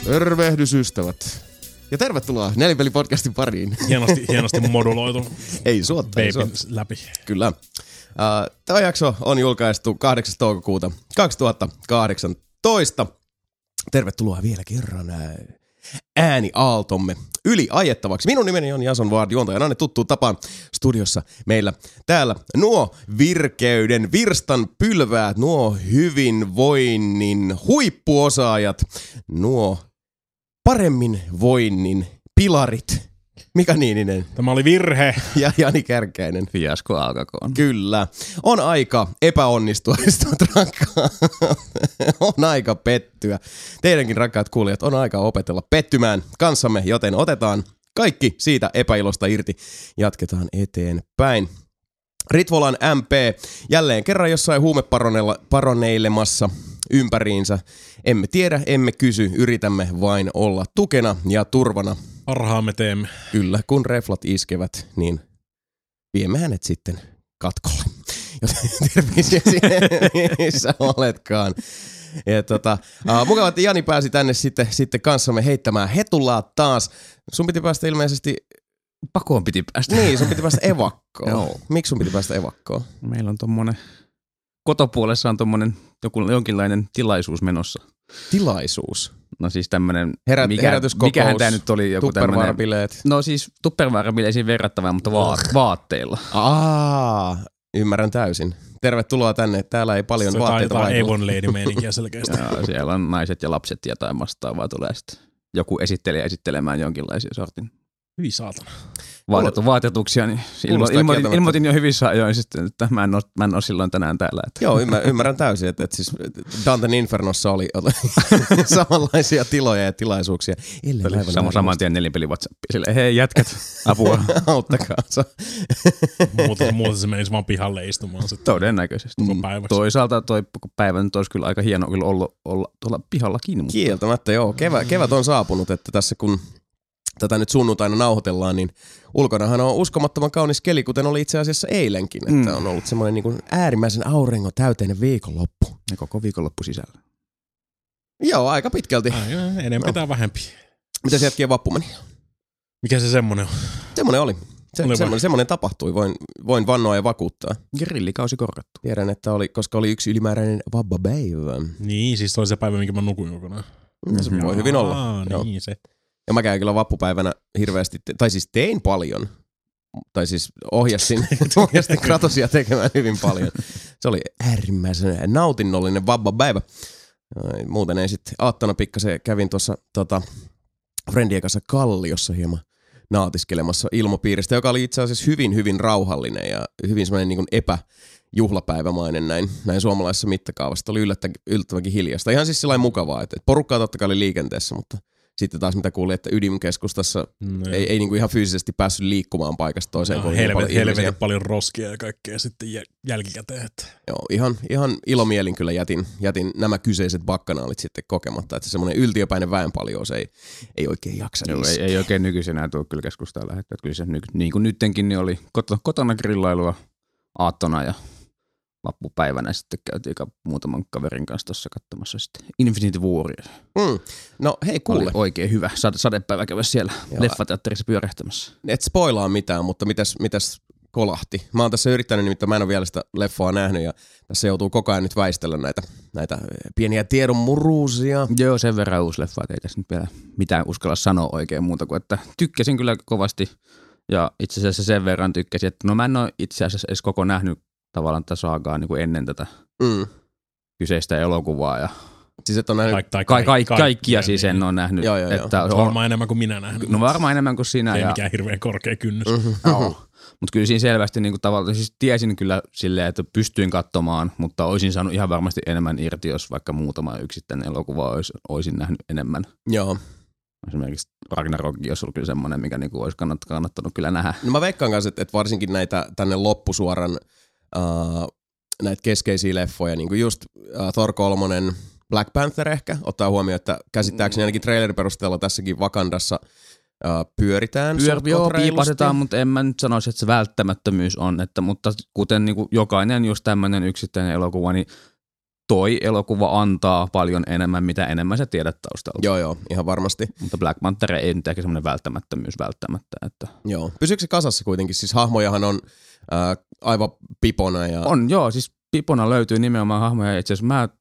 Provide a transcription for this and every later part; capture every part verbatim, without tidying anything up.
Tervehdys ystävät. Ja tervetuloa Nelipeli-podcastin pariin. Hienosti, hienosti moduloitu. Ei suotta, ei suotta. Läpi. Kyllä. Uh, tämä jakso on julkaistu kahdeksas toukokuuta kaksituhattakahdeksantoista. Tervetuloa vielä kerran ääniaaltomme yli ajettavaksi. Minun nimeni on Jason Ward, juontajana on tuttuun tapaan studiossa meillä täällä nuo virkeyden, virstan pylväät, nuo hyvinvoinnin huippuosaajat, nuo paremmin voinnin pilarit. Mika Niininen. Tämä oli virhe. Ja Jani Kärkäinen. Fiasko alkakoon. Kyllä. On aika epäonnistua, rakkaa. On aika pettyä. Teidänkin rakkaat kuulijat, on aika opetella pettymään kanssamme, joten otetaan kaikki siitä epäilosta irti. Jatketaan eteenpäin. Ritvolan M P jälleen kerran jossain huumeparoneilemassa ympäriinsä. Emme tiedä, emme kysy, yritämme vain olla tukena ja turvana. Parhaamme teemme. Kyllä, kun reflat iskevät, niin viemme hänet sitten katkolle. Joten terveisiä sinne, missä oletkaan. Ja tota, uh, mukava, että Jani pääsi tänne sitten, sitten kanssamme heittämään hetulaa taas. Sun piti päästä ilmeisesti... Pakoon piti päästä. Niin, sun piti päästä evakkoon. Joo. Miksi sun piti päästä evakkoon? Meillä on tommonen... Kotopuolessa on tommonen joku, jonkinlainen tilaisuus menossa. Tilaisuus? No siis tämmönen... Herät, mikä, herätyskokous, mikähän tää nyt oli joku tämmönen... tupperware-bileet. No siis tupperware-bileisiin verrattavaa, mutta vaat, vaatteilla. Aa, ymmärrän täysin. Tervetuloa tänne. Täällä ei paljon se vaatteita vaikuta. Se vaikuta. Avon Lady-meininkiä selkeästi. Ja siellä on naiset ja lapset ja jotain vastaavaa tulee sitten. Joku esittelijä esittelemään jonkinlaisia sortin. Hyvin saatana. Vaatetu, vaatetuksia, niin ilmo, ilmoitin, ilmoitin jo hyvissä ajoin sitten, että mä en ole, mä en ole silloin tänään täällä. Että. Joo, ymmärrän, ymmärrän täysin, että, että siis Danten Infernossa oli samanlaisia tiloja ja tilaisuuksia. Sama, saman tien nelipeli WhatsApp. Silleen, hei jätkät, apua. Auttakaa. Muuta, muuta se menisi vaan pihalle istumaan sitten. Todennäköisesti. Koko päiväksi. Toisaalta toi päivä nyt olisi kyllä aika hieno kyllä olla, olla tuolla pihallakin. Mutta... Kieltämättä, joo. Kevät, kevät on saapunut, että tässä kun... Tätä nyt sunnuntaina nauhoitellaan, niin ulkonahan on uskomattoman kaunis keli, kuten oli itse asiassa eilenkin. Mm. Että on ollut semmoinen niin kuin äärimmäisen auringon täyteinen viikonloppu. Ja koko viikonloppu sisällä. Joo, aika pitkälti. Ai, enemmän no. tai vähempi. Mitäs jätkien vappu meni? Mikä se semmonen on? Semmoinen oli. Se, oli semmoinen, semmoinen tapahtui, voin, voin vannoa ja vakuuttaa. Grillikausi korjattu. Tiedän, että oli, koska oli yksi ylimääräinen vabbapäivä. Niin, siis toi se päivä, minkä mä nukuin kokonaan. Mm, se voi hyvin olla. Aa, niin se. Ja mä käyn kyllä vappupäivänä hirveästi, tai siis tein paljon, tai siis ohjastin, ohjastin Kratosia tekemään hyvin paljon. Se oli äärimmäisen nautinnollinen vabbapäivä. Muuten ei sitten aattona pikkasen kävin tuossa tota, friendien kanssa Kalliossa hieman naatiskelemassa ilmapiiristä, joka oli itse asiassa hyvin, hyvin rauhallinen ja hyvin semmoinen niin kuin epäjuhlapäivämainen näin, näin suomalaisessa mittakaavassa. Oli yllättä, yllättävänkin hiljasta. Ihan siis sellainen mukavaa, että porukkaa totta kai oli liikenteessä, mutta... Sitten taas mitä kuulin, että Ydin-keskustassa no, ei, ei niinku ihan fyysisesti päässyt liikkumaan paikasta toiseen. No, helvet, paljon, helvetin paljon roskia ja kaikkea sitten jälkikäteen. Että. Joo, ihan, ihan ilomielin kyllä jätin, jätin nämä kyseiset bakkanaalit sitten kokematta. Että semmoinen yltiöpäinen väenpaljous ei, ei oikein jaksa. Joo, ei, ei oikein nykyisenä tuo kyllä keskustaan lähettää. Kyllä se ny, niin kuin nyttenkin niin oli kotona grillailua aattona ja loppupäivänä sitten käytiin muutaman kaverin kanssa tuossa katsomassa sitten Infinity Warrior. Mm. No hei kuule. Oli oikein hyvä Sade, sadepäivä käydä siellä Joo. leffateatterissa pyörähtämässä. Et spoilaa mitään, mutta mitäs, mitäs kolahti? Mä oon tässä yrittänyt, nimittäin mä en ole vielä sitä leffaa nähnyt ja tässä joutuu koko ajan nyt väistellä näitä, näitä pieniä tiedon muruusia. Joo, sen verran uusi leffa, että ei tässä nyt vielä mitään uskalla sanoa oikein muuta kuin, että tykkäsin kyllä kovasti ja itse asiassa sen verran tykkäsin, että no mä en ole itse asiassa edes koko nähnyt tavallaan tätä saagaa niin kuin ennen tätä mm. kyseistä elokuvaa. Ja siis et on nähnyt... Ka- ka- ka- ka- kaikkia siis en ole nähnyt. Joo, joo, että joo. On varmaan enemmän kuin minä nähnyt. No varmaan enemmän kuin sinä. Ei ja... mikään hirveän korkea kynnys. Mm-hmm. Mutta kyllä siinä selvästi niin kuin tavallaan, siis tiesin kyllä silleen, että pystyin katsomaan, mutta olisin saanut ihan varmasti enemmän irti, jos vaikka muutama yksittäinen elokuva olisi, olisin nähnyt enemmän. Joo. Esimerkiksi Ragnarok olisi ollut kyllä semmoinen, mikä niinku olisi kannattanut, kannattanut kyllä nähdä. No mä veikkaan kanssa, että, että varsinkin näitä tänne loppusuoran uh, näitä keskeisiä leffoja, niin kuin just uh, Thor kolmonen, Black Panther ehkä, ottaa huomioon, että käsittääkseni ainakin trailerin perusteella tässäkin Wakandassa uh, pyöritään. Pyör, joo, piipasetaan, mutta en mä nyt sanoisi, että se välttämättömyys on, että, mutta kuten niin kuin jokainen just tämmöinen yksittäinen elokuva, niin toi elokuva antaa paljon enemmän, mitä enemmän sä tiedät taustalta. Joo, joo, ihan varmasti. Mutta Black Panther ei nyt ehkä semmoinen välttämättömyys välttämättä. Että. Joo. Pysyykö se kasassa kuitenkin? Siis hahmojahan on ää, aivan pipona. Ja... On, joo. Siis pipona löytyy nimenomaan hahmoja. Itse asiassa mä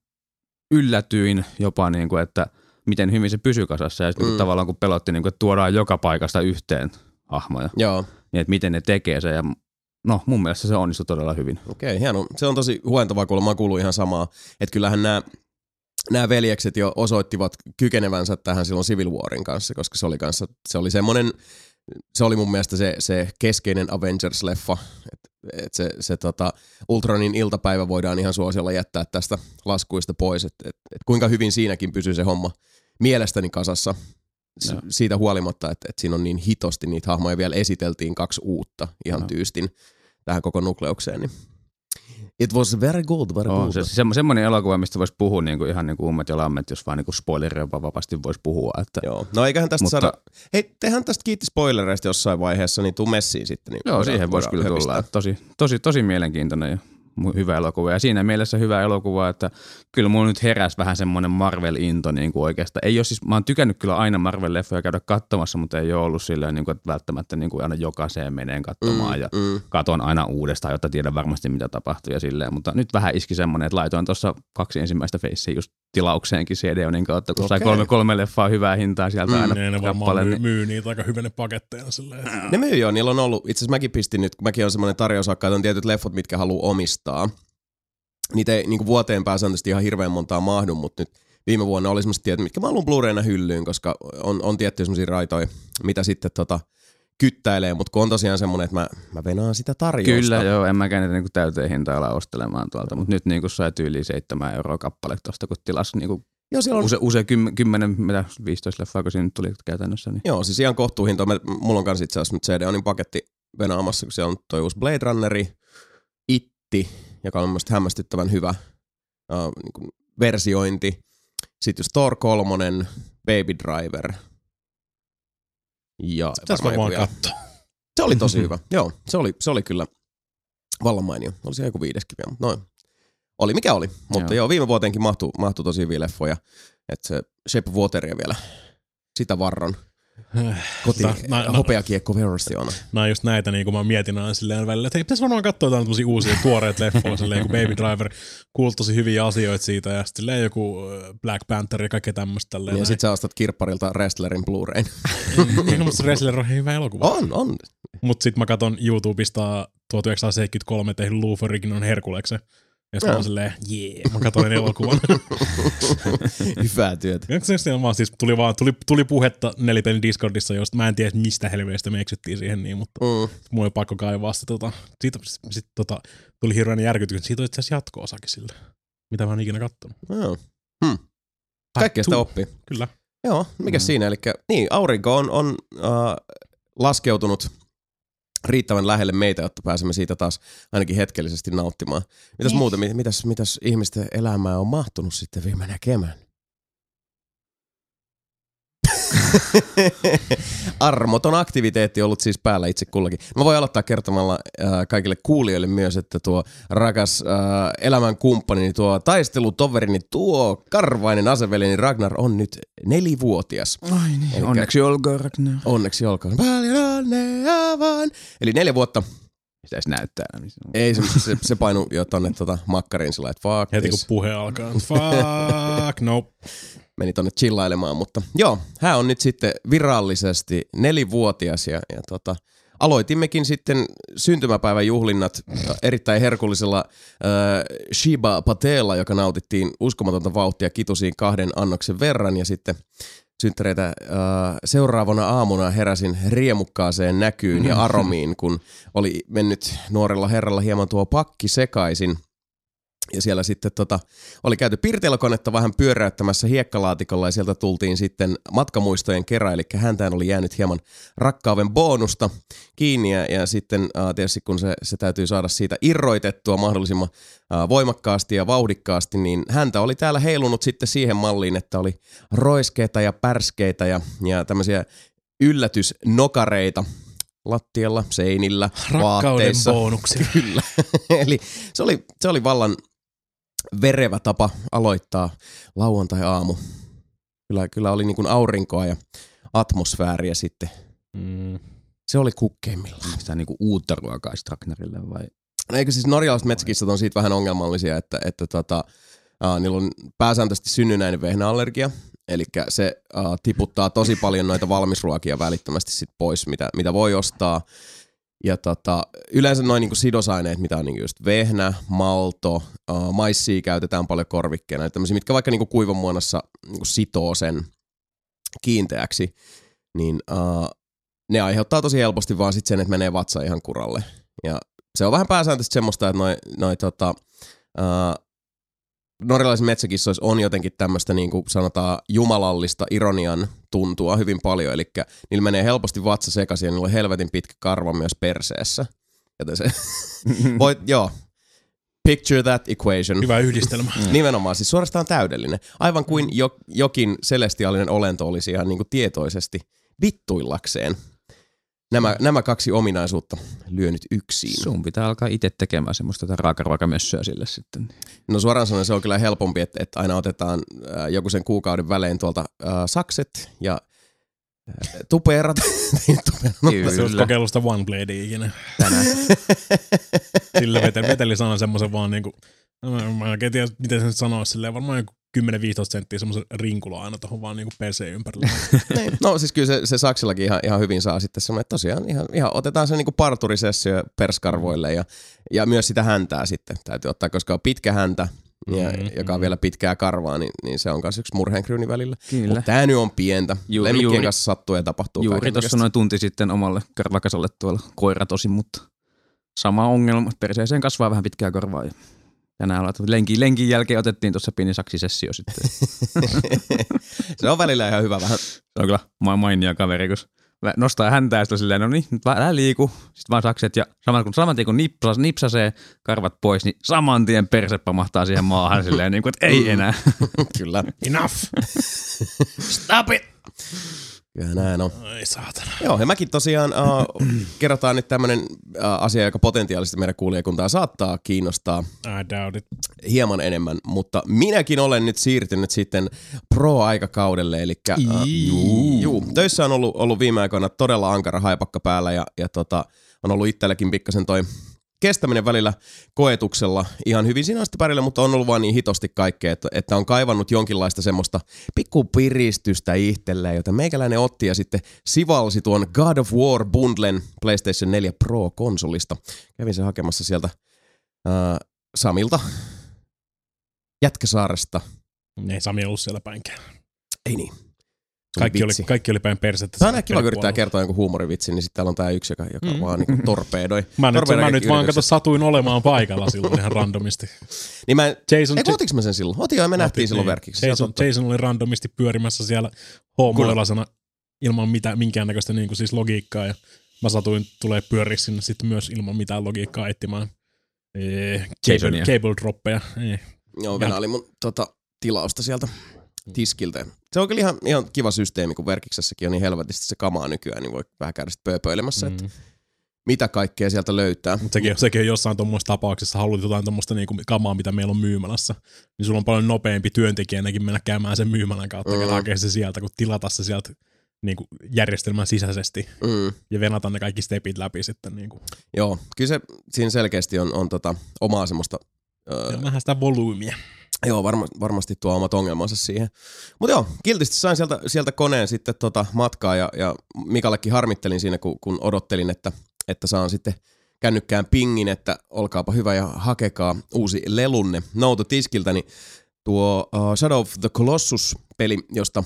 yllätyin jopa, niin kuin, että miten hyvin se pysyy kasassa. Ja sitten mm. tavallaan kun pelotti, niin kuin, että tuodaan joka paikasta yhteen hahmoja. Joo. Niin, että miten ne tekee se. Ja no mun mielestä se onnistui todella hyvin. Okei, okay, hieno. Se on tosi huentavaa, kun mä kuulun ihan samaa. Että kyllähän nämä nämä veljekset jo osoittivat kykenevänsä tähän silloin Civil Warin kanssa, koska se oli, kanssa, se oli semmoinen, se oli mun mielestä se, se keskeinen Avengers-leffa. Että et se, se tota, Ultronin iltapäivä voidaan ihan suosiolla jättää tästä laskuista pois. Että et, et kuinka hyvin siinäkin pysyy se homma mielestäni kasassa. S- no. Siitä huolimatta, että, että siinä on niin hitosti niitä hahmoja, vielä esiteltiin kaksi uutta ihan no. tyystin tähän koko nukleukseen. Niin. It was very good, very on, good. Se, se, semmoinen elokuva, mistä voisi puhua niin kuin ihan niin kuin ummet ja lammet, jos vaan niin kuin spoileria vapaasti voisi puhua. Että. Joo, no eiköhän tästä Mutta, saada, hei tehdään tästä kiitti spoilereista jossain vaiheessa, niin tuu messiin sitten. Niin joo, siihen voisi kyllä höpistää. Tulla. Tosi, tosi, tosi mielenkiintoinen ja hyvä elokuva. Ja siinä mielessä hyvä elokuva, että kyllä mulla nyt heräsi vähän semmoinen Marvel-into niin kuin oikeastaan. Ei ole siis, mä oon tykännyt kyllä aina Marvel-leffoja käydä katsomassa, mutta ei ole ollut silleen, niin kuin, että välttämättä niin kuin aina jokaiseen meneen katsomaan mm, ja mm. katon aina uudestaan, jotta tiedän varmasti mitä tapahtuu ja silleen. Mutta nyt vähän iski semmoinen, että laitoin tuossa kaksi ensimmäistä Facea just tilaukseenkin C D-onin kautta, kun okay. sai kolme, kolme leffaa hyvää hintaa sieltä mm. aina ne, ne kappale. Myy, myy niitä aika hyvänne paketteina silleen. Ne myy joo, niillä on ollut, itse asiassa mäkin pistin nyt, kun mäkin on semmoinen tarjousakka, että on tietyt leffot, mitkä haluaa omistaa. Niitä ei niin vuoteen pääsääntöisesti ihan hirveän montaa mahdu, mutta nyt viime vuonna oli semmoista tietää, mitkä mä haluan Blu-rayna hyllyyn, koska on, on tiettyjä semmoisia raitoja, mitä sitten tota, kyttäilee, mutta kun on tosiaan semmoinen, että mä, mä venaan sitä tarjousta. Kyllä joo, en mäkään niitä niinku täyteen hintaa ala ostelemaan tuolta, mutta nyt niinku sai tyyliin seitsemän euroa kappale tuosta, kun tilasi niinku joo, on... use, use kymmenen, mitä viisitoista leffaa, kun siinä nyt tuli käytännössä. Niin. Joo, siis ihan kohtuuhinta. Mulla on kanssa itse asiassa nyt C D-onin paketti venaamassa, kun siellä on toi uusi Blade Runneri, Itti, joka on mielestäni hämmästyttävän hyvä uh, niin kuin versiointi. Sitten just Thor kolmonen, Baby Driver. Ja tässä mä vaan katsoa. Se oli tosi hyvä. Joo, se oli, se oli kyllä vallan mainio. Oli se joku viideskin vielä, mutta noin. Oli mikä oli, mutta joo, joo viime vuoteenkin mahtui, mahtui tosi hyviä leffoja. Että se Shape of Wateria vielä, sitä varron. Koti, no, hopeakiekko versioona. Nämä on just näitä, niin kuin mä mietin aina silleen välillä, että hei, pitäisi varmaan katsoa jotain tämmöisiä uusia tuoreet leffoja, silleen kuin Baby Driver, kuullut tosi hyviä asioita siitä, ja sitten joku Black Panther ja kaikkea tämmöistä. Ja näin. Sit sä ostat kirpparilta Wrestlerin Blu-rayn. Eikä, mutta Wrestler on hyvä elokuva. On, on. Mutta sit mä katon YouTubesta tuhatyhdeksänsataaseitsemänkymmentäkolme tehty Lou Ferrignon Herkuleksen. Ja sitten on silleen, jee, mä katsoin elokuvan. Hyvää työtä. Vaan, siis tuli, vaan, tuli, tuli puhetta Nelipelin Discordissa, josta mä en tiedä mistä helveestä me eksyttiin siihen, niin, mutta mm. mun oli pakko kaivaa sitä. Tota, siitä sit, tota, tuli hirveän järkytys, että siitä on itse asiassa jatko-osakin siltä, mitä mä oon ikinä kattonut. Oh. Hmm. Kaikkea sitä oppii. Kyllä. Joo, mikä mm. siinä? Elikkä, niin, aurinko on, on uh, laskeutunut riittävän lähelle meitä, jotta pääsemme siitä taas ainakin hetkellisesti nauttimaan. Mitäs muuta, mitäs, mitäs ihmisten elämää on mahtunut sitten viime näkemään? Armoton aktiviteetti ollut siis päällä itse kullakin. Mä voin aloittaa kertomalla äh, kaikille kuulijoille myös, että tuo rakas äh, elämän kumppanini, tuo taistelutoverini, tuo karvainen aseveljeni Ragnar on nyt nelivuotias. Ai niin, elikkä, onneksi olkoon Ragnar. Onneksi olkoon. Paljon onnea vaan. Eli neljä vuotta. Sitä edes näyttää. Ei, se, se, se painu jo tonne tota, makkariin sillä, että fuck heti kun puhe alkaa. Fuck, nope. Meni tonne chillailemaan, mutta joo, hän on nyt sitten virallisesti nelivuotias ja, ja tota, aloitimmekin sitten syntymäpäivän juhlinnat erittäin herkullisella äh, Shiba Patella, joka nautittiin uskomatonta vauhtia kitusiin kahden annoksen verran ja sitten synttäreitä äh, seuraavana aamuna heräsin riemukkaaseen näkyyn ja aromiin, kun oli mennyt nuorella herralla hieman tuo pakki sekaisin. Ja siellä sitten tota, oli käyty pirteilokonetta vähän pyöräyttämässä hiekkalaatikolla ja sieltä tultiin sitten matkamuistojen kerran, eli häntään oli jäänyt hieman rakkaaven bonusta kiinni ja, ja sitten äh, tietysti kun se, se täytyy saada siitä irroitettua mahdollisimman äh, voimakkaasti ja vauhdikkaasti, niin häntä oli täällä heilunut sitten siihen malliin, että oli roiskeita ja pärskeitä ja, ja tämmöisiä yllätysnokareita lattialla, seinillä, rakkauden vaatteissa. bonuksia. Kyllä. Eli se oli, se oli vallan verevä tapa aloittaa lauantai-aamu. Kyllä, kyllä oli niin kuin aurinkoa ja atmosfääriä sitten. Mm. Se oli kukkeimmillaan. Onko tämä niinku uutta ruokaa Ragnarille vai? No eikö siis norjalaiset metsäkissat on siitä vähän ongelmallisia, että, että tota, uh, niillä on pääsääntöisesti synnynnäinen vehnäallergia. Eli se uh, tiputtaa tosi paljon noita valmisruokia välittömästi sit pois, mitä, mitä voi ostaa. Ja tota, yleensä noin niinku sidosaineet, mitä on niinku just vehnä, malto, uh, maissia käytetään paljon korvikkeena. Eli tämmöisiä, mitkä vaikka niinku kuivan muodossa niinku sitoo sen kiinteäksi, niin uh, ne aiheuttaa tosi helposti vaan sit sen, että menee vatsa ihan kuralle. Ja se on vähän pääsääntöisesti semmoista, että noi, noi tota, uh, norjalaisissa metsäkissoissa on jotenkin tämmöistä niin kuin sanotaan jumalallista ironian tuntua hyvin paljon, eli niillä menee helposti vatsa sekaisin ja niillä on helvetin pitkä karva myös perseessä. Joten se, voit, joo, picture that equation. Hyvä yhdistelmä. Nimenomaan, siis suorastaan täydellinen. Aivan kuin jo, jokin celestiaalinen olento olisi ihan niin kuin tietoisesti vittuillakseen nämä, nämä kaksi ominaisuutta lyönyt yksin. Sun pitää alkaa itse tekemään semmoista raakaruokamössöä sille sitten. No suoraan sanoen se on kyllä helpompi, että, että aina otetaan äh, joku sen kuukauden välein tuolta äh, sakset ja äh, tuperat. Se olisi kokeillut sitä One Bladea ikinä. Tänään. Sillä veteli, veteli sanan semmoisen vaan niinku, mä en oikein tiedä miten sen sanoisi, silleen varmaan joku kymmenen viisitoista senttiä semmoisen rinkuloa aina tuohon vaan niinku perseen ympärille. No siis kyllä se, se saksillakin ihan, ihan hyvin saa sitten semmoinen, että tosiaan ihan, ihan otetaan se niinku parturisessio perskarvoille ja, ja myös sitä häntää sitten täytyy ottaa, koska on pitkä häntä, ja, mm-hmm. joka on vielä pitkää karvaa, niin, niin se on myös yksi murheenkryyni välillä. Mutta tää nyt on pientä. Juuri, Lemmikkien juuri, kanssa sattuu ja tapahtuu. Juuri tuossa noin tunti sitten omalle karvakasalle tuolla koira tosi, mutta sama ongelma. Perseeseen kasvaa vähän pitkää korvaa ja tänään lenkin, lenkin jälkeen otettiin tuossa pieni saksisessio sitten. Se on välillä ihan hyvä vähän. Se on kyllä mainia kaveri, kun nostaa häntää ja silleen, no niin, nyt älä liiku. Sitten vaan sakset ja saman, kun saman tien kun nipsas, nipsasee karvat pois, niin saman tien perse pamahtaa siihen maahan silleen, niin kuin, että ei enää. Kyllä. Enough. Stop it. Kyllä näin on. Ai saatana. Joo, ja mäkin tosiaan uh, kerrotaan nyt tämmönen uh, asia, joka potentiaalisesti meidän kuulijakuntaa saattaa kiinnostaa I doubt it. hieman enemmän, mutta minäkin olen nyt siirtynyt sitten pro-aikakaudelle, eli uh, juu, juu, töissä on ollut, ollut viime aikoina todella ankara haipakka päällä ja, ja tota, on ollut itselläkin pikkasen toi kestäminen välillä koetuksella ihan hyvin siinä asti pärjällä, mutta on ollut vaan niin hitosti kaikkea, että, että on kaivannut jonkinlaista semmoista pikkupiristystä itselleen, joten meikäläinen otti ja sitten sivalsi tuon God of War bundlen PlayStation neljä Pro-konsolista. Kävin sen hakemassa sieltä äh, Samilta, Jätkäsaaresta. Ei Sami ollut siellä päinkään. Ei niin. Kaikki oli, kaikki oli päin persettä. Tämä on aina kiva, kun yrittää kertoa jonkun huumorivitsin, niin sitten täällä on tää yksi, joka, joka mm. vaan niinku torpeedoi. Mä nyt, mä nyt vaan kato satuin olemaan paikalla silloin ihan randomisti. Niin mä, Jason, ei, otinko mä sen silloin? Otin jo ja me nähtiin silloin niin. Verkiksi. Jason, Jason oli randomisti pyörimässä siellä hoomoilasena ilman mitään, minkäännäköistä niin kuin siis logiikkaa. Ja mä satuin tulee pyöriä sinne sitten myös ilman mitään logiikkaa etsimään ee, cable, cable droppeja. Ee. Joo, Venä oli mun tota, tilausta sieltä tiskiltä. Se on kyllä ihan, ihan kiva systeemi, kun Verkiksessäkin on niin helvetisti se kamaa nykyään, niin voi vähän käydä sitten pööpöilemässä, mm. että mitä kaikkea sieltä löytää. Mutta sekin, sekin on jossain tuommoisessa tapauksessa, haluat jotain tuommoista niinku kamaa, mitä meillä on myymälässä, niin sulla on paljon nopeampi työntekijänäkin mennä käymään sen myymälän kautta, mm. ja hakea se sieltä, kun tilata se sieltä niinku järjestelmän sisäisesti mm. ja venata ne kaikki stepit läpi sitten. Niinku. Joo, kyllä se siinä selkeästi on, on tota, omaa semmoista öö, vähän sitä volyymiä. Joo, varma, varmasti tuo omat ongelmansa siihen. Mutta joo, kiltisti sain sieltä, sieltä koneen sitten tota matkaa ja, ja Mikallekin harmittelin siinä, kun, kun odottelin, että, että saan sitten kännykkään pingin, että olkaapa hyvä ja hakekaa uusi lelunne noutotiskiltä. Niin tuo uh, Shadow of the Colossus-peli, josta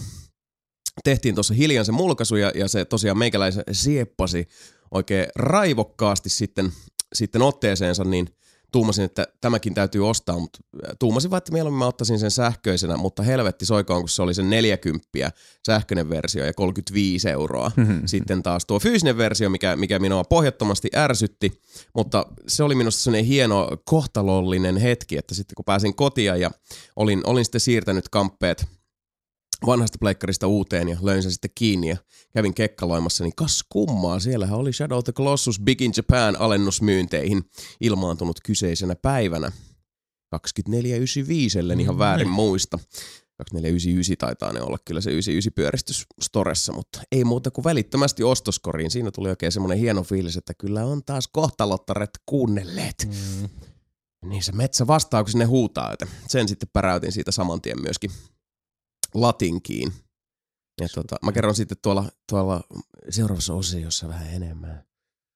tehtiin tuossa hiljan se mulkaisu ja, ja se tosiaan meikäläisen sieppasi oikein raivokkaasti sitten, sitten otteeseensa, niin tuumasin, että tämäkin täytyy ostaa, mutta tuumasin vaan, että mieluummin mä ottaisin sen sähköisenä, mutta helvetti soikoon, kun se oli sen neljäkymppiä sähköinen versio ja kolmekymmentäviisi euroa. Sitten taas tuo fyysinen versio, mikä, mikä minua pohjattomasti ärsytti, mutta se oli minusta sellainen hieno kohtalollinen hetki, että sitten kun pääsin kotiin ja olin, olin sitten siirtänyt kamppeet vanhasta pleikkarista uuteen ja löin sen sitten kiinni ja kävin kekkaloimassa, niin kas kummaa, siellähän oli Shadow of the Colossus Big in Japan alennusmyynteihin ilmaantunut kyseisenä päivänä. kaksikymmentäneljä yhdeksänkymmentäviisi, ellen ihan väärin muista. kaksikymmentäneljä yhdeksänkymmentäyhdeksän taitaa ne olla kyllä se yhdeksänkymmentäyhdeksän pyöristys storessa, mutta ei muuta kuin välittömästi ostoskoriin. Siinä tuli oikein semmoinen hieno fiilis, että kyllä on taas kohtalottaret kuunnelleet. Mm. Niin se metsä vastaa, kun sinne huutaa, että sen sitten päräytin siitä saman tien myöskin latinkiin. Ja tota, mä kerron sitten tuolla, tuolla seuraavassa osiossa vähän enemmän.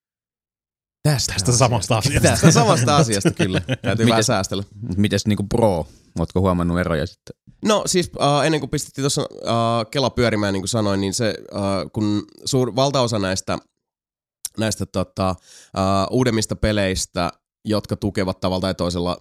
Tästä, tästä samasta asiasta. Tästä samasta asiasta, kyllä. Täytyy vähän säästellä. Mites niinku pro? Ootko huomannut eroja sitten? No siis uh, ennen kuin pistettiin tuossa uh, Kela pyörimään, niin kuin sanoin, niin se, uh, kun suur, valtaosa näistä, näistä tota, uh, uudemmista peleistä, jotka tukevat tavalla tai toisella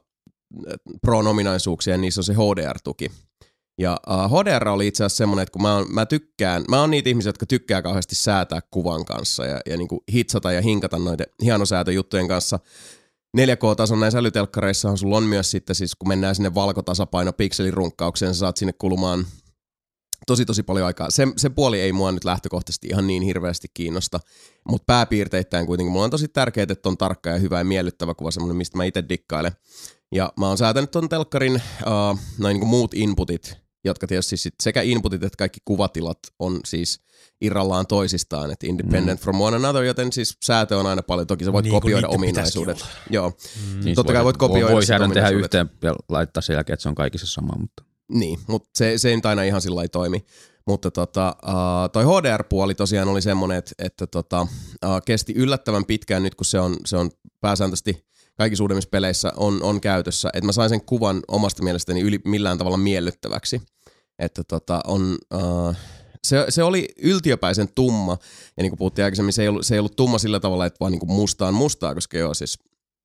pro-nominaisuuksia, niissä on se H D R-tuki. Ja uh, H D R oli itse asiassa semmoinen, että kun mä, on, mä tykkään, mä oon niitä ihmisiä, jotka tykkää kauheasti säätää kuvan kanssa ja, ja niinku hitsata ja hinkata noiden hienosäätöjuttujen kanssa. neljä K-tason näissä älytelkkareissahan sulla on myös sitten siis, kun mennään sinne valkotasapaino pikselirunkkaukseen, sä saat sinne kulumaan tosi tosi paljon aikaa. Se, se puoli ei mua nyt lähtökohtaisesti ihan niin hirveästi kiinnosta, mutta pääpiirteittäin kuitenkin mulla on tosi tärkeää, että on tarkka ja hyvä ja miellyttävä kuva, semmoinen, mistä mä itse dikkailen. Ja mä oon säätänyt ton telkkarin uh, noin niin kuin muut inputit, jotka tietysti sit sekä inputit että kaikki kuvatilat on siis irrallaan toisistaan, että independent mm. from one another, joten siis säätö on aina paljon. Toki sä voit niin kopioida ominaisuudet. Joo. Mm. Niin totta kai voit kopioida voi säädön tehdä yhteen ja laittaa sen jälkeen, että se on kaikissa sama. Mutta. Niin, mutta se, se ei nyt aina ihan sillä lailla toimi. Mutta tota, uh, toi H D R-puoli tosiaan oli semmoinen, että, että tota, uh, kesti yllättävän pitkään nyt, kun se on, se on pääsääntöisesti kaikissa uudemmissa peleissä on, on käytössä, että mä sain sen kuvan omasta mielestäni yli millään tavalla miellyttäväksi. Että tota, on, uh, se, se oli yltiöpäisen tumma, ja niin kuin puhuttiin aikaisemmin, se ei ollut, se ei ollut tumma sillä tavalla, että vaan niin kuin mustaan mustaa, koska joo siis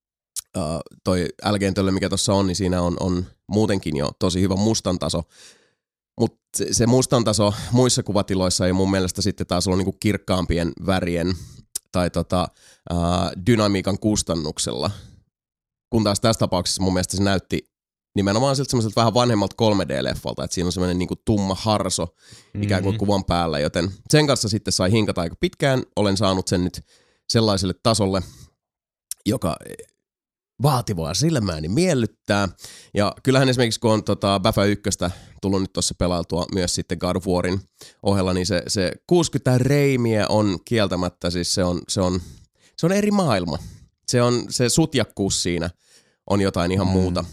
uh, toi L G:n tölle, mikä tuossa on, niin siinä on, on muutenkin jo tosi hyvä mustan taso. Mutta se, se mustan taso muissa kuvatiloissa ei mun mielestä sitten taas ollut niin kuin kirkkaampien värien tai tota, uh, dynamiikan kustannuksella. Kun taas tässä tapauksessa mun mielestä se näytti nimenomaan siltä semmoiselta vähän vanhemmalta kolme D-leffalta, että siinä on semmoinen niinku tumma harso mm-hmm. ikään kuin kuvan päällä, joten sen kanssa sitten sai hinkata aika pitkään. Olen saanut sen nyt sellaiselle tasolle, joka vaativaa silmääni miellyttää. Ja kyllähän esimerkiksi kun on tota Bafa ykköstä tullut nyt tuossa pelailtua myös sitten God of Warin ohella, niin se, se kuusikymmentä reimiä on kieltämättä, siis se on, se on, se on eri maailma. Se on se sutjakkuus siinä on jotain ihan mm. muuta.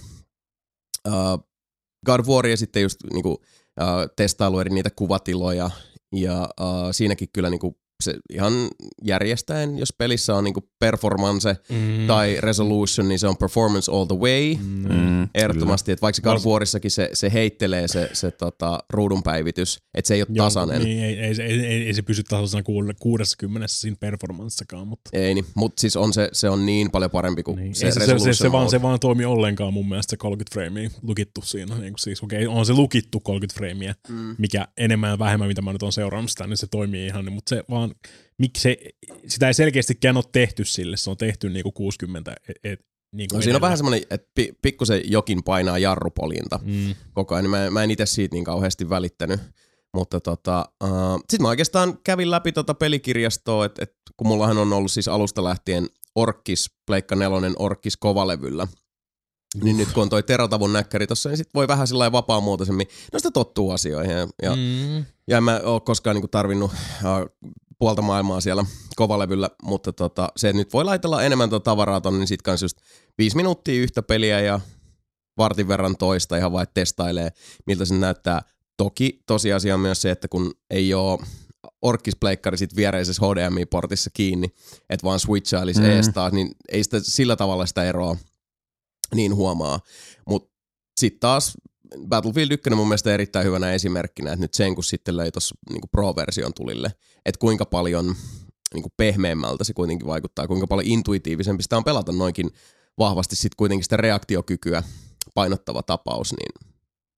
Uh, God of War ja sitten just niinku, uh, testailu eri niitä kuvatiloja ja uh, siinäkin kyllä niinku, se ihan järjestäen, jos pelissä on niinku performance mm. tai resolution, niin se on performance all the way. Mm. Ehdottomasti, että vaikka God of Warissakin se, se heittelee se, se tota, ruudun päivitys, että se ei ole Joo, tasainen. Niin, ei, ei, ei, ei, ei se pysy tasaisena kuudessakymmenessä siinä performanssakaan. Mutta. Ei niin, mutta siis on se, se on niin paljon parempi kuin niin. se ei, resolution. Se, se, se, vaan, se vaan toimi ollenkaan mun mielestä se kolmekymmentä framea lukittu siinä. Niin siis, okei, okay, on se lukittu kolmekymmentä framea, mm. mikä enemmän ja vähemmän, mitä mä nyt on seurannut sitä, niin se toimii ihan, niin, mutta se vaan miksi se, sitä ei selkeästikään ole tehty sille, se on tehty niinku kuusikymmentä. Et, et, niinku no, siinä on vähän semmoinen, että pi, pikkusen jokin painaa jarrupoljinta mm. koko ajan, niin mä, mä en itse siitä niin kauheasti välittänyt. Mutta tota, uh, sit mä oikeastaan kävin läpi tota pelikirjastoa, että et, kun mullahan on ollut siis alusta lähtien Orkkis, Pleikka nelonen Orkkis kovalevyllä, uh. niin nyt kun on toi terätavun näkkäri tossa, niin sit voi vähän sillä lailla vapaamuotoisemmin, no sitä tottuu asioihin. Ja, ja, mm. ja en mä oo koskaan niinku tarvinnut uh, puolta maailmaa siellä kovalevyllä, mutta tota, se nyt voi laitella enemmän tuota tavaraa tonne, niin sit kans just viisi minuuttia yhtä peliä ja vartin verran toista ihan vaan testailee, miltä se näyttää. Toki tosiasia on myös se, että kun ei oo Orkkis-pleikkari sit viereisessä H D M I-portissa kiinni, että vaan switchailisi mm. ees taas, niin ei sitä sillä tavalla sitä eroa niin huomaa. Mut sit taas Battlefield yksi mun mielestä erittäin hyvänä esimerkkinä, että nyt sen kun sitten löi tuossa niinku Pro-version tulille, että kuinka paljon niinku pehmeämmältä se kuitenkin vaikuttaa, kuinka paljon intuitiivisempi sitä on pelata noinkin vahvasti sitten kuitenkin sitä reaktiokykyä painottava tapaus, niin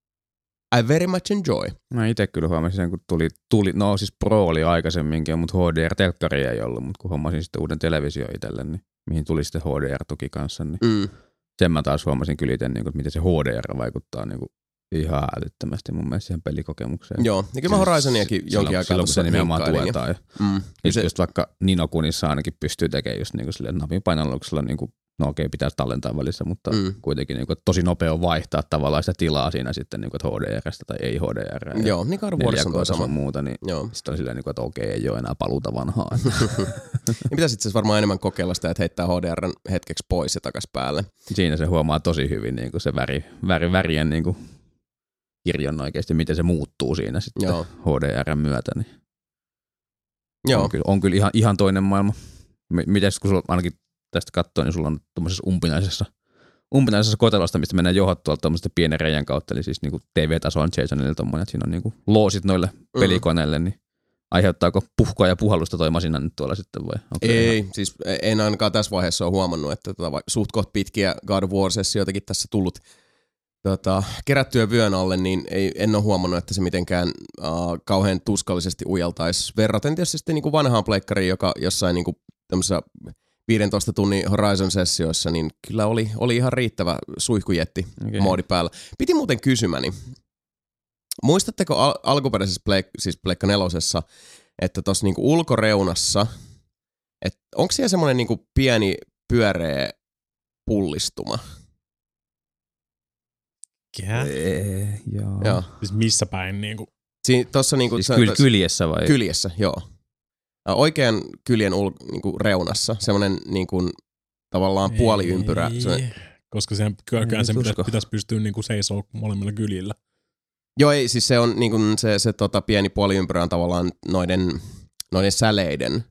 I very much enjoy. Mä itse kyllä huomasin sen, kun tuli, tuli no siis Pro oli aikaisemminkin, mutta H D R-telkkari ei ollut, mutta kun hommasin sitten uuden televisio itselle, niin mihin tuli sitten H D R-tuki kanssa, niin mm. sen mä taas huomasin kyllä itse, niin kuin, miten se H D R vaikuttaa niin kuin ihan älyttömästi mun mielestä siihen pelikokemukseen. Joo, ja kyllä mä Horizoniakin jonkin aikaa silloin, kun se nimenomaan tuetaan. Ja mm. just, se, just vaikka Nino Kunissa ainakin pystyy tekemään just niin kuin silleen napin painalluksella niin kuin no okei, pitäisi tallentaa välissä, mutta Mm. kuitenkin niin kuin, tosi nopea vaihtaa tavallaan sitä tilaa siinä sitten, niin kuin, että H D R:stä tai ei H D R. Joo, niin God of Warissa on toi sama. muuta, niin Joo. sitten on silleen, niin kuin, että okei, ei ole enää paluuta vanhaa. Niin pitäisi itse asiassa varmaan enemmän kokeilla sitä, että heittää H D R:n hetkeksi pois ja takas päälle. Siinä se huomaa tosi hyvin niin kuin se väri, väri, värien niin kuin kirjon oikeasti, miten se muuttuu siinä sitten Joo. H D R:n myötä. Niin Joo. on, kyllä, on kyllä ihan, ihan toinen maailma. Mites kun sulla ainakin tästä katsoo, niin sulla on tuommoisessa umpinaisessa, umpinaisessa kotelosta, mistä mennään johot tuolta tuommoista pienen reijän kautta, eli siis niinku T V-taso on Jasonille tommoinen, että siinä on niinku loosit noille Mm. pelikoneille, niin aiheuttaako puhkoa ja puhallusta toi masina nyt tuolla sitten vai? Onko se Ei, ihan- siis en ainakaan tässä vaiheessa ole huomannut, että tota, vai- suht koht pitkiä God of War-sessioitakin tässä tullut tota, kerättyä vyön alle, niin ei, en ole huomannut, että se mitenkään uh, kauhean tuskallisesti ujeltaisi. Verraten tietysti sitten niin kuin vanhaan pleikkariin, joka jossain niin kuin tämmöisessä viidentoista tunnin Horizon-sessioissa, niin kyllä oli, oli ihan riittävä suihkujetti Okei. moodi päällä. Piti muuten kysymäni, muistatteko al- alkuperäisessä Pleik- siis Pleikka nelosessa, että tuossa niinku ulkoreunassa, että onko siellä semmoinen niinku pieni pyöreä pullistuma? Kehä? Ee, joo. Joo. Siis missä päin niinku? Siin, tossa niinku, Siis se- kyl, tos- kyljessä vai? kyljessä, joo. Ä, Oikean kyljen ul- niinku reunassa, semmoinen niinku, tavallaan puoliympyrä. Ei, semmonen- koska sen, kyllä Ei sen pitäisi, usko. pitäisi pystyä niinku seisoo molemmilla kylillä. Joo, ei, siis se on niinku se, se tota pieni puoliympyrä on tavallaan noiden, noiden säleiden.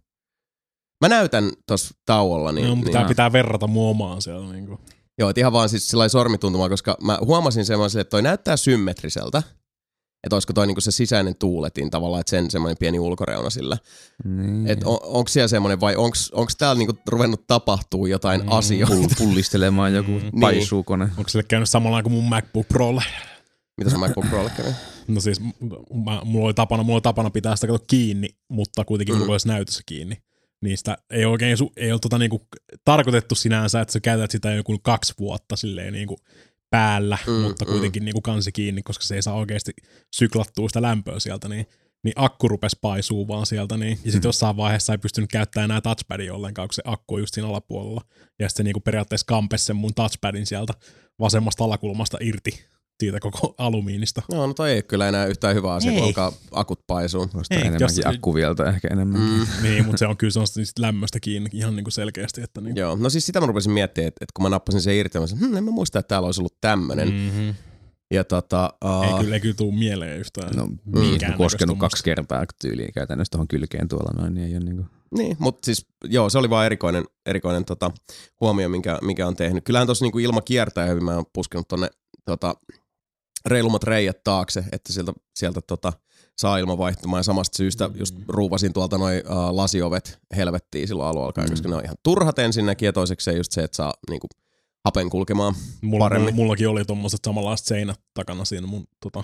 Mä näytän tossa tauolla. Niin, No, niin, pitää, pitää verrata mun omaan siellä. Niinku. Joo, et ihan vaan siis sillä sormituntumaa, koska mä huomasin semmoisen, että toi näyttää symmetriseltä. Että olisiko toi niinku se sisäinen tuuletin tavallaan, että sen semmoinen pieni ulkoreuna sillä. Niin. Että on, onko siellä semmoinen vai onko täällä niinku ruvennut tapahtuu jotain Mm. asioita? Pull- pullistelemaan joku Mm. paisuukone. Onko sille käynyt samalla kuin mun MacBook Prolle? Mitä se MacBook Prolle kävi? No siis m- mä, mulla, oli tapana, mulla oli tapana pitää sitä kato kiinni, mutta kuitenkin Mm. mulla olisi näytössä kiinni. Niistä ei oikein su, ei ole tota niinku tarkoitettu sinänsä, että sä käytät sitä joku kaksi vuotta silleen niinku päällä, Mm, mm, mutta kuitenkin mm. niinku kansi kiinni, koska se ei saa oikeasti syklattua sitä lämpöä sieltä, niin, niin akku rupesi paisuu vaan sieltä, niin, ja sitten Mm. jossain vaiheessa ei pystynyt käyttämään enää touchpadia ollenkaan, kun se akku on just siinä alapuolella, ja sitten se niinku periaatteessa kampesi sen mun touchpadin sieltä vasemmasta alakulmasta irti siitä koko alumiinista. Joo, no toi ei kyllä enää yhtään hyvä asia, kun Ei. alkaa akut paisuu. Vasta Ei, enemmänkin jos- akkuvieltä ehkä enemmän. Mm. Niin, mutta se on kyllä sellaista niistä lämmöstä kiinni ihan niinku selkeästi. Että niinku. Joo, no siis sitä mä rupesin miettimään, että, että kun mä nappasin sen irti, mä sanoin, hm, en mä muista, että täällä olisi ollut tämmönen. Mm. Mm-hmm. Ja tota... Uh, Ei kyllä, ei kyllä tuu mieleen yhtään. No minkään niin, näköistä koskenut tommoista. kaksi kertaa tyyliin käytännössä tuohon kylkeen tuolla noin, niin ei ole niinku... Niin, mutta siis joo, se oli vaan erikoinen, erikoinen tota, huomio, minkä, minkä on tehnyt. Kyllähän tuossa niinku ilma kiertää hyvin, mä oon puskenut tonne tota, reilummat reijät taakse, että sieltä, sieltä tota, saa ilma vaihtumaan. Ja samasta syystä just ruuvasin tuolta noi uh, lasiovet helvettiin silloin alun alkaen, Mm. koska ne on ihan turhat ensinnäkin ja toisekseen just se, että saa niinku, hapen kulkemaan Mulla, paremmin. mulla, mullakin oli tommoset samanlaiset seinät takana siinä mun tota,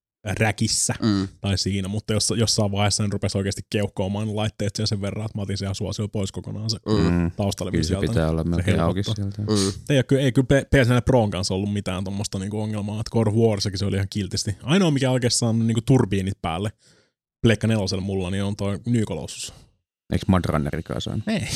räkissä Mm. tai siinä, mutta jos, jossain vaiheessa ne rupesi oikeasti keuhkoamaan laitteet sen, sen verran, että mä otin siellä suosiolla pois kokonaan se Mm. Mm. taustalle Kyllä se sieltä. pitää olla melkein auki helpottaa. sieltä. Mm. Ei, ole, kyllä- ei kyllä P S neljä Proon kanssa ollut mitään tommoista niinku ongelmaa, että God of Warssakin se oli ihan kiltisti. Ainoa mikä oikeastaan on niinku turbiinit päälle Pleikka nelosella mulla, niin on toi New Colossus. Eikö Madrunnerikaan saanut? Ei.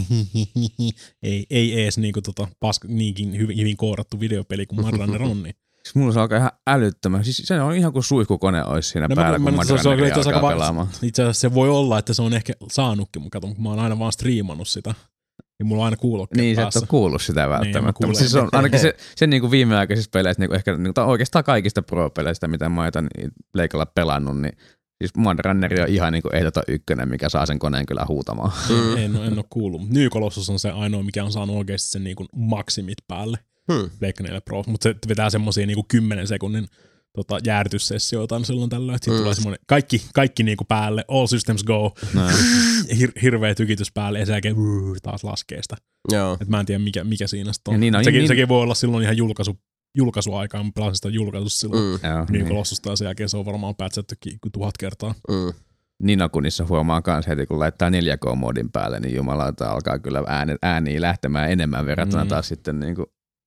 ei, ei ees niinku tota pask, niinkin hyvin, hyvin koodattu videopeli kuin Madrunner on. Niin. Siis mulla se alkaa ihan älyttömän. Siis se on ihan kuin suihkukone olisi siinä No, päällä, mä- kun mä- se on- se on Madrunneri itse asiassa alkaa aika va- pelaamaan. Itse asiassa se voi olla, että se on ehkä saanutkin, mutta katon, kun mä oon aina vaan striimannut sitä. Niin mulla on aina kuulokkeet Niin, sä et päässä. ole kuullut sitä Niin, mä välttämättä. kuulen. Mutta siis on ainakin se, sen niinku viimeaikaisissa peleissä, niinku ehkä niinku, tai oikeastaan kaikista pro-peleistä, mitä mä oon niin Pleikalla pelannut, niin siis Madrunneri on ihan niinku ehdoton ykkönen, mikä saa sen koneen kyllä huutamaan. Mm. En, en ole kuullut. New Colossus on se ainoa, mikä on saanut oikeasti sen niinku maksimit päälle. Hmm. Pleikka neljä Pro, mutta se vetää semmosia niinku kymmenen sekunnin tota, jäädytyssessioita on silloin tällöin, että siitä Mm. tulee semmoinen kaikki, kaikki niinku päälle, all systems go, No. hir- hirveä tykitys päälle ja sen jälkeen uh, taas laskee sitä. Joo. Et mä en tiedä mikä, mikä siinä sitten on. Ja niin on, sekin, niin- sekin voi olla silloin ihan julkaisu, julkaisuaikaan, mä pelasin sitä julkaisussa silloin. Mm. Joo, New niin. Colossusta ja sen jälkeen se on varmaan pätsättykin tuhat kertaa. Mm. Ninokunissa huomaa kans heti, kun laittaa neljä K-modin päälle, niin jumalauta alkaa kyllä ääni, ääniä lähtemään enemmän verrattuna Mm. taas sitten niinku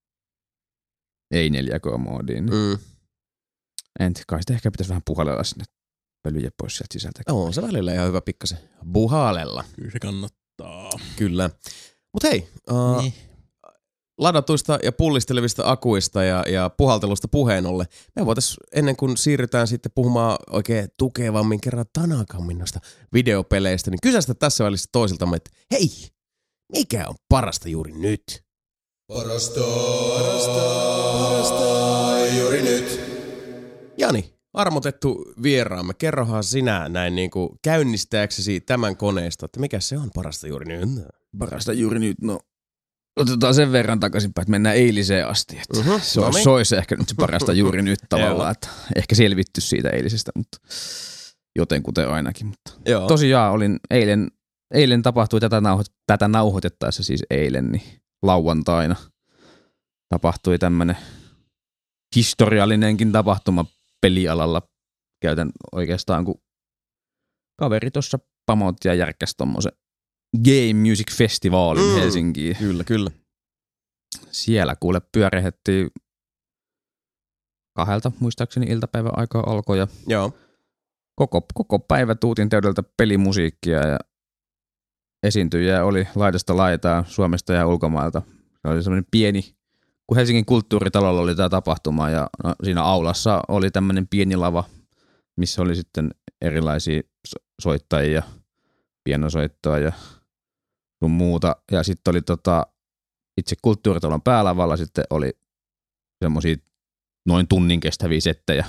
ei neljä K-modiin. Mm. En tiedä, kai sitä ehkä pitäisi vähän puhalella sinne pölyjä pois sieltä sisältä. On se välillä ihan hyvä pikkasen buhaalella. Kyllä se kannattaa. Kyllä. Mut hei, uh, Niin. ladatuista ja pullistelevista akuista ja, ja puhaltelusta puheen ollen. Me voitaisiin, ennen kuin siirrytään sitten puhumaan oikein tukevammin kerran tanakammin noista videopeleistä, niin kysästä tässä välissä toisiltamme, että hei, mikä on parasta juuri nyt? Parasta, parasta, parasta juuri nyt. Jani, armotettu vieraamme, kerrohan sinä näin niin kuin käynnistääksesi tämän koneesta, että mikä se on parasta juuri nyt? Parasta juuri nyt, no otetaan sen verran takaisinpäin, että mennään eiliseen asti. Että Uh-huh, se, olisi, se olisi ehkä nyt se parasta juuri nyt tavallaan, että ehkä selvitty siitä eilisestä, mutta jotenkuten ainakin. Mutta Joo. tosiaan olin eilen, eilen tapahtui tätä, nauhoit, tätä nauhoitettaessa siis eilen, niin lauantaina tapahtui tämmöinen historiallinenkin tapahtuma pelialalla. Käytän oikeastaan, kun kaveri tuossa pamotti ja järkkäsi tommosen Game Music Festivaalin mm, Helsinkiin. Kyllä, kyllä. Siellä kuule pyörehettiin kahdelta muistaakseni iltapäivän aikaa alkoi ja Joo. Koko, koko päivä tuutin täydeltä pelimusiikkia ja esiintyjiä oli laidasta laitaa Suomesta ja ulkomailta. Se oli semmoinen pieni, kun Helsingin kulttuuritalolla oli tämä tapahtuma ja no, siinä aulassa oli tämmöinen pieni lava, missä oli sitten erilaisia soittajia, pianosoittoa ja sun muuta. Ja sitten oli tota, itse kulttuuritalon päälavalla sitten oli semmoisia noin tunnin kestäviä settejä.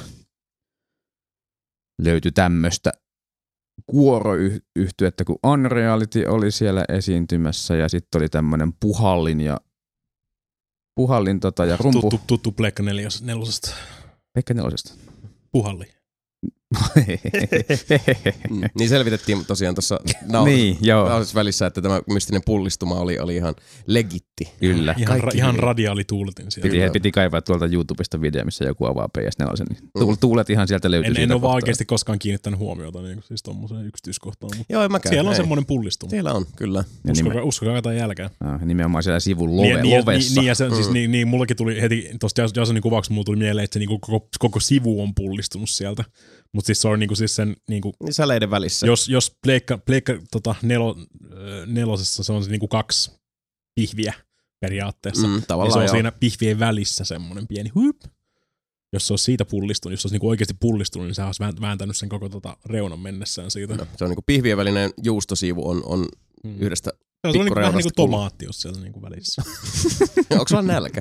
Löytyi tämmöistä kuoroyhtyettä, kun Unreality oli siellä esiintymässä ja sitten oli tämmöinen puhallin ja puhallin tota ja rumpu. Tuttu, tuttu Pleikka nelosesta. Pleikka nelosesta. Puhalli. mm, niin selvitettiin tosiaan tuossa niin, välissä, että tämä mystinen pullistuma oli, oli ihan legitti. Kyllä. Ihan, ra- ihan radiaalituuletin siellä. Piti, piti kaivaa tuolta YouTubesta video, missä joku avaa P S neljä. Niin mm. Tuulet ihan sieltä löytyy. En, en ole vaan oikeasti koskaan kiinnittänyt huomiota niin, siis tommoseen yksityiskohtaan. Mutta Joo, en mäkään. siellä on Ei. semmoinen pullistuma. Siellä on, kyllä. Uskokaa, uskokaa jotain jälkeen. Ah, nimenomaan siellä sivun love, niin, lovessa. Niin, niin, ja se, mm. siis, niin, niin, mullakin tuli heti tuosta Jasonin kuvauksesta, mulla tuli mieleen, että se niin koko, koko sivu on pullistunut sieltä. Mutta siis se on niinku siis sen niinku niin säleiden välissä. Jos jos pleikka pleikka tota nelo, nelosessa se on se niinku kaksi pihviä periaatteessa. Mm, tavallaan niin se on joo. siinä pihvien välissä semmoinen pieni hup. Jos se olisi siitä pullistunut, jos se olisi niinku oikeasti pullistunut, niin se olisi vääntänyt sen koko tota reunan mennessään siitä. No, se on niinku pihvien välinen juustosiivu on, on mm. yhdestä pikkureunasta. Se on niinku, vähän niinku tomaatti, jos siellä niinku välissä. Onko sulla nälkä?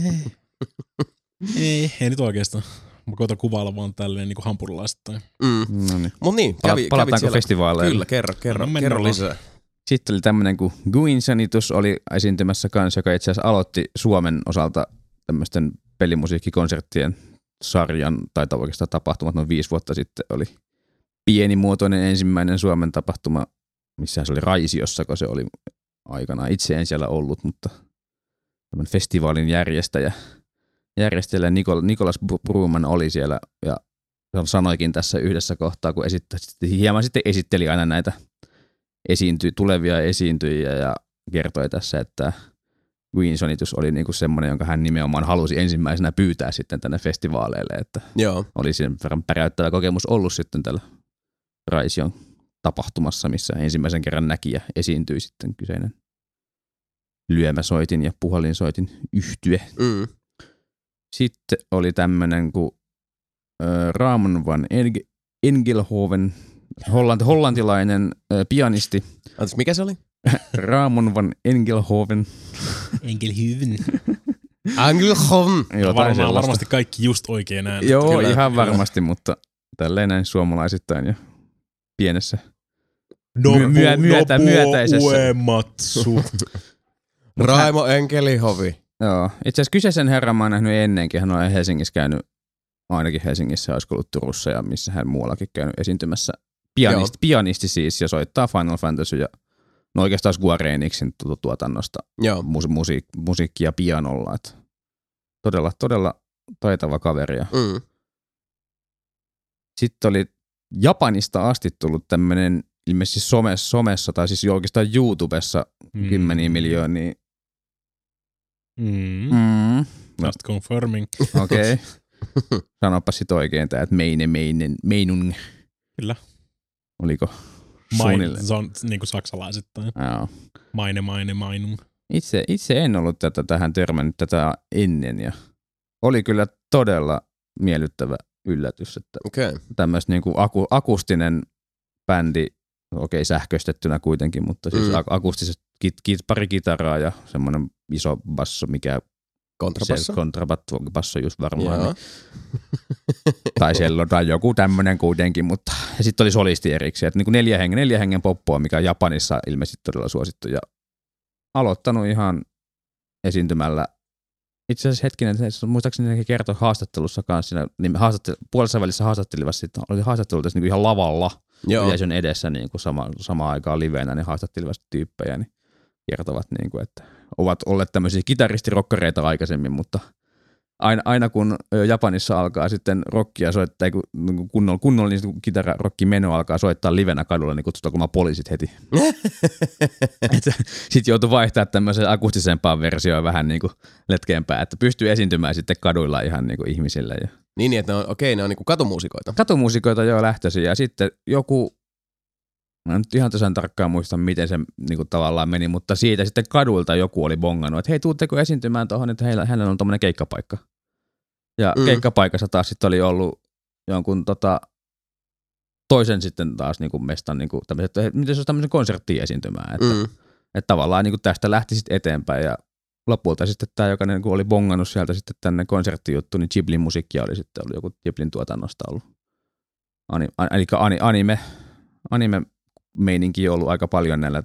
ei, ei nyt oikeastaan. Mä koitan kuvailla vaan tälleen niin hampurilaisittain. Mm. No niin. Mut niin, kävi, palataanko festivaaleille? Kyllä, kerro, kerro, no, kerro lisää. Sitten oli tämmöinen, kun Guinsanitus oli esiintymässä kanssa, joka itse asiassa aloitti Suomen osalta tämmöisten pelimusiikkikonserttien sarjan, tai oikeastaan tapahtumat noin viisi vuotta sitten oli pienimuotoinen ensimmäinen Suomen tapahtuma, missä se oli Raisiossa, kun se oli aikanaan. Itse en siellä ollut, mutta tämmöinen festivaalin järjestäjä. Järjestäjä Nikol- Nikolas Bruman oli siellä ja sanoikin tässä yhdessä kohtaa, kun esitteli, hieman sitten esitteli aina näitä esiinty- tulevia esiintyjiä ja kertoi tässä, että Guinsanitus oli niinku semmoinen, jonka hän nimenomaan halusi ensimmäisenä pyytää sitten tänne festivaaleille, että Joo. oli sen verran päräyttävä kokemus ollut sitten tällä Raision tapahtumassa, missä ensimmäisen kerran näki ja esiintyi sitten kyseinen lyömäsoitin ja puhallinsoitin yhtye. Mm. Sitten oli tämmöinen kuin äh, Ramon van Engelhoven, hollant, hollantilainen äh, pianisti. Anteeksi, mikä se oli? Ramon van Engelhoven. Engelhoven. Engelhoven. Varmaan varmasti kaikki just oikein äänet. Joo, kyllä, ihan kyllä. varmasti, mutta tälleen näin suomalaisittain ja pienessä No, myö, myö, myötä, no, myötäisessä. Uematsu. Raimo Enkelihovi. Joo, itse asiassa kyseisen herran mä oon nähnyt ennenkin. Hän on Helsingissä käynyt, ainakin Helsingissä, olisiko ollut Turussa ja missä hän muuallakin käynyt esiintymässä. Pianisti, pianisti siis ja soittaa Final Fantasy ja no oikeastaan Square Enixin tuotannosta mus, musiik, musiikkia pianolla. Et todella, todella taitava kaveri. Mm. Sitten oli Japanista asti tullut tämmöinen ilmeisesti somessa, somessa tai siis oikeastaan YouTubessa mm. kymmeniä miljoonia. Mm. Mm. Just confirming. Okei. Okay. Sanopa sit oikein tää, että meine, meinen, meinun. Kyllä. Oliko Main, suunnilleen? se on niinku saksalaisittain. Joo. Maine, maine, mainun. Itse, itse en ollut tätä tähän törmännyt tätä ennen ja oli kyllä todella miellyttävä yllätys, että okay. tämmöistä niinku aku, akustinen bändi, okei sähköistettynä kuitenkin, mutta siis mm. akustisesti kit, kit, pari kitaraa ja semmoinen iso basso, mikä kontrabasso, kontrabasso just varmaan. Niin. tai siellä tai joku tämmöinen kuitenkin, mutta ja sitten oli solisti erikseen, että niinku neljä hengen, neljä hengen poppoa, mikä Japanissa ilmeisesti todella suosittu ja aloittanut ihan esiintymällä. Itse asiassa hetkinen, muistaakseni ne kertoi haastattelussa kanssa, siinä, niin haastattelu, puolessa välissä haastattelivat sitten, oli haastattelu tässä niin ihan lavalla Joo. yleisön edessä niin kuin sama, samaan aikaan liveenä, niin haastattelivat tyyppejä, niin kertovat, niin kuin, että ovat olleet tämmöisiä kitaristirokkareita aikaisemmin, mutta aina, aina kun Japanissa alkaa sitten rockia soittaa, kun kunnolla, kunnolla niin kitararokki meno alkaa soittaa livenä kadulla, niin kutsutaan poliisit heti. Sitten joutui vaihtaa tämmöiseen akustisempaan versioon vähän niin kuin letkeämpää, että pystyy esiintymään sitten kaduilla ihan niin kuin ihmisille. Ja niin, että ne on, okei, ne on niin kuin katumuusikoita. Katumuusikoita joo lähtöisin ja sitten joku, mä nyt ihan tasan tarkkaan muista, miten se niin kuin tavallaan meni, mutta siitä sitten kaduilta joku oli bongannut, että hei, tuutteko esiintymään tuohon, että heillä, hänellä on tommoinen keikkapaikka. Ja mm. keikkapaikassa taas sitten oli ollut jonkun tota, toisen sitten taas niinku mestan, niinku, että miten se olisi tämmöisen konserttiin esiintymään. Että, mm. että tavallaan niinku tästä lähti sitten eteenpäin ja lopulta sitten tämä, joka niinku oli bongannut sieltä sitten tänne konserttijuttu, niin Ghiblin musiikkia oli sitten ollut joku Ghiblin tuotannosta ollut. Ani, eli anime, anime-meininki on ollut aika paljon näillä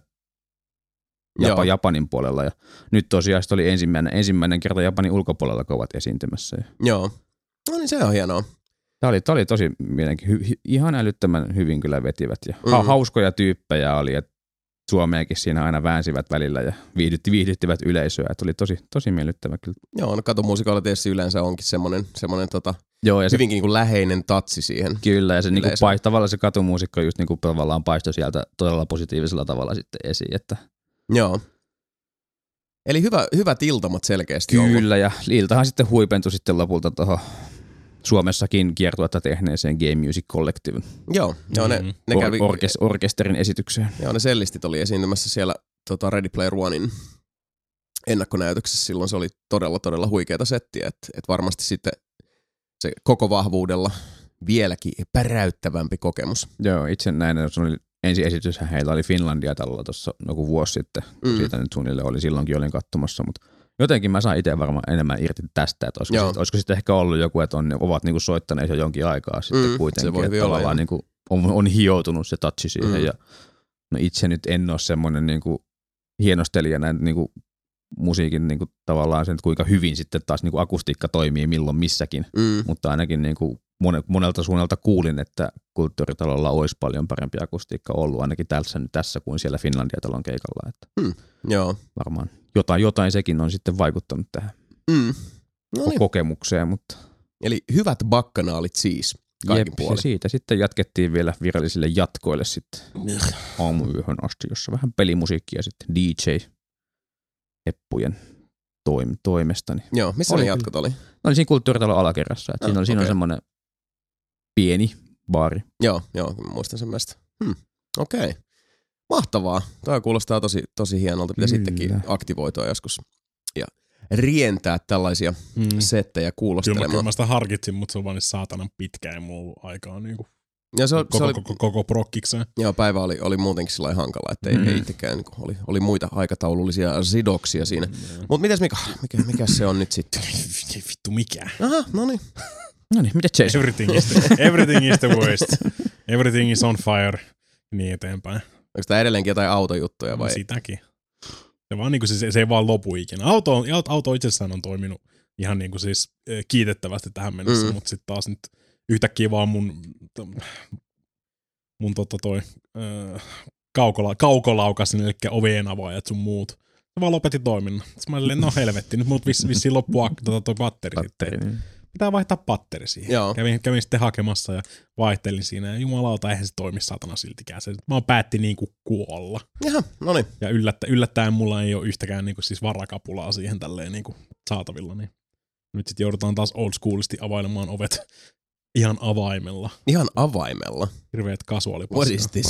Japa, Japanin puolella ja nyt tosiaan oli ensimmäinen, ensimmäinen kerta Japanin ulkopuolella, kun ovat esiintymässä. Joo, no niin se on hienoa. Tämä oli, tämä oli tosi mielenkiintoinen, hy, ihan älyttömän hyvin kyllä vetivät ja mm. hauskoja tyyppejä oli, että Suomeakin siinä aina väänsivät välillä ja viihdytti, viihdyttivät yleisöä, että oli tosi, tosi miellyttävä kyllä. Joo, no katumuusikoilla tietysti yleensä onkin semmoinen, semmoinen tota, Joo, ja se, hyvinkin niin kuin läheinen tatsi siihen. Kyllä, ja se niin kuin, tavallaan se katumuusikko just niin kuin tavallaan paistoi sieltä todella positiivisella tavalla sitten esiin, että joo. Eli hyvä, hyvät iltamat selkeästi Kyllä, ollut. ja iltahan sitten huipentui sitten lopulta tuohon Suomessakin kiertuetta tehneeseen Game Music Collective. Joo, joo ne, mm-hmm. ne kävi... Or- orkes- orkesterin esitykseen. Joo, ne sellistit oli esiintymässä siellä tota Ready Player Onein ennakkonäytöksessä. Silloin se oli todella, todella huikeata settiä, että et varmasti sitten se koko vahvuudella vieläkin päräyttävämpi kokemus. Joo, itse näin, se oli ensi esityshän heillä oli Finlandia-talolla tuossa joku vuosi sitten. Mm. Siitä nyt suunnilleen oli, silloinkin olin katsomassa, mutta jotenkin mä sain itse varmaan enemmän irti tästä, että olisiko, sit, olisiko sitten ehkä ollut joku, että on, ovat niinku soittaneet jo jonkin aikaa sitten mm, kuitenkin, että tavallaan niinku on, on hioutunut se touchi siihen mm. ja no itse nyt en ole semmoinen niinku hienostelija näin niinku musiikin niinku tavallaan sen, että kuinka hyvin sitten taas niinku akustiikka toimii milloin missäkin, mm. mutta ainakin niinku monelta suunnalta kuulin, että Kulttuuritalolla olisi paljon parempi akustiikka ollut ainakin tässä, tässä kuin siellä Finlandia-talon keikalla. Että mm, joo. Varmaan jotain, jotain sekin on sitten vaikuttanut tähän mm. no niin. kokemukseen. Mutta eli hyvät bakkanaalit siis kaikin puolin. Ja siitä sitten jatkettiin vielä virallisille jatkoille sitten aamuyöhön asti, jossa vähän pelimusiikkia sitten D J-heppujen toim- toimesta. Niin joo, missä ne jatkot oli? Oli siinä Kulttuuritalon alakerrassa. Että no, siinä on, okay. siinä on semmoinen pieni baari. Joo, joo, muistan sen mielestä. Hmm, okei. Okay. Mahtavaa. Tämä kuulostaa tosi, tosi hienolta. Pitäisi sittenkin aktivoitua joskus ja rientää tällaisia hmm. settejä kuulostelemaan. Kyllä mä sitä harkitsin, mutta se on vaan niin saatanan pitkä ja mulla ollut aikaa niinku ja se, koko, se oli, koko, koko prokkikseen. Joo, päivä oli, oli muutenkin sillä hankala, että ei, mm. ei itsekään, niin oli, oli muita aikataulullisia sidoksia siinä. Mm. Mutta mitäs Mika, mikä, mikä se on nyt sitten? Vittu mikä? Aha, no niin. No niin, mitä Jason? Everything is, the, everything is the worst. Everything is on fire. Niin eteenpäin. Onko tämä edelleenkin jotain autojuttuja vai? No, sitäkin. Se, vaan niinku, se, se ei vaan lopu ikinä. Auto, auto itsessään on toiminut ihan niinku siis kiitettävästi tähän mennessä, mm. mutta sitten taas nyt yhtäkkiä vaan mun, mun tota toi, äh, kaukola, kaukolaukas, eli ovien avaajat sun muut. Se vaan lopetti toiminnan. Sitten mä olin, no helvetti, nyt mut vissiin vissi loppuu tota toi batteri. Batteri, niin. Pitää vaihtaa patteri siihen. Joo. Kävin, kävin sitten hakemassa ja vaihtelin siinä. Ja jumalauta, eihän se toimi satana siltikään. Se, mä oon päätti niinku kuolla. Jaha, no niin. Ja yllättä, yllättäen mulla ei ole yhtäkään niinku siis varakapulaa siihen tälleen niinku saatavilla. Niin. Nyt sitten joudutaan taas old schoolisti availemaan ovet ihan avaimella. Ihan avaimella? Hirveet kasuaalipassia. What is this?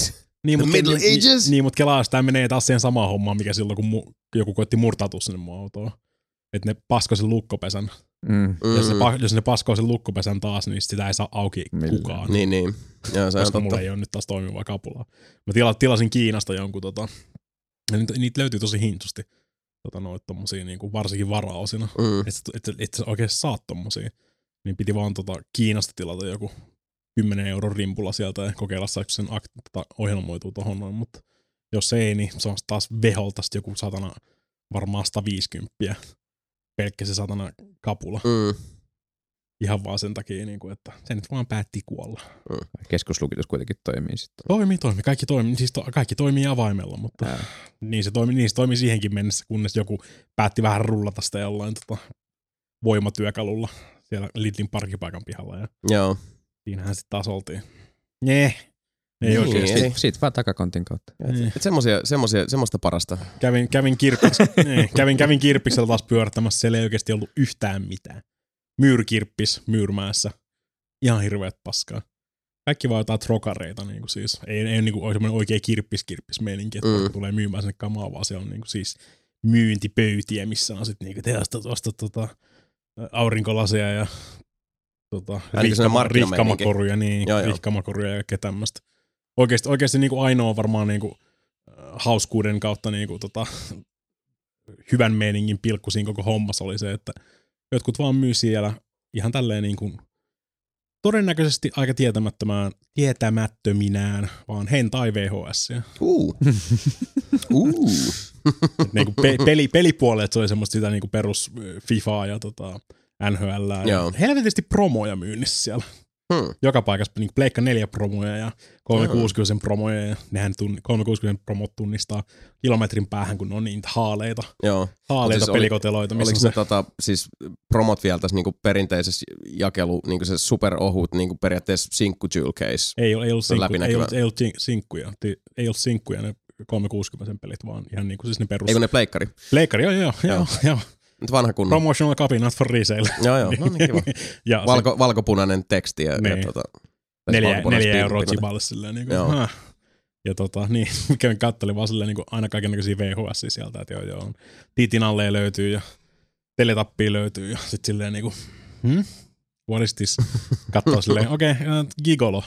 Niin, The mut, Middle niin, Ages? Niin, mutta kelaa, tämä menee taas siihen samaan hommaan, mikä silloin, kun mu, joku koitti murtautua sinne mun autoon. Että ne paskoi sen lukkopesän. Mm. Mm. Jos, ne, jos ne paskoo sen lukkopesän taas, niin sitä ei saa auki Millään. kukaan. Niin, niin. Joo, se koska on mulla totta. ei ole nyt taas toimivaa kapulaa. Mä tila, tilasin Kiinasta jonkun, tota, niitä, niitä löytyy tosi hintusti. Tota, noita tommosia, niinku, varsinkin varaosina. Mm. Että et, et, et sä oikeesti saat tommosia. Niin piti vaan tota, Kiinasta tilata joku kymmenen euron rimpulla sieltä ja kokeilla saako sen ak- tota, ohjelmoituu tohon noin. Mutta jos ei, niin se on taas veholta joku satana varmaan sata viisikymmentä. Pelkkä se satana kapula. Mm. Ihan vaan sen takia, niin kuin, että se nyt vaan päätti kuolla. Mm. Keskuslukitus kuitenkin toimii sitten. Toimii, toimii. Kaikki toimii, siis to, kaikki toimii avaimella, mutta Ää. niin se toimii, niin se toimii siihenkin mennessä, kunnes joku päätti vähän rullata sitä jollain tota, voimatyökalulla siellä Lidlin parkkipaikan pihalla. Ja Joo. siinähän sitten taas oltiin. Nee. Ei niin, oikeesti. eli... Siitä vaan takakontin kautta. Et, et semmosia, semmosia, semmoista parasta. Kävin, kävin, kirppis, niin, kävin, kävin kirppiksellä taas pyörättämässä, siellä ei oikeasti ollut yhtään mitään. Myyrkirppis Myyrmäessä. Ihan hirveät paskaa. Kaikki vaan jotain trokareita, niin kuin siis. Ei, ei niin kuin, ole semmoinen oikea kirppis-kirppis-meininki, että mm. tulee myymään sinne kamaa, vaan siellä on niin kuin, siis myyntipöytiä, missä on sitten niin kuin, ostat, ostat tota, aurinkolasia ja tota, rihkama, rihkamakoruja, niin, joo, rihkamakoruja ja kaikkea tämmöistä. Oikeasti, oikeasti niin kuin ainoa varmaan niin kuin, hauskuuden kautta niin kuin, tota, hyvän meiningin pilkku siinä koko hommassa oli se, että jotkut vaan myy siellä ihan tälleen niin kuin todennäköisesti aika tietämättömään, tietämättöminään, vaan hentai V H S. Uh. uh. Niinku pe- peli, pelipuolet se oli semmoista sitä niinku perus FIFAa ja tota N H L. Ja helvetisti promoja myynnissä siellä. Hmm. Joka paikassa niin Pleikka neljä promoja ja kolmesataakuusikymmentä promoja ja nehän tunn, kolmesataakuusikymmentä promot tunnistaa kilometrin päähän, kun on niitä haaleita. Joo. Haaleita siis pelikoteloita. Oliko se ne tota, siis promot vielä tässä niinku perinteisessä jakelu, niinku se superohut niinku periaatteessa sinkku jewel case? Ei, ei ollut sinkkuja, ei ollut, ei ollut sinkkuja, ei ollut sinkkuja ne kolmesataakuusikymmentä pelit, vaan ihan niinku siis ne perus. Eikö ne pleikkari? Pleikkari, joo, joo, joo, joo. Nyt vanha kunnon. Promotional copy, not for resale. Joo, joo, no niin kiva. ja Valko, se, valkopunainen teksti ja, niin. ja tota, neljä, neljä euroa chiballe silleen. Niin kuin, ja tota, niin, kävin kattelin vaan silleen niin kuin aina kaikennäköisiä V H S sieltä, että joo, joo, Tiitin alle löytyy ja Teletappia löytyy ja sit silleen niinku, hmm? What is this? Kattoo silleen, okei, okay, uh, gigolo.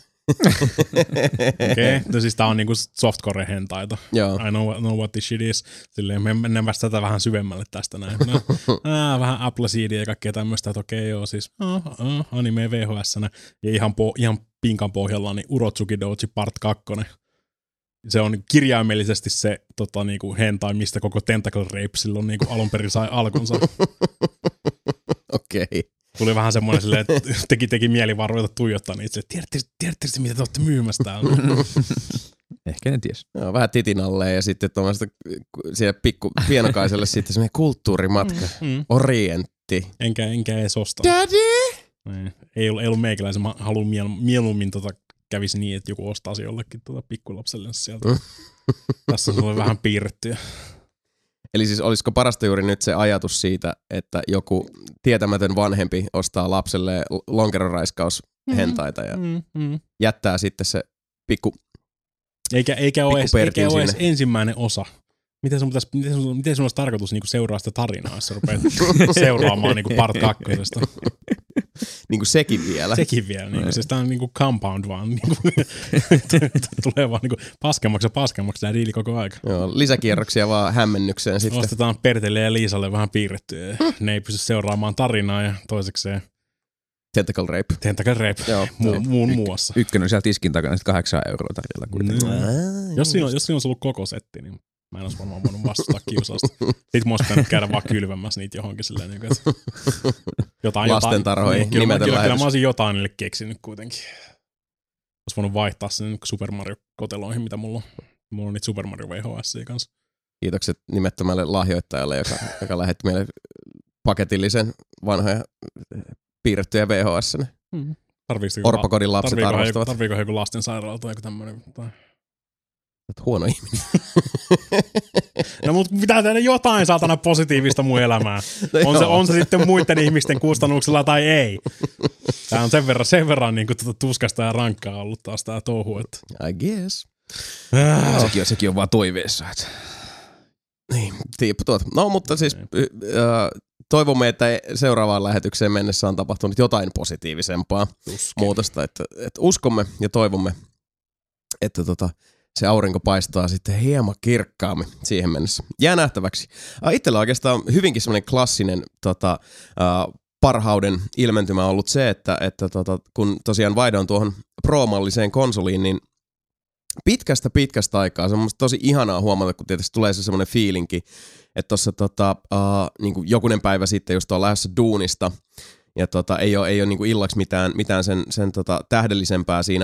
Okei, okay. No siis tää on niinku softcore hentaita. Joo. I know, know what this shit is. Silleen me mennään vasta tätä vähän syvemmälle tästä näin. No, aa, vähän Appleseedia ja kaikkea tämmöistä, että okei okay, joo, siis oh, oh, anime V H S-nä. Ja ihan, po, ihan pinkan pohjalla niin Urotsuki Doji Part kaksi. Se on kirjaimellisesti se tota, niinku hentai, mistä koko Tentacle Rape silloin niinku alun perin sai alkunsa. Okei. Okay. Tuli vähän semmoinen silleen, että teki, teki mieli vaan ruveta tuijottaa niitä. Tiedättekö mitä te olette myymässä täällä? Ehkä ne ties. Joo, vähän titin alle ja sitten tuommoista siellä pikku pienokaiselle sitten semmoinen kulttuurimatka. Mm. Orientti. Enkä, enkä edes osta. Daddy! Ei, ei ollut, ollut meikäläisen. Mä haluan miel, mieluummin tota, kävisi niin, että joku ostaisi jollekin tota pikkulapselle sieltä. Tässä on vähän piirrettyä. Eli siis olisiko parasta juuri nyt se ajatus siitä, että joku tietämätön vanhempi ostaa lapselle lonkeroraiskaus hentaita ja mm, mm. jättää sitten se pikku Eikä, eikä ole edes, eikä ole edes ensimmäinen osa. Miten sun, pitäisi, miten sun, miten sun olisi tarkoitus niinku seuraa sitä tarinaa, jos sä rupeat seuraamaan niinku part kakkosesta? Niinku sekin vielä. Sekin vielä. Niinku, siis tää on niinku compound vaan. Niinku, tulee vaan niinku paskemmaksi ja paskemmaksi tää diili koko aika. Joo, lisäkierroksia vaan hämmennykseen sitten. Ostetaan Pertelle ja Liisalle vähän piirrettyä. Hmm. Ne ei pysty seuraamaan tarinaa ja toisekseen Tentacle Rape. Tentacle Rape, joo, Mu- joo. muun y- muassa. Ykkönen siellä tiskin takana, sitten kahdeksan euroa tarjolla kuitenkin. No. Jos siinä on, jos siinä olisi ollut koko setti, niin mä en olisi varmaan voinut vastustaa kiusausta. Sitten mä olisi pitänyt käydä vaan kylvämässä niitä johonkin silleen. Niin että jotain, lastentarhoihin jotain, nimetön kyllä, lähetys. kyllä mä olisin jotain niille keksinyt kuitenkin. Olisi voinut vaihtaa sen Super Mario-koteloihin, mitä mulla on. Mulla on niitä Super Mario V H S kanssa. Kiitokset nimettömälle lahjoittajalle, joka, joka lähetti meille paketillisen vanhoja piirrettyjä V H S. Mm. Orpokodin lapset tarviiko arvostavat. Tarviiko joku lastensairaala tai joku tämmöinen? Tai... Huono ihminen. No mutta pitää tehdä jotain saatana positiivista mun elämään. No on, se, on se sitten muiden ihmisten kustannuksella tai ei. Tää on sen verran, sen verran niin tuota tuskasta ja rankkaa ollut taas tää touhu. Että... I guess. Äh. Sekin, on, sekin on vaan toiveessa. Että... Niin, tiippu tuota. No, mutta siis äh, toivomme, että seuraavaan lähetykseen mennessä on tapahtunut jotain positiivisempaa Tuskin. muutosta. Että, että uskomme ja toivomme, että tota, se aurinko paistaa sitten hieman kirkkaammin siihen mennessä. Jää nähtäväksi. Äh, itsellä oikeastaan hyvinkin semmoinen klassinen tota, äh, parhauden ilmentymä on ollut se, että, että tota, kun tosiaan vaihdoin tuohon Pro-malliseen konsoliin, niin pitkästä pitkästä aikaa se on musta tosi ihanaa huomata, kun tietysti tulee se semmoinen fiilinki, että tuossa tota, uh, niin jokunen päivä sitten just on lähdössä duunista ja tota, ei ole, ei ole niin illaksi mitään, mitään sen, sen tota, tähdellisempää siinä.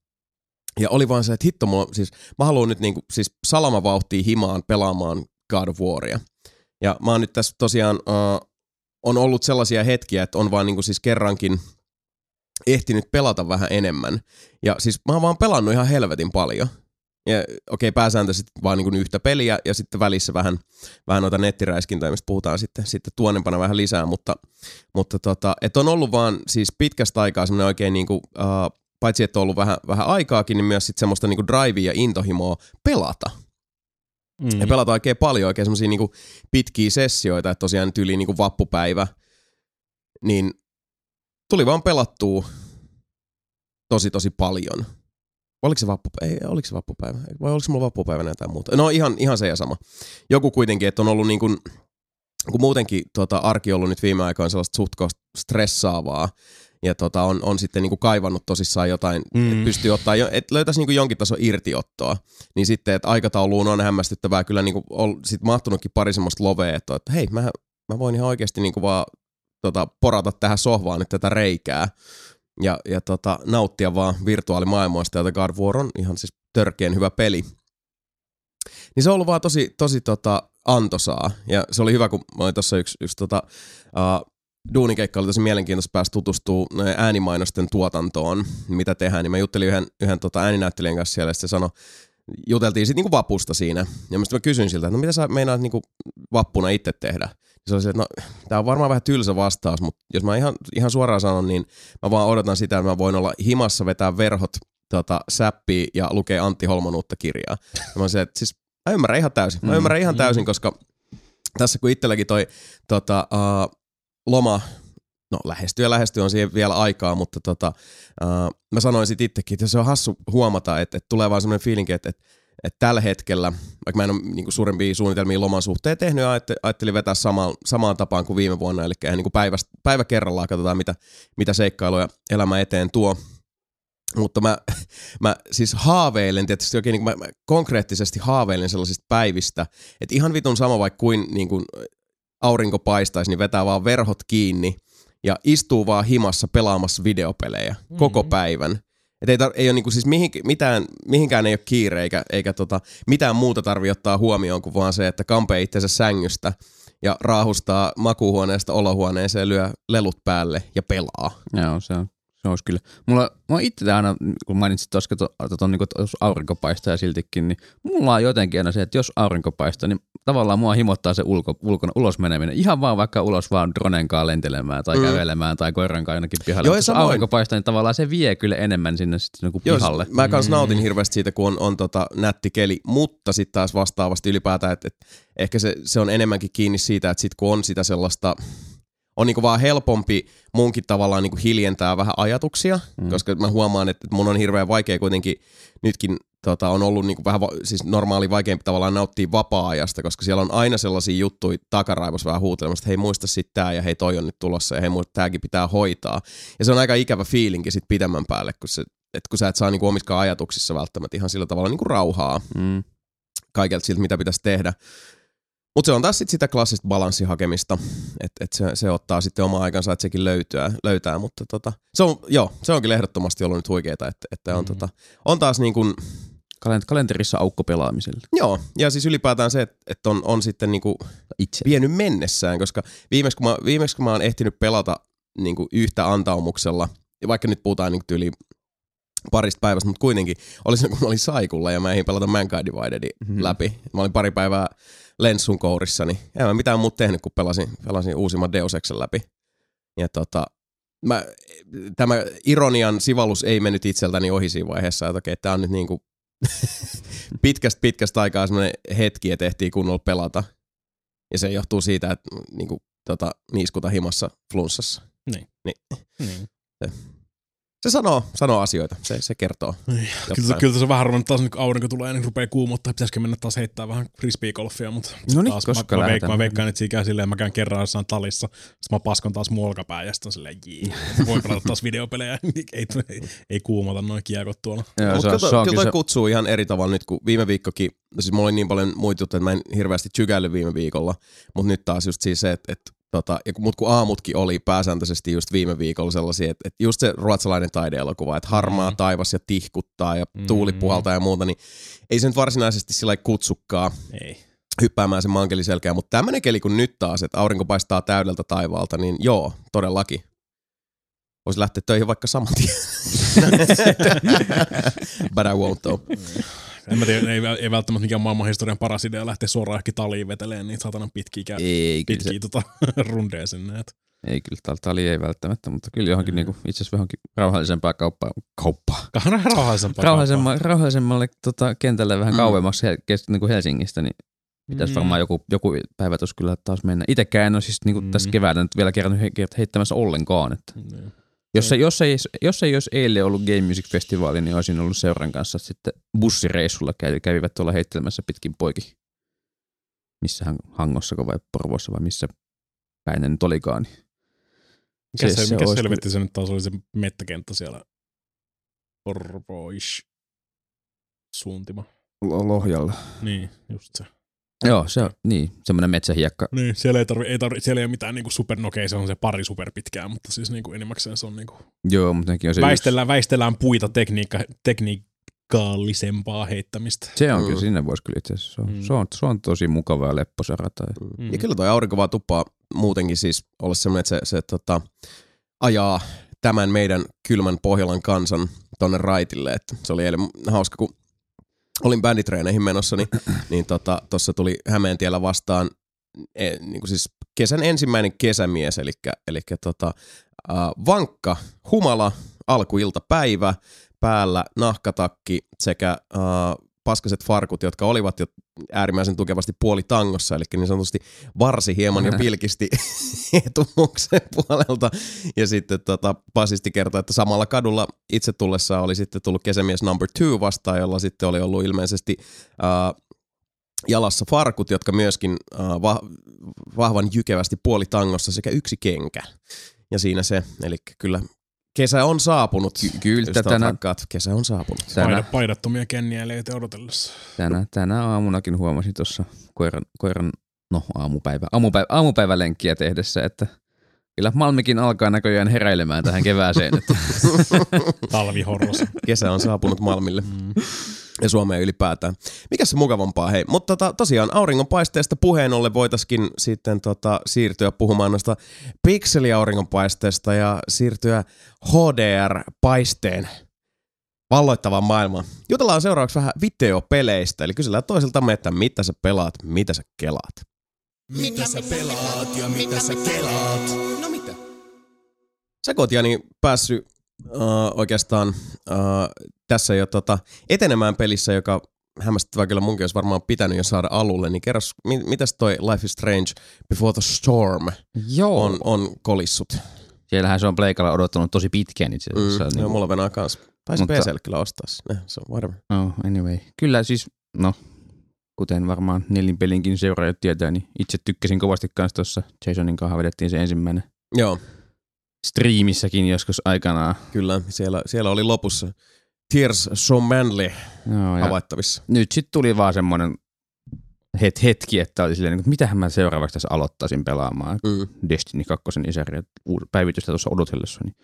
Ja oli vaan se, että hitto mulla, siis mä haluan nyt niin kuin, siis salamavauhtia himaan pelaamaan God of Waria. Ja mä oon nyt tässä tosiaan, uh, on ollut sellaisia hetkiä, että on vaan niin kuin siis kerrankin ehtinyt pelata vähän enemmän. Ja siis mä oon vaan pelannut ihan helvetin paljon. Ja okei, okay, pääsääntöisesti vaan niin kuin yhtä peliä ja sitten välissä vähän, vähän noita nettiräiskintöjä, mistä puhutaan sitten, sitten tuonnempana vähän lisää, mutta, mutta tota, että on ollut vaan siis pitkästä aikaa semmoinen oikein niin kuin, uh, paitsi että on ollut vähän, vähän aikaakin, niin myös sitten semmoista niin kuin drivea ja intohimoa pelata. Mm. Ja pelata oikein paljon, oikein semmosia niin kuin pitkiä sessioita, että tosiaan tyyliin niin kuin vappupäivä, niin tuli vaan pelattua tosi tosi paljon. Oliko se, vappu, ei, oliko se vappupäivä? Vai oliko se mulla vappupäivänä jotain muuta? No ihan, ihan se ja sama. Joku kuitenkin, että on ollut niin kuin, kun muutenkin tota, arki on ollut nyt viime aikoina sellaista suht stressaavaa, ja tota, on, on sitten niin kuin kaivannut tosissaan jotain, mm. että pystyy ottaa, että löytäisi niin kuin jonkin tason irtiottoa, niin sitten, että aikatauluun on hämmästyttävää kyllä niin kuin on sit mahtunutkin pari semmoista lovea, että, että hei, mä, mä voin ihan oikeasti niin kuin vaan tota, porata tähän sohvaan nyt tätä reikää, ja, ja tota, nauttia vaan virtuaalimaailmoista, jota God of War on ihan siis törkeän hyvä peli. Niin se on ollut vaan tosi, tosi tota, antoisaa, ja se oli hyvä, kun mä olin tuossa yksi, yksi tota, uh, duunikeikka oli tosi mielenkiintoista päästä tutustumaan äänimainosten tuotantoon, mitä tehdään, niin mä juttelin yhden, yhden tota ääninäyttelijän kanssa siellä, ja se sanoi, juteltiin sitten niinku vapusta siinä, ja mä kysyin siltä, että no mitä sä meinaat niinku vappuna itse tehdä? Ja se oli se, että no tää on varmaan vähän tylsä vastaus, mutta jos mä ihan, ihan suoraan sanon, niin mä vaan odotan sitä, että mä voin olla himassa, vetää verhot tota, säppiä ja lukea Antti Holman uutta kirjaa. Ja mä oon se, että siis mä ymmärrän ihan täysin, mä ymmärrän ihan täysin, koska tässä kun itselläkin toi tota, uh, loma, no lähestyy ja lähestyy, on siihen vielä aikaa, mutta tota, uh, mä sanoin sit itsekin, että se on hassu huomata, että, että tulee vaan semmoinen fiilinki, että, että, että tällä hetkellä, vaikka mä en ole niin kuin suurempia suunnitelmia loman suhteen tehnyt, ja ajattelin vetää samaan, samaan tapaan kuin viime vuonna, eli niin kuin päivästä, päivä kerrallaan katsotaan, mitä, mitä seikkailuja elämä eteen tuo. Mutta mä, mä siis haaveilen, tietysti oikein niin kuin mä, mä konkreettisesti haaveilen sellaisista päivistä, että ihan vitun sama vaikka kuin, niin kuin aurinko paistaisi, niin vetää vaan verhot kiinni ja istuu vaan himassa pelaamassa videopelejä mm-hmm. koko päivän. Et ei, tar- ei ole niinku siis mihin, mitään, mihinkään ei ole kiire eikä, eikä tota, mitään muuta tarvitse ottaa huomioon kuin vaan se, että kampee itsensä sängystä ja raahustaa makuuhuoneesta olohuoneeseen, lyö lelut päälle ja pelaa. Joo, se on. Se olisi kyllä. Mulla, mulla itse aina, kun mainitsit tuossa, että niin jos aurinko paistaa ja siltikin, niin mulla on jotenkin aina se, että jos aurinko paistaa, niin tavallaan mua himottaa se ulko, ulkona ulos meneminen. Ihan vaan vaikka ulos vaan dronenkaan lentelemään tai mm. kävelemään tai koirankaan ainakin pihalle. Joo, jos aurinko paistaa, niin tavallaan se vie kyllä enemmän sinne sitten niin Joo, pihalle. Mä kans nautin hirveästi siitä, kun on, on tota nätti keli, mutta sitten taas vastaavasti ylipäätään, että, että ehkä se, se on enemmänkin kiinni siitä, että sit kun on sitä sellaista... On niinku vaan helpompi munkin tavallaan niinku hiljentää vähän ajatuksia, mm. koska mä huomaan, että mun on hirveän vaikea kuitenkin, nytkin tota, on ollut niinku vähän va- siis normaali vaikeampi tavallaan nauttia vapaa-ajasta, koska siellä on aina sellaisia juttuja takaraivossa vähän huutelemassa, että hei muista sit tää ja hei toi on nyt tulossa ja hei muista tääkin pitää hoitaa. Ja se on aika ikävä fiilinki sit pidemmän päälle, kun, se, et kun sä et saa niinku omiskaan ajatuksissa välttämättä ihan sillä tavalla niinku rauhaa mm. kaikelta siltä, mitä pitäisi tehdä. Mutta se on taas sit sitä klassista balanssihakemista, että et se, se ottaa sitten oma aikansa, että sekin löytää, löytää. Mutta tota, se on, joo, se on kyllä ehdottomasti ollut nyt huikeeta, että, että on, mm. tota, on taas niin kuin... Kalenterissa aukko pelaamiselle. Joo, ja siis ylipäätään se, että, että on, on sitten niin kuin vienyt mennessään, koska viimeksi kun mä, viimeksi, kun mä oon ehtinyt pelata niin kuin yhtä antaumuksella, ja vaikka nyt puhutaan niin tyyliin parista päivästä, mutta kuitenkin oli se, kun mä olin saikulla ja mä eihin pelata Mankind Dividedin mm-hmm. läpi. Mä olin pari päivää Lenssun kourissa, niin en mä mitään muuta tehnyt, kun pelasin, pelasin uusimman Deus Exen läpi. Ja tota, mä, tämä ironian sivallus ei mennyt itseltäni ohi siinä vaiheessa, että okei, tää on nyt niinku pitkästä pitkästä aikaa semmoinen hetki, että ehtii kunnolla pelata. Ja se johtuu siitä, että niinku, tota, niiskuta himassa flunssassa. Niin. niin. niin. Se, se sanoo, sanoo asioita, se, se kertoo. Kyllä, kyllä se on vähän ruvennut taas, niin kun aurinko tulee, niin rupeaa kuumottaa. Pitäisikö mennä taas heittää vähän frisbeegolfia, mutta no niin, taas koska mä, mä, lähdetään. mä veikkaan, että siinä käy silleen, mä käyn kerran jossain talissa, sitten mä paskon taas mun olkapää ja sitten on silleen, jii, voi pelata taas videopelejä, ei, ei, ei kuumota noin kiekot tuolla. Joo, Mutta se, kyllä se toi se... kutsuu ihan eri tavalla nyt, kun viime viikkokin, siis mulla oli niin paljon muita juttuja, että mä en hirveästi tsykäillyt viime viikolla, mutta nyt taas just siis se, että, että Tota, ja mut kun aamutkin oli pääsääntöisesti just viime viikolla sellaisia, että, että just se ruotsalainen taideelokuva, että harmaa mm. taivas ja tihkuttaa ja mm. tuuli puhaltaa ja muuta, niin ei se nyt varsinaisesti sillä kutsukkaa ei. hyppäämään sen mankeliselkään, mutta tämmöinen keli kun nyt taas, että aurinko paistaa täydeltä taivaalta, niin joo, todellakin. Voisi lähteä töihin vaikka saman tien. But I won't though. En mä tiedä, ei, ei välttämättä mikään maailmanhistorian paras idea lähteä suoraan ehkä taliin veteleen niitä satanan pitkiä, kä- ei, pitkiä se... tota, rundeja sinne. Et. Ei kyllä, tali ei välttämättä, mutta kyllä johonkin niinku, itse asiassa johonkin rauhallisempaa kauppaa. Kauppaa. Rauhallisempaa Rauhallisemmalle, rauhallisemmalle tota, kentälle vähän mm. kauemmaksi hel- kes- niinku Helsingistä, niin pitäisi mm. varmaan joku, joku päivä tuossa kyllä taas mennä. Itekään en ole siis niinku mm. tässä keväällä nyt vielä kerran heittämässä ollenkaan. Että. Mm. Jos, ei, jos, ei, jos ei olisi eilen ollut Game Music Festivaali, niin olisin ollut seuran kanssa sitten bussireissulla. Kävivät tuolla heittelemässä pitkin poikin. Missähän Hangossako vai Porvoossa vai missä päin ne nyt olikaan. Niin mikä se, se, mikä olisi... selvitti se nyt taas oli se mettäkenttä siellä Porvooish suuntima. Lohjalla. Niin, just se. Joo, se on niin, semmoinen metsähiekka. Niin, siellä ei, tarvi, ei, tarvi, siellä ei ole mitään niinku supernokea, se on se pari superpitkää, mutta siis niinku enimmäkseen se on niinku... Joo, mutta nekin on se väistellään, yksi. väistellään puita tekniikka, tekniikkaalisempaa heittämistä. Se on mm. kyllä, sinne voisi kyllä itse asiassa. Se on, mm. se on, se on tosi mukava ja lepposa rata. Mm. Ja kyllä toi aurinko vaan tuppaa muutenkin siis olla semmoinen, että se, se tota, ajaa tämän meidän kylmän Pohjolan kansan tonne raitille. Että se oli eilen hauska, kun olin bänditreeneihin menossa, niin, niin tota, tossa tuli Hämeentiellä vastaan e, niin kuin siis kesän ensimmäinen kesämies, eli, eli tota, äh, vankka, humala, alkuiltapäivä, päällä nahkatakki sekä äh, paskaset farkut, jotka olivat jo äärimmäisen tukevasti puolitangossa, eli niin sanotusti varsi hieman jo pilkisti etumuksen puolelta. Ja sitten tota, basisti kertoi, että samalla kadulla itse tullessa oli sitten tullut kesämies number two vastaan, jolla sitten oli ollut ilmeisesti äh, jalassa farkut, jotka myöskin äh, va- vahvan jykevästi puolitangossa sekä yksi kenkä. Ja siinä se, eli kyllä kesä on saapunut. Ky- kyllä, tänä... rakkaat, kesä on saapunut. Tänä... Paidattomia kenniä leitä odotellessa. Tänä, tänä aamunakin huomasin tuossa koiran, koiran no aamupäivä, aamupäivä, aamupäivälenkkiä tehdessä, että kyllä Malmikin alkaa näköjään heräilemään tähän kevääseen. Että. Talvihorros. Kesä on saapunut Malmille. Mm. Ja Suomeen ylipäätään. Mikäs se mukavampaa, hei. Mutta tota, tosiaan auringonpaisteesta puheen ollen voitaisiin sitten tota, siirtyä puhumaan noista pikseliauringonpaisteesta ja siirtyä H D R-paisteen valloittavaan maailmaan. Jutellaan seuraavaksi vähän videopeleistä, eli kysellään toisiltamme, että mitä sä pelaat, mitä sä kelaat. Mitä sä pelaat ja mitä sä kelaat? No mitä? Sä oot, Jani, päässyt uh, oikeastaan uh, tässä jo tota, etenemään pelissä, joka hämmästyttävää kyllä munkin olisi varmaan pitänyt jo saada alulle, niin kerros, mit, mitäs toi Life is Strange Before the Storm Joo. On, on kolissut? Siellähän se on Pleikalla odottanut tosi pitkään itse asiassa. Mm, niin joo, mulla venää kanssa. Taisi Mutta... P C:lle kyllä ostaa ne, se on whatever. Oh, anyway. Kyllä siis, no, kuten varmaan nelinpelinkin seuraajat tietää, niin itse tykkäsin kovasti kanssa tuossa Jasonin kanssa vedettiin se ensimmäinen. Joo. Striimissäkin joskus aikanaan. Kyllä, siellä, siellä oli lopussa Tears So Manly no, havaittavissa. Nyt sitten tuli vaan semmoinen het- hetki, että oli silleen, että mitähän mä seuraavaksi tässä aloittaisin pelaamaan. Mm. Destiny kaksi isäriä päivitystä tuossa odotellessa. Niin,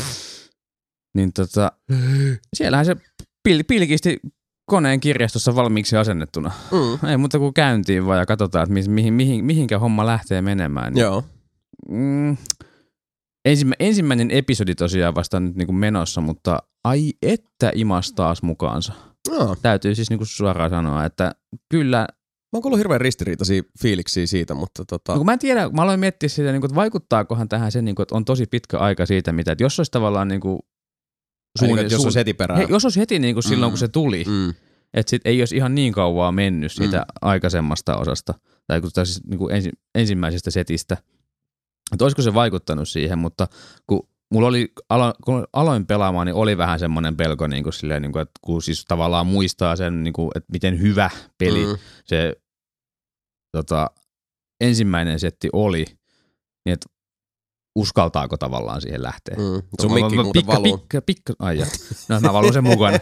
niin tota, siellähän se pil- pilkisti koneen kirjastossa valmiiksi asennettuna. Mm. Ei muuta kuin käyntiin vaan ja katsotaan, että mihin, mihin, mihinkä homma lähtee menemään. Niin, joo. Mm, ensimmä, ensimmäinen episodi tosiaan vasta nyt niinku menossa, mutta ai että imas taas mukaansa. No. Täytyy siis niinku suoraan sanoa, että kyllä... Mä oon kuullut hirveän ristiriitaisia fiiliksiä siitä, mutta tota... No, kun mä en tiedä, mä aloin miettiä sitä, että vaikuttaakohan tähän se, että on tosi pitkä aika siitä, mitä, että jos olisi tavallaan niinku... Suun, Eli, jos olisi heti perään. He, jos olisi heti niinku silloin, mm. kun se tuli, mm. Että sit ei olisi ihan niin kauaa mennyt siitä mm. aikaisemmasta osasta, tai siis niin kuin ensi, ensimmäisestä setistä. Että olisiko se vaikuttanut siihen, mutta kun mulla oli, alo, kun aloin pelaamaan, niin oli vähän semmoinen pelko, niin kuin silleen, niin kuin, että kun siis tavallaan muistaa sen, niin kuin, että miten hyvä peli mm. se tota, ensimmäinen setti oli, niin että uskaltaako tavallaan siihen lähteä. Mm. Sun mikki muuten valuu. Pikka, pikka, ai ja. No mä valun sen mukana.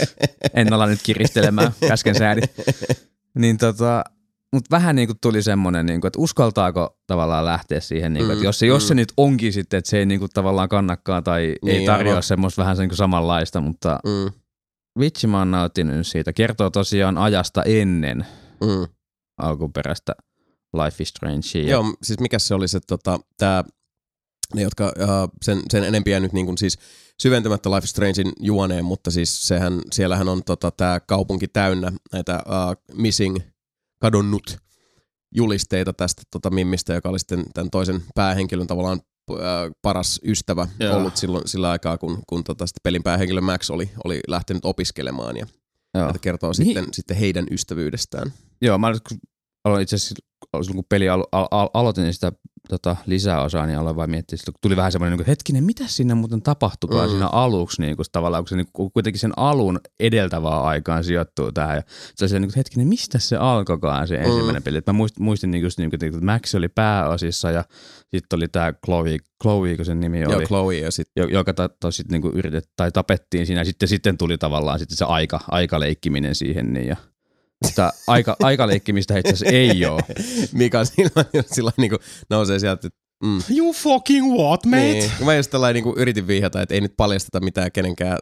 En olla nyt kiristelemään käsken säädin. Niin tota, mutta vähän niinku tuli semmoinen, niinku, että uskaltaako tavallaan lähteä siihen, niinku, että jos se, jos se nyt onkin sitten, että se ei niinku tavallaan kannakkaan tai niin, ei tarjoa aivan semmoista vähän niinku samanlaista, mutta mm. vitsi mä oon nauttinut siitä. Kertoo tosiaan ajasta ennen mm. alkuperäistä Life is Strange. Joo, siis mikä se oli se tota, tää, ne jotka uh, sen, sen enempiä nyt niin kuin siis syventymättä Life is Strangein juoneen, mutta siis sehän, siellähän on tota, tää kaupunki täynnä näitä uh, missing, kadonnut julisteita tästä tota Mimmistä, joka oli sitten tämän toisen päähenkilön tavallaan uh, paras ystävä Joo. ollut silloin, sillä aikaa, kun, kun tota, pelin päähenkilö Max oli, oli lähtenyt opiskelemaan ja että kertoo sitten, sitten heidän ystävyydestään. Joo, mä aloin itse asiassa, kun peli alo- al- al- aloitin sitä tota, lisäosaa, niin aloin vaan miettiä, että tuli vähän semmoinen, niin hetkinen, mitä siinä muuten tapahtuikaan mm. siinä aluksi, niin kun tavallaan, kun se niin kun kuitenkin sen alun edeltävään aikaan sijoittuu tähän, ja se oli niin hetkinen, mistä se alkoikaan se ensimmäinen mm. peli, että mä muistin, muistin niin just, niin kuin, että Max oli pääosissa, ja sitten oli tämä Chloe, Chloe, kun sen nimi Joo, oli, Chloe, ja sit... joka ta, ta, sit, niin yritet, tai tapettiin siinä, ja sitten, sitten tuli tavallaan sitten se aika, aikaleikkiminen siihen, niin ja sitä aika, aikaleikkimistä itse asiassa ei ole. Mika sillä, sillä niin kuin nousee sieltä, että mm. You fucking what, mate? Niin. Mä just tällainen niin kuin yritin vihjata, että ei nyt paljasteta mitään kenenkään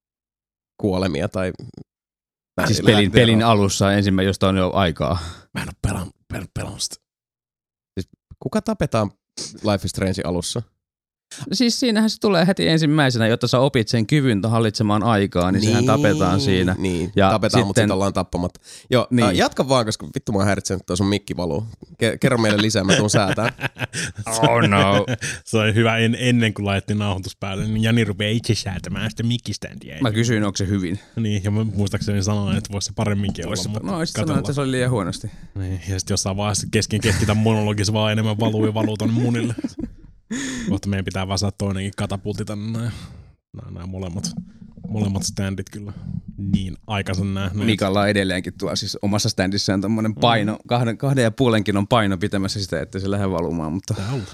kuolemia tai... Siis pelin, pelin alussa ensimmäinen, josta on jo aikaa. Mä en ole pelannut, pelannut, pelannut sitä. Siis kuka tapetaan Life is Strange alussa? Siis siinähän se tulee heti ensimmäisenä, jotta sä opit sen kyvyn hallitsemaan aikaa, niin, niin sehän tapetaan siinä. Niin, ja tapetaan, sitten... mutta sitten ollaan tappamatta. Joo, niin. äh, jatka vaan, koska vittu mä häiritsen, että toi sun mikki valuu. Ke- kerro meille lisää, mä tuun säätään. Oh no. Se oli hyvä en, ennen kuin laitettiin nauhoitus päälle, niin Jani rupeaa itse säätämään sitä mikkiständiä. Mä kysyin, onko se hyvin. Niin, ja mä muistaakseni sanoin, että voisi se paremminkin olla. Mutta no, olisit sanonut, että se oli liian huonosti. Niin, ja sitten jossain vaiheessa kesken keskitän monologissa vaan enemmän valuu ja valuu tonne munille. Kohta meidän pitää vaan saada toinenkin katapulti tänne. Nämä, nämä molemmat, molemmat standit kyllä niin aikaisen nähneet. Mikalla on edelleenkin tuo siis omassa standissaan tommonen paino, mm. kahden, kahden ja puolenkin on paino pitämässä sitä, että se lähde valumaan, mutta tää on,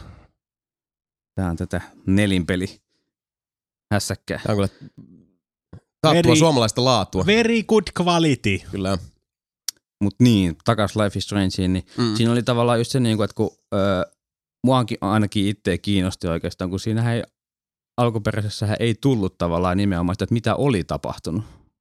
tää on tätä nelinpeli hässäkkää. Tää on kyllä taattua suomalaista laatua. Very good quality. Kyllä. Mut niin, takas Life is Strangeen, niin mm. siinä oli tavallaan just se niinku, että kun öö, muakin ainakin itse kiinnosti oikeastaan, kun siinähän ei, alkuperäisessähän ei tullut tavallaan nimenomaan sitä, että mitä oli tapahtunut.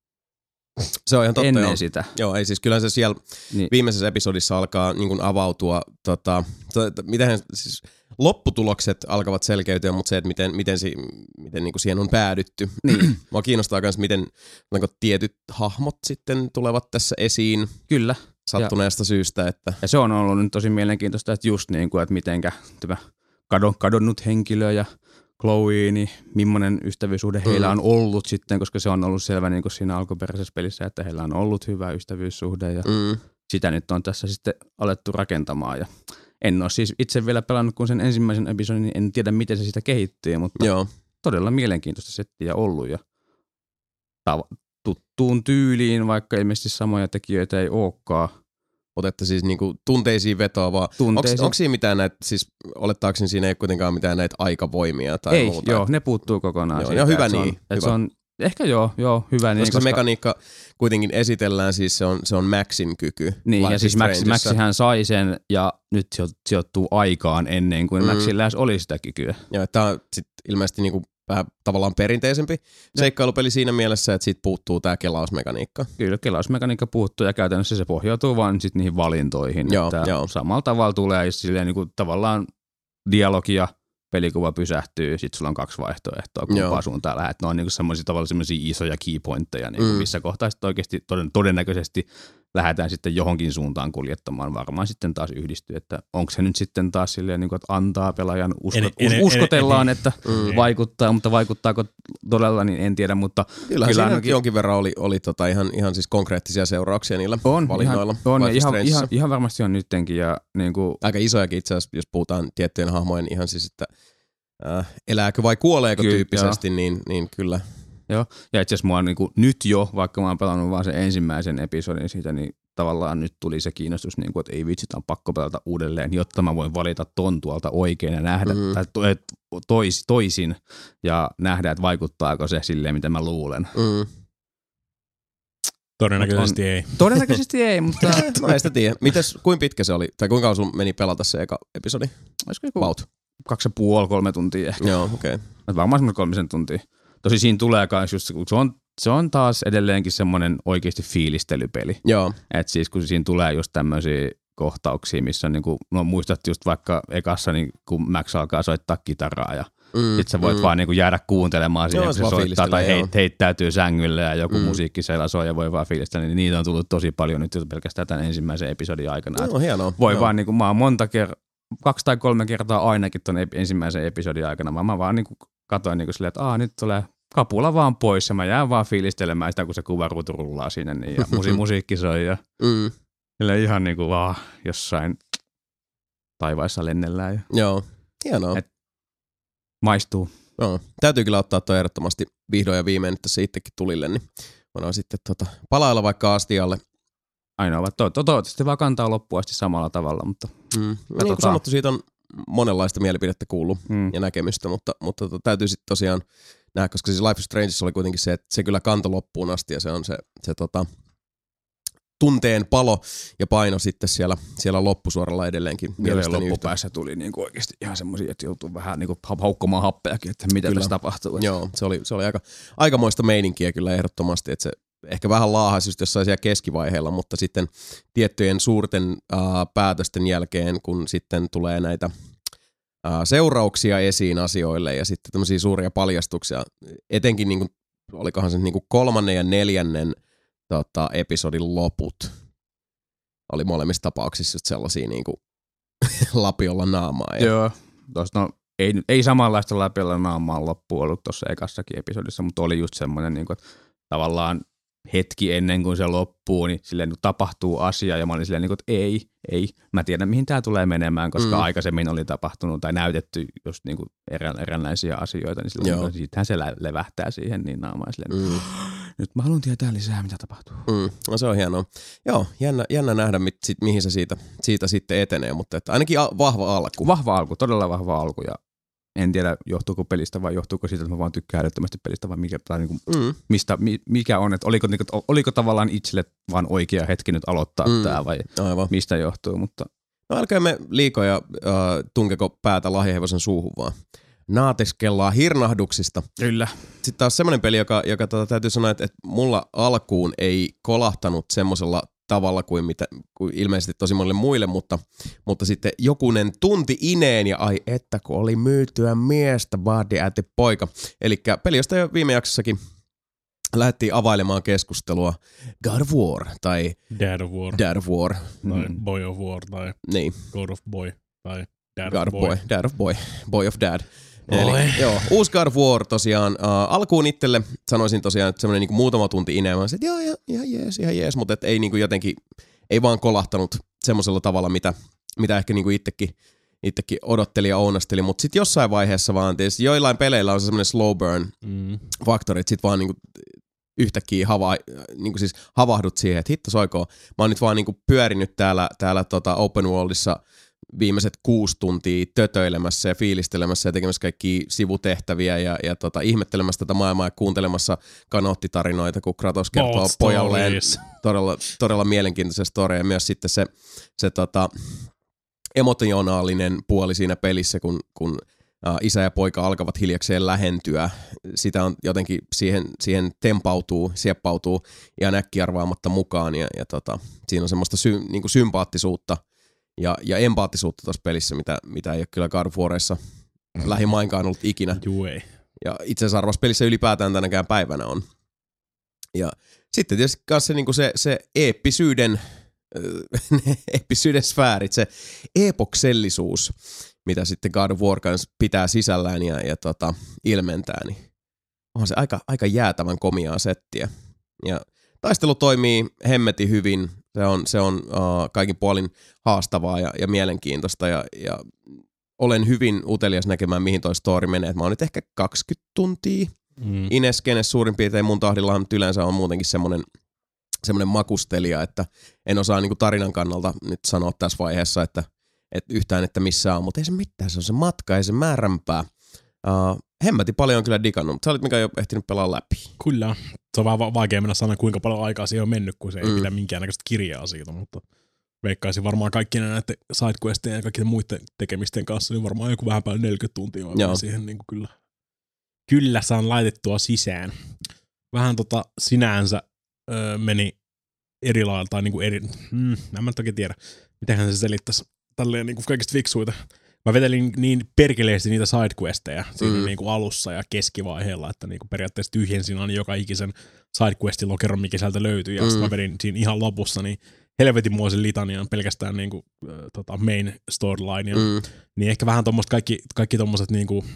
Se on ihan totta. Ennen joo. sitä. Joo, ei siis kyllä se siellä niin. viimeisessä episodissa alkaa niin kuin avautua, tota, miten siis lopputulokset alkavat selkeytyä, mutta se, että miten, miten, si, miten niin kuin siihen on päädytty. Niin. Mua kiinnostaa myös, miten tietyt hahmot sitten tulevat tässä esiin. Kyllä. Sattuneesta ja, syystä. Että... Ja se on ollut nyt tosi mielenkiintoista, että just niin kuin, että mitenkä tämä kadonnut henkilö ja Chloe, niin millainen ystävyyssuhde mm. heillä on ollut sitten, koska se on ollut selvä niin kuin siinä alkuperäisessä pelissä, että heillä on ollut hyvä ystävyyssuhde ja mm. sitä nyt on tässä sitten alettu rakentamaan. Ja en ole siis itse vielä pelannut kuin sen ensimmäisen episodin, niin en tiedä miten se sitä kehittyy, mutta Joo. todella mielenkiintoista settiä ollut ja tav- tuttuun tyyliin, vaikka ilmeisesti samoja tekijöitä ei olekaan. Otetta siis niinku tunteisiin vetoavaa. Tunteisiin. Onko siinä mitään näitä, siis olettaakseni siinä ei kuitenkaan mitään näitä aikavoimia tai ei, muuta? Joo, ne puuttuu kokonaan. Joo, siitä, ja hyvä että niin. Se on, hyvä. Se on, ehkä joo, joo, hyvä niin. Koska se mekaniikka kuitenkin esitellään, siis se on, se on Maxin kyky. Niin, ja siis Max, Maxihän sai sen ja nyt se sijoittuu aikaan ennen kuin mm. Maxilla oli sitä kykyä. Joo, tämä on sit ilmeisesti niinku vähän tavallaan perinteisempi seikkailupeli siinä mielessä, että siitä puuttuu tämä kelausmekaniikka. Kyllä, kelausmekaniikka puuttuu ja käytännössä se pohjautuu vaan sit niihin valintoihin. Joo, että joo. Samalla tavalla tulee silleen niin kuin tavallaan dialogia, pelikuva pysähtyy, sit sulla on kaksi vaihtoehtoa, kumpaa suuntaan lähdet. Ne on niin semmoisia tavallaan semmoisia isoja keypointteja, niin mm. missä kohtaa sitten oikeasti toden, todennäköisesti lähdetään sitten johonkin suuntaan kuljettamaan. Varmaan sitten taas yhdistyy, että onko se nyt sitten taas silleen, niin kuin, että antaa pelaajan, usko, en, en, us, uskotellaan, en, en, että mm. vaikuttaa, mutta vaikuttaako todella, niin en tiedä. Mutta Kyllähän kyllä ainakin jonkin verran oli, oli tota ihan, ihan siis konkreettisia seurauksia niillä on, valinnoilla. Ihan, on, ihan, ihan, ihan varmasti on nyttenkin. Ja, niin kuin, aika isojakin itse asiassa, jos puhutaan tiettyjen hahmojen ihan siis, että äh, elääkö vai kuoleeko Ky- tyyppisesti, niin, niin kyllä. Joo, ja itse asiassa mua niin kuin, nyt jo, vaikka mä oon pelannut vaan sen ensimmäisen episodin siitä, niin tavallaan nyt tuli se kiinnostus, niin kuin, että ei vitsi, on pakko pelata uudelleen, jotta mä voin valita ton tuolta oikein ja nähdä, mm. tai to, tois, toisin ja nähdä, että vaikuttaako se silleen, mitä mä luulen. Mm. Todennäköisesti on, ei. Todennäköisesti ei, mutta... no ei sitä tiedä. Mites, kuinka pitkä se oli, tai kuinka kauan sun meni pelata se eka episodi? Olisiko joku Vaut? Kaksi ja puoli, kolme tuntia ehkä. Joo, okei. Okay. Varmaan semmoinen kolmisen tuntia. Tosi siinä tulee myös just, kun se on, se on taas edelleenkin semmoinen oikeasti fiilistelypeli. Joo. Et siis kun siinä tulee just tämmöisiä kohtauksia, missä on niinku, no muistat just vaikka ekassa, niin kun Max alkaa soittaa kitaraa ja mm, sit sä voit mm. vaan niinku jäädä kuuntelemaan siihen, kun se soittaa tai heit, heittäytyy sängylle ja joku mm. musiikki siellä soi ja voi vaan fiilistellä, niin niitä on tullut tosi paljon nyt pelkästään tämän ensimmäisen episodin aikana. No, hienoa. Voi joo. vaan niinku, mä oon monta kertaa, kaksi tai kolme kertaa ainakin ton ensimmäisen episodin aikana, mä, mä vaan niinku katoin niinku silleen, että aah nyt tulee kapula vaan pois ja mä jään vaan fiilistelemään sitä, kun se kuvaruutu rullaa sinne niin, ja musi- musiikki soi ja mm. ihan niinku vaan jossain taivaissa lennellään. Ja joo, hienoa. Et maistuu. Joo. Täytyy kyllä ottaa toi ehdottomasti vihdoin ja viimein, että se itsekin tulille, niin voidaan sitten tota, palailla vaikka astialle. Ainoa, to- to- toivottavasti vaan kantaa loppuun asti samalla tavalla, mutta mm. Niin kuin sanottu, siitä on monenlaista mielipidettä kuullut mm. ja näkemystä, mutta, mutta to, täytyy sitten tosiaan nähdä, koska siis Life is Strangeissa oli kuitenkin se, että se kyllä kantoi loppuun asti ja se on se, se tota, tunteen palo ja paino sitten siellä, siellä loppusuoralla edelleenkin. Mielestäni loppupäässä yhtä. Tuli niinku oikeasti ihan semmoisia, että joutuu vähän niinku haukkomaan happeakin, että mitä kyllä tässä tapahtuu. Joo, se oli, se oli aika, aikamoista meininkiä kyllä ehdottomasti, että se ehkä vähän laahasi just jossain siellä keskivaiheella, mutta sitten tiettyjen suurten äh, päätösten jälkeen, kun sitten tulee näitä äh, seurauksia esiin asioille ja sitten tämmöisiä suuria paljastuksia, etenkin niin kuin, olikohan se niin kuin kolmannen ja neljännen tota, episodin loput, oli molemmissa tapauksissa just sellaisia niin kuin lapiolla naamaa. Ja joo, tuosta no, ei, ei samanlaista lapiolla naamaa loppuun ollut tuossa ekassakin episodissa, mutta oli just semmoinen, niin kuin, että tavallaan hetki ennen kuin se loppuu, niin silleen niin tapahtuu asia ja mä olin silleen, niin kuin, että ei, ei, mä tiedän mihin tää tulee menemään, koska mm. aikaisemmin oli tapahtunut tai näytetty just niin kuin erän, eräänlaisia asioita, niin silleen, niin siitähän se levähtää siihen niin naamaan silleen, mm. nyt mä haluan tietää lisää, mitä tapahtuu. Mm. No se on hienoa. Joo, jännä, jännä nähdä, mit, sit, mihin se siitä, siitä sitten etenee, mutta että ainakin a, vahva alku. Vahva alku, todella vahva alku ja en tiedä, johtuuko pelistä vai johtuuko siitä, että mä vaan tykkään älyttömästi pelistä vai mikä, tai niinku, mm. mistä, mikä on, että oliko, niinku, oliko tavallaan itselle vaan oikea hetki nyt aloittaa mm. tää vai aivan. Mistä johtuu, mutta no älkäämme liikoja äh, tunkeko päätä lahjahevosen suuhun vaan. Naateskellaan hirnahduksista. Kyllä. Sitten taas semmoinen peli, joka, joka tota, täytyy sanoa, että, että mulla alkuun ei kolahtanut semmoisella tavalla kuin, mitä, kuin ilmeisesti tosi monille muille, mutta, mutta sitten jokunen tunti ineen ja ai että kun oli myytyä miestä, vaadi äiti poika. Eli peli, josta jo viime jaksossakin lähdettiin availemaan keskustelua God of War tai Dad of War. Dad of War. Tai mm. Boy of War tai niin. God of Boy tai Dad God of Boy. boy. Dad of Boy. Boy of Dad. Eli, joo, uusi God of War tosiaan. Uh, alkuun itselle sanoisin tosiaan, että semmoinen niinku muutama tunti ineen. Mä sanoin, että joo, ihan, ihan jees, ihan jees, mutta et ei niinku jotenkin, ei vaan kolahtanut semmoisella tavalla, mitä, mitä ehkä niinku itsekin, itsekin odotteli ja ounasteli. Mutta sitten jossain vaiheessa vaan, tietysti joillain peleillä on se semmoinen slow burn mm. faktori, että sit vaan niinku yhtäkkiä hava, niinku siis havahdut siihen, että hitto soikoo. Mä oon nyt vaan niinku pyörinyt täällä, täällä tota open worldissa viimeiset kuusi tuntia tötöilemässä ja fiilistelemässä ja tekemässä kaikkia sivutehtäviä ja, ja tota, ihmettelemässä tätä maailmaa ja kuuntelemassa kanoottitarinoita, kun Kratos kertoo Bold pojalleen todella, todella mielenkiintoisen story ja myös sitten se, se tota, emotionaalinen puoli siinä pelissä, kun, kun ä, isä ja poika alkavat hiljakseen lähentyä. Sitä on jotenkin siihen, siihen tempautuu, sieppautuu ihan äkkiarvaamatta mukaan ja, ja tota, siinä on semmoista sy, niin kuin sympaattisuutta Ja, ja empaattisuutta tuossa pelissä, mitä, mitä ei ole kyllä God of Warissa lähimainkaan ollut ikinä. Juu ei. Ja itse asiassa arvassa pelissä ylipäätään tänäkään päivänä on. Ja sitten tietysti kanssa se, niin kuin se, se eeppisyyden, eeppisyyden sfäärit, se epoksellisuus, mitä sitten God of War kanssa pitää sisällään ja, ja tota, ilmentää, niin onhan se aika, aika jäätävän komiaa settiä. Ja taistelu toimii hemmetin hyvin, se on, se on uh, kaikin puolin haastavaa ja, ja mielenkiintoista ja, ja olen hyvin utelias näkemään, mihin toi story menee. Mä oon nyt ehkä kaksikymmentä tuntia mm. Ineskenes suurin piirtein, mun tahdillahan nyt yleensä on muutenkin semmonen, semmonen makustelija, että en osaa niinku tarinan kannalta nyt sanoa tässä vaiheessa, että, että yhtään, että missä on, mutta ei se mitään, se on se matka, ei se määränpää. Uh, hemmäti paljon on kyllä digannut, mutta sä olit mikä jo ehtinyt pelaa läpi. Kyllä, se on vähän vaikea mennä sanoa, kuinka paljon aikaa siihen on mennyt, kun se ei mm. pidä minkäännäköistä kirjaa siitä, mutta veikkaisin varmaan kaikki näiden sidequestien ja kaikkien muiden tekemisten kanssa, niin varmaan joku vähän päälle neljäkymmentä tuntia on siihen niin kuin kyllä, kyllä saan laitettua sisään. Vähän tota sinänsä öö, meni eri lailla, tai niin kuin eri, mm, en mä toki tiedä, mitenhän se selittäisi tälleen niin kuin kaikista fiksuita. Mä vetelin niin perkeleesti niitä sidequesteja siinä mm. niin kuin alussa ja keskivaiheella, että niin kuin periaatteessa tyhjensin aina joka ikisen sidequestin lokeron, mikä sieltä löytyi, ja mm. sitten mä vedin siinä ihan lopussa, niin helvetinmoisen litanian pelkästään niin kuin, äh, tota main storylinea, mm. niin ehkä vähän tommoset kaikki, kaikki tommoset niin kuin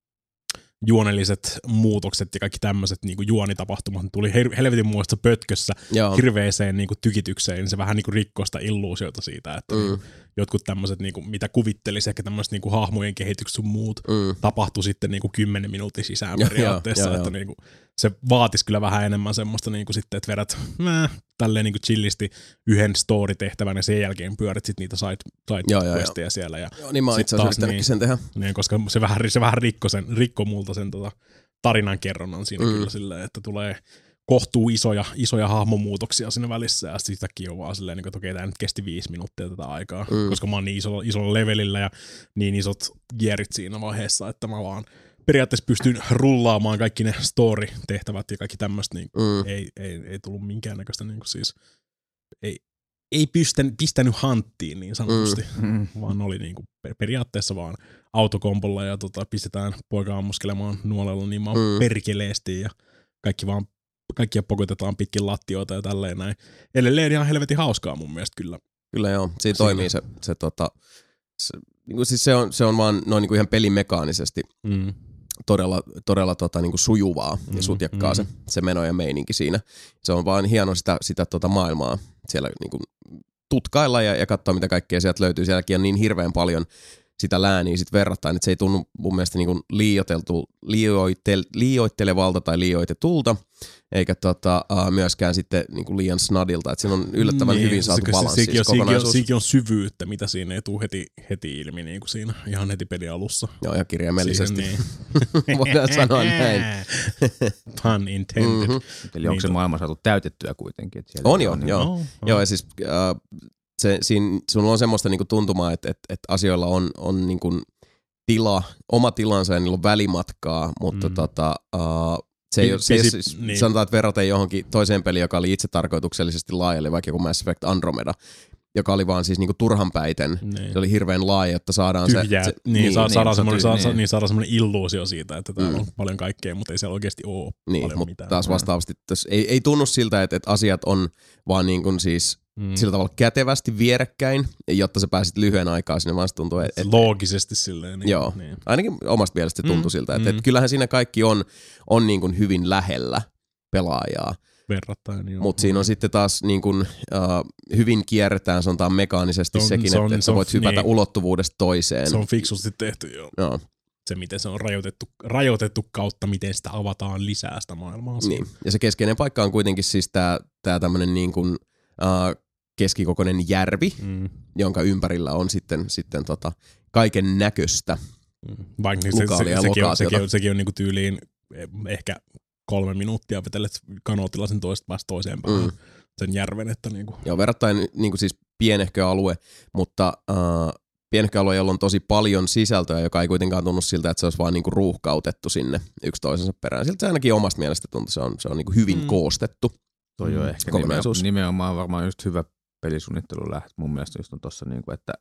juonelliset muutokset ja kaikki tämmöiset niin kuin juonitapahtumat tuli helvetinmoisessa pötkössä Joo. hirveeseen niin kuin tykitykseen, niin se vähän niin kuin rikkoi sitä illuusiota siitä, että mm. niin, jotkut tämmöiset, niin kuin, mitä kuvittelisi, ehkä tämmöiset niin kuin hahmojen kehitykset sun muut, mm. tapahtui sitten niin kuin kymmenen minuutin sisään periaatteessa, että niin kuin, se vaatisi kyllä vähän enemmän semmoista niin kuin sitten, että vedät mä, tälleen niin kuin chillisti yhden story-tehtävän ja sen jälkeen pyörit sitten niitä side-questeja side siellä. Ja joo, niin mä oon itse asiassa yrittänytkin niin, sen tehdä. Niin, koska se vähän, se vähän rikko, sen, rikko multa sen tota, tarinan kerronnan siinä mm. kyllä silleen, että tulee kohtuu isoja, isoja hahmomuutoksia siinä välissä ja sitäkin on vaan silleen, että okei, tämä nyt kesti viisi minuuttia tätä aikaa, mm. koska mä oon niin isolla, isolla levelillä ja niin isot gearit siinä vaiheessa, että mä vaan periaatteessa pystyn rullaamaan kaikki ne story-tehtävät ja kaikki tämmöistä, niin mm. ei, ei, ei tullut minkäännäköistä, niin kuin siis ei, ei pystän, pistänyt hanttiin niin sanotusti, mm. vaan oli niin kuin periaatteessa vaan autokompolla ja tota, pistetään poika ammuskelemaan nuolella niin vaan mm. perkeleesti ja kaikki vaan, kaikkia pokotetaan pitkin lattioita ja tälleen näin. Edelleen ihan helvetin hauskaa mun mielestä kyllä. Kyllä joo, siinä Siinä. toimii se, se tota, se, niin kuin siis se on, se on vaan noin niin kuin ihan pelimekaanisesti mm. todella, todella tota, niin kuin sujuvaa mm, ja sutjakkaa mm. se, se meno ja meininki siinä. Se on vaan hieno sitä, sitä tota maailmaa siellä niin kuin tutkailla ja, ja katsoa, mitä kaikkea sieltä löytyy. Sielläkin on niin hirveän paljon sitä lääniä sit verrattain, että se ei tunnu mun mielestä niin kuin liioiteltu, liioitel, liioittelevalta tai liioitetulta, eikä tota, uh, myöskään sitten niin kuin liian snadilta. Että siinä on yllättävän niin, hyvin saatu balanssi. Sekin on, sekin on syvyyttä, mitä siinä ei tule heti, heti ilmi niin kuin siinä ihan heti pelin alussa. Joo, ja kirjaimellisesti. Niin. Voidaan sanoa näin. Pun intended. Mm-hmm. Eli onko niin se maailma saatu täytettyä kuitenkin? Että on jo, on, joo. Oh, oh. Joo, ja siis uh, se, siinä, sulla on semmoista niinku tuntumaa, että, että, että asioilla on, on niinku tila, oma tilansa ja niillä on välimatkaa, mutta mm. tota, uh, se ei, se, Pesi, siis, niin. sanotaan, että verraten johonkin toiseen peliin, joka oli itse tarkoituksellisesti laaja, eli vaikka joku Mass Effect Andromeda, joka oli vaan siis niinku turhanpäiten. Niin. Se oli hirveän laaja, jotta saadaan Tyhjää. se... se niin, niin, saadaan, niin, semmoinen, tyhjää, niin. niin, saadaan semmoinen illuusio siitä, että täällä mm. on paljon kaikkea, mutta ei siellä oikeasti ole niin, paljon mutta mitään. taas vastaavasti, ei, ei tunnu siltä, että, että asiat on vaan niin kuin siis mm. sillä tavalla kätevästi vierekkäin, jotta sä pääsit lyhyen aikaa sinne, vaan se tuntuu... Et, et, loogisesti silleen. Niin, joo, niin. ainakin omasta mielestä se tuntui mm. siltä, että mm. et kyllähän siinä kaikki on, on niin kuin hyvin lähellä pelaajaa. Verrattain, joo. Mutta siinä on sitten taas niin kun, uh, hyvin kierretään, sanotaan mekaanisesti on, sekin, se on, että, että sä voit hypätä niin, ulottuvuudesta toiseen. Se on fiksusti tehty, joo. joo. Se, miten se on rajoitettu, rajoitettu kautta, miten sitä avataan lisää sitä maailmaa. Niin. Ja se keskeinen paikka on kuitenkin siis tää, tää tämmönen niin kun, uh, keskikokoinen järvi, mm. jonka ympärillä on sitten, sitten tota kaiken näköistä mm. Vaikka niin se, se, se, sekin on, sekin on, sekin on niinku tyyliin ehkä kolme minuuttia vetelet kanootilla sen toisesta päästä toiseen päähän mm. sen järven. Että niinku. Joo, verrattain niinku siis pienehkö alue, mutta uh, pienehkö alue, jolla on tosi paljon sisältöä, joka ei kuitenkaan tunnu siltä, että se olisi vaan niinku ruuhkautettu sinne yksi toisensa perään. Siltä se ainakin omasta mielestä tuntuu, se on, se on niinku hyvin mm. koostettu. Toi on ehkä nimenomaan, nimenomaan varmaan just hyvä pelisuunnittelu lähtö. Mun mielestä just on tossa, niinku, että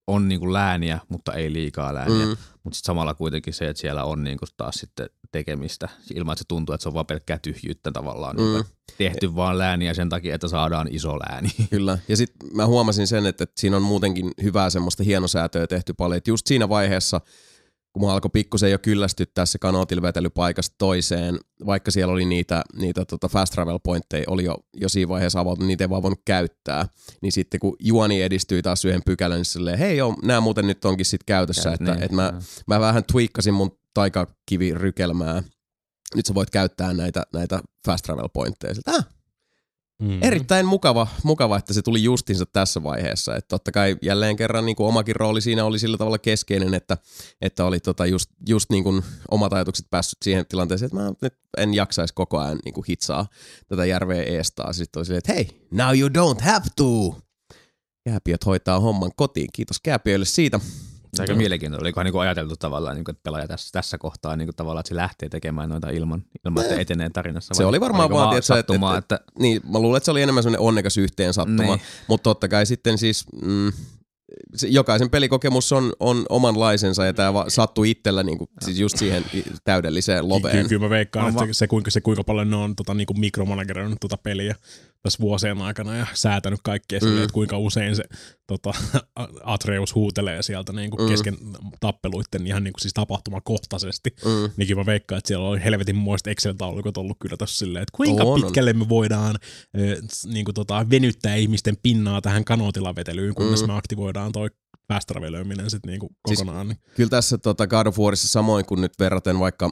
on niinku lääniä, mutta ei liikaa lääniä. Mm. Mutta sitten samalla kuitenkin se, että siellä on niinku taas sitten tekemistä ilman, että se tuntuu, että se on vaan pelkkää tyhjyyttä tavallaan. Mm. Niinku tehty vaan lääniä sen takia, että saadaan iso lääni. Kyllä. Ja sitten mä huomasin sen, että, että siinä on muutenkin hyvää semmoista hienosäätöä tehty paljon. Et just siinä vaiheessa, kun mä alkoi pikkusen jo kyllästyttää se kanootilvetely paikasta toiseen, vaikka siellä oli niitä, niitä tota fast travel pointteja, oli jo, jo siinä vaiheessa avautunut, niitä ei vaan voinut käyttää. Niin sitten kun juoni edistyi taas yhden pykälän, niin silleen, hei joo, nämä muuten nyt onkin sitten käytössä, Käyt, että, niin, että mä, mä vähän tweakkasin mun taikakivirykelmää. Nyt sä voit käyttää näitä, näitä fast travel pointteja. Siltä, ah, Mm-hmm. Erittäin mukava, mukava, että se tuli justinsa tässä vaiheessa. Että totta kai jälleen kerran niin kuin omakin rooli siinä oli sillä tavalla keskeinen, että, että oli tota just, just niin kuin omat ajatukset päässyt siihen tilanteeseen, että mä nyt en jaksaisi koko ajan niin kuin hitsaa tätä järveä eestaa. Sitten oli silleen, että hei, now you don't have to. Kääpiöt hoitaa homman kotiin. Kiitos kääpiöille siitä. Se aika mielenkiintoista. Olikohan niin ajateltu tavallaan, niin kuin, että pelaaja tässä, tässä kohtaa niin kuin, tavallaan, että se lähtee tekemään noita ilman, ilman että etenee tarinassa. Se oli varmaan vaan, vaan että, että, että, että... Niin, mä luulen, että se oli enemmän sellainen onnekas yhteen sattuma. Niin. Mutta totta kai sitten siis... Mm, se, jokaisen pelikokemus on, on omanlaisensa ja tämä sattui itsellä niin kuin, siis just siihen täydelliseen loveen. Kyllä, kyllä mä veikkaan, että se, se, kuinka, se kuinka paljon ne on tota, niin kuin mikromanageroinut tuota peliä tässä vuosien aikana ja säätänyt kaikkea mm. silleen, että kuinka usein se tota, Atreus huutelee sieltä niin kuin mm. kesken tappeluitten ihan niin kuin siis tapahtumakohtaisesti. Mm. Niin mä veikkaan, että siellä oli helvetin muista Excel-taulukot ollut kyllä tässä silleen, että kuinka on, pitkälle on. me voidaan äh, niin kuin tota, venyttää ihmisten pinnaa tähän kanootilavetelyyn, kunnes mm. me aktivoidaan toi fast travelöiminen sitten niinku kokonaan. Siis, niin. Kyllä tässä tota God of Warissa samoin kuin nyt verraten vaikka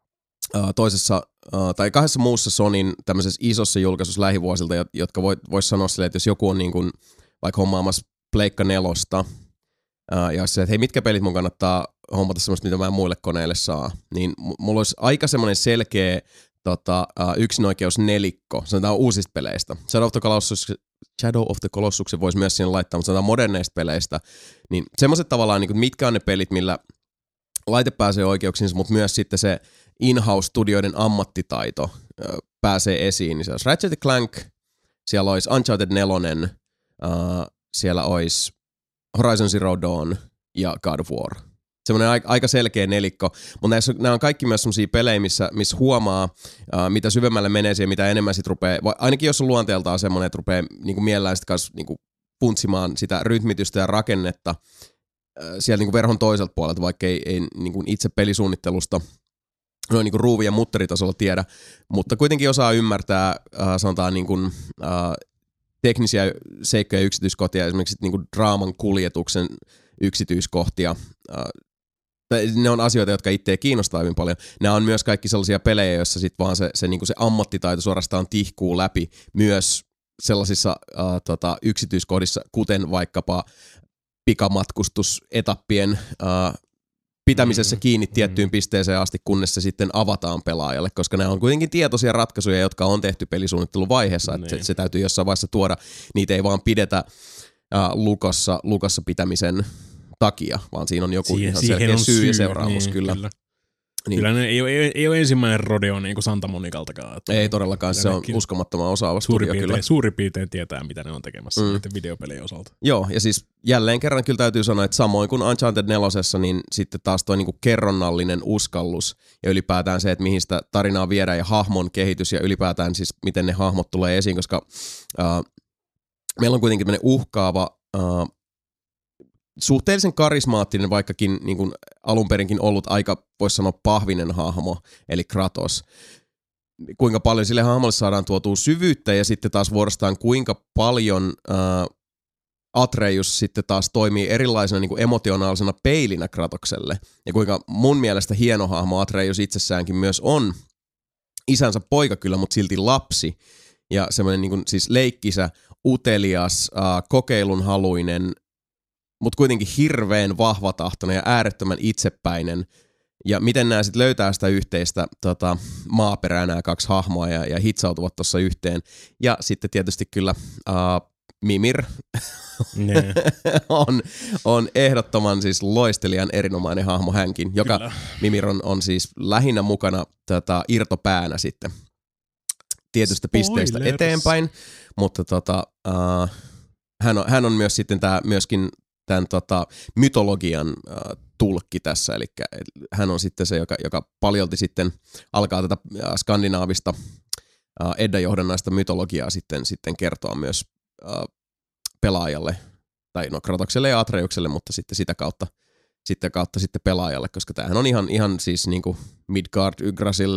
uh, toisessa uh, tai kahdessa muussa Sonyn tämmöisessä isossa julkaisussa lähivuosilta, jotka voi, vois sanoa silleen, että jos joku on niin kuin vaikka hommaamassa Pleikka nelosta uh, ja se, että hei, mitkä pelit mun kannattaa hommata semmoista, mitä mä muille koneille saa, niin m- mulla olisi aika semmoinen selkeä tota, uh, yksinoikeus nelikko, sanotaan uusista peleistä. Shadow of the Colossus Shadow of the Colossuksen voisi myös siinä laittaa, mutta sanotaan moderneista peleistä, niin semmoiset tavallaan, niin kuin, mitkä on ne pelit, millä laite pääsee oikeuksiinsa, mutta myös sitten se in-house-studioiden ammattitaito ö, pääsee esiin. Niin se olisi Ratchet and Clank, siellä olisi Uncharted neljä, äh, siellä olisi Horizon Zero Dawn ja God of War. Semmoinen aika selkeä nelikko, mutta näissä, nämä on kaikki myös semmoisia pelejä, missä, missä huomaa, uh, mitä syvemmälle menee siihen, mitä enemmän sit rupeaa, ainakin jos on luonteeltaan semmoinen, että rupeaa niin kuin mielellään sit kanssa niin kuin puntsimaan sitä rytmitystä ja rakennetta uh, siellä niin kuin verhon toiselta puolelta, vaikka ei, ei niin kuin itse pelisuunnittelusta noin niin kuin ruuvi- ja mutteritasolla tiedä, mutta kuitenkin osaa ymmärtää, uh, sanotaan niin kuin, uh, teknisiä seikkoja ja yksityiskohtia, esimerkiksi niin kuin draaman kuljetuksen yksityiskohtia. Uh, ne on asioita, jotka itseä kiinnostaa hyvin paljon. Nämä on myös kaikki sellaisia pelejä, joissa sit vaan se, se, niinku se ammattitaito suorastaan tihkuu läpi myös sellaisissa uh, tota, yksityiskohdissa, kuten vaikkapa pikamatkustusetappien uh, pitämisessä kiinni tiettyyn pisteeseen asti, kunnes se sitten avataan pelaajalle, koska nämä on kuitenkin tietoisia ratkaisuja, jotka on tehty pelisuunnitteluvaiheessa, että se, se täytyy jossain vaiheessa tuoda. Niitä ei vaan pidetä uh, lukossa, lukossa pitämisen takia, vaan siinä on joku siihen, ihan selkeä syy, syy ja seuraamus, niin, kyllä. Kyllä, niin. Kyllä ne ei ole, ei, ei ole ensimmäinen rodeo niin kuin Santa Monikaltakaan. Ei todellakaan, se on uskomattoman osaava suuri studio piirtein, kyllä. Suurin piirtein tietää, mitä ne on tekemässä mm. näiden videopelien osalta. Joo, ja siis jälleen kerran kyllä täytyy sanoa, että samoin kuin Uncharted nelosessa, niin sitten taas tuo niinku kerronnallinen uskallus ja ylipäätään se, että mihin sitä tarinaa viedään ja hahmon kehitys ja ylipäätään siis miten ne hahmot tulee esiin, koska uh, meillä on kuitenkin tämmöinen uhkaava uh, suhteellisen karismaattinen, vaikkakin niin kuin alun perinkin ollut aika, voisi sanoa, pahvinen hahmo, eli Kratos. Kuinka paljon sille hahmolle saadaan tuotua syvyyttä, ja sitten taas vuorostaan kuinka paljon ää, Atreus sitten taas toimii erilaisena niin kuin emotionaalisena peilinä Kratokselle. Ja kuinka mun mielestä hieno hahmo Atreus itsessäänkin myös on isänsä poika kyllä, mutta silti lapsi. Ja semmoinen niin kuin siis leikkisä, utelias, ää, kokeilunhaluinen, mutta kuitenkin hirveän vahvatahtoinen ja äärettömän itsepäinen. Ja miten nämä sitten löytää sitä yhteistä tota, maaperää, nämä kaksi hahmoa, ja, ja hitsautuvat tuossa yhteen. Ja sitten tietysti kyllä uh, Mimir on, on ehdottoman siis loistelijan erinomainen hahmo hänkin, joka kyllä. Mimir on, on siis lähinnä mukana tota, irtopäänä sitten tietystä Spoilers. pisteistä eteenpäin. Mutta tota, uh, hän, on, hän on myös sitten tämä myöskin tämän tota, mytologian äh, tulkki tässä, eli hän on sitten se, joka, joka paljolti sitten alkaa tätä äh, skandinaavista äh, Edda-johdannaista mytologiaa sitten, sitten kertoa myös äh, pelaajalle, tai no Kratokselle ja Atreukselle, mutta sitten sitä kautta, sitten kautta sitten pelaajalle, koska tämähän on ihan, ihan siis niinku Midgard, Yggdrasil,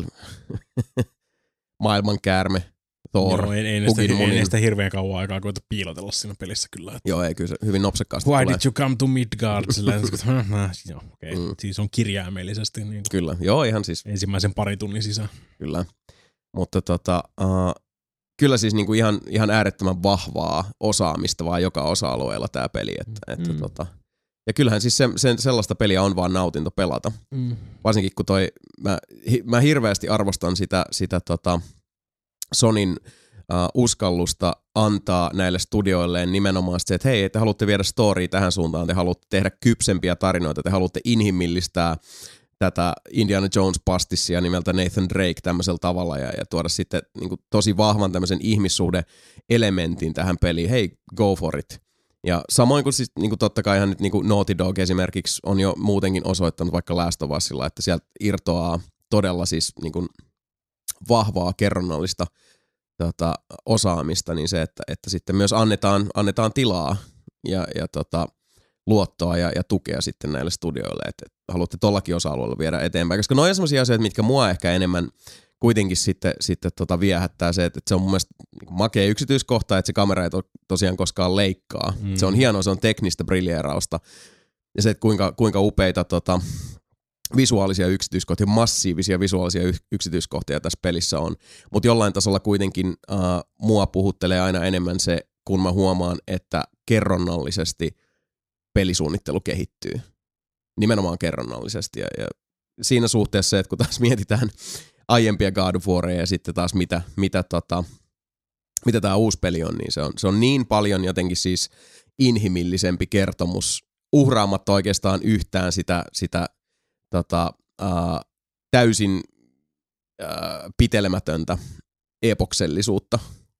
maailmankäärme, Thor, Joo, ei, ei, näistä, ei näistä hirveän kauan aikaa koeta piilotella siinä pelissä kyllä. Että joo, ei kyllä se hyvin nopsakkaasti Why tulee. did you come to Midgard? Sillä joo, okei. Okay. Mm. Siis on kirjaimellisesti niin kyllä, joo, ihan siis. Ensimmäisen pari tunnin sisään. Kyllä, mutta tota, uh, kyllä siis niinku ihan, ihan äärettömän vahvaa osaamista vaan joka osa-alueella tämä peli. Että, että mm. tota, ja kyllähän siis se, se, sellaista peliä on vaan nautinto pelata. Mm. Varsinkin kun toi, mä, hi, mä hirveästi arvostan sitä, sitä tota Sonyn uh, uskallusta antaa näille studioilleen nimenomaan se, että hei, te haluatte viedä storya tähän suuntaan, te haluatte tehdä kypsempiä tarinoita, te haluatte inhimillistää tätä Indiana Jones-pastissia nimeltä Nathan Drake tämmöisellä tavalla ja, ja tuoda sitten niin kuin, tosi vahvan tämmöisen ihmissuhde-elementin tähän peliin. Hei, go for it. Ja samoin kuin siis niin kuin totta kai ihan nyt niin kuin Naughty Dog esimerkiksi on jo muutenkin osoittanut vaikka Last of Usilla, että sieltä irtoaa todella siis niin kuin vahvaa kerronnallista tota, osaamista, niin se, että, että sitten myös annetaan, annetaan tilaa ja, ja tota, luottoa ja, ja tukea sitten näille studioille, että, että haluatte tollakin osa-alueella viedä eteenpäin, koska ne on sellaisia asioita, mitkä mua ehkä enemmän kuitenkin sitten, sitten tota viehättää se, että, että se on mun mielestä makea yksityiskohta, että se kamera ei to, tosiaan koskaan leikkaa. Mm. Se on hienoa, se on teknistä briljeerausta ja se, että kuinka, kuinka upeita tota, visuaalisia yksityiskohtia, massiivisia visuaalisia yksityiskohtia tässä pelissä on. Mutta jollain tasolla kuitenkin uh, mua puhuttelee aina enemmän se, kun mä huomaan, että kerronnallisesti pelisuunnittelu kehittyy. Nimenomaan kerronnallisesti. Ja, ja siinä suhteessa se, että kun taas mietitään aiempia God of Waria ja sitten taas mitä, mitä, tota, mitä tämä uusi peli on, niin se on, se on niin paljon jotenkin siis inhimillisempi kertomus, uhraamatta oikeastaan yhtään sitä, sitä Tota, uh, täysin uh, pitelemätöntä epoksellisuutta.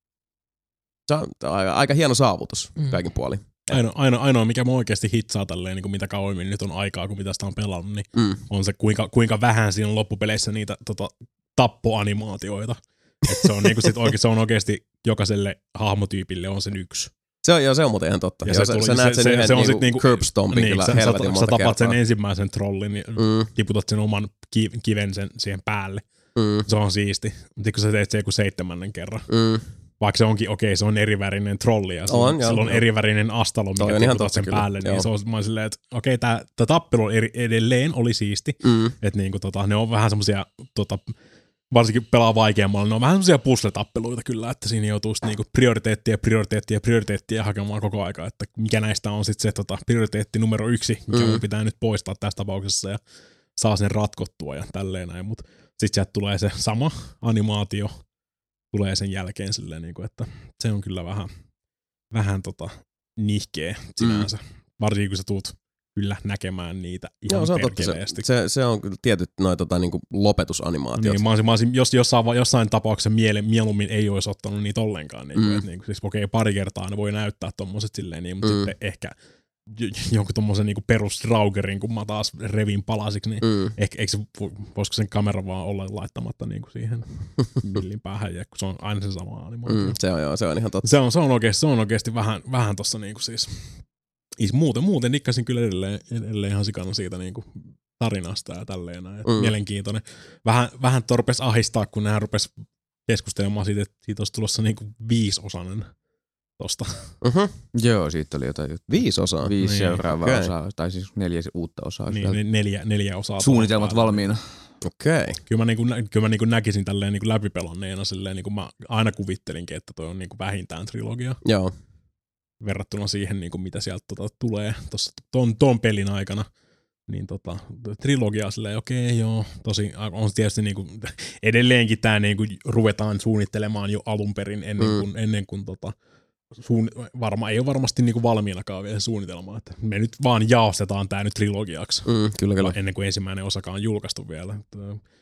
Se on aika hieno saavutus mm. kaikin puolin. Ainoa, ainoa, ainoa, mikä mä oikeasti hitsaa tälleen, niin kuin mitä kauemmin nyt on aikaa, kun mitä sitä on pelannut, niin mm. on se, kuinka, kuinka vähän siinä on loppupeleissä niitä tota, tappoanimaatioita. Et se, on, niin kuin sit oikein, se on oikeasti jokaiselle hahmotyypille on sen yksi. Se on, joo, se on muuten ihan totta. Ja joo, se, sä, tuli, sä näet sen se, yhden se on niinku niinku, curb stompin niin, kyllä sä, helvetin monta sä tapat kertaa. sen ensimmäisen trollin, niin mm. tiputat sen oman ki, kiven sen siihen päälle. Mm. Se on siisti. Mutta kun sä teet se joku seitsemännen kerran. Mm. Vaikka se onkin, okei, okay, se on erivärinen trolli ja on, sillä on erivärinen astalo, mikä tiputat sen kyllä päälle. Niin se on, mä oon silleen, että okei, okay, tää, tää tappelu eri, edelleen oli siisti. Mm. Että niinku, tota, ne on vähän semmosia tota, varsinkin pelaa vaikeammalla, ne on vähän semmoisia puzzle-tappeluita kyllä, että siinä joutuu niinku prioriteettia, prioriteettia, prioriteettia hakemaan koko aika, että mikä näistä on sitten se tota, prioriteetti numero yksi, mikä mm. mun pitää nyt poistaa tässä tapauksessa ja saa sen ratkottua ja tälleen näin, mutta sitten sieltä tulee se sama animaatio, tulee sen jälkeen silleen, niinku, että se on kyllä vähän, vähän tota, nihkeä sinänsä, mm. varsinkin kun sä tuut kyllä näkemään niitä ihan joo, perkeleesti. Se, se, se on kyllä tietyt noi, tota, niinku lopetusanimaatiot. Niin, mä olisin, mä olisin, jos jossain, jossain tapauksessa miele, mieluummin ei olisi ottanut niitä ollenkaan. Niin, mm. et, niin, siis okei, okay, pari kertaa ne voi näyttää tommoset silleen, niin, mutta mm. sitten ehkä jonkun tommosen niin perusraugerin, kun mä taas revin palasiksi, niin mm. ehkä, eikö se, voisiko sen kamera vaan olla laittamatta niin kuin siihen millin päähän, ja kun se on aina se sama animaatio. Mm, se on joo, se on ihan totta. Se on, se on oikeasti, se on oikeasti vähän, vähän tossa niin kuin siis... Muuten, muuten dikkasin kyllä edelleen, edelleen ihan sikana siitä niin kuin tarinasta ja tälleen. Mm. Mielenkiintoinen. Vähän, vähän rupesi ahistaa, kun nämä rupesi keskustelemaan siitä, että siitä olisi tulossa niin kuin viisosainen tosta. Uh-huh. Joo, siitä oli jotain juttua. Viisi osaa? Viisi niin. seuraavaa okay. osaa, tai siis neljä uutta osaa. Niin, neljä, neljä osaa. Suunnitelmat valmiina. Okei. Okay. Kyllä mä, niin kuin, kyllä mä niin kuin näkisin tälleen niin kuin läpipelanneena, silleen, niin kuin mä aina kuvittelinkin, että toi on niin kuin vähintään trilogia. Joo. Verrattuna siihen, niin kuin mitä sieltä tota, tulee tuossa ton, ton pelin aikana, niin tota, trilogia silleen, okei, okay, joo, tosi, on tietysti niin kuin, edelleenkin tämä niin kuin ruvetaan suunnittelemaan jo alun perin ennen kuin, mm. ennen kuin tota, suun, varma, ei ole varmasti niin kuin valmiinakaan vielä suunnitelmaa, että me nyt vaan jaostetaan tämä nyt trilogiaksi, mm, kyllä, kyllä. ennen kuin ensimmäinen osakaan on julkaistu vielä. Että,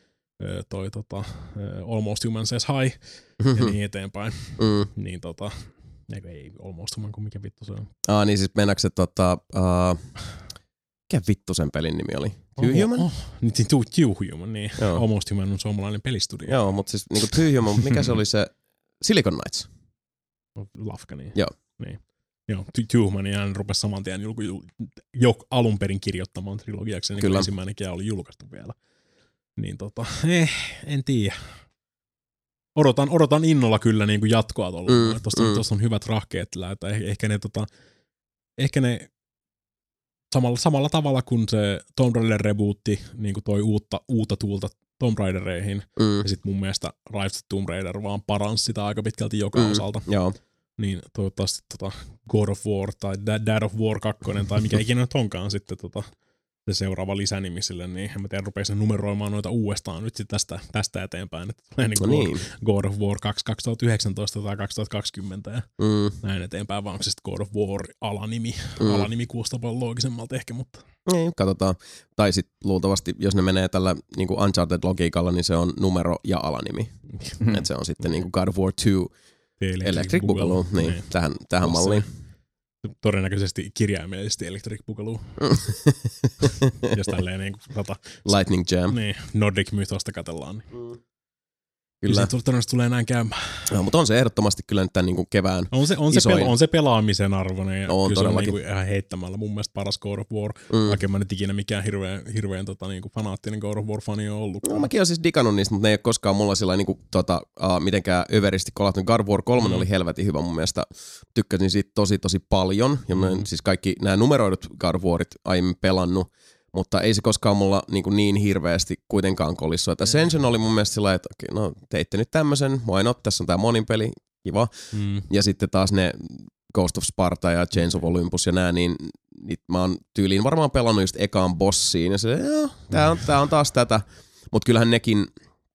toi tota, Almost Human Says Hi, ja niin eteenpäin, mm. niin tota, Eikö ei, Almost Human, kun mikä vittu se on. Aa, niin siis mennäänkö se tota... Uh, mikä vittu sen pelin nimi oli? Two Human? Oh, niin Two, two Human, niin. Joo. Almost Human on suomalainen pelistudio. Joo, mutta siis niinku Two Human, mikä se oli se... Silicon Knights. Lafka, niin. Joo. Niin. Joo, Two Human, ja hän rupesi saman tien julku, jo alun perin kirjoittamaan trilogiaksi, niin kuin ensimmäinenkin oli julkaistu vielä. Niin tota, eh, en tiedä. Odotan, odotan innolla kyllä niin kuin jatkoa tuolla. Mm, Tuossa mm. on hyvät rahkeet, että ehkä ne, tota, ehkä ne samalla, samalla tavalla kuin se Tomb Raider rebootti niin kuin toi uutta, uutta tuulta Tomb Raidereihin, mm. ja sitten mun mielestä Rise of Tomb Raider vaan paransi sitä aika pitkälti joka mm. osalta. Joo. Niin toivottavasti tota God of War tai Dad of War kaksi tai mikä ikinä nyt onkaan sitten tota, se seuraava lisänimi sille, niin en mä tiedä, rupeaa numeroimaan noita uudestaan nyt sit tästä, tästä eteenpäin, että tulee niin, no niin. God of War kaksi kaksituhattayhdeksäntoista tai kaksituhattakaksikymmentä ja mm. näin eteenpäin, vaan onko se God of War alanimi, mm. alanimi kuulostaa paljon loogisemmalta ehkä, mutta... Niin, katsotaan. Tai sitten luultavasti, jos ne menee tällä niin kuin Uncharted-logiikalla, niin se on numero ja alanimi. Mm. Että se on sitten niin kuin God of War two Electric, Electric Boogaloo, niin, niin. tähän, tähän malliin. Todennäköisesti kirjaimellisesti Electric Boogaloo. Jos tälleen niin kuin tota, Lightning Jam. Niin, Nordic Mythosta katsellaan. Niin. Mm. Kyllä. Kyllä se todennäköisesti tulee näin käymään. No, mutta on se ehdottomasti kyllä nyt tämän niin kuin kevään on se, on, se pela, on se pelaamisen arvoinen. Ja on kyllä todellakin. Se on niin ihan heittämällä mun mielestä paras God of War. Mm. Vaikka mä nyt ikinä mikään hirveän, hirveän tota, niin kuin fanaattinen God of War-fani on ollut. No, mäkin olen siis digannut niistä, mutta ne ei ole koskaan mulla sillä niin kuin, tota, uh, mitenkään överisti kolahtunut. God of War kolme mm. oli helvetin hyvä mun mielestä. Tykkäsin siitä tosi tosi paljon. Ja mä, mm. siis kaikki nämä numeroidut God of Warit aiemmin pelannut. Mutta ei se koskaan mulla niin, niin hirveästi kuitenkaan kolissu. Että Ascension oli mun mielestä sillä, että okei, no teitte nyt tämmöisen, why not, tässä on tää monin peli, kiva. Mm. Ja sitten taas ne Ghost of Sparta ja Chains of Olympus ja nää, niin niitä mä oon tyyliin varmaan pelannut just ekaan bossiin. Ja se, joo, tää on, tää on taas tätä. Mutta kyllähän nekin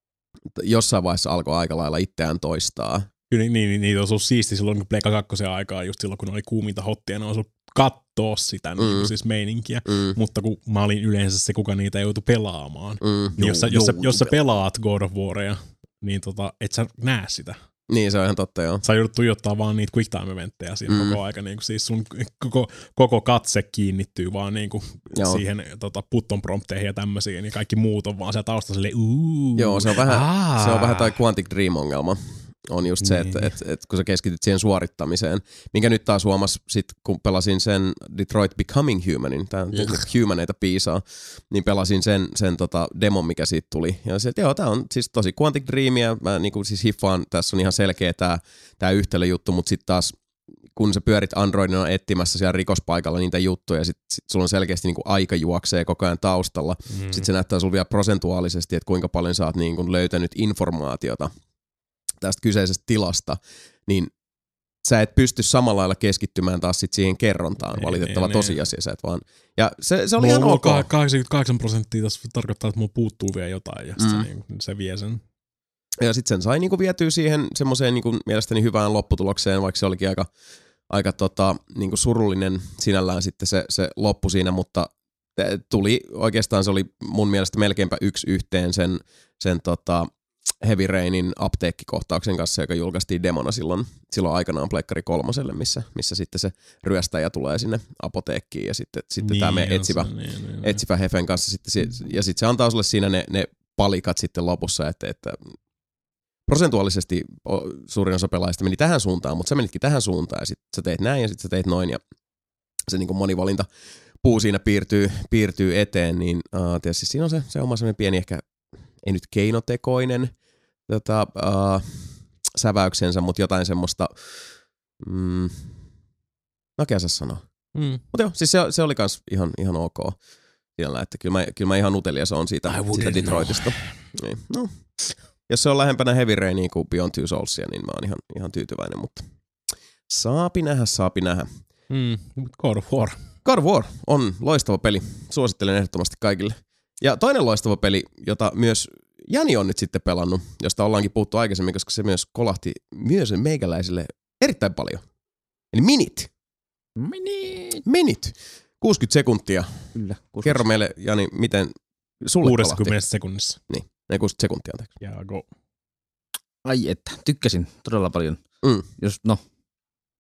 jossain vaiheessa alkoi aika lailla itseään toistaa. Kyllä niin, niin, niin olisi ollut siisti silloin, kun Pleikka kakkosen aikaa, just silloin, kun oli kuuminta hottia, ne olisi ollut katsoa sitä mm. niin siis meininkiä, mm. mutta kun mä olin yleensä se, kuka niitä joutui pelaamaan, mm. niin jos, sä, jos, sä, jos sä pelaat God of Waria, niin tota, et sä näe sitä. Niin, se on ihan totta, joo. Sä joudut tuijottaa vaan niitä quick time eventtejä siinä mm. koko aika, niin kuin siis sun koko, koko katse kiinnittyy vaan niin kuin siihen tota, button prompteihin ja tämmöisiin, niin kaikki muut on vaan siellä taustalla silleen, uuu. Joo, se on vähän, se on vähän tai Quantic Dream-ongelma. On just se, että et, et, kun sä keskityt siihen suorittamiseen, minkä nyt taas huomas sit, kun pelasin sen Detroit Becoming Humanin, tää Humaneita piisaa, niin pelasin sen, sen tota demon, mikä siitä tuli. Ja se, että joo, tää on siis tosi Quantic Dreamia, mä niinku siis hiffaan, tässä on ihan selkeä tää, tää yhtälöjuttu, mutta sitten taas kun sä pyörit Androidina etsimässä siellä rikospaikalla niitä juttuja, ja sit, sit sulla on selkeästi niinku aika juoksee koko ajan taustalla, mm. sitten se näyttää sulla vielä prosentuaalisesti, että kuinka paljon sä oot niinku löytänyt informaatiota tästä kyseisestä tilasta, niin sä et pysty samalla lailla keskittymään taas sit siihen kerrontaan, ei, valitettava ei, tosiasia sä et vaan. Ja se, se oli mulla, ihan ok. kahdeksankymmentäkahdeksan prosenttia tässä tarkoittaa, että mulla puuttuu vielä jotain, ja mm. se, niin, se vie sen. Ja sit sen sai niinku vietyä siihen semmoiseen niinku mielestäni hyvään lopputulokseen, vaikka se olikin aika, aika tota, niinku surullinen sinällään sitten se, se loppu siinä, mutta tuli oikeastaan se oli mun mielestä melkeinpä yksi yhteen sen, sen tota, Heavy Rainin apteekkikohtauksen kanssa, joka julkaistiin demona silloin, silloin aikanaan Pleikkari kolmoselle, missä, missä sitten se ryöstäjä tulee sinne apoteekkiin ja sitten, sitten niin, tämä meidän etsivä, niin, niin, etsivä Hefen kanssa sitten, ja sitten se antaa sulle siinä ne, ne palikat sitten lopussa, että, että prosentuaalisesti suurin osa pelaajista meni tähän suuntaan, mutta sä menitkin tähän suuntaan ja sitten sä teit näin ja sitten sä teit noin ja se niin kuin monivalinta puu siinä piirtyy, piirtyy eteen, niin uh, tietysti siinä on se, se oma semmoinen pieni ehkä, ei nyt keinotekoinen tota, uh, säväyksensä, mutta jotain semmoista, mm, no ketä sä sanoo. Mm. Mutta joo, siis se, se oli kans ihan, ihan ok siellä, että kyllä mä, kyllä mä ihan utelias on siitä, siitä Detroitista. Niin, no. Jos se on lähempänä Heavy Rainia kuin Beyond Two Soulsia, niin mä oon ihan, ihan tyytyväinen, mutta saapi nähdä, saapi nähdä. Mm, God of War. God of War on loistava peli. Suosittelen ehdottomasti kaikille. Ja toinen loistava peli, jota myös Jani on nyt sitten pelannut, josta ollaankin puhuttu aikaisemmin, koska se myös kolahti myös meikäläisille erittäin paljon. Eli Minit. Minit. Minit. kuusikymmentä sekuntia. Kyllä. kuusikymmentä. Kerro meille, Jani, miten sulle kuusikymmentä kolahti. sekunnissa. Niin, ei kuusikymmentä sekuntia. Anteeksi. Ja go. Ai että, tykkäsin todella paljon. Mm. Jos, no,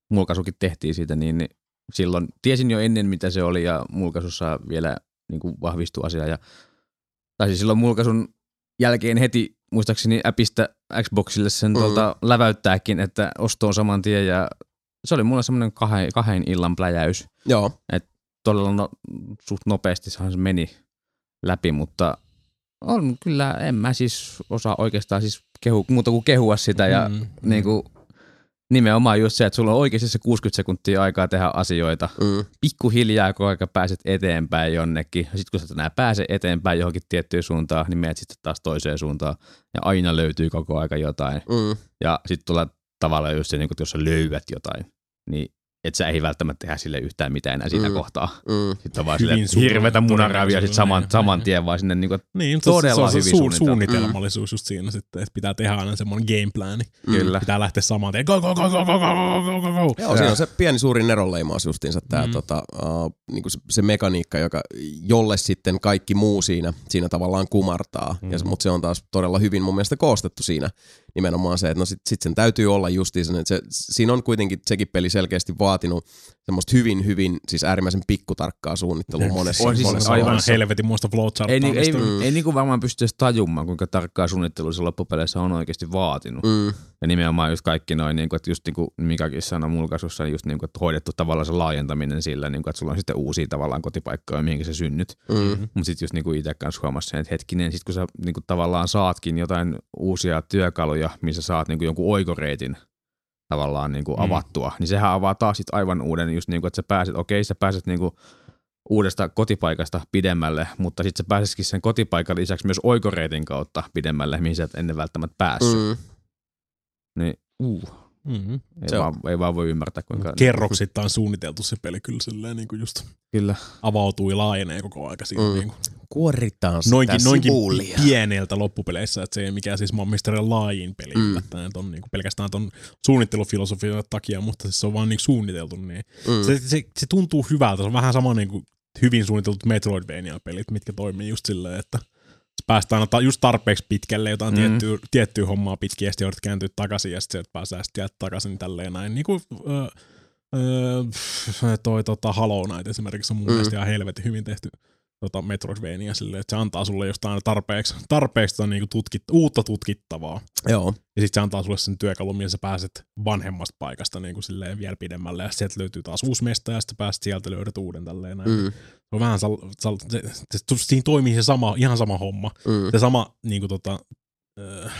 mulkaisukin tehtiin siitä, niin, niin silloin tiesin jo ennen, mitä se oli, ja mulkaisussa vielä niin kuin vahvistui asia. Ja, tai siis silloin mulkaisun jälkeen heti muistaakseni appista Xboxille sen mm. tuolta läväyttääkin, että ostoon saman tien, ja se oli mulle semmoinen kahden, kahden illan pläjäys. Joo. Että todella no, suht nopeasti se meni läpi, mutta on kyllä, en mä siis osaa oikeastaan siis kehu, muuta kuin kehua sitä, ja mm. niin kuin, nimenomaan just se, että sulla on oikeasti se kuusikymmentä sekuntia aikaa tehdä asioita. Mm. Pikkuhiljaa, kun aika pääset eteenpäin jonnekin. Ja sitten kun sä enää pääse eteenpäin johonkin tiettyyn suuntaan, niin menet sitten taas toiseen suuntaan. Ja aina löytyy koko aika jotain. Mm. Ja sitten tulee tavallaan just se, niin kun jos sä löydät jotain, niin et sä ei välttämättä tehdä sille yhtään mitään enää siinä mm. kohtaa. Mm. Sitten on vaan sille hirvetä munaravia sit saman, saman tien vaan sinne niin niin, todella se, hyvin se, se suunnitelmallisuus mm. just siinä sitten, että pitää tehdä aina semmoinen gameplani. Kyllä. Pitää lähteä saman tien. Go, go, go, go, go, go, go, go. Joo, siinä on se pieni suuri neronleimaus justiinsa tää mm. tota, uh, niinku se, se mekaniikka, joka, jolle sitten kaikki muu siinä, siinä tavallaan kumartaa. Mm. Ja, mutta se on taas todella hyvin mun mielestä koostettu siinä. Nimenomaan se, että no sit, sit sen täytyy olla justiinsa, että se, siinä on kuitenkin sekin peli selkeästi vaatinut semmoista hyvin, hyvin, siis äärimmäisen pikkutarkkaa suunnittelua ja, monessa. On siis monessa aivan monessa. Helvetin muista flowcharttaa. Ei, ei, mm. ei niinku varmaan pysty edes tajumaan, kuinka tarkkaa suunnittelua se loppupeleissä on oikeasti vaatinut. Mm. Ja nimenomaan just kaikki noin, niin kuin, että just niin kuin Mikakin sanoi mulkaisussa, just niin kuin, että hoidettu tavallaan se laajentaminen sillä, niin kuin, että sulla on sitten uusia tavallaan kotipaikkoja, mihinkä sä synnyt. Mm. Mutta sitten just niin kuin itse kanssa huomasi sen, että hetkinen, sit kun sä niin kuin, tavallaan saatkin jotain uusia työkaluja, missä saat niin kuin jonkun oikoreitin tavallaan niin kuin mm. avattua, niin sehän avaa taas sit aivan uuden, just niin kuin, että sä pääset, okei, sä pääset niin kuin uudesta kotipaikasta pidemmälle, mutta sitten sä pääsisikin sen kotipaikan lisäksi myös oikoreitin kautta pidemmälle, mihin sä et ennen välttämättä päässyt. Mm. Niin, uh. Mm-hmm. Ei, vaan, ei vaan voi ymmärtää, kuinka... Kerroksittain suunniteltu se peli kyllä silleen niin kuin just kyllä. avautuu ja laajenee koko aika siinä. Mm. Niin kuin kuoritaan sitä noinkin, noinkin sivulia. pieneltä loppupeleissä, että se ei mikään siis Monsterin laajin peli, mm. että on niin kuin pelkästään ton suunnittelufilosofian takia, mutta siis se on vaan niin suunniteltu. Niin. Mm. Se, se, se tuntuu hyvältä, se on vähän sama niin kuin hyvin suunnitellut Metroidvania-pelit, mitkä toimii just silleen, että päästään just tarpeeksi pitkälle jotain mm. tiettyä, tiettyä hommaa pitkin, ja sitten joudut kääntyä takaisin, ja sitten pääsee sitten takaisin tälleen näin. Niin kuin öö, öö, toi tota, Hollow Knight esimerkiksi on mun mm. mielestä ihan helvetin hyvin tehty tota Metroidvania silleen, että se antaa sulle jostain tarpeeksi, tarpeeksi tota, niinku tutkit, uutta tutkittavaa. Joo. Ja sitten se antaa sulle sen työkalun, millä sä pääset vanhemmasta paikasta niinku silleen vielä pidemmälle, ja sieltä löytyy taas uusi mesta, ja sitten pääset sieltä löydät uuden tälleen näin. Mm. Se on vähän sal, sal, se, se, se, siinä toimii se sama, ihan sama homma. Mm. Se sama, niinku tota, äh,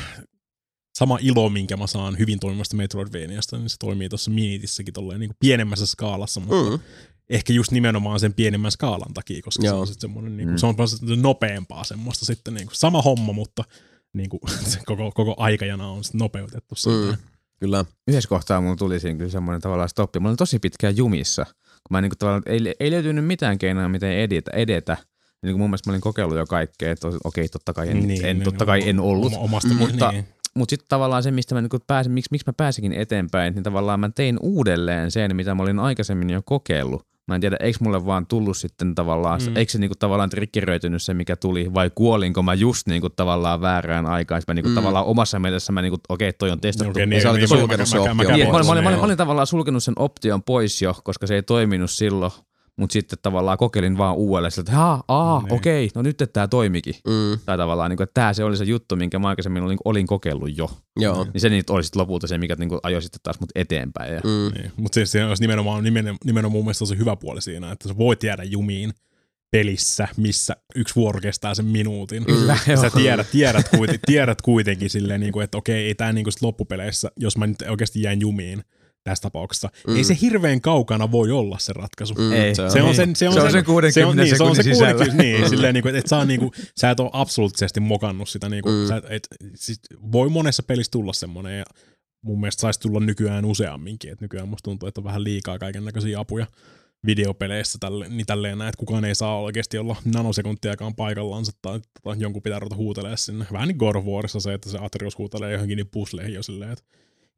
sama ilo, minkä mä saan hyvin toimivasta Metroidvaniasta, niin se toimii tuossa Minitissäkin tolleen niinku pienemmässä skaalassa, mutta mm. ehkä just nimenomaan sen pienemmän skaalan takia, koska Joo. se on sitten semmoinen, niinku, mm. se on nopeampaa semmoista sitten niinku, sama homma, mutta niinku, se koko, koko aikajana on sitten nopeutettu mm. Kyllä. Yhdessä kohtaa mulla tuli siinä kyllä semmoinen tavallaan stoppi. Mä olin tosi pitkään jumissa, kun mä niinku tavallaan, ei, ei löytynyt mitään keinoja, miten edetä. edetä. Niin mun mielestä mä olin kokeillut jo kaikkea, että okei, totta kai en, niin, en, niin, totta kai en ollut, omasta, mutta, niin. mutta sitten tavallaan se, mistä mä niinku pääsin, miksi, miksi mä pääsinkin eteenpäin, niin tavallaan mä tein uudelleen sen, mitä mä olin aikaisemmin jo kokeillut. Mä en tiedä, eikö mulle vaan tullut sitten tavallaan, mm. eikö se niinku tavallaan triggeröitynyt se, mikä tuli, vai kuolinko mä just niinku tavallaan väärään aikaan. Mä niinku mm. tavallaan omassa mielessä mä niinku, okei, okay, toi on testattu. Okay, niin, sä olit sulkenut sen option pois. Mä, mä, mä, mä olin tavallaan sulkenut sen option pois jo, koska se ei toiminut silloin. Mutta sitten tavallaan kokeilin vaan uudelleen, että haa, aa, niin. okei, okay, no nyt että tämä toimikin. Mm. Tai tavallaan, niin että tämä se oli se juttu, minkä mä aikaisemmin olin, olin kokeillut jo. Joo. Niin se niin oli sitten lopulta se, mikä niin ajoi sitten taas mut eteenpäin. Ja. Mm. Niin. Mutta siis se olisi nimenomaan, nimenomaan, nimenomaan mun mielestä se hyvä puoli siinä, että sä voit jäädä jumiin pelissä, missä yksi vuoro kestää sen minuutin. Kyllä, sä tiedät, tiedät, kuitenkin, tiedät kuitenkin silleen, että okei, ei tämä niin loppupeleissä, jos mä nyt oikeasti jäin jumiin, tässä tapauksessa. Mm. Ei se hirveän kaukana voi olla se ratkaisu. Mm, ei. Se on se, on sen, se, on se, on sen kuudenkymmenen sekunnin sisällä. Niin, silleen, niin kuin, että sä, niin kuin, sä et ole absoluuttisesti mokannut sitä. Niin kuin, mm. sä, et, siis voi monessa pelissä tulla semmoinen, ja mun mielestä saisi tulla nykyään useamminkin. Et nykyään musta tuntuu, että on vähän liikaa kaiken näköisiä apuja videopeleissä, tälle, niin tälleen näin, että kukaan ei saa oikeasti olla nanosekuntiakaan paikallansa, tai, tai jonkun pitää ruveta huutelemaan sinne. Vähän niin God of Warissa se, että se Atreus huutelee johonkin niin pusleihin jo silleen, että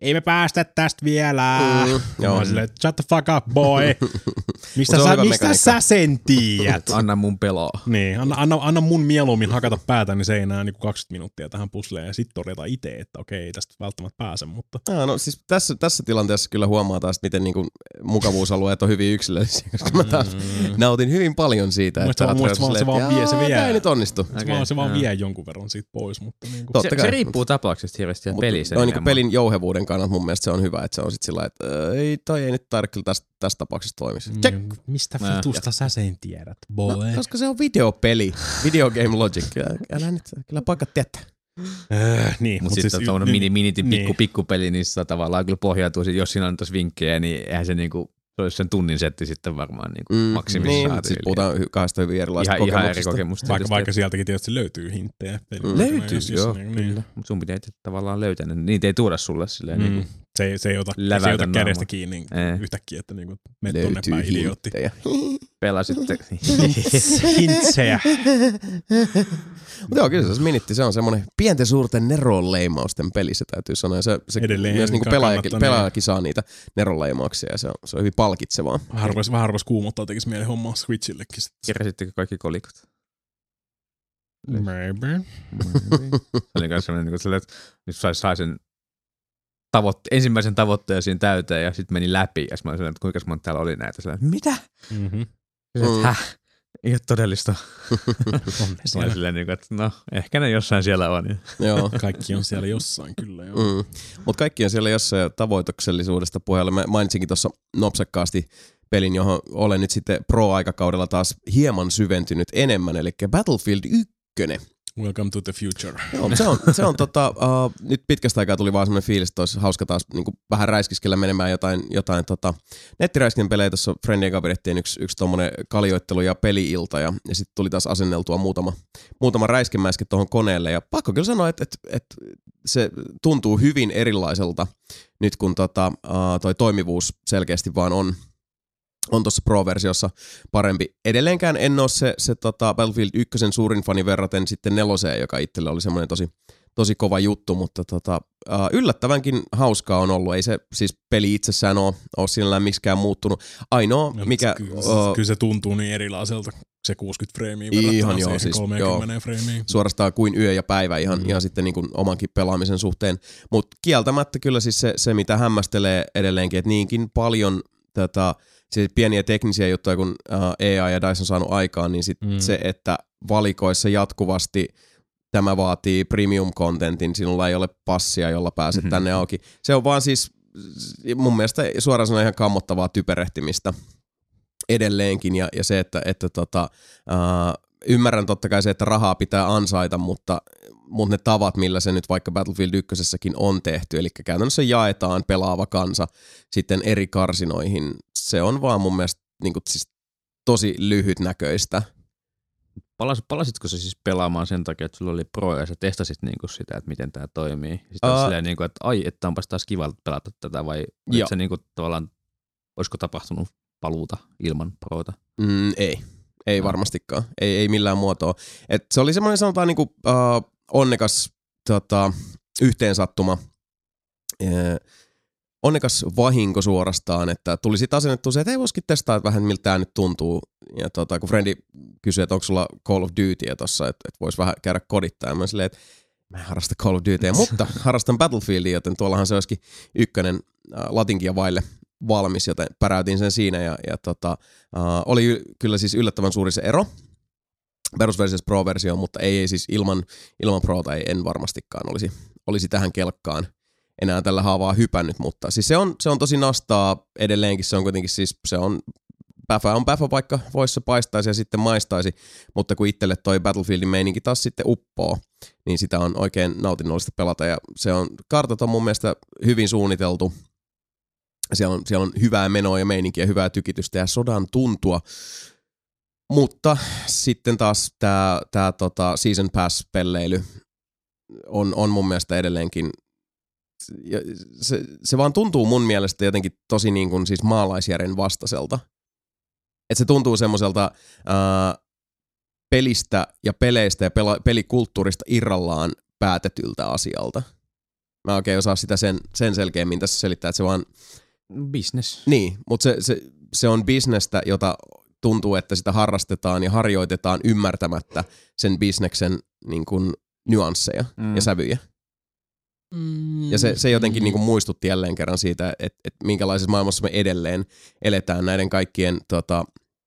ei me päästä tästä vielä. Mm, joo. Mä silleen, shut the fuck up, boy. Mistä, sä, mistä sä sen tiedät? Anna mun pelaa. Niin, anna, anna, anna mun mieluummin hakata päätäni seinään niin kuin kaksikymmentä minuuttia tähän pusleen ja sitten todeta itse, että okei, ei tästä välttämättä pääse. Mutta... Ah, no siis tässä, tässä tilanteessa kyllä huomaa taas, miten niin kuin mukavuusalueet on hyvin yksilöllisiä, koska mä taas mm. nautin hyvin paljon siitä, että että Atreus silleen, että vaan vie, se vie. Tämä ei nyt onnistu. Se, okay. vaan, se vaan vie jonkun verran siitä pois. Mutta niin kuin... se, se riippuu tapauksesta hirveästi ja pelissä. No, niin pelin jouhevuuden kannalta mun mielestä se on hyvä, että se on sitten sillä että ei, toi ei nyt taida kyllä tästä, tästä tapauksesta toimisi. Check! Mm, mistä vitusta sä sen tiedät, boy? No, koska se on videopeli. Video game logic. Älä nyt, kyllä paikat tietää. Äh, niin, mutta sitten siis, on mini, mini, pikku, niin. pikkupeli, niin se tavallaan kyllä pohjautuu, jos siinä on tuossa vinkkejä, niin eihän se niinku, se olisi sen tunnin setti sitten varmaan niinku mm, maksimissaan. Niin, siis puhutaan kahdesta hyvin erilaisista ihan, kokemuksista. Ihan eri kokemusta. Vaikka, vaikka sieltäkin tietysti löytyy hinttejä. Mm. Löytyy, siis, joo. Niin, niin. Mutta sun pitää tavallaan löytää ne. Niitä ei tuoda sulle silleen. Mm. Niinku se, se ei ota, se ei ota kädestä kiinni ei. Yhtäkkiä, että niinku mene tonne päin idiootti. Pelasitte. Hintsejä. Mutta joo, kyllä se minitti. Se on semmoinen pienten suurten neronleimausten peli, se täytyy sanoa. Ja se, se edelleen myös niinku pelaajakin, pelaajakin saa niitä neronleimauksia ja se on, se on hyvin palkitsevaa. Vähän harvoin, vähän harvoin kuumottaa tekisi mieli hommaa Switchillekin. Keräsittekö kaikki kolikot? Maybe. Maybe. Se oli myös sellainen, että nyt sai, sai sen tavoitte- ensimmäisen tavoitteen siinä täyteen ja sitten meni läpi. Ja mä olin sellainen, että kuinka monta täällä oli näitä. Sellainen, mitä? Mm-hmm. Mm. Häh? Ei ole todellista. Mä olin silleen, että no, ehkä ne jossain siellä on. Joo. Kaikki on siellä jossain, kyllä joo. Mm. Mutta kaikki on siellä jossain tavoituksellisuudesta pohjalla. Mä mainitsinkin tuossa nopsakkaasti pelin, johon olen nyt sitten pro-aikakaudella taas hieman syventynyt enemmän, eli Battlefield yksi. Welcome to the future. Joo, se on, se on tota, uh, nyt pitkästä aikaa tuli vaan semmoinen fiilis, että olisi hauska taas niin kuin vähän räiskiskellä menemään jotain, jotain tota, nettiräiskin pelejä. Tuossa Friendien kanssa pidettiin yksi, yksi tommonen kaljoittelu ja peli-ilta ja, ja sitten tuli taas asenneltua muutama, muutama räiskemäisken tuohon koneelle. Ja pakko kyllä sanoa, että, että, että se tuntuu hyvin erilaiselta nyt kun tota, uh, toi toimivuus selkeästi vaan on. On tuossa Pro-versiossa parempi. Edelleenkään en ole se, se tota Battlefield yksi suurin fani verraten sitten neloseen, joka itselle oli semmoinen tosi, tosi kova juttu, mutta tota, uh, yllättävänkin hauskaa on ollut. Ei se siis peli itsessään ole, ole sinällään miksikään muuttunut. Ainoa, no, mikä... Kyllä, uh, kyllä se tuntuu niin erilaiselta, se kuusikymmentä freimiä verrattuna ihan joo, siihen siis, kolmekymmentä joo, freimiä. suorastaan kuin yö ja päivä ihan, mm. ihan sitten niin kuin omankin pelaamisen suhteen. Mutta kieltämättä kyllä siis se, se, mitä hämmästelee edelleenkin, että niinkin paljon tätä... Siis pieniä teknisiä juttuja, kun A I ja D I C E on saanut aikaan, niin sit mm. se, että valikoissa jatkuvasti tämä vaatii premium-contentin, sinulla ei ole passia, jolla pääset mm-hmm. tänne auki. Se on vaan siis mun mielestä suoraan sanoen ihan kammottavaa typerehtimistä edelleenkin, ja, ja se, että, että tota, äh, ymmärrän totta kai se, että rahaa pitää ansaita, mutta, mutta ne tavat, millä se nyt vaikka Battlefield ykkösessäkin on tehty, eli käytännössä jaetaan pelaava kansa sitten eri karsinoihin, se on vaan mun mielestä niin kuin, siis tosi lyhytnäköistä. Palas, palasitko sä siis pelaamaan sen takia, että sulla oli pro ja sä testasit niin kuin sitä, että miten tää toimii? Sitten uh, silleen, niin kuin, että ai, että onpas taas kiva pelata tätä, vai että se niin kuin, tavallaan, olisiko tapahtunut paluuta ilman proota? Mm, ei. Ei no. varmastikaan. Ei, ei millään muotoa. Et se oli semmoinen sanotaan niin kuin, uh, onnekas tota, yhteensattuma. Yeah. Onnekas vahinko suorastaan, että tuli sitten asennettua se, että ei voisikin testaa että vähän miltä tämä nyt tuntuu. Ja tota, kun Frendi kysyi, että onko sulla Call of Dutyä tossa, että, että voisi vähän käydä kodittaa. Ja mä silleen, että mä en harrasta Call of Dutyä, mutta harrastan Battlefieldia, joten tuollahan se olisikin ykkönen äh, latinkia vaille valmis, joten päräytin sen siinä. Ja, ja tota, äh, oli kyllä siis yllättävän suuri se ero perusversiossa Pro-versioon, mutta ei, ei siis ilman, ilman Prota ei en varmastikaan olisi, olisi tähän kelkkaan enää tällä haavaa hypännyt, mutta siis se on, se on tosi nastaa edelleenkin, se on kuitenkin siis, se on, päfä on päfä, vaikka voisi se paistaisi ja sitten maistaisi, mutta kun itselle toi Battlefieldin meininki taas sitten uppoo, niin sitä on oikein nautinnollista pelata ja se on, kartat on mun mielestä hyvin suunniteltu, siellä on, siellä on hyvää menoa ja meininkiä, hyvää tykitystä ja sodan tuntua, mutta sitten taas tää, tää tota Season Pass-pelleily on, on mun mielestä edelleenkin ja se, se vaan tuntuu mun mielestä jotenkin tosi niin kuin siis maalaisjärjen vastaiselta. Että se tuntuu semmoiselta ää, pelistä ja peleistä ja pela, pelikulttuurista irrallaan päätetyltä asialta. Mä oikein osaa sitä sen, sen selkeämmin tässä selittää, että se vaan... Business. Niin, mutta se, se, se on bisnestä, jota tuntuu, että sitä harrastetaan ja harjoitetaan ymmärtämättä sen bisneksen niin kuin, nyansseja mm. ja sävyjä. Mm. Ja se, se jotenkin niin kuin muistutti jälleen kerran siitä, että, että minkälaisessa maailmassa me edelleen eletään näiden kaikkien tota,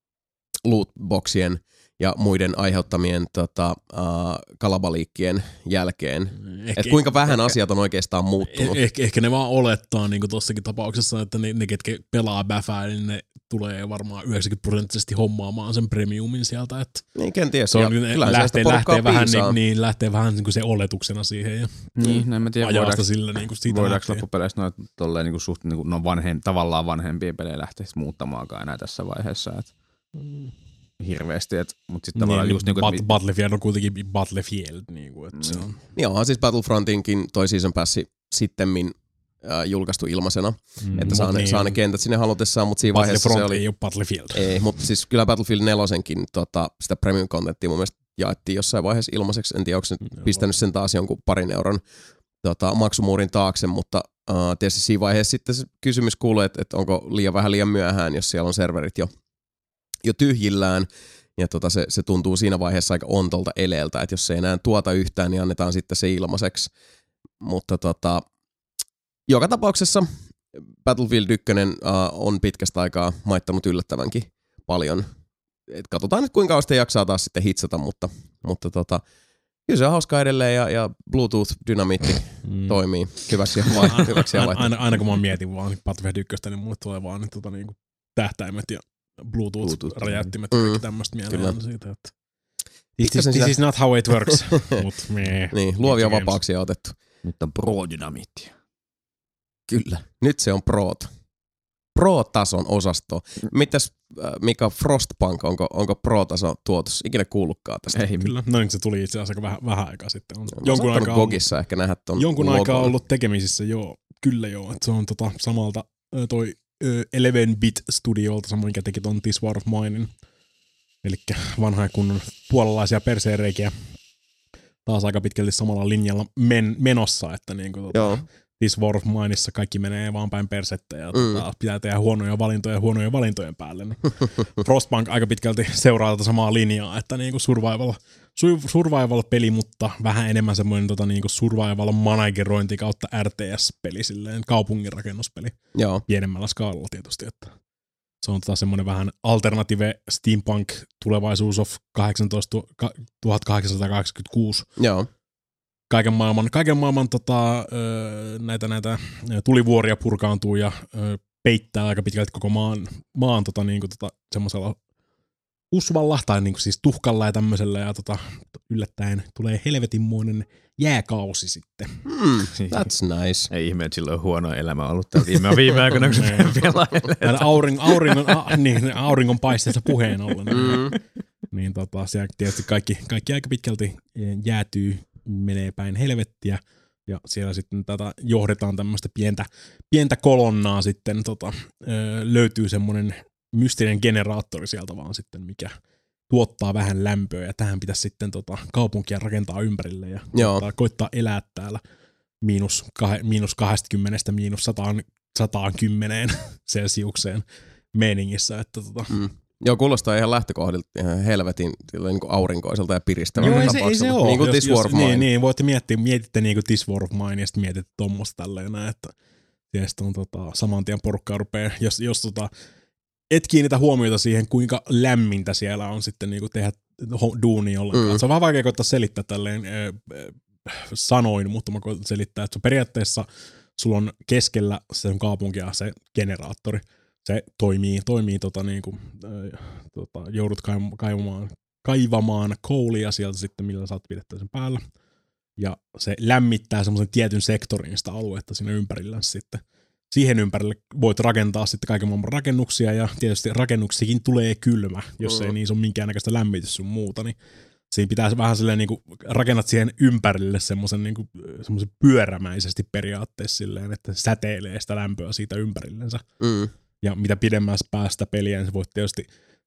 lootboxien ja muiden aiheuttamien tota, uh, kalabaliikkien jälkeen. Että kuinka vähän ehkä, asiat on oikeastaan muuttunut. Ehkä, ehkä ne vaan olettaa niin kuin tossakin tapauksessa, että ne, ne ketkä pelaa bäfää, niin ne tulee varmaan yhdeksänkymmentä prosenttisesti hommaamaan sen premiumin sieltä. Että niin, kenties. Se on, lähtee, lähtee, vähän, niin, niin, lähtee vähän niin kuin se oletuksena siihen. Ja niin, en mä tiedä, voidaanko, sillä, niin kuin siitä voidaanko loppupeleissä noita tolleen, niin kuin suht, niin kuin, no vanhem, tavallaan vanhempia pelejä lähteä muuttamaankaan enää tässä vaiheessa. Että mm. hirveästi, että mut sitten niin, tavallaan just niinku Bat- Battlefield on kuitenkin Battlefield niinku, että mm. se on. Niin onhan siis Battlefrontinkin toi season passi sittemmin äh, julkaistu ilmaisena, mm, että saa ne, niin, saa ne kentät sinne halutessaan, mutta siinä vaiheessa se oli... ei ole Battlefield. Ei, mutta siis kyllä Battlefield nelosenkin tota, sitä premium contenttia mun mielestä jaettiin jossain vaiheessa ilmaiseksi, en tiedä onko se no, pistänyt sen taas jonkun parin euron tota, maksumuurin taakse, mutta äh, tietysti siinä vaiheessa sitten se kysymys kuuluu, että, että onko liian vähän liian myöhään, jos siellä on serverit jo jo tyhjillään, ja tota se, se tuntuu siinä vaiheessa aika ontolta eleeltä, että jos se ei enää tuota yhtään, niin annetaan sitten se ilmaiseksi. Mutta tota, joka tapauksessa Battlefield yksi uh, on pitkästä aikaa maittanut yllättävänkin paljon. Et katsotaan nyt kuinka kauan sitä jaksaa taas sitten hitsata, mutta, mutta tota, kyllä se on hauskaa edelleen, ja, ja Bluetooth-dynamiitti mm. toimii hyväksi ja hyväksi ja aina, aina kun mä mietin vaan Battlefield yksi, niin mulle tulee vaan niin, tota, niin kuin tähtäimet ja Bluetooth-räjäyttimet ja kaikki tämmöistä mieleen siitä, että this is, this is not how it works. Mut meh. Niin, luovia vapauksia on otettu. Nyt on pro-dynamiittia. Kyllä, nyt se on proota. Pro-tason osasto. Mitäs Mika Frostpunk, onko, onko pro-taso tuotos? Ikinä kuullutkaan tästä. Ei, kyllä. No niin, se tuli itse asiassa vähän, vähän aikaa sitten. On jonkun aikaa Gogissa ehkä nähdä ton Jonkun logon. aikaa ollut tekemisissä, joo. Kyllä joo. Että se on tota, samalta toi eleven bit Studiolta, samoin mikä teki ton This War of Minein. Elikkä vanhaa kunnon puolalaisia perseenreikiä taas aika pitkälti samalla linjalla men, menossa, että niinku tota, This War of Mineissa kaikki menee vaan päin persettä ja mm. tota, pitää tehdä huonoja valintoja huonojen valintojen päälle. Niin Frostpunk aika pitkälti seuraa tätä samaa linjaa, että niinku survival, survival-peli, mutta vähän enemmän semmoinen tota, niinku survival-managerointi kautta R T S-peli, silleen kaupunginrakennuspeli. Joo. Pienemmällä skaalalla tietysti, että se on tota semmoinen vähän alternative steampunk tulevaisuus of tuhatkahdeksansataakahdeksankymmentäkuusi. Joo. Kaiken maailman, kaiken maailman tota, näitä, näitä tulivuoria purkaantuu ja peittää aika pitkälti koko maan, maan tota, niinku, tota, semmoisella usvalla tai niinku, siis tuhkalla ja tämmöisellä ja tota, yllättäen tulee helvetinmoinen jääkausi sitten. Mm, that's nice. Ei ihme, että sillä on huono elämä ollut täällä viime, viime aikoina, kun se pelaa. Auring, auringon, a, niin, auringon paisteessa puheen ollen. Mm. Niin tota, siellä tietysti kaikki, kaikki aika pitkälti jäätyy, menee päin helvettiä. Ja siellä sitten tätä johdetaan tämmöistä pientä, pientä kolonnaa sitten. Tota, löytyy semmoinen mystinen generaattori sieltä vaan sitten, mikä tuottaa vähän lämpöä, ja tähän pitäisi sitten tota, kaupunkia rakentaa ympärille ja koittaa, koittaa elää täällä miinus, kah, miinus kaksikymmentä miinus sata kymmenen celsiukseen meiningissä. Että, tota. mm. Joo, kuulostaa ihan lähtökohdilta ihan helvetin niin kuin aurinkoiselta ja piristävältä Joo, ei se, ei se ole. Niin kuin This War of Mine. Niin, niin, voitte miettiä, mietitte niin kuin This War of Mine ja sitten mietitte tuommoista tälleen näin, että sitten on tota, saman tien porukkaa rupeaa, jos, jos tota, et kiinnitä huomiota siihen, kuinka lämmintä siellä on sitten niinku tehdä duunia ollenkaan. Mm. Se on vähän vaikea koittaa selittää tälleen äh, sanoin, mutta mä koitan selittää, että periaatteessa sulla on keskellä sen kaupunkia se generaattori. Se toimii, toimii tota niinku, äh, tota, joudut kaivamaan, kaivamaan koulia sieltä sitten, millä saat pidettyä sen päällä. Ja se lämmittää semmoisen tietyn sektorin sitä aluetta siinä ympärillä sitten. Siihen ympärille voit rakentaa sitten kaiken maailman rakennuksia, ja tietysti rakennuksikin tulee kylmä, jos mm. ei niissä ole minkäännäköistä lämmitys sun muuta, niin siinä pitää vähän silleen niin kuin rakennat siihen ympärille semmoisen niin kuin, semmoisen pyörämäisesti periaatteessa silleen, että säteilee sitä lämpöä siitä ympärillensä. Mm. Ja mitä pidemmässä päästä peliä, niin sä voit tietysti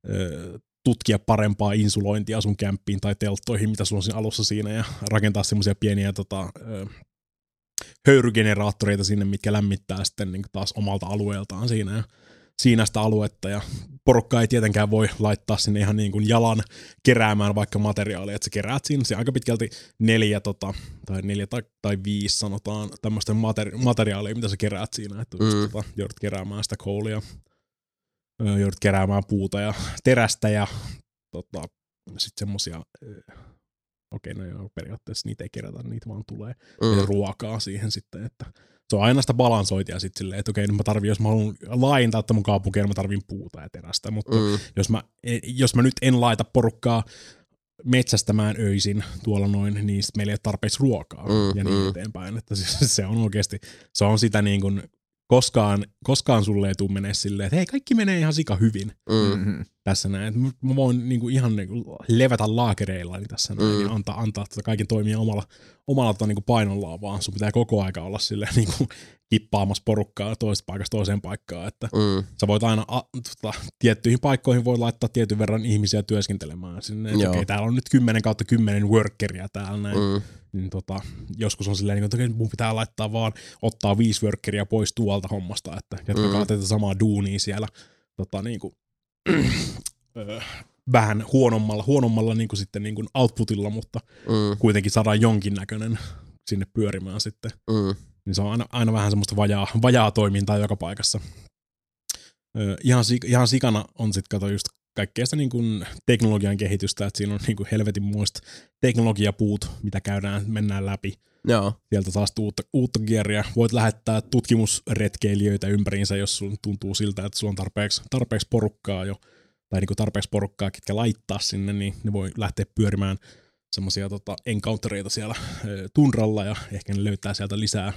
ö, tutkia parempaa insulointia sun kämppiin tai telttoihin, mitä sulla on siinä alussa siinä, ja rakentaa semmoisia pieniä tota, ö, höyrygeneraattoreita sinne, mitkä lämmittää sitten niin taas omalta alueeltaan siinä ja siinä sitä aluetta, ja porukka ei tietenkään voi laittaa sinne ihan niin kuin jalan keräämään vaikka materiaalia, että sä keräät siinä se aika pitkälti neljä, tota, tai neljä tai, tai viisi sanotaan tämmöistä materi- materiaalia, mitä sä keräät siinä, että mm. tota, joudut keräämään sitä koulia, joudut keräämään puuta ja terästä ja tota, sitten semmosia, okei, no joo, periaatteessa niitä ei kerätä, niitä vaan tulee mm. ruokaa siihen sitten, että se on aina sitä balansoitia sitten silleen, että okei, nyt mä tarvin, jos mä haluan laajentaa tämän kaupunkia, niin mä tarvin puuta ja terästä, mutta mm. jos, mä, jos mä nyt en laita porukkaa metsästämään öisin tuolla noin, niin meillä ei ole tarpeeksi ruokaa mm. ja niin mm. eteenpäin, että se on oikeasti, se on sitä niin kuin, koskaan, koskaan sulle ei tule menee silleen, että hei, kaikki menee ihan sika hyvin mm-hmm. tässä näin, että mä voin niin kuin ihan niin kuin levätä laakereillani tässä näin mm. ja antaa, antaa tätä kaiken toimia omalla, omalla tota, niin kuin painollaan, vaan sun pitää koko aika olla silleen niin kuin kippaamassa porukkaa toisesta paikasta toiseen paikkaan, että mm. sä voit aina a, tota, tiettyihin paikkoihin voi laittaa tietyn verran ihmisiä työskentelemään sinne, että okei, täällä on nyt kymmenen kautta kymmenen workeria täällä näin, mm. niin tota, joskus on silleen, että okei, mun pitää laittaa vaan, ottaa viisi workeria pois tuolta hommasta, että jatkakaa mm. tätä samaa duunia siellä tota, niin kuin, vähän huonommalla, huonommalla niin kuin sitten niin kuin outputilla, mutta mm. kuitenkin saadaan jonkinnäköinen sinne pyörimään sitten. Mm. Niin se on aina, aina vähän semmoista vajaa, vajaa toimintaa joka paikassa. Ö, ihan, ihan sikana on sitten kato just kaikkea sitä niin kuin teknologian kehitystä, että siinä on niin kuin helvetin muista teknologiapuut, mitä käydään, mennään läpi. Joo. Sieltä taas uutta, uutta gearia. Voit lähettää tutkimusretkeilijöitä ympäriinsä, jos sun tuntuu siltä, että sulla on tarpeeksi, tarpeeksi porukkaa jo, tai niin kuin tarpeeksi porukkaa, ketkä laittaa sinne, niin ne voi lähteä pyörimään semmoisia tota, encountereita siellä ö, tunralla, ja ehkä ne löytää sieltä lisää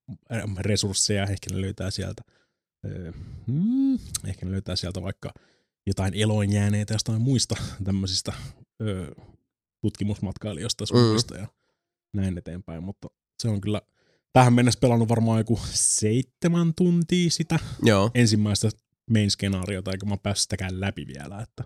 resursseja, ehkä ne löytää sieltä ö, hmm, ehkä ne löytää sieltä vaikka jotain eloin jääneitä jostain muista tämmöisistä ö, tutkimusmatkailijoista sun muista, mm. ja näin eteenpäin, mutta se on kyllä tähän mennessä pelannut varmaan joku seitsemän tuntia sitä Joo. ensimmäistä main-skenaariota, eikä mä oon päässyt sitäkään läpi vielä, että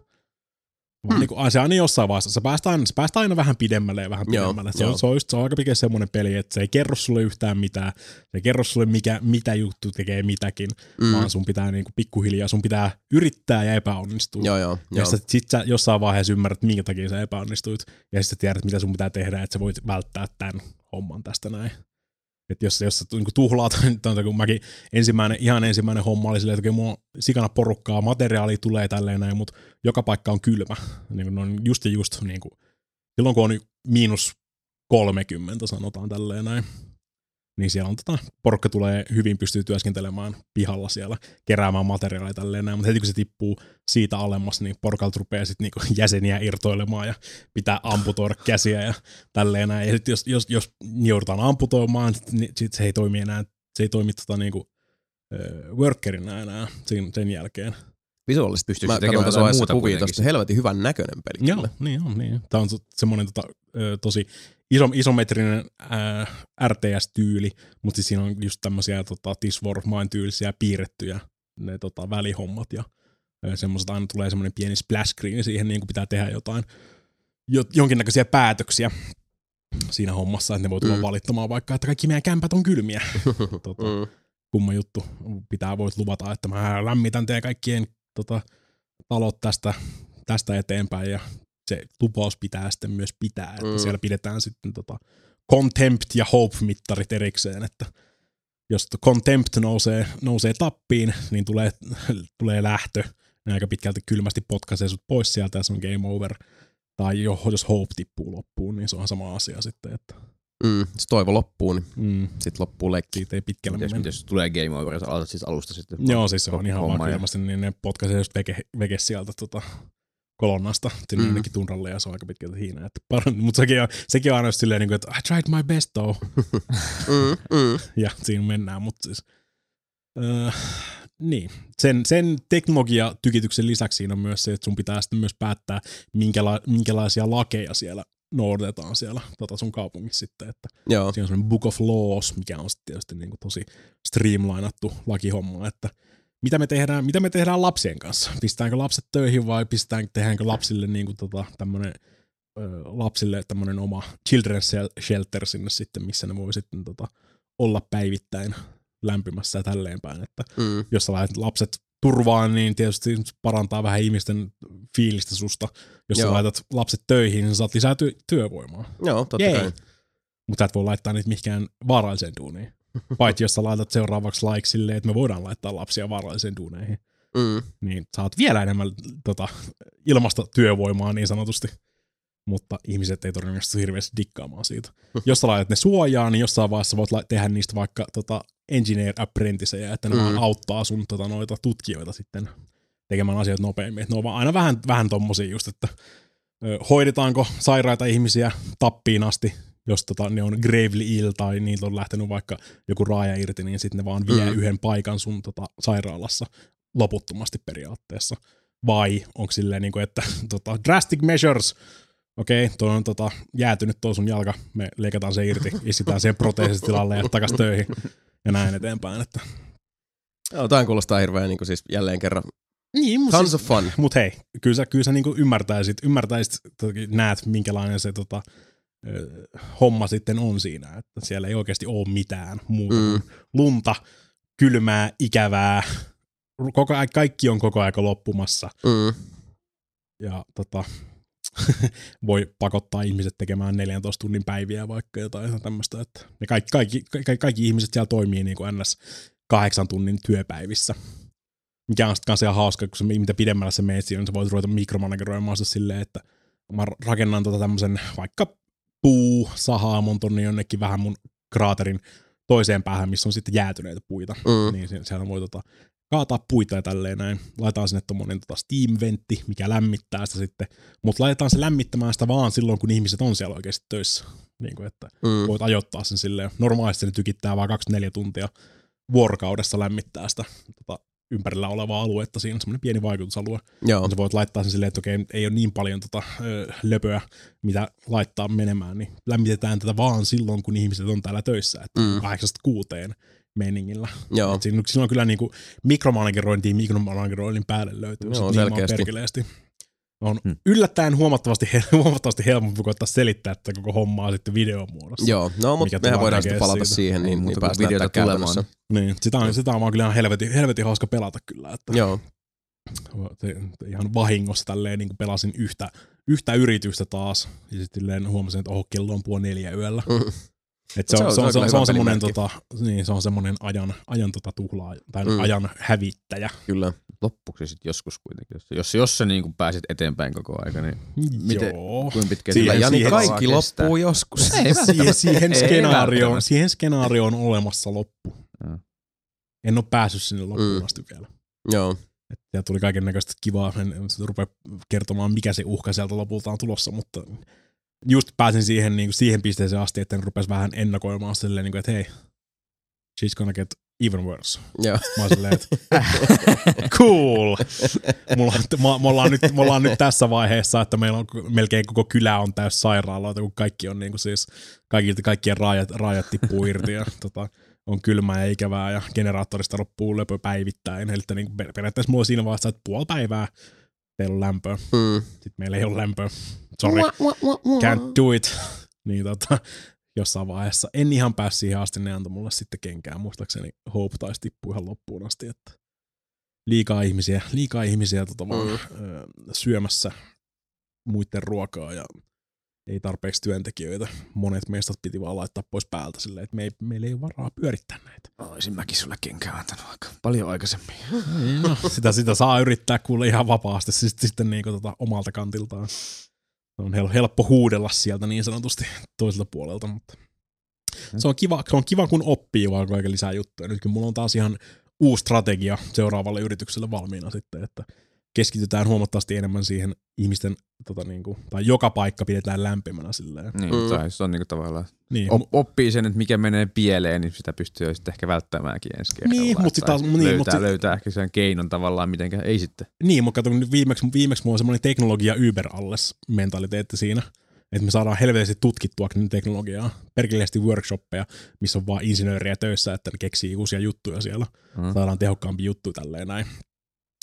hmm. niin kuin, se aina jossain vaiheessa, se päästään aina, se päästään aina vähän pidemmälle ja vähän pidemmälle, se on, se, on just, se on aika pitkä semmoinen peli, että se ei kerro sulle yhtään mitään, se ei kerro sulle mikä, mitä juttu tekee mitäkin, mm. vaan sun pitää niin kuin pikkuhiljaa, sun pitää yrittää ja epäonnistua, joo, joo, ja sitten sit sä jossain vaiheessa ymmärrät, minkä takia sä epäonnistuit, ja sitten tiedät, mitä sun pitää tehdä, että sä voit välttää tämän homman tästä näin. Että jos, jos sä niin tuhlaat, kun mäkin ensimmäinen, ihan ensimmäinen homma oli silleen, että mulla on sikana porukkaa, materiaalia tulee tälleen näin, mutta joka paikka on kylmä. Niin kuin on just ja just, niin kuin, silloin kun on miinus kolmekymmentä sanotaan tälleen näin, niin siellä on tota, porukka tulee hyvin, pystyy työskentelemään pihalla siellä, keräämään materiaalia tälleen näin, mutta heti kun se tippuu siitä alemmas, niin porukalta rupeaa sitten niinku jäseniä irtoilemaan ja pitää amputoida käsiä ja tälleen näin. Ja sitten jos, jos, jos joudutaan amputoimaan, niin sit se ei toimi enää, se ei toimi tota niinku uh, workerina enää sen, sen jälkeen. Visuaalisesti pystyy tekemään jotain muuta kuvia tosta helvetin hyvän näköinen peli. Joo, niin on, niin. Tämä on semmoinen tota, tosi iso, isometrinen ää, R T S-tyyli, mutta siis siinä on just tämmöisiä tota, This War of Mine-tyylisiä piirrettyjä ne tota, välihommat ja semmoiset aina tulee semmoinen pieni splash screen siihen niin kuin pitää tehdä jotain, jo, jonkinnäköisiä päätöksiä siinä hommassa, että ne voi tulla mm. valittamaan vaikka, että kaikki meidän kämpät on kylmiä. tota, mm. Kumma juttu. Pitää voit luvata, että mä lämmitän teidän kaikkien tota, talot tästä, tästä eteenpäin ja se lupaus pitää sitten myös pitää, että mm. siellä pidetään sitten tota contempt ja hope-mittarit erikseen, että jos contempt nousee, nousee tappiin, niin tulee, tulee lähtö, niin aika pitkälti kylmästi potkaisee sut pois sieltä ja se on game over, tai jos hope tippuu loppuun, niin se on sama asia sitten, että Mm, se toivo loppuu, niin mm. sitten loppuu leikki. Siitä ei pitkällä mennä. Jos tulee game over, jos aloitat siis alusta sitten. Joo, siis se on ihan vaan kylmästi, niin ne potkaisee just veke, veke sieltä tota kolonnasta sinne mm. jonnekin tunralle ja se on aika pitkältä hiinä. Mutta sekin on, sekin on aina just silleen, että I tried my best though. mm, mm. Ja siinä mennään, mutta siis uh, niin. Sen, sen teknologiatykityksen lisäksi siinä on myös se, että sun pitää sitten myös päättää, minkäla- minkälaisia lakeja siellä noudatetaan siellä tota sun kaupungissa sitten, että Joo. siinä on semmoinen Book of Laws, mikä on sitten tietysti niin kuin tosi streamlinattu lakihomma, että mitä me tehdään, mitä me tehdään lapsien kanssa? Pistetäänkö lapset töihin vai pistetäänkö, tehdäänkö lapsille niin kuin tota, tämmönen, ö, lapsille tämmöinen oma children's shelter sinne sitten, missä ne voi sitten tota, olla päivittäin lämpimässä ja tälleen päin, että Mm. jos sä laitat lapset turvaan, niin tietysti parantaa vähän ihmisten fiilistä susta. Jos Joo. sä laitat lapset töihin, niin saat lisää ty- työvoimaa. Joo, totta Jei. kai. Mutta et voi laittaa niitä mihinkään vaaralliseen duuniin. Paitsi jos sä laitat seuraavaksi like silleen, että me voidaan laittaa lapsia vaarallisiin duuneihin, Mm. niin saat vielä enemmän tota, ilmasta työvoimaa niin sanotusti. Mutta ihmiset ei todennäköisesti hirveästi dikkaamaan siitä. Jos sä laitat ne suojaan, niin jossain vaiheessa voit la- tehdä niistä vaikka tota, engineer apprenticeja, että ne Mm. vaan auttaa sun tota, noita tutkijoita sitten tekemään asioita nopeammin. Et ne on vaan aina vähän, vähän tommosia just, että ö, hoidetaanko sairaita ihmisiä tappiin asti, jos tota, ne on gravely ill tai niiltä on lähtenyt vaikka joku raaja irti, niin sitten ne vaan vie Mm. yhden paikan sun tota, sairaalassa loputtomasti periaatteessa. Vai onko silleen, niin kuin, että tota, drastic measures, okei, okay, tuo on tota, jäätynyt tuo sun jalka, me leikataan se irti, istitään siihen proteesitilalle ja takas töihin ja näin eteenpäin. Että. Joo, tämä kuulostaa hirveän niin kuin siis jälleen kerran. Niin, mut Tons siis, of fun. Mut hei, kyllä sä, kyllä sä niinku ymmärtäisit, ymmärtäisit, toki näet minkälainen se tota, ö, homma sitten on siinä, että siellä ei oikeasti ole mitään muuta Mm. kuin lunta, kylmää, ikävää, koko, ajan- kaikki on koko ajan loppumassa Mm. ja tota, voi pakottaa ihmiset tekemään neljäntoista tunnin päiviä vaikka jotain tämmöistä, että ne kaikki, kaikki, kaikki, kaikki ihmiset siellä toimii niin kuin ns. kahdeksan tunnin työpäivissä. Mikä on sitten kanssa ihan hauska, kun se, mitä pidemmällä se meet siinä, niin sä voit ruveta mikromanageroimaan sitä silleen, että mä rakennan tota tämmöisen vaikka puu, sahaamon tonne jonnekin vähän mun kraaterin toiseen päähän, missä on sitten jäätyneitä puita. Mm. Niin sie- siellä voi tota, kaataa puita ja tälleen näin. Laitetaan sinne tommonen tota steam-ventti, mikä lämmittää sitä sitten. Mutta laitetaan se lämmittämään sitä vaan silloin, kun ihmiset on siellä oikeasti töissä. Niin kuin, että Mm. voit ajoittaa sen silleen. Normaalisti se tykittää vaan kaksikymmentäneljä tuntia vuorokaudessa lämmittää sitä tota, ympärillä olevaa aluetta. Siinä on semmoinen pieni vaikutusalue. Joo. Sä voit laittaa sen silleen, että okei, ei ole niin paljon tota, ö, löpöä, mitä laittaa menemään, niin lämmitetään tätä vaan silloin, kun ihmiset on täällä töissä, että Mm. kahdeksasta kuuteen meiningillä. Joo. Et siinä, silloin kyllä niinku mikromanagerointiin mikromanageroinnin päälle löytyy. Joo, sit niin selkeästi. perkeleesti. On Hmm. yllättäen huomattavasti, huomattavasti helpompi koittaa selittää tätä koko hommaa sitten videomuodossa. Joo, no mutta Mikä mehän tullaan voidaan sitten tekemään palata siitä. siihen, Ei niin, niin muuta kuin päästään videota tätä tulemaan. käytännössä. Niin, sitä on, sitä on vaan kyllä ihan helvetin, helvetin hauska pelata kyllä. Että Joo. te, te ihan vahingossa tälleen niin pelasin yhtä, yhtä yritystä taas. Ja sitten huomasin, että oho, kello on puoli neljä yöllä. Mm. Et se, on, se, on, se, on, kyllä se, on hyvä semmoinen, pelimerkki. tota, niin, se on semmoinen ajan, ajan tota tuhlaa, tai Mm. ajan hävittäjä. Kyllä. Loppuksi sitten joskus kuitenkin. Jos, jos, jos sä niin pääsit eteenpäin koko aika, niin miten, Joo. kuinka pitkä Siihen- sillä Jani, siihen- kaikki kestää? loppuu joskus. Ei siihen, siihen, Ei skenaarioon, välttämättä. siihen skenaarioon on olemassa loppu. Joo. En ole päässyt sinne loppuun Mm. asti vielä. Joo. Et siellä tuli kaiken näköistä kivaa, en, en sit rupea kertomaan mikä se uhka sieltä lopulta on tulossa, mutta just pääsin siihen, niin kuin siihen pisteeseen asti, että en rupesi vähän ennakoimaan silleen, niin kuin, että hei, she's gonna get even worse. Joo. Mä oon silleen, että cool. Mulla on, me, ollaan nyt, me ollaan nyt tässä vaiheessa, että meillä on melkein koko kylä on täys sairaaloita, kun kaikki on niin kuin siis, kaikilta, kaikkien raajat, raajat tippuu irti ja tota, on kylmää ja ikävää ja generaattorista loppuu löpö päivittäin. Eli niin kuin periaatteessa mulla on siinä vaiheessa, että puoli päivää teillä on lämpöä. Mm. Sitten meillä ei ole lämpöä. Sorry, can't do it. Niin tota, jossain vaiheessa. En ihan päässyt siihen asti, ne antoi mulle sitten kenkään. Muistaakseni Hope taisi tippua ihan loppuun asti, että liikaa ihmisiä, liikaa ihmisiä tota vaan, Mm. ö, syömässä muiden ruokaa ja ei tarpeeksi työntekijöitä. Monet meistä piti vaan laittaa pois päältä silleen, että me ei, meillä ei ole varaa pyörittää näitä. Olisin mäkin sulle kenkään antanut aika paljon aikaisemmin. No, sitä, sitä saa yrittää kuule ihan vapaasti siis sitten niin tota, omalta kantiltaan. On hel- helppo huudella sieltä niin sanotusti toiselta puolelta, mutta se on kiva, se on kiva kun oppii vaan kaiken lisää juttuja. Nyt kun mulla on taas ihan uusi strategia seuraavalle yritykselle valmiina sitten, että keskitytään huomattavasti enemmän siihen ihmisten, tota, niin kuin, tai joka paikka pidetään lämpimänä silleen. Niin, Mm. tai se on niinku tavallaan, Niin, op, oppii sen, että mikä menee pieleen, niin sitä pystyy jo sitten ehkä välttämäänkin ensi kerralla. Niin, mut että sit taas- tai niin, löytää, mut sit- löytää ehkä sen keinon tavallaan, mitenkä ei sitten. Niin, mutta kato, nyt viimeksi, viimeksi mulla on semmoinen teknologia Uber alles mentaliteetti siinä, että me saadaan helveästi tutkittua teknologiaa, perkeleesti workshoppeja, missä on vaan insinööriä töissä, että ne keksii uusia juttuja siellä. Mm. Saadaan tehokkaampi juttu tälleen näin.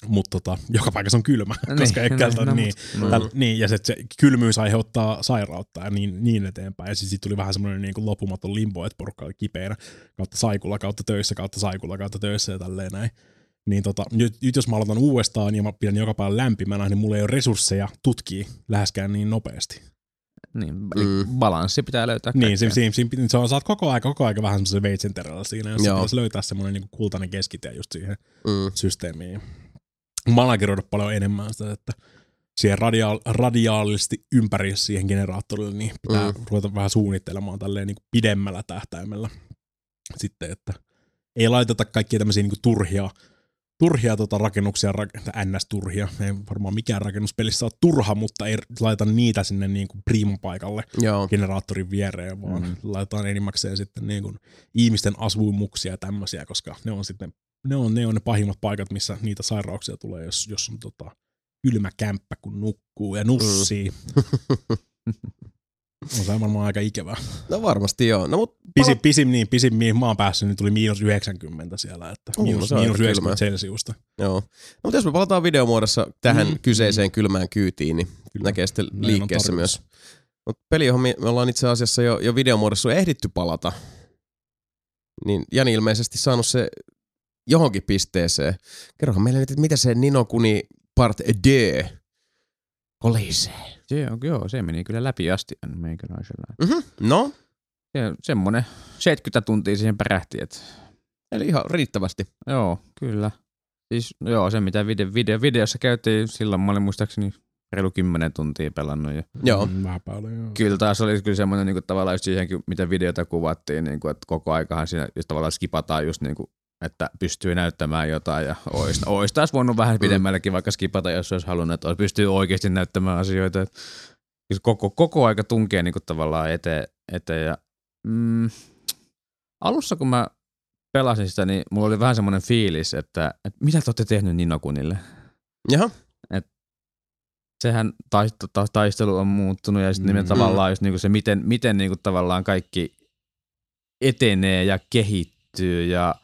Mutta tota, joka paikassa on kylmä, No koska niin, ekkeltä, no, no, niin, mut- täl, niin, ja se, se kylmyys aiheuttaa sairautta ja niin, niin eteenpäin. Ja sitten tuli vähän semmoinen niin kuin lopumaton limbo, että porukka oli kipeänä kautta saikulla, kautta töissä, kautta saikulla, kautta töissä ja tälleen näin. Niin tota, nyt, nyt jos mä aloitan uudestaan ja mä pidän joka päivän lämpimänä, niin mulla ei ole resursseja tutkia läheskään niin nopeasti. Niin, eli Mm. balanssi pitää löytää. Niin, se, kaikkea. se, se, se on, saat koko aika, koko aika vähän semmoisen veitsenterällä siinä, jos Joo. pitäisi löytää semmoinen niin kultainen keskitie just siihen Mm. systeemiin. Manageroida paljon enemmän sitä, että siihen radiaal, radiaalisesti ympäri siihen generaattorille, niin pitää Mm. ruveta vähän suunnittelemaan tälleen niin kuin pidemmällä tähtäimellä. Sitten, että ei laiteta kaikkia tämmöisiä niin kuin turhia, turhia tota rakennuksia, rak- ns-turhia. Ei varmaan mikään rakennuspelissä ole turha, mutta ei laita niitä sinne niin kuin priimun paikalle Joo. generaattorin viereen, vaan Mm. mm. laitetaan enimmäkseen sitten niin kuin ihmisten asuimuksia ja tämmöisiä, koska ne on sitten ne on, ne on ne pahimmat paikat, missä niitä sairauksia tulee, jos, jos on tota, kylmä kämppä, kun nukkuu ja nussii. On se varmaan aika ikävää. No varmasti joo. No, mut Pisin, pisin, niin, pisin mihin mä oon päässyt, niin tuli miinus yhdeksänkymmentä siellä, että Uh, miinus, se on miinus aika yhdeksänkymmentä kylmää. celsiusta. Joo. No, mutta jos me palataan videomuodossa tähän Mm. kyseiseen kylmään kyytiin, niin Kyllä. näkee sitten Näin on liikkeessä tarkoitus. myös. Mutta peli, johon me me ollaan itse asiassa jo, jo videomuodossa ehditty palata, niin Jani ilmeisesti saanut se johonkin pisteeseen. Kerrohan meille nyt, että mitä se Nino Kuni Part D kolisee. Se on, joo, se meni kyllä läpi asti meikäläisellä. Mm-hmm. No, Se, semmonen seitsemänkymmentä tuntia siihen pärähti, että eli ihan riittävästi. joo, kyllä. Siis joo, se mitä video, video, videossa käytiin, silloin mä olin muistaakseni reilu kymmenen tuntia pelannut. Ja Joo. Mm, vähän paljon, joo. kyllä taas oli kyllä semmoinen niin kuin, tavallaan just siihenkin, mitä videota kuvattiin, niin kuin, että koko aikahan siinä just tavallaan skipataan just niin kuin, että pystyy näyttämään jotain ja ois, ois taas voinut vähän pidemmällekin vaikka skipata, jos olisi halunnut, että pystyy oikeasti näyttämään asioita. Että koko, koko aika tunkee niin kuin, tavallaan eteen, eteen ja mm, alussa kun mä pelasin sitä, niin mulla oli vähän semmoinen fiilis, että, että mitä te olette tehnyt Nino Kunille? Jaha. Sehän taist- ta- taistelu on muuttunut ja sitten Mm. tavallaan just niinku se, miten, miten niinku tavallaan kaikki etenee ja kehittyy ja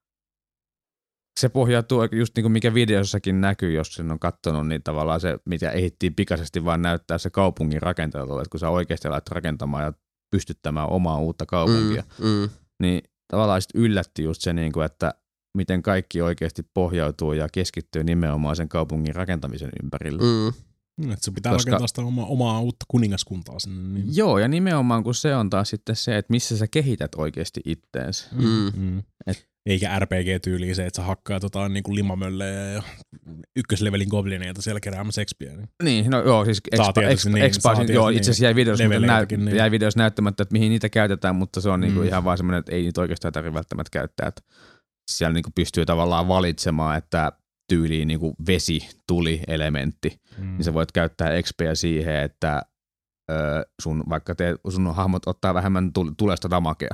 se pohjautuu just niinku mikä videossakin näkyy, jos sen on katsonut, niin tavallaan se, mitä ehittiin pikaisesti vaan näyttää se kaupungin rakentelu, että kun sä oikeasti alat rakentamaan ja pystyttämään omaa uutta kaupunkia, Mm, mm. niin tavallaan sit yllätti just se, niinku, että miten kaikki oikeasti pohjautuu ja keskittyy nimenomaan sen kaupungin rakentamisen ympärille. Mm. Mm, että se pitää Koska- rakentaa sitä omaa, omaa uutta kuningaskuntaa sinne. Niin. Joo, ja nimenomaan kun se on taas sitten se, että missä sä kehität oikeasti itteensä. Mm. Mm. Et- Eikä R P G-tyyliin se, että sä hakkaa tota, niin kuin limamöllejä ja ykköslevelin goblineita siellä keräämässä expiä. Niin. Niin, no joo, siis Saa expa, tietysti expa, niin, expa, saa joo, tietysti itse asiassa jäi videossa, muuten näy, leveleitäkin, niin. jäi videossa näyttämättä, että mihin niitä käytetään, mutta se on niinku Mm. ihan vaan semmoinen, että ei niitä oikeastaan tarvitse välttämättä käyttää. Että siellä niinku pystyy tavallaan valitsemaan, että tyyliin niinku vesi, tuli, elementti, Mm. niin sä voit käyttää expiä siihen, että ö, sun, vaikka te, sun hahmot ottaa vähemmän tul- tulesta damakea.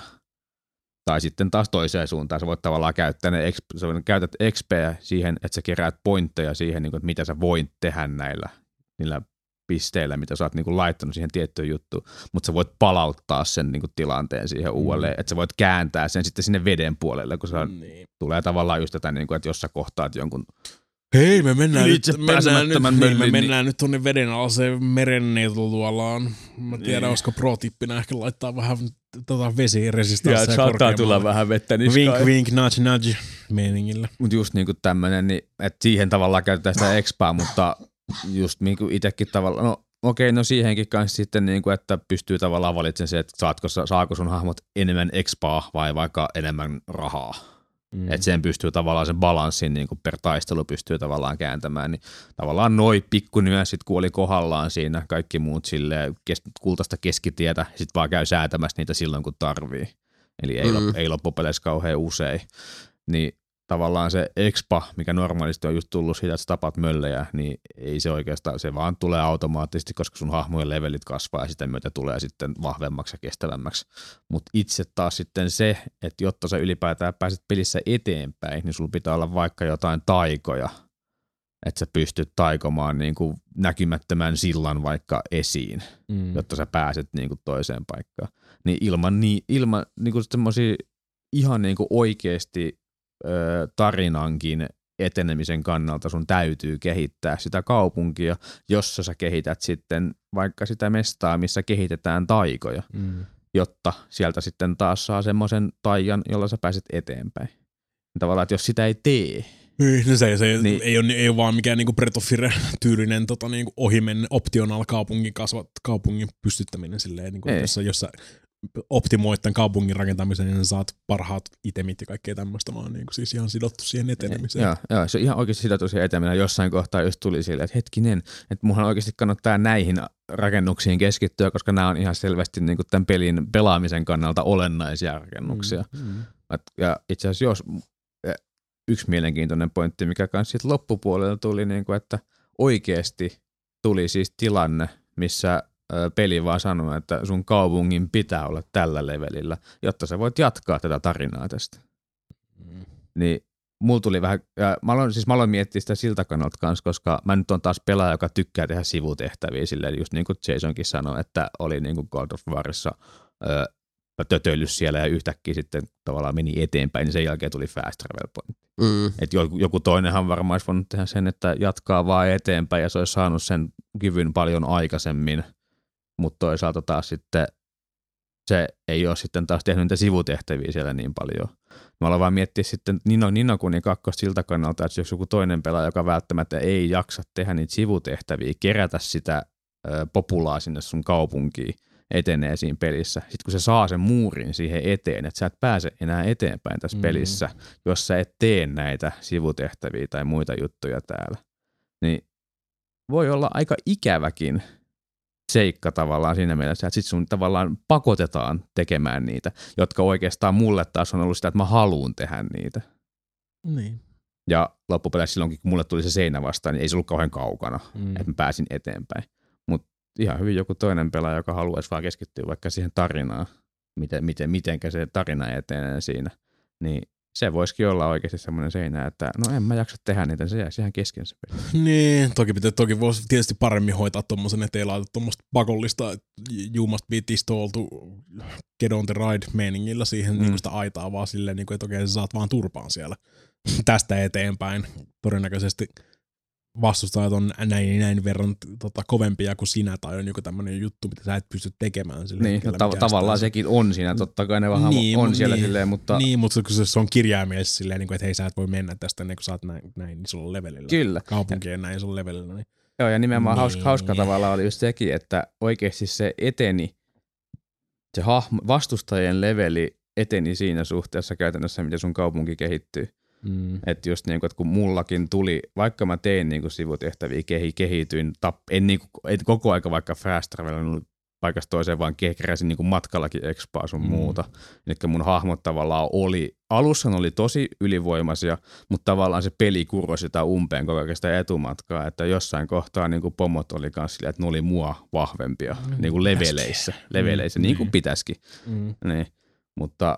Tai sitten taas toiseen suuntaan. Sä voit tavallaan käyttää ne, exp- sä käytät X P:ää siihen, että sä keräät pointteja siihen, niin kuin, että mitä sä voit tehdä näillä niillä pisteillä, mitä sä oot niin kuin laittanut siihen tiettyyn juttuun. Mutta sä voit palauttaa sen niin kuin tilanteen siihen uudelleen, että sä voit kääntää sen sitten sinne veden puolelle, kun se Niin. tulee tavallaan just tätä, niin kuin, että jos sä kohtaat jonkun Hei, me mennään Ylitse nyt, mennään nyt, pääsemättömän niin, me möllin, niin- mennään nyt tuonne veden alaseen merenneito tuolla on. Mä tiedän, Niin. olisiko pro-tippinä ehkä laittaa vähän tota vesiresistanssia korkeammalle. vähän vettä Wink, wink, nudge, nudge meiningillä. Mutta just niinku tämmönen, niin, että siihen tavallaan käytetään sitä expaa, mutta just niinku itsekin tavallaan, no okei, no siihenkin kanssa sitten niinku, että pystyy tavallaan valitsemaan se, että saatko, saako sun hahmot enemmän expaa vai vaikka enemmän rahaa. Mm. Että sen pystyy tavallaan sen balanssin niinku per taistelu pystyy tavallaan kääntämään, niin tavallaan noi pikkunyanssit kun oli kohdallaan siinä, kaikki muut silleen kes, kultaista keskitietä, sit vaan käy säätämässä niitä silloin kun tarvii. Eli ei, Mm. lop, ei loppupeleissä kauhean usein. Niin tavallaan se expa, mikä normaalisti on just tullut siitä, että sä tapat möllejä, niin ei se oikeastaan, se vaan tulee automaattisesti, koska sun hahmojen levelit kasvaa ja sitä myötä tulee sitten vahvemmaksi ja kestävämmäksi. Mutta itse taas sitten se, että jotta sä ylipäätään pääset pelissä eteenpäin, niin sulla pitää olla vaikka jotain taikoja, että sä pystyt taikomaan niin kuin näkymättömän sillan vaikka esiin, Mm. jotta sä pääset niin kuin toiseen paikkaan. Niin ilman, niin, ilman niin kuin semmosia ihan niin kuin oikeasti ö, tarinankin etenemisen kannalta sun täytyy kehittää sitä kaupunkia, jossa sä kehität sitten vaikka sitä mestaa, missä kehitetään taikoja, mm. jotta sieltä sitten taas saa semmoisen taian, jolla sä pääset eteenpäin. Tavallaan, että jos sitä ei tee. Niin, no se, se niin, ei, ole, ei ole vaan mikään niinku Breath of Fire-tyylinen tota, niinku ohimenne optional kaupungin kasvat, kaupungin pystyttäminen silleen, niinku, jossa, jossa optimoit tämän kaupungin rakentamisen, niin saat parhaat itemit ja kaikkea tämmöistä, vaan niin kuin siis ihan sidottu siihen etenemiseen. Joo, joo, se on ihan oikeasti sidottu siihen etenemiseen. Jossain kohtaa just tuli silleen, että hetkinen, että munhan oikeasti kannattaa näihin rakennuksiin keskittyä, koska nämä on ihan selvästi niin kuin tämän pelin pelaamisen kannalta olennaisia rakennuksia. Mm, mm. Ja itse asiassa jos yksi mielenkiintoinen pointti, mikä kanssa sitten loppupuolella tuli, niin kuin, että oikeasti tuli siis tilanne, missä peli vaan sanoo, että sun kaupungin pitää olla tällä levelillä, jotta sä voit jatkaa tätä tarinaa tästä. Mm. Niin mulla tuli vähän, ja mä aloin, siis mä aloin miettiä sitä siltä kannalta kanssa, koska mä nyt on taas pelaaja, joka tykkää tehdä sivutehtäviä silleen, just niin kuin Jasonkin sanoi, että oli niin kuin God of Warissa öö, tötöillyt siellä ja yhtäkkiä sitten tavallaan meni eteenpäin, niin sen jälkeen tuli fast travel point. Mm. Että joku, joku toinenhan varmaan olisi voinut tehdä sen, että jatkaa vaan eteenpäin ja se olisi saanut sen kyvyn paljon aikaisemmin, mutta toisaalta taas sitten se ei ole sitten taas tehnyt niitä sivutehtäviä siellä niin paljon. Mä aloin vaan miettiä sitten Nino Nino Kuni kakkosta siltä kannalta, että jos joku toinen pelaaja, joka välttämättä ei jaksa tehdä niitä sivutehtäviä, kerätä sitä ö, populaa sinne sun kaupunkiin, etenee siinä pelissä. Sitten kun se saa sen muurin siihen eteen, että sä et pääse enää eteenpäin tässä mm. pelissä, jos sä et tee näitä sivutehtäviä tai muita juttuja täällä, niin voi olla aika ikäväkin seikka tavallaan siinä mielessä, että sit sun tavallaan pakotetaan tekemään niitä, jotka oikeastaan mulle taas on ollut sitä, että mä haluun tehdä niitä. Niin. Ja loppupeleissä silloinkin, kun mulle tuli se seinä vastaan, niin ei se ollut kauhean kaukana, mm. että mä pääsin eteenpäin. Mutta ihan hyvin joku toinen pelaaja, joka haluaisi vaan keskittyä vaikka siihen tarinaan, miten, miten, mitenkä se tarina etenee siinä, niin se voisikin olla oikeasti semmoinen seinä, että no en mä jaksa tehdä niitä, se jäisi ihan kesken se peli. Niin, toki, pitää, toki voisi tietysti paremmin hoitaa tommosen, ettei laita tommoista pakollista you must be installed get on the ride -meiningillä siihen mm. niin sitä aitaa vaan silleen, niin kuin, että okei sä saat vaan turpaan siellä tästä eteenpäin. Todennäköisesti vastustajat on näin, näin verran tota, kovempia kuin sinä, tai on joku tämmöinen juttu, mitä sä et pysty tekemään. Sille niin, no, tav- tavallaan sekin on siinä, totta kai ne vähän niin, on siellä niin, silleen, mutta... Niin, mutta kun se on kirjaimellisesti silleen, niin kuin, että hei sä et voi mennä tästä ennen kuin sä oot näin, näin niin sulla on levelillä. Kyllä. Kaupunkien näin sulla on levelillä. Niin. Joo, ja nimenomaan niin. hauska, hauska tavalla oli just sekin, että oikeasti se eteni, se hahmo, vastustajien leveli eteni siinä suhteessa käytännössä, miten sun kaupunki kehittyy. Mm. Että just niin kuin, että kun mullakin tuli, vaikka mä tein niin kuin sivutehtäviä, kehi, kehityin, tap, en, niin kuin, en koko aika vaikka fast travelin paikasta toiseen, vaan keräsin niin kuin matkallakin expaa sun mm. muuta. Eli mun hahmot tavallaan oli, alussa oli tosi ylivoimaisia, mutta tavallaan se peli kuroi sitä umpeen koko ajan sitä etumatkaa, että jossain kohtaa niin kuin pomot oli kanssa silleen, että ne oli mua vahvempia mm. niin kuin leveleissä, leveleissä mm. niin kuin pitäisikin. Mm. Niin. Mutta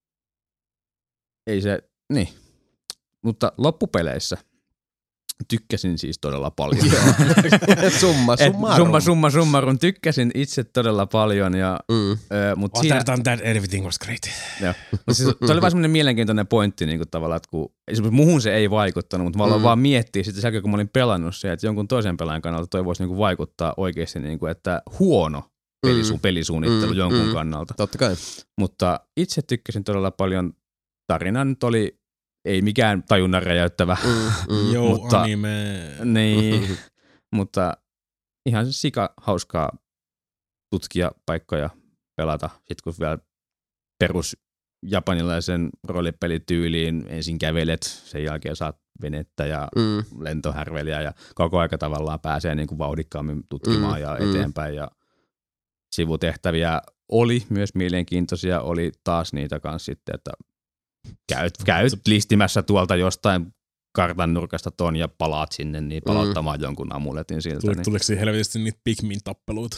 ei se, niin. Mutta loppupeleissä tykkäsin siis todella paljon. summa summarum. Summa summa summarum. Tykkäsin itse todella paljon. Ja, mm. ö, mut oh, siinä, that, that everything was great. Joo. Siis, se oli vaan semmoinen mielenkiintoinen pointti niin kuin tavallaan, että kun, muhun se ei vaikuttanut, mutta mä aloin mm. vaan miettiä sitten sen kun mä olin pelannut se, että jonkun toisen pelaajan kannalta toi voisi niin kuin vaikuttaa oikeasti, niin kuin, että huono pelisu, mm. pelisuunnittelu mm. jonkun mm. kannalta. Totta kai. Mutta itse tykkäsin todella paljon. Tarina nyt oli ei mikään tajunnan räjäyttävä. Mm, mm, Joo, mutta, anime. Niin, mutta ihan sika hauskaa tutkia paikkoja, pelata. Sitten kun vielä perus japanilaisen roolipelityyliin ensin kävelet, sen jälkeen saat venettä ja mm. lentohärveliä ja koko aika tavallaan pääsee niin kuin vauhdikkaammin tutkimaan mm, ja eteenpäin. Mm. Ja sivutehtäviä oli myös mielenkiintoisia, oli taas niitä kanssa sitten, että Käyt, käyt listimässä tuolta jostain kartan nurkasta ton ja palaat sinne, niin palauttamaan mm. jonkun amuletin siltä. Tuli, niin. Tuliko siinä helvetisti niitä Pikmin-tappeluita?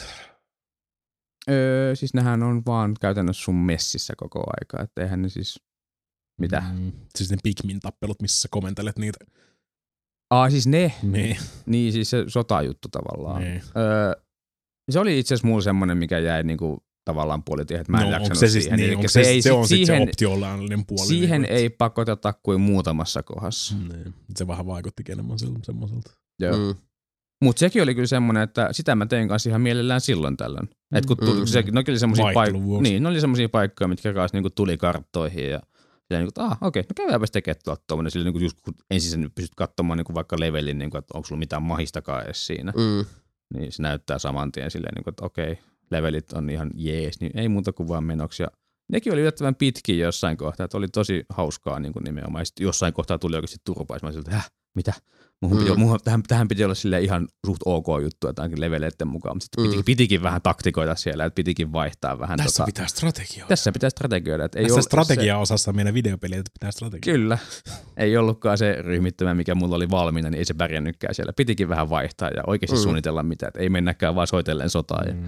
Öö, siis nehän on vaan käytännössä sun messissä koko aika, että eihän ne siis, mitä? Mm. Siis ne Pikmin-tappelut, missä sä komentelet niitä. Aa, siis ne? Niin. Niin, siis se sotajuttu tavallaan. Niin. Öö, se oli itse asiassa mulla semmoinen, mikä jäi niinku tavallaan puolitie, että mä en no, jaksanut se siis siihen. niin, Eli onko se, se, ei se on siihen, sitten se optionaalinen puoli. siihen niin, ei pakoteta kuin muutamassa kohdassa. Niin. Se vähän vaikutti enemmän semmoiselta. Joo. Mm. Mutta sekin oli kyllä semmoinen, että sitä mä tein kanssa ihan mielellään silloin tällöin. Mm. Et kun tuli, mm. se, ne oli semmoisia paik- niin, niin paikkoja, mitkä kanssa niinku tuli karttoihin ja ja niin kuin, ah, okei, okay, no käydäänpäs tekemään tuolta tuommoinen. Sillä niin kuin just kun ensin sen pystyt katsomaan niin kuin vaikka levelin, niin kuin, että onko sulla mitään mahistakaan edes siinä. Mm. Niin se näyttää saman tien silleen, niin kuin, että okei, okay, levelit on ihan jees, niin ei muuta kuin vaan menoksi. Ja nekin oli yllättävän pitkiä jossain kohtaa, että oli tosi hauskaa niin kuin nimenomaan. Ja sitten jossain kohtaa tuli oikeasti turpais. Mä olin että häh, mitä? Muhun piti, mm. muhun, tähän, tähän piti olla silleen ihan suht ok juttu, että ainakin leveleiden mukaan. Mutta sitten mm. piti, pitikin vähän taktikoida siellä, että pitikin vaihtaa vähän. Tässä tota, pitää strategioida. Tässä pitää strategioida. Että ei tässä ole, strategia-osassa meidän videopeliä, että pitää strategioida. Kyllä. Ei ollutkaan se ryhmittymä, mikä mulla oli valmiina, niin ei se pärjännytkään siellä. Pitikin vähän vaihtaa ja oikeasti mm. suunnitella mitä. Että ei mennäkään vaan soitellen sotaa. Ja... Mm.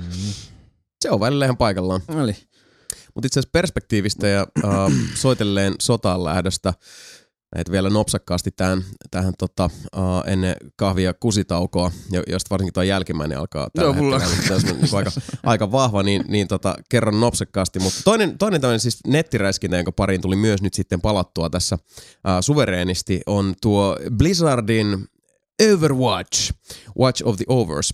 Se on välillä ihan paikallaan. Oli. Mutta itse asiassa perspektiivistä ja äh, soitelleen sotaan lähdöstä, että vielä nopsakkaasti tähän, tähän tota, uh, ennen kahvia kusitaukoa, josta varsinkin tuo jälkimmäinen alkaa tällä no, hetkellä, mutta niin aika, aika vahva, niin, niin tota, kerron nopsakkaasti. Mutta toinen, toinen toinen siis nettiräiskintä, jonka pariin tuli myös nyt sitten palattua tässä uh, suvereenisti, on tuo Blizzardin Overwatch, Watch of the Overs.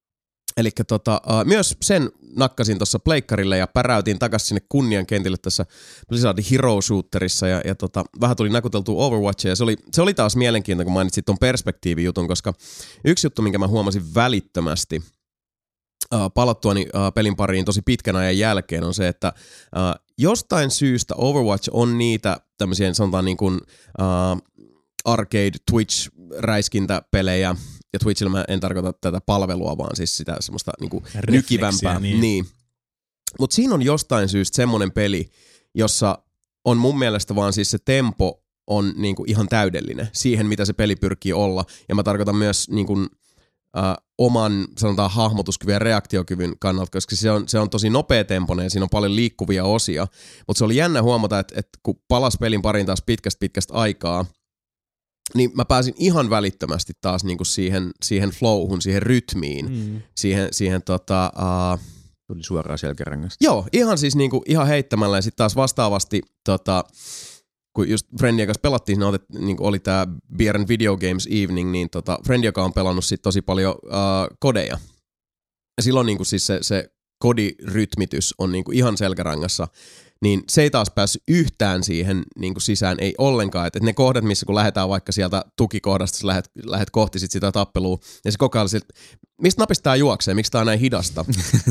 Eli tota, uh, myös sen nakkasin tuossa pleikkarille ja päräytin takaisin sinne kunniankentille tässä Blizzardin Hero Shooterissa ja, ja tota, vähän tuli nakuteltua Overwatchia ja se oli, se oli taas mielenkiintoinen, kun mainitsit ton perspektiivijutun, koska yksi juttu, minkä mä huomasin välittömästi uh, palattuani uh, pelin pariin tosi pitkän ajan jälkeen on se, että uh, jostain syystä Overwatch on niitä tämmöisiä sanotaan niin kuin uh, arcade Twitch-räiskintäpelejä, ja Twitchillä mä en tarkoita tätä palvelua, vaan siis sitä semmoista niinku nykivämpää. Niin. niin. Mutta siinä on jostain syystä semmoinen peli, jossa on mun mielestä vaan siis se tempo on niinku ihan täydellinen siihen, mitä se peli pyrkii olla. Ja mä tarkoitan myös niinku, äh, oman sanotaan hahmotuskyvyn ja reaktiokyvyn kannalta, koska se on, se on tosi nopeatempoinen ja siinä on paljon liikkuvia osia. Mutta se oli jännä huomata, että et kun palas pelin pariin taas pitkästä pitkästä aikaa, niin mä pääsin ihan välittömästi taas niinku siihen, siihen flowhun, siihen rytmiin, mm. siihen, siihen tota... Uh, tuli suoraan selkärangasta. Joo, ihan siis niinku, ihan heittämällä ja sitten taas vastaavasti, tota, kun just Friendin kanssa pelattiin, niin, otet, niin oli tää Beer and Video Games Evening, niin tota, Friend, joka on pelannut sit tosi paljon uh, kodeja. Ja silloin niinku siis se, se kodirytmitys on niinku ihan selkärangassa. Niin se ei taas päässyt yhtään siihen niin kuin sisään, ei ollenkaan. Että ne kohdat, missä kun lähdetään vaikka sieltä tukikohdasta, sä lähdet, lähdet kohti sit sitä tappelua, ja se koko ajan siltä, mistä napista tää juoksee, miksi tää on näin hidasta?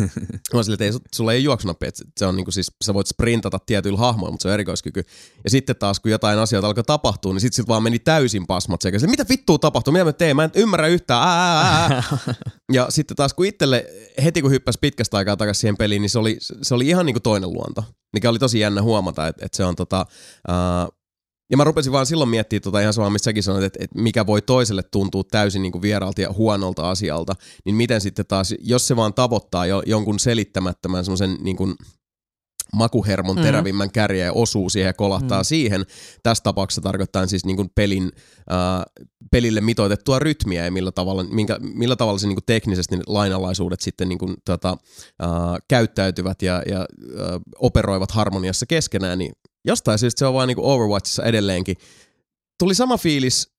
Mä silleen, että ei, sulla ei ole juoksunappi, että se on niin kuin siis, sä voit sprintata tietyillä hahmoilla, mutta se on erikoiskyky. Ja sitten taas, kun jotain asioita alkoi tapahtua, niin sitten sit vaan meni täysin pasmat sekä se, mitä vittua tapahtuu, mitä mä teen, mä en ymmärrä yhtään, ää, ää, ää. Ja sitten taas, kun itselle, heti kun hyppäsi pitkästä aikaa takaisin siihen peliin, niin se oli, se oli ihan niin kuin toinen luonto. Mikä oli tosi jännä huomata, että, että se on tota... Uh, ja mä rupesin vaan silloin miettimään tota ihan samaa, mistä säkin sanoit, että, että mikä voi toiselle tuntua täysin niin kuin vieraalta ja huonolta asialta, niin miten sitten taas, jos se vaan tavoittaa jo, jonkun selittämättömän semmoisen niin kuin makuhermon terävimmän kärjen ja osuu siihen ja kolahtaa mm. siihen. Tässä tapauksessa tarkoittaa siis niin kuin pelin, äh, pelille mitoitettua rytmiä ja millä tavalla, minkä, millä tavalla se niin kuin teknisesti ne lainalaisuudet sitten niin kuin, tota, äh, käyttäytyvät ja, ja äh, operoivat harmoniassa keskenään, niin jostain syystä se on vaan niin kuin Overwatchissa edelleenkin. Tuli sama fiilis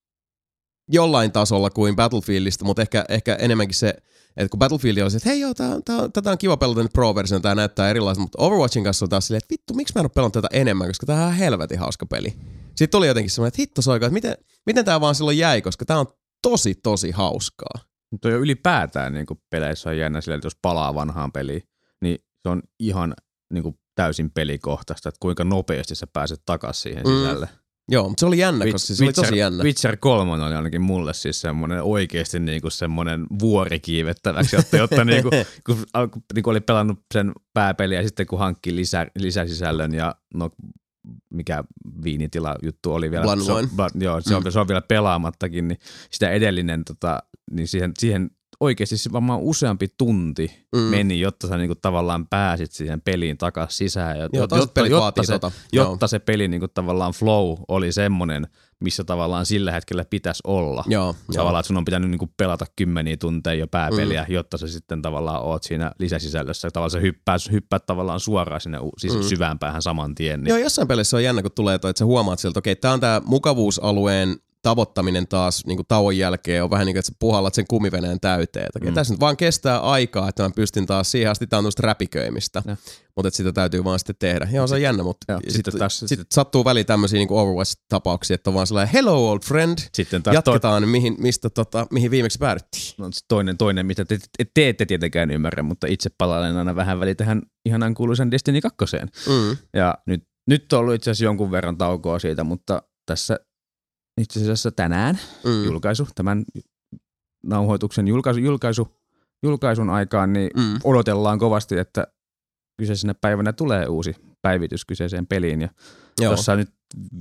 jollain tasolla kuin Battlefieldista, mutta ehkä, ehkä enemmänkin se, että kun Battlefield oli se, että hei joo, tää, tää, tätä on kiva pelata nyt Pro-version, tää näyttää erilaiselta, mutta Overwatchin kanssa on taas silleen, että vittu, miksi mä en ole pelannut tätä enemmän, koska tää on helvetin hauska peli. Sitten tuli jotenkin semmoinen, että hitto soikaa, että miten, miten tää vaan silloin jäi, koska tää on tosi, tosi hauskaa. Mutta jo ylipäätään niin peleissä on jännä silleen, että jos palaa vanhaan peliin, niin se on ihan niin kuin täysin pelikohtaista, että kuinka nopeasti sä pääset takaisin siihen mm. sisälle. Joo, mutta se oli jännä, koska se Witcher, oli tosi jännä. Witcher kolme oli ainakin mulle siis semmoinen oikeasti niinku semmoinen vuori kiivettäväksi, jotta, jotta niinku, kun, kun niinku oli pelannut sen pääpeliä ja sitten kun hankki lisä, lisäsisällön ja no mikä viinitila juttu oli vielä, Blood so, but, joo, se, mm. on, se on vielä pelaamattakin, niin sitä edellinen, tota, niin siihen, siihen oikeasti siis varmaan useampi tunti Mm. meni, jotta sä niinku tavallaan pääsit siihen peliin takaisin sisään. Ja Joo, jot, toiset pelit jotta, vaatii se, tota. jotta se peli niinku tavallaan flow oli semmoinen, missä tavallaan sillä hetkellä pitäisi olla. Joo, Tavallaan, joo. että sun on pitänyt niinku pelata kymmeniä tunteja jo pääpeliä, mm. jotta sä sitten tavallaan oot siinä lisäsisällössä. Tavallaan sä hyppäät, hyppäät tavallaan suoraan sinne siis mm. syvään päähän saman tien. Niin. Joo, jossain pelissä on jännä, kun tulee toi, että sä huomaat sieltä, okei, tää on tää mukavuusalueen tavoittaminen taas niin kuin tauon jälkeen on vähän niin kuin, että sä puhallat sen kumiveneen täyteen. Okei, mm. tässä nyt vaan kestää aikaa, että mä pystyn taas siihen asti, tää on tuosta räpiköimistä, mutta sitä täytyy vaan sitten tehdä. Joo, se on jännä, mutta sitten sit, sit, sit sattuu väliin tämmöisiä niin kuin Overwatch-tapauksia, että on vaan sellainen hello old friend, sitten taas jatketaan, to- mihin, mistä, tota, mihin viimeksi päädyttiin. No, toinen, toinen, mitä te, te, te ette tietenkään ymmärrä, mutta itse palailen aina vähän väliin tähän ihanan kuuluisen Destiny kakkoseen. Mm. Ja nyt, nyt on ollut itse asiassa jonkun verran taukoa siitä, mutta tässä itse asiassa tänään mm. julkaisu, tämän nauhoituksen julkaisu, julkaisu, julkaisun aikaan, niin mm. odotellaan kovasti, että kyseisenä päivänä tulee uusi päivitys kyseiseen peliin. Ja tuossa nyt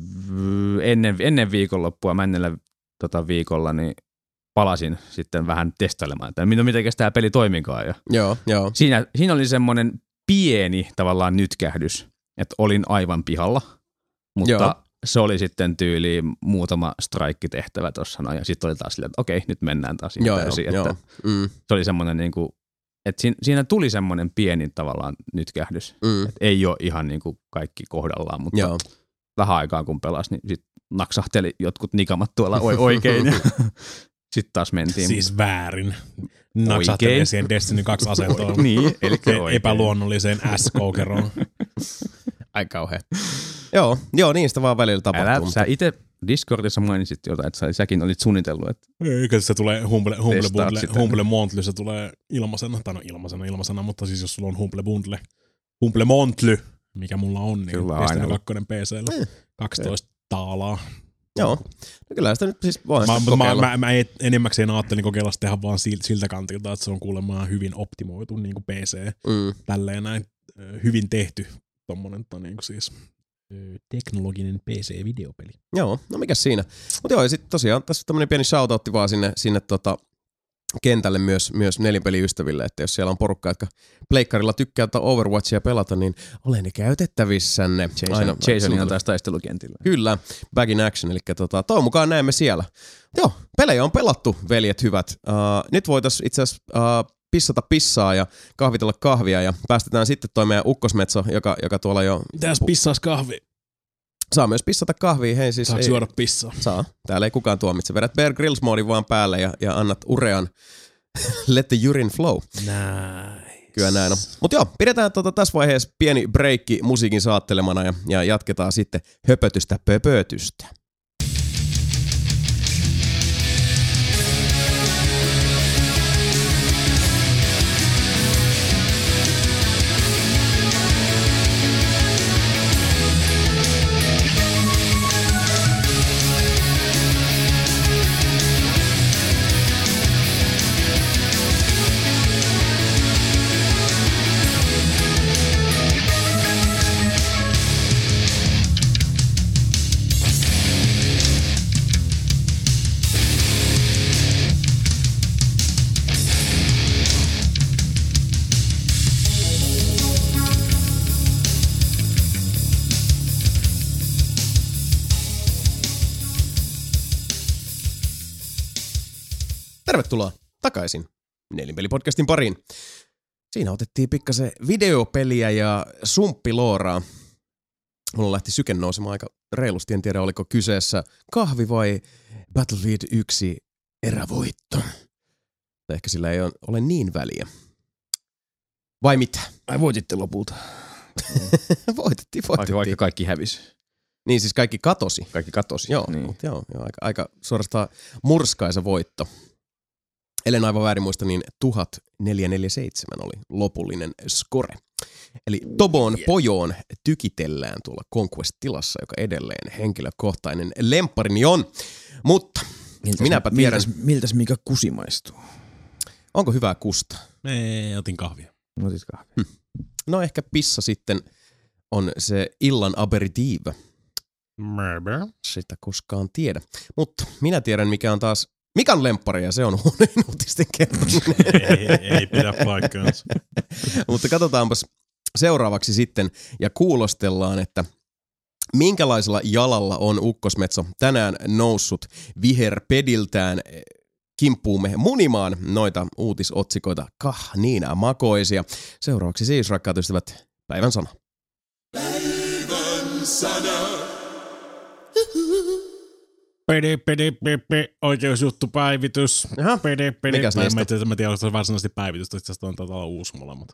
ennen, ennen viikonloppua, männellä tota viikolla, niin palasin sitten vähän testailemaan, että miten tämä peli toimikaan. Ja joo, joo. Siinä, siinä oli semmoinen pieni tavallaan nytkähdys, että olin aivan pihalla, mutta joo. Se oli sitten tyyliin muutama strike-tehtävä tuossa noin, ja sitten oli taas silleen, että okei, nyt mennään taas ihan täysin. Että joo. Mm. Se oli semmoinen, niin kuin, että siinä, siinä tuli semmoinen pieni tavallaan nytkähdys, mm. että ei ole ihan niin kuin kaikki kohdallaan, mutta joo. Vähän aikaa kun pelasi, niin sitten naksahteli jotkut nikamat tuolla oikein, ja sitten taas mentiin. Siis väärin. Naksahtelee siihen Destiny kaksi asentoon. Niin, eli oikein. Epäluonnolliseen S-koukeroon. Ai kauhean. Joo, joo, niin sitä vaan välillä tapahtuu. Älä, sä itse Discordissa mainitsit jotain, että sä, säkin olit suunnitellut. Että eikä se tulee Humble, Humble Bundle, Humble Monthly, se tulee ilmaisena, tai no ilmaisena, ilmaisena, mutta siis jos sulla on Humble Bundle, Humble Monthly, mikä mulla on, niin Destiny kaksi P C:llä, kaksitoista okay. taalaa. Joo, no kyllä sitä nyt siis voi mä, kokeilla. Mä, mä, mä enimmäkseen ajattelin kokeilla sitä tehdä vaan siltä kantilta, että se on kuulemma hyvin optimoitu niin kuin P C, mm. tälleen näin hyvin tehty tommonen niin kuin siis teknologinen P C-videopeli. Joo, no mikäs siinä. Mutta joo, ja sitten tosiaan tässä tämmöinen pieni shoutoutti vaan sinne, sinne tota kentälle myös, myös nelinpeliystäville, että jos siellä on porukka, jotka pleikkarilla tykkää ottaa Overwatchia pelata, niin olen ne käytettävissänne. Jason, Jason on taas taistelukentillä. Kyllä, back in action, eli tota, toivon mukaan näemme siellä. Joo, pelejä on pelattu, veljet hyvät. Uh, nyt voitaisiin itse asiassa uh, pissata pissaa ja kahvitella kahvia ja päästetään sitten toi meidän ukkosmetso, joka, joka tuolla jo... Mitäs pissaas kahvi? Saa myös pissata kahvia. Hei, siis saako ei, juoda pissaa? Saa. Täällä ei kukaan tuomitse. Vedät Bear Grylls-moodin vaan päälle ja, ja annat urean let the urine flow. Nice. Kyllä näin on. Mutta joo, pidetään tota tässä vaiheessa pieni breikki musiikin saattelemana ja, ja jatketaan sitten höpötystä pöpötystä. Tervetuloa takaisin Nelinpeli-podcastin pariin. Siinä otettiin pikkasen videopeliä ja sumppilooraa. Mulla lähti syke nousemaan aika reilusti. En tiedä, oliko kyseessä kahvi vai Battlefield yksi erävoitto. Tai ehkä sillä ei ole niin väliä. Vai mitä? Ai voititte lopulta. voitettiin, voitettiin. Vaikka, vaikka kaikki hävisi. Niin siis kaikki katosi. Kaikki katosi. Joo, niin. mutta joo, joo aika, aika suorastaan murskaisa voitto. Ellen aivan väärin muista, niin tuhat neljäsataaneljäkymmentäseitsemän oli lopullinen score. Eli Tobon yeah. pojoon tykitellään tuolla Conquest-tilassa, joka edelleen henkilökohtainen lempparini on. Mutta miltäs, minäpä tiedän... Miltäs, miltäs mikä kusi maistuu? Onko hyvää kusta? Ei, otin kahvia. Otit kahvia. Hm. No ehkä pissa sitten on se illan aperitif. Maybe. Sitä koskaan tiedä. Mutta minä tiedän, mikä on taas Mikan lemppari ja se on huonoin uutisten kertominen. ei, ei, ei pidä paikkaansa. Mutta katsotaanpas seuraavaksi sitten ja kuulostellaan, että minkälaisella jalalla on Ukkosmetso tänään noussut viherpediltään kimppuumme munimaan noita uutisotsikoita kah niinä makoisia. Seuraavaksi siis, rakkaat ystävät, päivän sana. Päivän sana. Pedi, pedi, pedi, oikeusjuttupäivitys. Jaha, pedi, pedi. mikäs Mä, niistä? mä, tiedä, mä tiedä, onko se varsinaisesti päivitystä, itse asiassa on taitaa olla uusi molemmat.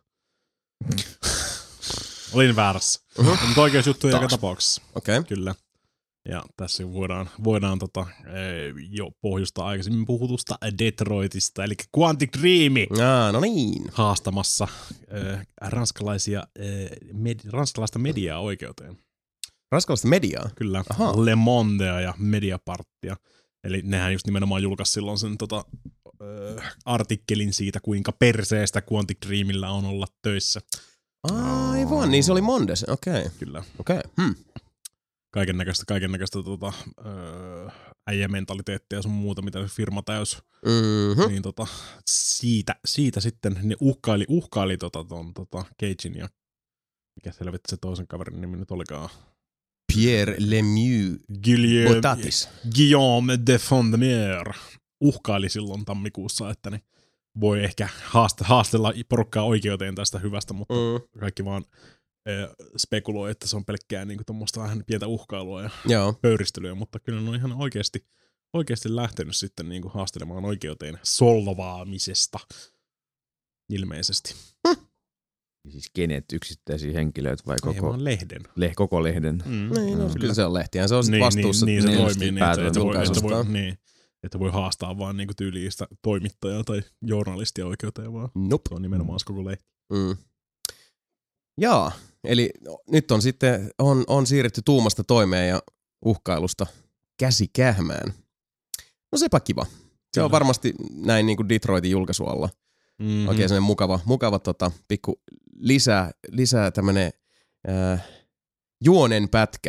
Olin väärässä. Uh-huh. Mutta oikeusjuttuja joka tapauksessa. Okei. Okay. Kyllä. Ja tässä voidaan, voidaan tota, jo pohjustaa aikaisemmin puhutusta Detroitista, eli Quantic Dream Aa, no niin. haastamassa äh, ranskalaisia, äh, med, ranskalaista mediaa oikeuteen. Ranskalaista mediaa? Kyllä, Aha. Le Mondea ja Mediapartia. Eli nehän just nimenomaan julkaisi silloin sen tota, äh, artikkelin siitä, kuinka perseestä Quantic Dreamillä on olla töissä. Aivan, niin se oli Mondes, okei. Okay. Kyllä. Okei. Okay. Hmm. Kaiken näköistä, kaiken näköistä tota, öö, äijämentaliteettia ja sun muuta, mitä se firma täys. Mm-hmm. Niin tota, siitä, siitä sitten ne uhkaili, uhkaili tota, ton, tota, Cagein ja mikä selvitti se toisen kaverin nimi nyt olikaan. Pierre Lemieux Guillaume, Botatis. Guillaume de Fondemier uhkaili silloin tammikuussa, että ne voi ehkä haaste, haastella porukkaa oikeuteen tästä hyvästä, mutta mm. kaikki vaan spekuloi, että se on pelkkää niinku tommoista vähän pientä uhkailua ja Joo. pöyristelyä, mutta kyllä ne on ihan oikeasti, oikeasti lähtenyt sitten niinku haastelemaan oikeuteen solvaamisesta ilmeisesti. Hm. Siis kenet, yksittäisiä henkilöitä vai Ei koko, vaan lehden. le, koko lehden? Mm. Niin, no, Kyllä. kyllä se on lehtiä. Se on sitten Niin, vastuussa. niin, niin se niin, toimii niin, että, että, voi, että, voi, julkaisusta. niin, että voi haastaa vaan niinku tyyliistä toimittajaa tai journalistia oikeuteen, vaan Nope. se on nimenomaan se koko lehti. Mm. Jaa, eli no, nyt on sitten on, on siirretty tuumasta toimeen ja uhkailusta käsi kähmään. No sepä kiva. Se Kyllä. on varmasti näin niin kuin Detroitin julkaisualla. Mm-hmm. Oikein sellainen mukava, mukava tota, pikku lisää, lisää tämmönen äh, juonen pätkä.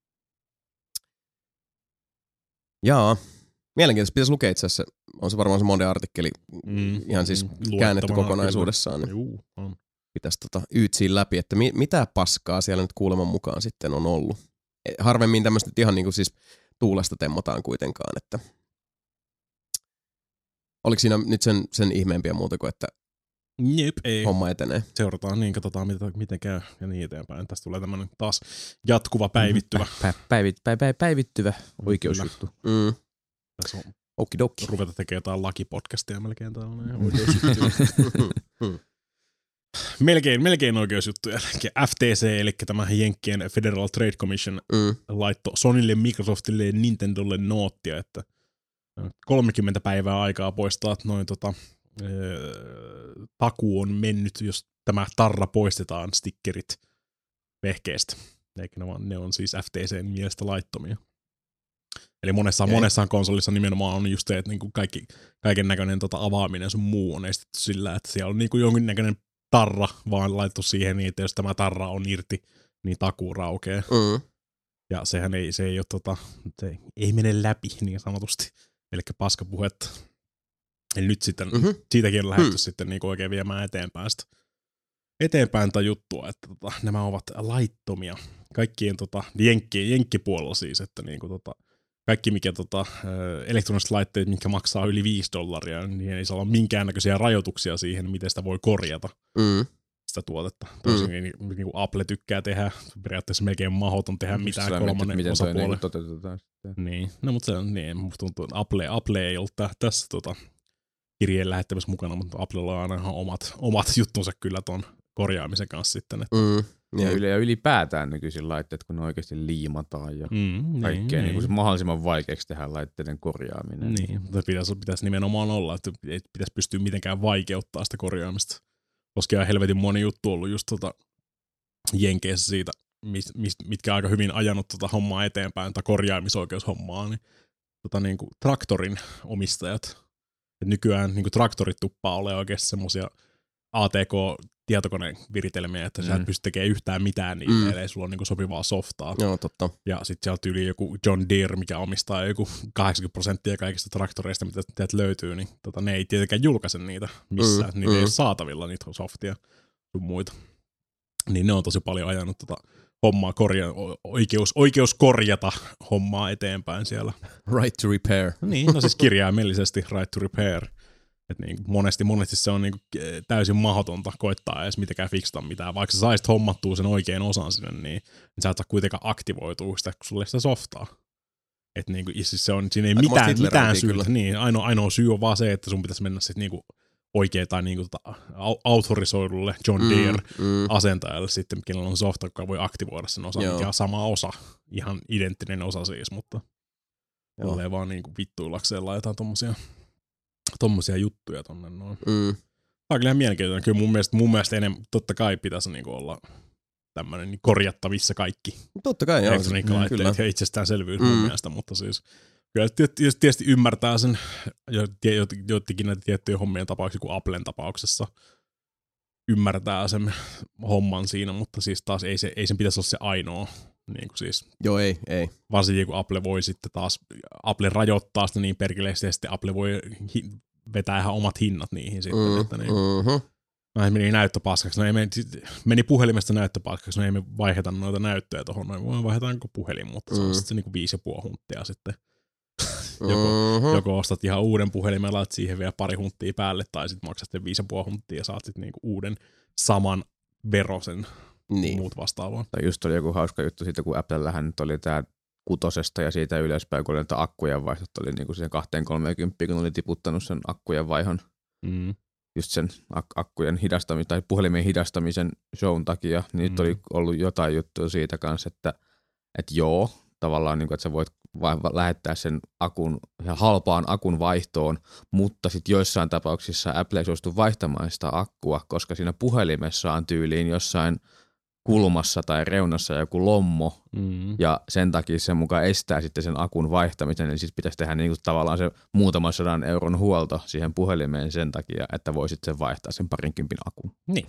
Jaa, mielenkiintoista pitäisi lukea itse asiassa. On se varmaan se Monde-artikkeli Mm, ihan siis mm, käännetty luettavana kokonaisuudessaan. Niin Juu, on. pitäisi tota yytsiin läpi, että mi- mitä paskaa siellä nyt kuuleman mukaan sitten on ollut. Harvemmin tämmöistä ihan niinku siis tuulesta temmotaan kuitenkaan, että oliko siinä nyt sen, sen ihmeempiä muuta kuin, että Jep, ei. homma etenee? Seurataan niin, katsotaan mitä, miten käy ja niin eteenpäin. Tästä tulee tämmönen taas jatkuva päivittyvä. Pä, päivit, päiv, päiv, päivittyvä oikeusjuttu. Mm. Tässä on Okidokki. ruveta tekemään jotain lakipodcastia melkein tällainen oikeusjuttuja. melkein, melkein oikeusjuttuja. F T C, eli tämä Jenkkien Federal Trade Commission, Mm. laitto Sonylle, Microsoftille ja Nintendolle noottia, että kolmekymmentä päivää aikaa poistaa noin tota, öö, takuu on mennyt, jos tämä tarra poistetaan stickerit vehkeestä. Eikä ne, vaan, ne on siis F T C:n mielestä laittomia. Eli monessa, Okay. monessa konsolissa nimenomaan on just se, että niinku kaikki, kaiken näköinen tota avaaminen sun muu on estetty sillä, että siellä on niinku jonkinnäköinen tarra vaan laittu siihen niin, että jos tämä tarra on irti, niin takuu raukee. Mm. Ja sehän ei, se ei, ole, tota, se ei mene läpi niin sanotusti. Eli paskapuhetta. Eli nyt sitten, Mm-hmm. siitäkin on lähdetty Hmm. sitten niinku oikein viemään eteenpäin sitä, eteenpäin tätä juttua, että tota, nämä ovat laittomia. Kaikkien tota, jenkkien, jenkkipuolella siis, että niinku tota, kaikki mikä tota, elektroniset laitteet, mitkä maksaa yli viisi dollaria, niin ei saa olla minkäännäköisiä rajoituksia siihen, miten sitä voi korjata. Mm. Sitä tuotetta. Toisin mm. niin, niin kuin Apple tykkää tehdä, periaatteessa melkein mahdoton tehdä mitään Sä kolmannen mietit, miten toi osapuolen. niinku toteutetaan sitten. Niin, no mutta se on niin, musta tuntuu, että Apple, Apple ei ollut tä, tässä tota, kirjeen lähettämässä mukana, mutta Applella on aina ihan omat, omat juttunsa kyllä ton korjaamisen kanssa sitten. Että, Mm. Ja, Ja yle, ja ylipäätään nykyisin laitteet, kun ne oikeasti liimataan ja mm, kaikkea niin, niin, niin mahdollisimman vaikeaksi tehdä laitteiden korjaaminen. Niin, mutta pitäisi, pitäisi nimenomaan olla, että ei pitäisi pystyä mitenkään vaikeuttaa sitä korjaamista. Koska on helvetin moni juttu ollut just tota Jenkeissä siitä, mit, mit, mitkä aika hyvin ajanut tota hommaa eteenpäin, tai korjaamisoikeushommaa, niin, tota niin kuin traktorin omistajat. Et nykyään niin kuin traktorit tuppaa olemaan oikeasti semmosia A T K-tietokoneen viritelmiä, että mm. sä et pysty tekemään yhtään mitään niille, mm. ellei sulla on niinku sopivaa softaa. Joo, totta. Ja sitten sieltä yli joku John Deere, mikä omistaa joku kahdeksankymmentä prosenttia kaikista traktoreista, mitä teiltä löytyy, niin tota, ne ei tietenkään julkaise niitä missään. Mm. Niitä mm. ei ole saatavilla niitä softia sun muita. Niin ne on tosi paljon ajanut tota hommaa, korja- oikeus, oikeus korjata hommaa eteenpäin siellä. Right to repair. Niin, no siis kirjaimellisesti right to repair. Et niin, monesti, monesti se on niin täysin mahdotonta koittaa edes mitenkään fiksata mitään. Vaikka sä saisit hommattua sen oikein osan sinne, niin, niin sä et saa kuitenkaan aktivoitua sitä, kun sulle sitä softaa. Et niin kuin, siis se on, siinä ei mitään, mitään syytä. Niin, ainoa, ainoa syy on vaan se, että sun pitäisi mennä sitten niinku oikein tai niinku tota, autorisoidulle John Deere mm, mm. asentajalle sitten, kenellä on softa, joka voi aktivoida sen osan, Joo. mikä on sama osa. Ihan identtinen osa siis, mutta olleen vaan niinku vittuillakseen laitetaan tommosia tommosia juttuja tonne noin. Mm. Tämä on kyllä ihan mielenkiintoinen. Kyllä mun mielestä, mun mielestä enemmän, totta kai pitäisi niinku olla tämmöinen niin korjattavissa kaikki. Totta kai, joo. Elektroniikkalaitteet ja itsestäänselvyys mm. mun mielestä, mutta siis kyllä tietysti, tietysti ymmärtää sen jotenkin näitä tiettyjä hommien tapauksia kuin Applen tapauksessa. Ymmärtää sen homman siinä, mutta siis taas ei, se, ei sen pitäisi olla se ainoa. Niin kuin siis, joo, ei, ei. Varsinkin kun Apple voi sitten taas, Apple rajoittaa sitä niin perkeleesti, ja sitten Apple voi hi- vetää ihan omat hinnat niihin sitten. Mm, että niin, mm-hmm. No meni näyttöpaskaksi, no ei meni, meni puhelimesta näyttöpaskaksi, no ei me vaiheta noita näyttöjä tuohon, no vaihdetaan puhelin, mutta mm. se on sitten niinku viisi ja puoli hunttia sitten. joko, mm-hmm. joko ostat ihan uuden puhelimen ja laitat siihen vielä pari hunttia päälle, tai sitten maksat sitten viisi ja puoli hunttia ja saat sitten niinku uuden saman verosen. Niin. Muut vastaavaa. Tai just oli joku hauska juttu siitä, kun Applellähän nyt oli tää kutosesta ja siitä ylöspäin, kun oli näitä akkujen vaihtot, oli niinku siihen kaksikymmentä kolmekymmentä, kun oli tiputtanut sen akkujen vaihon, mm. just sen ak- akkujen hidastamisen tai puhelimen hidastamisen shown takia, niin mm. nyt oli ollut jotain juttua siitä kanssa, että et joo, tavallaan niinku, että sä voit va- lähettää sen akun halpaan akun vaihtoon, mutta sitten joissain tapauksissa Apple ei suostu vaihtamaan sitä akkua, koska siinä puhelimessa on tyyliin jossain kulmassa tai reunassa joku lommo, mm. ja sen takia se mukaan estää sitten sen akun vaihtamisen, eli siis pitäisi tehdä niinku tavallaan se muutaman sadan euron huolto siihen puhelimeen sen takia, että voisit sen vaihtaa sen parinkympin akun. Niin.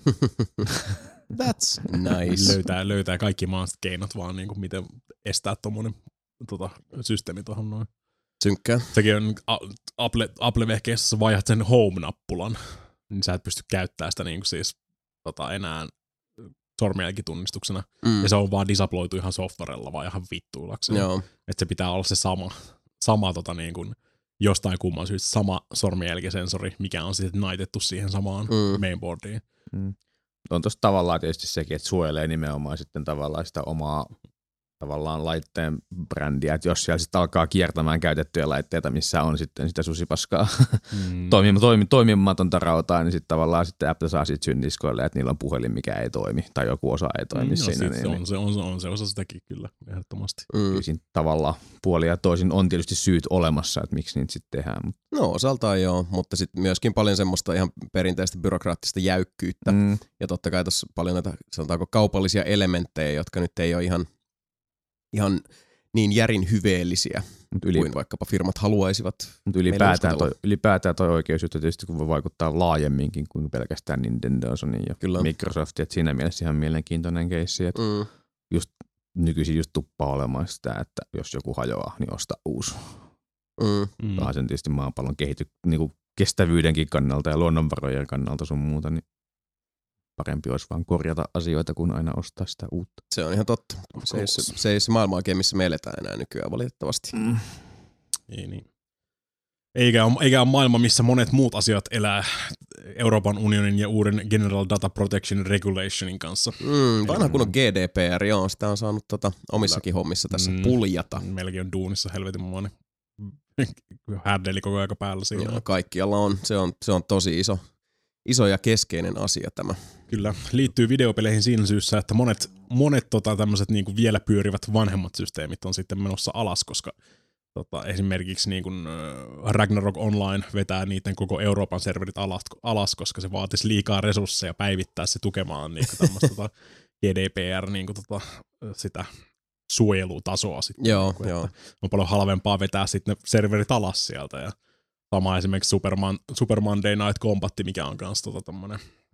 That's nice. Löytää, löytää kaikki maasta keinot vaan, niinku, miten estää tommonen tota, systeemi tuohon noin. Synkkää. Sekin on Apple, Apple-vehkeessä, sä vaihdat sen home-nappulan, niin sä et pysty käyttämään sitä niinku siis tota, enää sormenjälkitunnistuksena, mm. ja se on vaan disabloitu ihan softwarella vaan ihan vittuillakseen. Että se pitää olla se sama, sama tota niin kuin, jostain kumman syystä sama sormenjälkisensori, mikä on sitten naitettu siihen samaan mm. mainboardiin. Mm. On tossa tavallaan tietysti sekin, että suojelee nimenomaan sitten tavallaan sitä omaa tavallaan laitteen brändiä, että jos siellä sitten alkaa kiertämään käytettyjä laitteita, missä on sitten sitä susipaskaa mm. toimi, toimi, toimimatonta rautaa, niin sitten tavallaan sitten Apple saa sitten syndiskoille, että niillä on puhelin, mikä ei toimi, tai joku osa ei toimi mm, siinä. No, niin, se, on, se, on, on se osa sitäkin kyllä, ehdottomasti. Mm. Siinä tavallaan puoli ja toisin on tietysti syyt olemassa, että miksi niitä sitten tehdään. No osaltaan joo, mutta sitten myöskin paljon semmoista ihan perinteistä byrokraattista jäykkyyttä, mm. ja totta kai tuossa paljon näitä, sanotaanko kaupallisia elementtejä, jotka nyt ei ole ihan ihan niin järin hyveellisiä yli, kuin vaikkapa firmat haluaisivat. Mutta ylipäätään toi, ylipäätään toi oikeusjuttu tietysti kun voi vaikuttaa laajemminkin kuin pelkästään Nintendo, Sony ja Kyllä. Microsoft. Et siinä mielessä ihan mielenkiintoinen keissi. Että mm. just nykyisin just tuppaa olemaan sitä, että jos joku hajoaa, niin osta uusi. Mm. Mm. Vähän sen tietysti maapallon kehity, niin kestävyydenkin kannalta ja luonnonvarojen kannalta sun muuta, niin parempi olisi vaan korjata asioita, kuin aina ostaa sitä uutta. Se on ihan totta. Se ei, se, se ei se maailma oikein, missä me eletään enää nykyään valitettavasti. Mm. Ei niin. Eikä ole, eikä ole maailma, missä monet muut asiat elää Euroopan unionin ja uuden General Data Protection Regulationin kanssa. Mm, vanha kun on G D P R, joo. Sitä on saanut tota, omissakin hommissa tässä mm, puljata. Meilläkin on duunissa helvetinmoinen härdeli koko ajan päällä siinä. Joo, kaikkialla on. Se on, se on tosi iso. Iso ja keskeinen asia tämä. Kyllä, liittyy videopeleihin siinä syyssä, että monet, monet tota, tämmöiset niinku vielä pyörivät vanhemmat systeemit on sitten menossa alas, koska tota, esimerkiksi niinku, Ragnarok Online vetää niiden koko Euroopan serverit alas, alas koska se vaatisi liikaa resursseja päivittää se tukemaan niinku tämmöistä tota, G D P R niinku, tota, sitä suojelutasoa. Sitten, joo, niinku, joo. On paljon halvempaa vetää sitten ne serverit alas sieltä ja sama esimerkiksi Superman, Super Monday Night Combat, mikä on kans tota tämmönen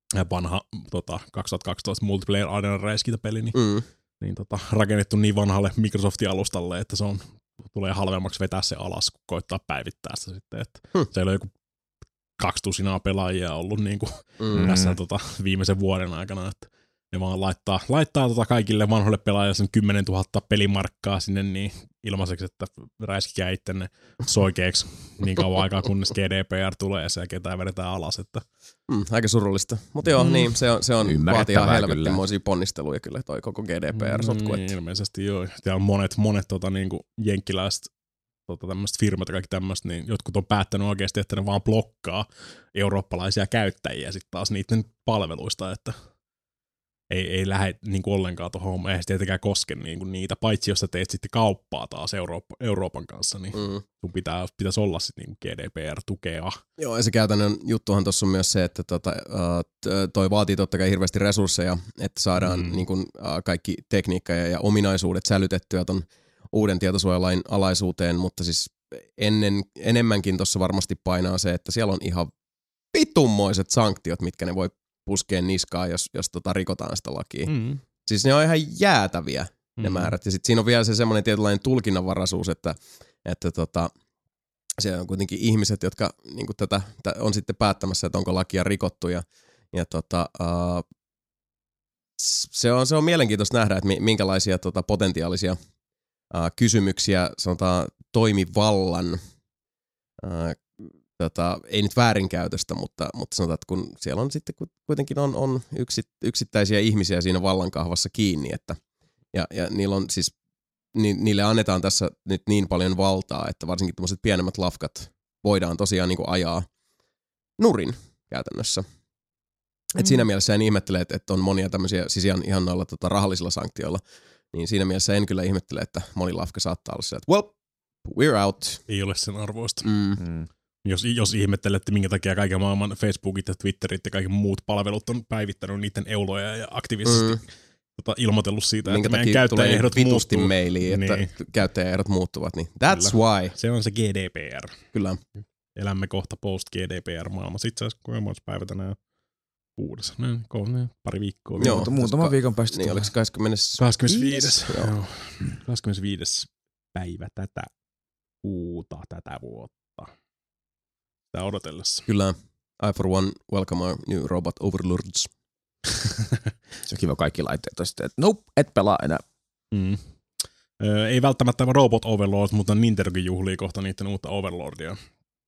vanha tota, kaksituhattakaksitoista Multiplayer Arena räiskintäpeli, niin, Mm. niin tota, rakennettu niin vanhalle Microsoftin alustalle, että se on, tulee halvemmaksi vetää se alas, kun koittaa päivittää sitä sitten. Että Hmm. siellä on joku kaksi tusinaa pelaajia ollut niin kuin Mm. tässä tota, viimeisen vuoden aikana, että ne vaan laittaa, laittaa tota kaikille vanhoille pelaajille sen kymmenen tuhatta pelimarkkaa sinne niin ilmaiseksi, että räiskikää ittenne soikeeksi niin kauan aikaa, kunnes G D P R tulee ja se ketään vedetään alas. Että. Mm, aika surullista. Mutta joo, mm. niin, se on, se on vaatii ihan Ymmärrettävää helvettinmoisia ponnisteluja kyllä toi koko G D P R-sotku. Niin, ilmeisesti joo. Ja on monet, monet tota, niinku, jenkkiläiset tota, tämmöiset firmat ja kaikki tämmöistä, niin jotkut on päättänyt oikeasti, että ne vaan blokkaa eurooppalaisia käyttäjiä sitten taas niiden palveluista, että ei, ei lähde niinku ollenkaan tuohon hommaan, eihän se tietenkään koske niinku niitä, paitsi jos sä teet sitten kauppaa taas Eurooppa, Euroopan kanssa, niin mm. sun pitää, pitäisi olla sitten niinku G D P R-tukea. Joo, ja se käytännön juttuhan tuossa on myös se, että tota, toi vaatii totta kai hirveästi resursseja, että saadaan mm. niin kun, kaikki tekniikka ja, ja ominaisuudet sälytettyä ton uuden tietosuojalain alaisuuteen, mutta siis ennen, enemmänkin tuossa varmasti painaa se, että siellä on ihan vitummoiset sanktiot, mitkä ne voi puskea niskaan, jos, jos tota rikotaan sitä lakia. Mm. Siis ne on ihan jäätäviä ne mm. määrät. Ja sitten siinä on vielä se semmoinen tietynlainen tulkinnanvaraisuus, että, että tota, se on kuitenkin ihmiset, jotka niin kuin tätä on sitten päättämässä, että onko lakia rikottu. Ja, ja tota, uh, se, on, se on mielenkiintoista nähdä, että minkälaisia tota, potentiaalisia uh, kysymyksiä sanotaan toimivallan uh, Tota, ei nyt väärinkäytöstä, mutta, mutta sanotaan, että kun siellä on sitten kuitenkin on, on yksit, yksittäisiä ihmisiä siinä vallankahvassa kiinni, että, ja, ja niillä on siis, ni, niille annetaan tässä nyt niin paljon valtaa, että varsinkin tämmöiset pienemmät lafkat voidaan tosiaan niin kuin ajaa nurin käytännössä. Mm. Et siinä mielessä en ihmettele, että, että on monia tämmöisiä, siis ihan, ihan noilla tota, rahallisilla sanktioilla, niin siinä mielessä en kyllä ihmettele, että moni lafka saattaa olla se, että well, we're out. Ei ole sen arvoista. Mm. Mm. Jos, jos ihmettelette, minkä takia kaiken maailman Facebookit ja Twitterit ja kaikki muut palvelut on päivittänyt niiden euloja ja aktiivisesti mm. tota, ilmoitellut siitä, minkä että meidän käyttäjäehdot vitusti muuttuu. Mailiin, että niin. käyttäjäehdot muuttuvat, niin that's Kyllä. why. Se on se G D P R. Kyllä. Elämme kohta post-G D P R-maailmassa. Itse asiassa kuinka monessa päivä tänään kuudes. Näin, kolme, pari viikkoa. Joo, mutta muutaman viikon päästä. Niin, oliko kahdeskymmenes kahdeskymmenesviides Joo. kahdeskymmenesviides päivä tätä kuuta tätä vuotta. Tää odotellessa. Kyllä. I for one welcome our new robot overlords. Se on kiva kaikki laitteet on sitten, että nope, et pelaa enää. Mm. Öö, ei välttämättä Robot Overlord, mutta Nintendokin juhlii kohta niiden uutta Overlordia.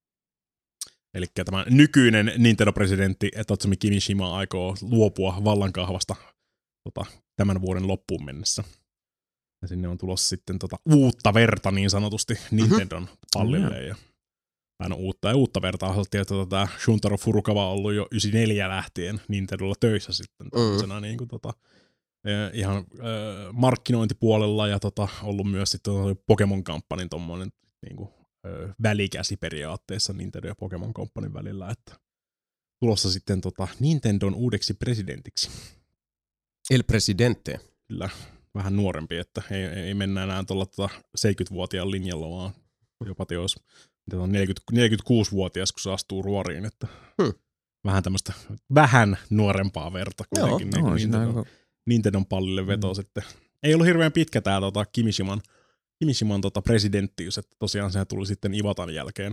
Eli tämä nykyinen Nintendo-presidentti Tatsumi Kimishima aikoo luopua vallankahvasta tota, tämän vuoden loppuun mennessä. Ja sinne on tulossa sitten tota, uutta verta niin sanotusti Nintendon mm-hmm. pallille. Mm-hmm. Ja aina uutta ja uutta vertaa. Haluttiin, että tota, Shuntaro Furukawa on ollut jo yhdeksänkymmentäneljä lähtien Nintendolla töissä sitten. Mm. Niin kuin, tota, ihan äh, markkinointipuolella ja tota, ollut myös sitten Pokemon Companyn tommoinen niin kuin, äh, välikäsi periaatteessa Nintendo ja Pokemon Companyn välillä. Että tulossa sitten tota, Nintendon uudeksi presidentiksi. El Presidente. Kyllä, vähän nuorempi, että ei, ei mennä enää tuolla tota seitsemänkymmentävuotiaan linjalla, vaan jopa teos on neljäkymmentä, neljäkymmentäkuusivuotias, kun se astuu ruoriin, että hmm. vähän tämmöistä vähän nuorempaa verta kuitenkin. Joo, niin no, Nintendo, Nintendon pallille veto hmm. sitten. Ei ollut hirveän pitkä tää tota, Kimishiman, Kimishiman tota, presidenttiys, että tosiaan sehän tuli sitten Iwatan jälkeen,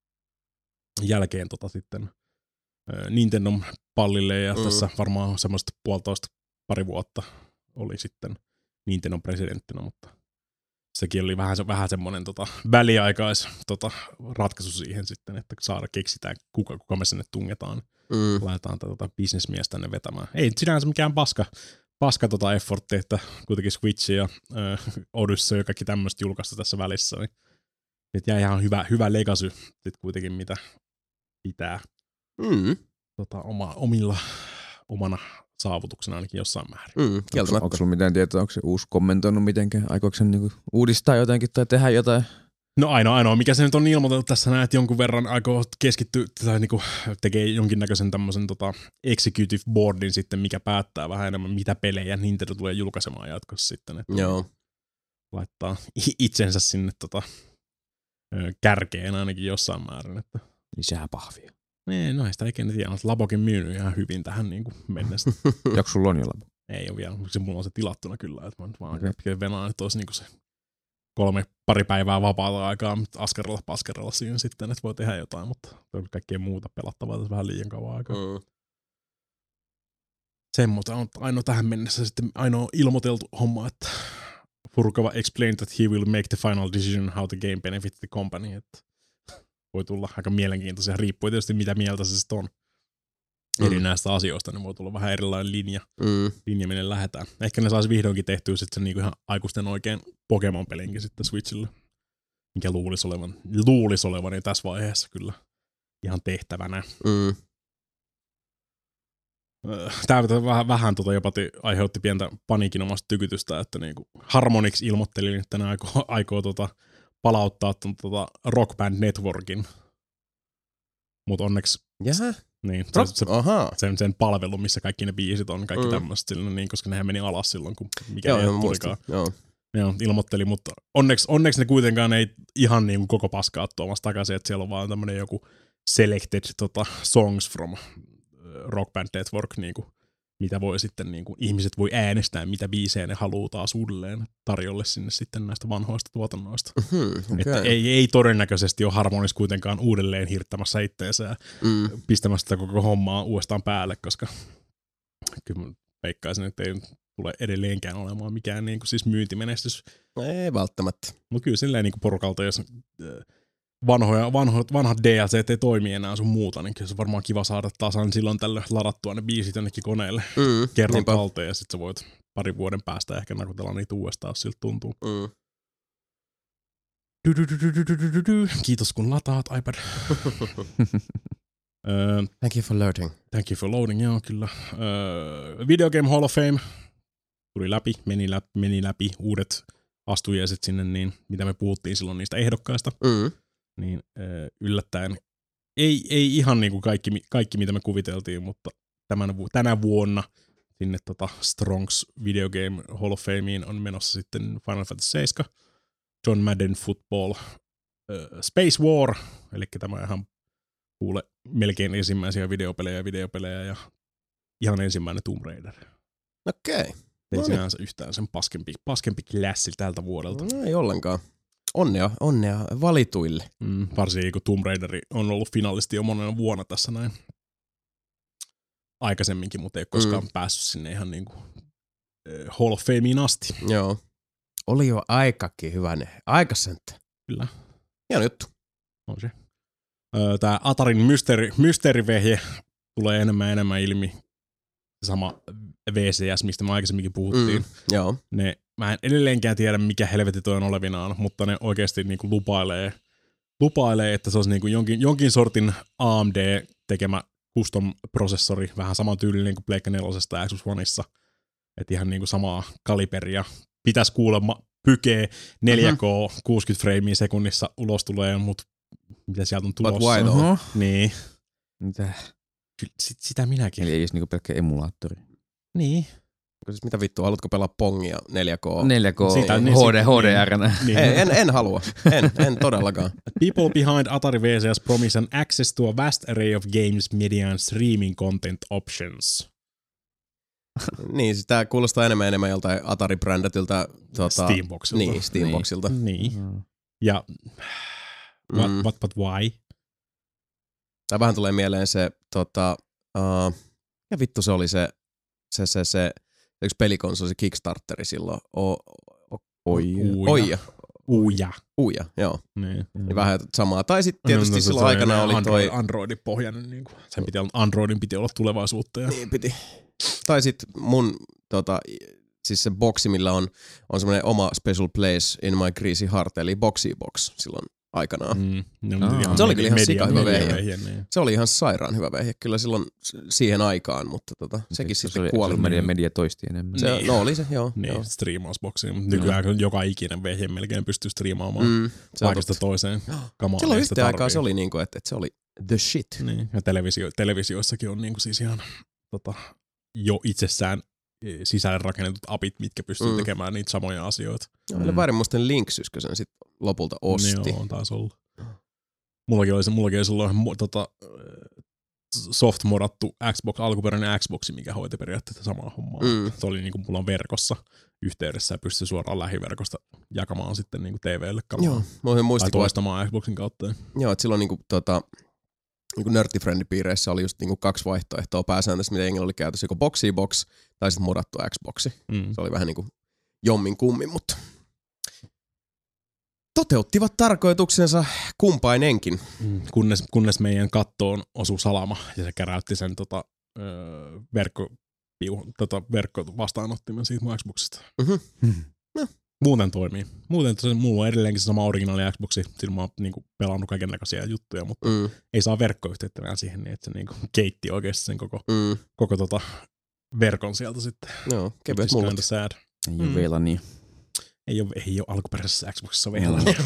jälkeen tota, sitten ä, Nintendon pallille ja hmm. tässä varmaan semmoista puolitoista pari vuotta oli sitten Nintendon presidenttinä, mutta sekin oli vähän, vähän semmoinen tota, väliaikais tota, ratkaisu siihen sitten, että saada keksitään, kuka, kuka me sinne tungetaan. Mm. Laitetaan tätä tota, bisnesmies tänne vetämään. Ei sinänsä mikään paska, paska tota effortti, että kuitenkin Switch ja äh, Odyssey ja kaikki tämmöistä julkaista tässä välissä. Niin, että jäi ihan hyvä, hyvä legacy sit kuitenkin, mitä pitää mm. tota, oma, omilla, omana saavutuksena ainakin jossain määrin. Mm, onko, onko sulla mitään tietoa, onko se uusi kommentoinut mitenkään? Aikooko se niinku uudistaa jotenkin tai tehdä jotain? No ainoa, ainoa mikä se nyt on ilmoiteltu tässä näin, että jonkun verran aikoo keskittyä tai niinku tekee jonkinnäköisen tämmöisen tota executive boardin sitten, mikä päättää vähän enemmän, mitä pelejä Nintendo tulee julkaisemaan jatkossa sitten. Että joo. Laittaa itsensä sinne tota, kärkeen ainakin jossain määrin. Että lisää pahvia. Niin, no ei sitä ikinä tiedä. Labokin myynyt ihan hyvin tähän niin kuin mennessä. Joku sulla on jo Labo? Ei ole vielä, se mulla on se tilattuna kyllä. Että mä nyt vaan Okei. okay. venaan, että olisi niin kuin se kolme, pari päivää vapaata aikaa askarella paskarella siinä sitten, että voi tehdä jotain, mutta on kaikkea muuta pelattavaa tässä vähän liian kauan aikaa. Mm. Semmoista on ainoa tähän mennessä sitten ainoa ilmoiteltu homma, että Furukawa explained that he will make the final decision how the game benefits the company. Että voi tulla aika mielenkiintoisia, riippuu tietysti mitä mieltä se sitten on eri Mm. näistä asioista, niin voi tulla vähän erilainen linja, Mm. linja minne lähdetään. Ehkä ne saisi vihdoinkin tehtyä sitten sen niinku ihan aikuisten oikein Pokemon-pelinkin sitten Switchille, mikä luulisi olevan, luulisi olevan niin tässä vaiheessa kyllä ihan tehtävänä. Mm. Tämä vähän, vähän tota jopa aiheutti pientä paniikinomasta tykytystä, että niinku Harmonix ilmoitteli, että ne aikoo, aikoo tota palauttaa ton, tota Rock Band Networkin. Mutta onneksi Jaha. niin, se, Rock, se, ahaa. sen, sen palvelun, missä kaikki ne biisit on, kaikki Mm. mm. tämmöistä, niin, koska nehän meni alas silloin, kun mikä Joo, ei joo, tulikaan. muistin. Joo. Ne on, ilmoitteli, mutta onneksi, onneksi ne kuitenkaan ei ihan niin kuin koko paskaa tuomassa takaisin, että siellä on vaan tämmöinen joku selected tota, songs from Rock Band Network, niin kuin, mitä voi sitten, niin kuin, ihmiset voi äänestää, mitä biisejä ne haluaa taas uudelleen tarjolle sinne sitten näistä vanhoista tuotannoista. Hmm, Että okay. ei, ei todennäköisesti ole Harmonix kuitenkaan uudelleen hirttämässä itteensä ja Mm. pistämässä sitä koko hommaa uudestaan päälle, koska kyllä mä veikkaisin, että ei tule edelleenkään olemaan mikään niin kuin, siis myyntimenestys. Ei välttämättä. Mutta kyllä silleen niin kuin porukalta, jos vanhoja, vanho, vanhat D L C ei toimi enää sun muuta, niin kyllä se on varmaan kiva saada tasan silloin tällöin ladattua ne biisit jonnekin koneelle Mm. kerran Niinpä. talteen ja sit sä voit parin vuoden päästä ehkä nakutella niitä uudestaan, jos siltä tuntuu. Mm. Du-du-du-du-du-du-du-du. Kiitos kun lataat iPad. Öö, Thank you for loading. Thank you for loading, joo kyllä. Öö, Video Game Hall of Fame tuli läpi, meni läpi, meni läpi uudet astujaiset sinne, niin mitä me puhuttiin silloin niistä ehdokkaista, Mm. niin öö, yllättäen ei, ei ihan niin kuin kaikki, kaikki, mitä me kuviteltiin, mutta tämän, tänä vuonna sinne tota Strongs Video Game Hall of Fameen on menossa sitten Final Fantasy seitsemän, John Madden Football, öö, Space War, eli tämä ihan kuule melkein ensimmäisiä videopelejä videopelejä ja ihan ensimmäinen Tomb Raider. Okei. Ei No niin. sinänsä yhtään sen paskempi, paskempi klassi tältä vuodelta. No ei ollenkaan. Onnea, onnea valituille. Mm, varsinkin kun Tomb Raider on ollut finalisti jo monena vuonna tässä näin aikaisemminkin, mutta ei ole koskaan mm. päässyt sinne ihan niin kuin äh, Hall of Fameen asti. Joo. Oli jo aikakin hyvänä. Aikaisemmin. Kyllä, Hieno juttu. on se. Öö, Tämä Atarin mysteeri, mysteerivehje tulee enemmän ja enemmän ilmi. Sama V C S, mistä me aikaisemminkin puhuttiin. Mm. Joo. Ne, mä en edelleenkään tiedä, mikä helvetti toi on olevinaan, mutta ne oikeasti niinku lupailee, lupailee, että se olisi niinku jonkin, jonkin sortin A M D tekemä custom-prosessori, vähän saman tyylinen kuin Pleikka nelosesta ja Xbox Oneissa. Että ihan niinku samaa kaliberia. Pitäisi kuulemma pykee neljä K mm-hmm. kuusikymmentä freimiä sekunnissa ulos tulee, mutta mitä sieltä on tulossa? But why though? Oho. Niin. Mitä? Sit, sitä minäkin. Eli ei olisi niinku pelkkä emulaattori. Niin. Siis mitä vittua, haluatko pelaa pongia neljä K? neljä K Sitä- niin, H D, sit- H D R. Niin. En, en, en halua. En, en todellakaan. People behind Atari V C S promise an access to a vast array of games media and streaming content options. Niin, siis tää kuulostaa enemmän ja enemmän joltain Atari-brändätyltä tota, Steamboxilta. Niin, Steamboxilta. Niin. Mm. Ja what, Mm. what, but why? Tää vähän tulee mieleen se, tota, uh, ja vittu se oli se, se, se, se yksi pelikonsoli, se Kickstarteri silloin. O, o, Oija. Oija. Uja. Uija, joo. Niin. Niin vähän samaa. Tai sitten tietysti No, no, se- silloin se aikana oli Android, toi... Androidin pohjainen. Niin kuin, sen piti olla, Androidin piti olla tulevaisuutta. Ja... Niin piti. Tai sitten mun, tota, siis se boksi, millä on, on semmoinen oma special place in my greasy heart, eli Boxy Box silloin aikanaan. Mm, no, Aa. ihan Se oli media- kyllä ihan media- sika hyvä media- vehje. vehje, niin. Se oli ihan sairaan hyvä vehje kyllä silloin s- siihen aikaan, mutta tota, sekin se sitten oli, kuoli. Se oli media, media toisti enemmän. Se, Niin. no oli se, joo. Niin, joo. striimausboksiin. Mutta nykyään mm. joka ikinen vehje melkein pystyy striimaamaan Mm, se on paikasta totta. toiseen. Kamaa, Silloin mistä yhteen aikaa tarvii. se oli niinku, että, että se oli the shit. Niin, ja televisio, televisioissakin on niinku siis ihan tota, jo itsessään eh, sisälle rakennetut apit, mitkä pystyy Mm. mm. tekemään niitä samoja asioita. Joo, meillä väärin muisten Linksyskö sen sit lopulta osti. Niin, joo, on taas ollut. Mullakin oli se, mullakin oli silloin mo- tota, eh, soft-modattu Xbox, alkuperäinen Xbox, mikä hoiti periaatteessa samaa hommaa. Mm. Se oli niinku mulla on verkossa yhteydessä ja pystyi suoraan lähiverkosta jakamaan sitten niinku T V:lle kamaa. Joo, mä oon Tai muistikuva. toistamaan Xboxin kautta. Joo, että silloin niinku tota niinku nörttifriendipiireissä oli just niinku kaksi vaihtoehtoa pääsääntöisesti, mitä jengillä oli käytössä, joko boxi box tai sitten modattu Xboxi. Mm. Se oli vähän niinku jommin kummin, mutta toteuttivat tarkoituksensa kumpainenkin. Mm. Kunnes, kunnes meidän kattoon osui salama ja se käräytti sen tota, öö, verkko, tota, verkkovastaanottimen siitä mun Xboxista. Mm-hmm. No. Muuten toimii. Muuten se, mulla on edelleenkin se sama originaali Xboxi, sillä mä oon niinku pelannut kaikennäköisiä juttuja, mutta mm. ei saa verkkoyhteyttä enää siihen niin, että se niinku keitti oikeasti sen koko, mm. koko tota verkon sieltä sitten. Joo, kevyet mulla. Sad. Ei ole mm. vielä niin. Ei ole, ei ole alkuperäisessä Xboxissa vielä niin.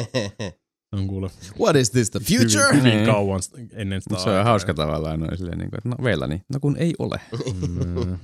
On kuule. What is this, the future? Hyvin, hyvin kauan ennen sitä se on aikaa. Hauska tavallaan noin silleen, niin kuin, että no vielä niin. No kun ei ole. Mm.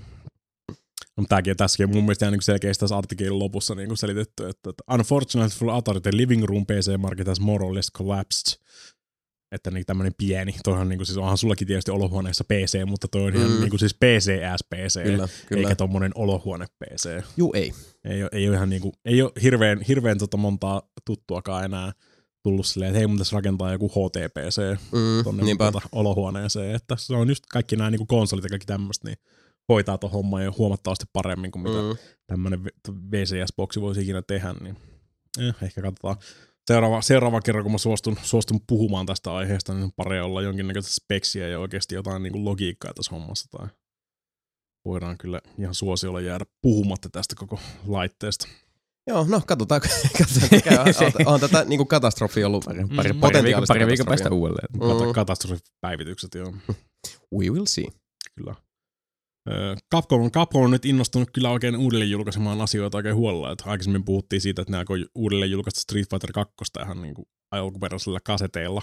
No, tämäkin, tässäkin mun mielestä niin selkeästi tässä artikkelin lopussa niin selitetty, että, että unfortunately for Atari, the living room P C market has more or less collapsed. Että niin tämmönen pieni, toihan niin siis onhan sullakin tietysti olohuoneessa P C, mutta toi on mm. ihan niin siis P C as P C, kyllä, kyllä. Eikä tommonen olohuone P C. Juu, ei. Ei ole, ei ole ihan niinku, ei ole hirveän, hirveän tota montaa tuttuakaan enää tullut silleen, että hei mun tässä rakentaa joku H T P C mm, tonne tota olohuoneeseen, että se on just kaikki nämä niinku konsolit ja kaikki tämmöistä, niin hoitaa ton homman jo huomattavasti paremmin kuin mitä mm. tämmönen V C S-boksi voisi ikinä tehdä, niin eh, ehkä katsotaan. Seuraava, seuraava kerran, kun mä suostun, suostun puhumaan tästä aiheesta, niin pare olla jonkinnäköistä speksiä ja oikeasti jotain niin kuin logiikkaa tässä hommassa. Tai voidaan kyllä ihan suosiolla jäädä puhumatta tästä koko laitteesta. Joo, no katsotaan. katsotaan on, on tätä niin kuin katastrofia ollut pari, pari, pari, viikon, pari viikon päästä uudelleen. Mm. Katastrofipäivitykset, joo. We will see. Kyllä. Capcom, Capcom on nyt innostunut kyllä oikein uudelleen julkaisemaan asioita oikein huolella. Että aikaisemmin puhuttiin siitä, että ne aikoo uudelleen julkaista Street Fighter kaksi ihan niin kuin alkuperäisellä kaseteilla.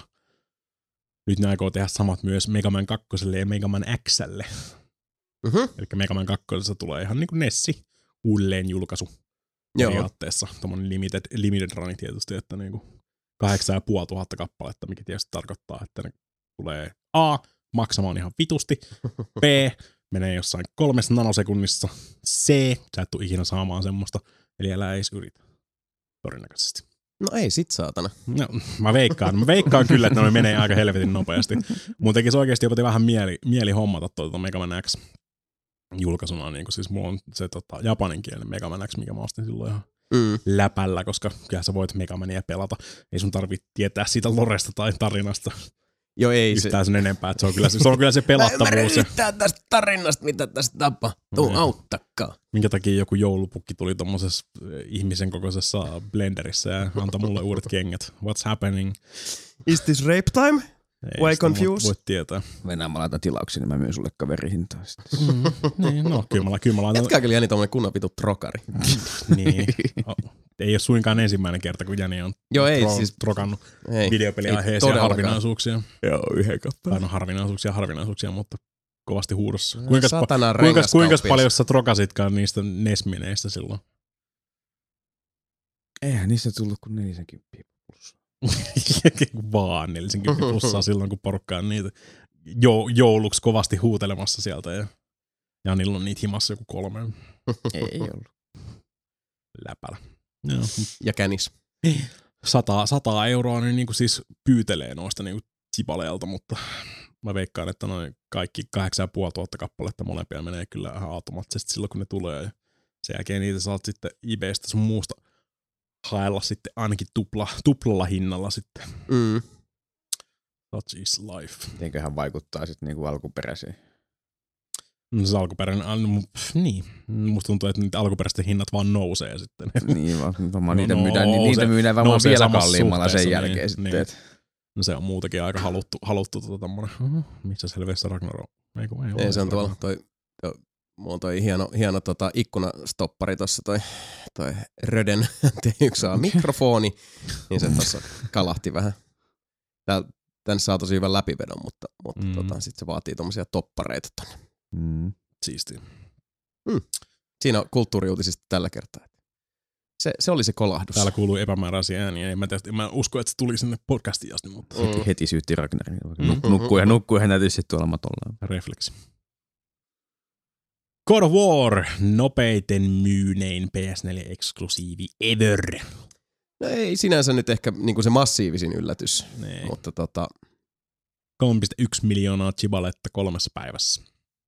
Nyt ne aikoo tehdä samat myös Mega Man kaksi ja Mega Man X:lle. Mm-hmm. Eli Mega Man kaksi tulee ihan niin kuin Nessi uudelleen julkaisu. Joo. Periaatteessa. Tommoinen limited, limited run tietysti, että niin kuin kahdeksan ja puoli tuhatta kappaletta, mikä tietysti tarkoittaa, että ne tulee A, maksamaan ihan vitusti, B, menee jossain kolmessa nanosekunnissa, C, sä et tule ikinä saamaan semmoista, eli älä edes yritä, todennäköisesti. No ei sit saatana. No, mä veikkaan, mä veikkaan kyllä, että ne menee aika helvetin nopeasti. Mun tekisi oikeasti jopa vähän mieli, mieli hommata tuota Mega Man X julkaisuna, niin kuin siis mulla on se tota, japaninkielinen Mega Man X, mikä mä ostin silloin ihan mm. läpällä, koska kyllä sä voit Mega Mania pelata. Ei sun tarvitse tietää siitä loresta tai tarinasta. Joo, ei yhtään se. Sen enempää, että se on kyllä se, se, on kyllä se pelattavuus. Mä ymmärrän yhtään tästä tarinasta, mitä tästä tapahtuu, mm. auttakaa. Minkä takia joku joulupukki tuli tommosessa ihmisen kokoisessa blenderissä ja antoi mulle uudet kengät. What's happening? Is this rape time? Ei, Why confused? Voit tietää. Venään mä laitan tilauksia, niin mä myyn sulle kaverihintaa. Mm, niin, no kyllä mä, kyllä mä laitan. Jätkää kyllä Jani tommonen kunnon vitu trokari. Niin. Ei ole suinkaan ensimmäinen kerta, kun Jani on Joo, ei, tro- siis, trokannut videopeliaiheisia harvinaisuuksia. Joo, yhden kappaleen. Tai no harvinaisuuksia, harvinaisuuksia, mutta kovasti huudossa. No, kuinka pa- kuinka, kuinka paljon sä trokasitkaan niistä Nesmineistä silloin? Eihän niistä tullut kuin neljäkymmentä plussaa. Vaan neljäkymmentä plussaa silloin, kun porukka on niitä jo- jouluksi kovasti huutelemassa sieltä. Ja Janilla on niitä himassa joku kolme. Ei ollut. Läpälä. Joo. Ja känis. Sata, sata euroa niin niinku siis pyytelee noista niinku chipaleelta, mutta mä veikkaan, että noin kaikki kahdeksan ja puoli tuhatta kappaletta molempia menee kyllä ihan automaattisesti silloin, kun ne tulee. Ja sen jälkeen niitä saat sitten eBaystä sun muusta haella sitten ainakin tupla, tuplalla hinnalla sitten. Mm. Such is life. Mitenköhän vaikuttaa sitten niinku alkuperäisiin? No se alkuperäinen, niin. Musta tuntuu, että niitä alkuperäisten hinnat vaan nousee sitten. Niin vaan, varmaan niitä myydään, niin niitä myydään varmaan vielä kalliimmalla sen jälkeen niin, sitten. Niin. No se on muutenkin aika haluttu, haluttu tota tommonen, uh-huh, missä selveessä Ragnarok? Ei, ei, ei se on tuolla, toi, toi, mulla on toi hieno, hieno tota ikkunastoppari tossa, toi, toi Röden T yksi A mikrofoni, niin se tossa kalahti vähän. Tää, tänne saa tosi hyvän läpivedon, mutta, mutta mm. tota, sit se vaatii tommosia toppareita tonne. Mm. Siistiä. Mm. Siinä on kulttuuriuutisista tällä kertaa. Se, se oli se kolahdus. Täällä kuuluu epämääräisiä ääniä. En mä, tiedä, en mä usko, että se tuli sinne podcastiin asti, mutta Mm. Heti syytti Ragnarin. Nuk- nukkuu ja nukkuu ihan nätisti tuolla matolla. refleksi. God of War, nopeiten myynein P S neljä-eksklusiivi ever. No ei sinänsä nyt ehkä niinku se massiivisin yllätys, Nee. mutta tota, kolme pilkku yksi miljoonaa chibaletta kolmessa päivässä.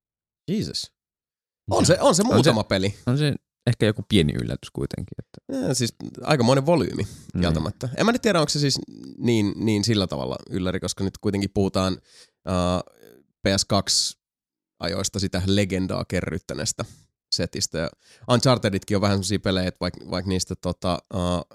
Jesus. On se, on se muutama se- peli. On se ehkä joku pieni yllätys kuitenkin. Että. Ja, siis aikamoinen volyymi Mm. kieltämättä. En mä nyt tiedä, onko se siis niin, niin sillä tavalla ylläri, koska nyt kuitenkin puhutaan uh, P S kaksi ajoista sitä legendaa kerryttäneestä setistä. Ja Uncharteditkin on vähän sellaisia pelejä, että vaikka vaik niistä tota, uh,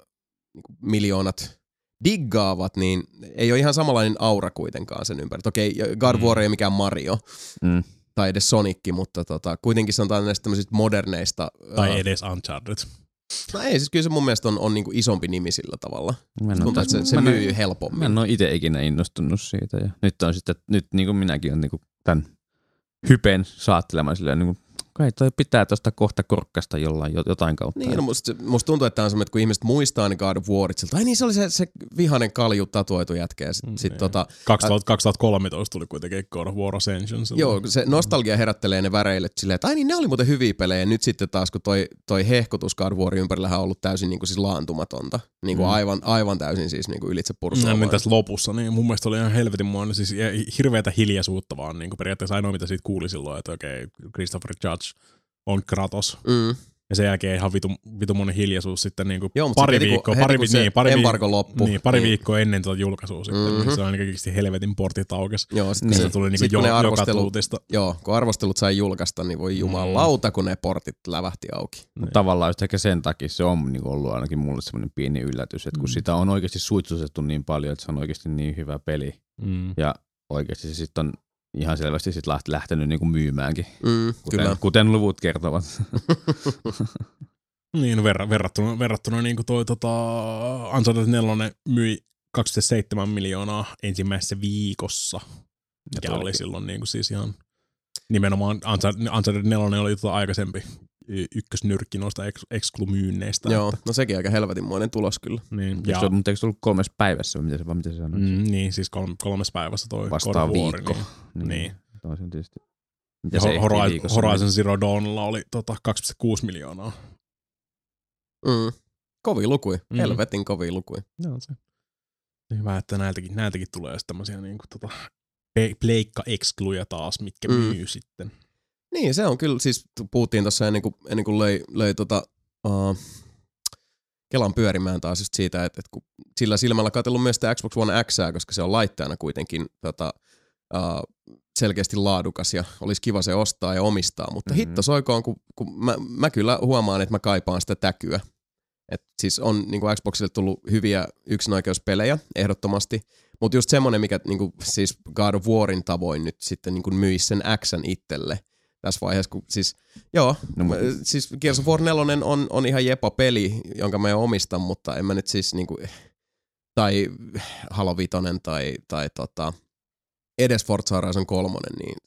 miljoonat diggaavat, niin ei ole ihan samanlainen aura kuitenkaan sen ympäri. Okei, God of War ei ole mikään Mario Mm. tai edes Sonicki, mutta tota, kuitenkin sanotaan näistä tämmöisistä moderneista. Tai uh, edes Uncharted. No ei, siis kyllä se mun mielestä on, on niinku isompi nimi sillä tavalla. Mä en oo Tuntuu, että se, tästä- se mä en oo- myy helpommin. Mä en ole itse ikinä innostunut siitä. Ja nyt on sitten, nyt niin kuin minäkin on niin kuin tämän hypen saattelemaan silleen, niin kuin, kai toi pitää tuosta kohta korkkasta jollain jotain kautta. Niin, no musta, musta tuntuu, että tämä on semmoinen, että kun ihmiset muistaa ne God of Warit, siltä, ai niin se oli se, se vihainen kalju tatuoitu jätkä. Ja sit, Mm, sit niin. tota, kaksituhatta, kaksituhattakolmetoista tuli kuitenkin God of War Ascension. silloin. joo, se nostalgia herättelee ne väreille silleen, että ai niin ne oli muuten hyviä pelejä. Ja nyt sitten taas, kun toi, toi hehkutus God of Warin ympärillähän on ollut täysin niin kuin siis laantumatonta. Niin kuin Mm. aivan, aivan täysin siis niin kuin ylitse No, pursuavaa. niin tässä lopussa, niin mun mielestä oli ihan helvetin muoinen, siis hirveätä hiljaisuutta vaan, niin kuin periaatteessa ainoa mitä siitä kuuli silloin, että okei, okay, Christopher Judge on Kratos. Mm. Ja sen jälkeen ihan vitu, vitumoinen hiljaisuus sitten niin kuin Joo, mutta pari sitten heti, kun- viikkoa, heti, pari, kun vi- se niin, pari, embargo viik- loppui, niin, pari niin- viikkoa ennen tuota julkaisua sitten, Mhm. niin se on oikeasti helvetin portit aukesi. Joo, sit, Niin. kun Se tuli niin sit kuin kun jo, ne joka arvostelut, tuutista. joo, kun arvostelut sai julkaista, niin voi jumalauta, kun ne portit lävähti auki. Niin. Tavallaan just ehkä sen takia se on niin ollut ainakin mulle semmoinen pieni yllätys, että kun Mm. sitä on oikeasti suitsutettu niin paljon, että se on oikeasti niin hyvä peli. Mm. Ja oikeasti se sitten on ihan selvästi sit läht- lähtenyt niin kuin myymäänkin, Mm, kuten, kyllä. kuten luvut kertovat. Niin, verra, verrattuna, verrattuna niin kuin toi tota, Uncharted neljä myi kaksi pilkku seitsemän miljoonaa ensimmäisessä viikossa, mikä oli toikin. silloin niin kuin siis ihan nimenomaan Uncharted, Uncharted neljä oli tota aikaisempi y- ykkösnyrkki noista eks- exclu-myynneistä. Joo, Että, no sekin aika helvetinmoinen tulos kyllä. niin, Ja, ja, se, mutta eikö se ollut kolmessa päivässä, vai miten se, vai miten se sanoi? mm, niin, siis kolme, kolmessa päivässä toi Vastaan God of War, viikko. Niin, niin. Toi on tietysti. Ja Mitä se ehtii Horizon, viikossa? Horizon Zero Dawnilla oli tota, kaksi pilkku kuusi miljoonaa. Mm. Kovia lukui, Mm. helvetin kovia lukui. Joo, se. Hyvä, että näiltäkin, näiltäkin tulee sitten tämmöisiä niin kuin, tota, pe- pleikka-excluja taas, mitkä Mm. myy sitten. Niin, se on kyllä, siis puhuttiin tuossa ennen kuin, ennen kuin löi, löi tota, uh, Kelan pyörimään taas just siitä, että, että kun sillä silmällä katsellut myös sitä Xbox One Xää, koska se on laitteena kuitenkin tota, uh, selkeästi laadukas ja olisi kiva se ostaa ja omistaa, mutta Mhm. hitto soikoon, kun, kun mä, mä kyllä huomaan, että mä kaipaan sitä täkyä. Et siis on niin kuin Xboxille tullut hyviä yksinoikeuspelejä ehdottomasti, mutta just semmoinen, mikä niin kuin, siis God of Warin tavoin nyt sitten niin kuin myisi sen Xn itselle tässä vaiheessa, kun siis joo, No, no, mut- siis Gears of War neljä on, on ihan jepa peli, jonka mä jo omistan, mutta en mä nyt siis niinku, tai Halo Vitoinen tai, tai tota, edes Forza Horizon kolme, niin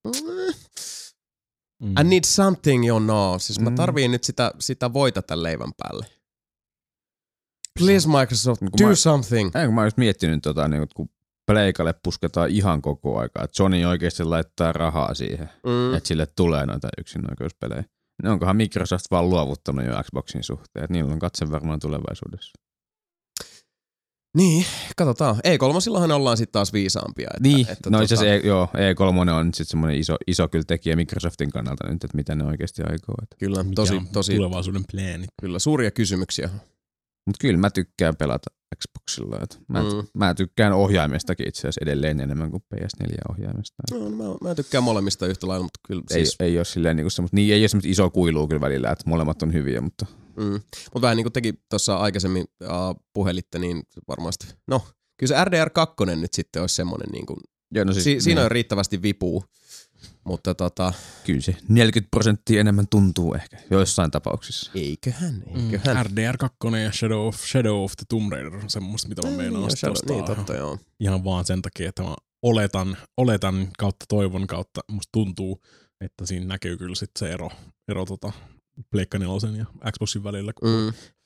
Mm. I need something, you know. Siis mä Mm. tarviin nyt sitä, sitä voita tämän leivän päälle. Please Microsoft, Niin kun do mä- something. Ei, kun mä oon just miettinyt, tota, niin, kun pleikalle pusketaan ihan koko aikaa, että Sony oikeasti laittaa rahaa siihen, Mm. että sille tulee noita yksinoikeuspelejä. Ne onkohan Microsoft vaan luovuttanut jo Xboxin suhteen, että niillä on katse varmaan tulevaisuudessa. Niin, katsotaan. E kolme ollaan sitten taas viisaampia. Että, Niin, että no itse tota, asiassa E- joo, E kolme on nyt sitten semmoinen iso, iso kyllä tekijä Microsoftin kannalta nyt, että mitä ne oikeasti aikoo. Kyllä, Mikä tosi, on tosi, tulevaisuuden plänit. kyllä suuria kysymyksiä. Mutta kyllä mä tykkään pelata Xboxilla. Että mä, Mm. mm. mä tykkään ohjaimestakin itse asiassa edelleen enemmän kuin P S neljä-ohjaimesta. No, mä, mä tykkään molemmista yhtä lailla, mutta kyllä Ei, siis... ei ole silleen niinku semmoista, niin ei ole semmoista isoa kuilua kyllä välillä, että molemmat on hyviä, mutta Mm. Mutta vähän niin kuin teki tuossa aikaisemmin uh, puhelitte, niin varmasti, no kyllä se R D R kaksi nyt sitten olisi semmoinen, niin kuin, joo, no siis, si- siinä niin, on riittävästi vipua, mutta tota, kyllä se neljäkymmentä prosenttia enemmän tuntuu ehkä joissain tapauksissa. eiköhän, Mm. eiköhän. R D R kaksi ja Shadow of, Shadow of the Tomb Raider on semmoista, mitä mä Niin, meinaan ja sitten Shadow- ostaa. niin, totta joo. Ihan vaan sen takia, että mä oletan, oletan kautta toivon kautta, musta tuntuu, että siinä näkyy kyllä sitten se ero, ero tota Pleikka nelosen ja Xboxin välillä, kun Mm.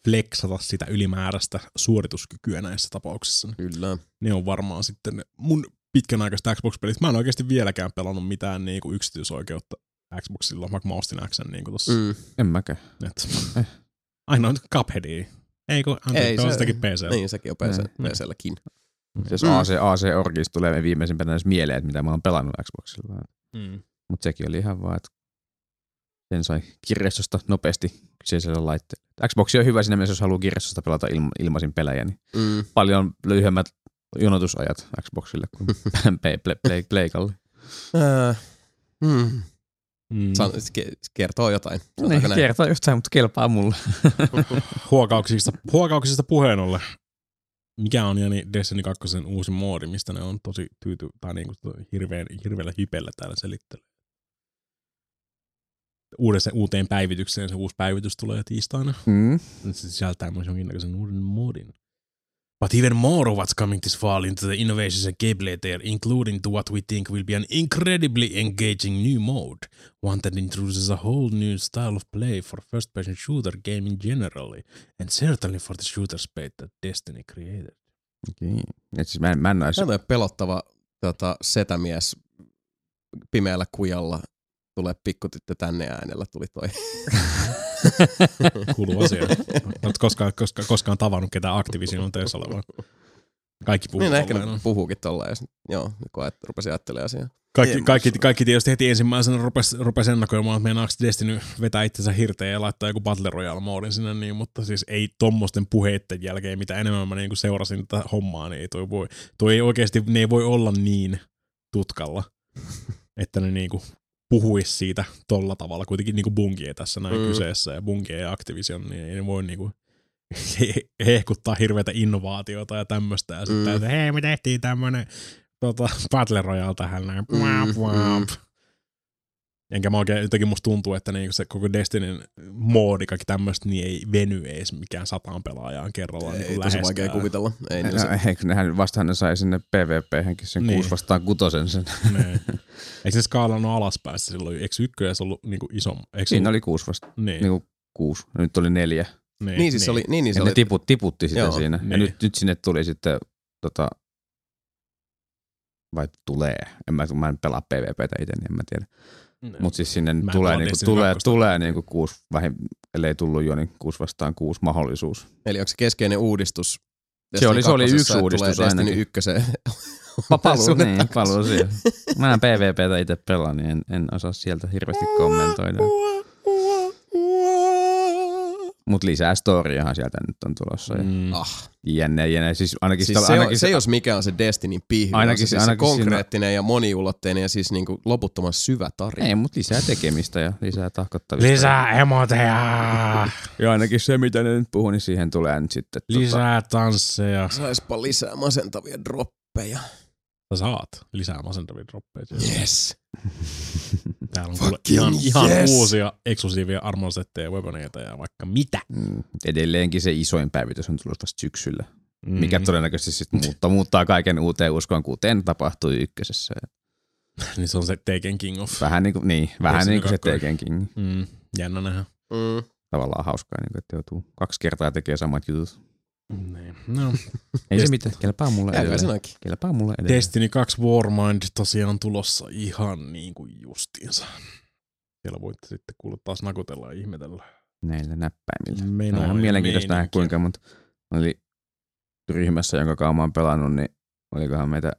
flexata sitä ylimääräistä suorituskykyä näissä tapauksissa. Kyllä. Ne on varmaan sitten mun pitkän aikaista Xbox-pelit. Mä en oikeasti vieläkään pelannut mitään niinku yksityisoikeutta Xboxilla, vaikka mä ostin Xn niinku tossa. Mm. En mäkään. Et, eh. Ainoa Cupheadia. Ei kun Ei, se, sitäkin P C. Niin, sekin on P C, P C:lläkin. Jos Mm. A C, A C Orgista tulee viimeisimpänä edes mieleen, että mitä mä oon pelannut Xboxilla. Mm. Mutta sekin oli ihan vaan, että sen sai kirjastosta nopeasti kyseisellä laitteella. Xbox on hyvä siinä mielessä, jos haluaa kirjastosta pelata ilma, ilmaisin pelejä, niin Mm. paljon lyhyemmät jonotusajat Xboxille kuin Pleikalle. Äh, mm. Mm. San, ke- kertoo jotain. Niin, kertoo jostain, mutta kelpaa mulle. Huokauksista, huokauksista puheen ollen. Mikä on Jani Destiny kaksi uusi moodi, mistä ne on tosi tyyty, tai niinku hirveän, hirveällä hypellä täällä selittelee. Uudessa, uuteen päivitykseen se uusi päivitys tulee tiistaina. Mm. Se sisältää myös jonkinnäköisen uuden modin. But even more of what's coming this fall into the innovations and gameplay there, including to what we think will be an incredibly engaging new mode, one that introduces a whole new style of play for first-person shooter gaming generally, and certainly for the shooter space that Destiny created. Okay. Et siis mä en, mä en Tämä on pelottava tota, setämies pimeällä kujalla. Tulee pikkutyttö tänne äänellä, tuli toi. Kuuluu asia. Olet koskaan, koskaan, koskaan tavannut ketään Activision töissä olevaa. Kaikki puhuu Niin ehkä tolleen. ne puhuukin tolleen. Joo, kun et, rupesin ajattelemaan asiaa. Kaikki, kaikki, kaikki tietysti heti ensimmäisenä rupesi, rupesi ennakoimaan, että meinaako Destiny vetää itsensä hirteen ja laittaa joku Battle Royale-moodin sinne, niin, mutta siis ei tommosten puheitten jälkeen, mitä enemmän mä niin kuin seurasin tätä hommaa, niin ei toi, voi, toi ei oikeasti, ne ei voi olla niin tutkalla, että ne niin kuin puhuisi siitä tolla tavalla. Kuitenkin niin kuin Bungie tässä näin mm. kyseessä ja Bungie ja Activision, niin ei ne voi niin kuin hehkuttaa hirveätä innovaatiota ja tämmöistä ja sitten, mm. että hei, me tehtiin tämmönen tota, Battle Royale tähän näin. Mm, mm. Enkä mä oikein, jotenkin musta tuntuu, että niinku se koko Destinyn moodi, kaikki tämmöistä, niin ei veny ees mikään sataan pelaajaan kerrallaan. Ei, niin tosi vaikea kuvitella. Ei, no, no, se... Eikö nehän vastahan ne sai sinne P V P-hänkin sen niin. kuusi vastaan kutosen sen. Niin. Eikö se skaalannut alaspäistä silloin? Eikö ykköjässä ollut niinku iso? Siinä ollut... oli kuusi vastaan. Niin. Niinku kuusi. Nyt oli neljä. Niin, niin siis niin. oli... Niin, niin se ja oli... ne tiput, tiputti sitä Joo, siinä. niin. Ja nyt, nyt sinne tuli sitten tota... Vai tulee. En mä, mä en pelaa P V P:tä itse, niin en mä tiedä. No. Mutta siis sinne tulee, niinku, tulee, tulee niinku kuusi, vähin, ellei tullut jo, niin kuusi vastaan kuusi mahdollisuus. Eli onko se keskeinen uudistus? Se oli, se oli yksi uudistus ainakin. Destiny ykköseen. Paluu, niin, paluu siihen. Mä en P V P:tä itse pelaa, niin en, en osaa sieltä hirveästi kommentoida. Mut lisää storyahan sieltä nyt on tulossa. Ja Mm. Ah. Jänne, jänne. Siis ainakin siis sitä, se, ainakin on, se jos mikä on se Destinyn pihvi. Ainakin, se, siis ainakin se konkreettinen siinä... ja moniulotteinen ja siis niinku loputtoman syvä tarina. Ei, mutta lisää tekemistä ja lisää tahkottavista. Lisää emoteja! Ja ainakin se, mitä ne nyt puhuu, niin siihen tulee nyt sitten. Lisää tota... tansseja. Saispa lisää masentavia droppeja. Sä saat lisää masentavia droppeja. Yes. Täällä on kuule ihan, ihan yes. uusia eksklusiivia armorsetteja, weaponeita ja vaikka mitä. Mm, edelleenkin se isoin päivitys on tullut vasta syksyllä. Mm. Mikä todennäköisesti sitten muuttaa, muuttaa kaiken uuteen uskoon, kuten tapahtui ykkösessä. Niin se on se Taken King of. Vähän niin kuin, niin, vähän niin kuin se Taken King. Mm, jännä nähdä. Mm. Tavallaan hauskaa, niin kuin, että joutuu kaksi kertaa tekemään samat jutut. Niin. No. Ei se mitään, kelpaa mulle edelleen. Kelpaa mulle edelleen. Destiny kaksi Warmind tosiaan tulossa ihan niin kuin justiinsa. Siellä voitte sitten kuulla taas nakutella ja ihmetellä. Näillä näppäimillä. Menoa on ihan mielenkiintoista nähdä meininkiä. kuinka, mutta oli ryhmässä, jonka kanssa mä oon pelannut, niin olikohan meitä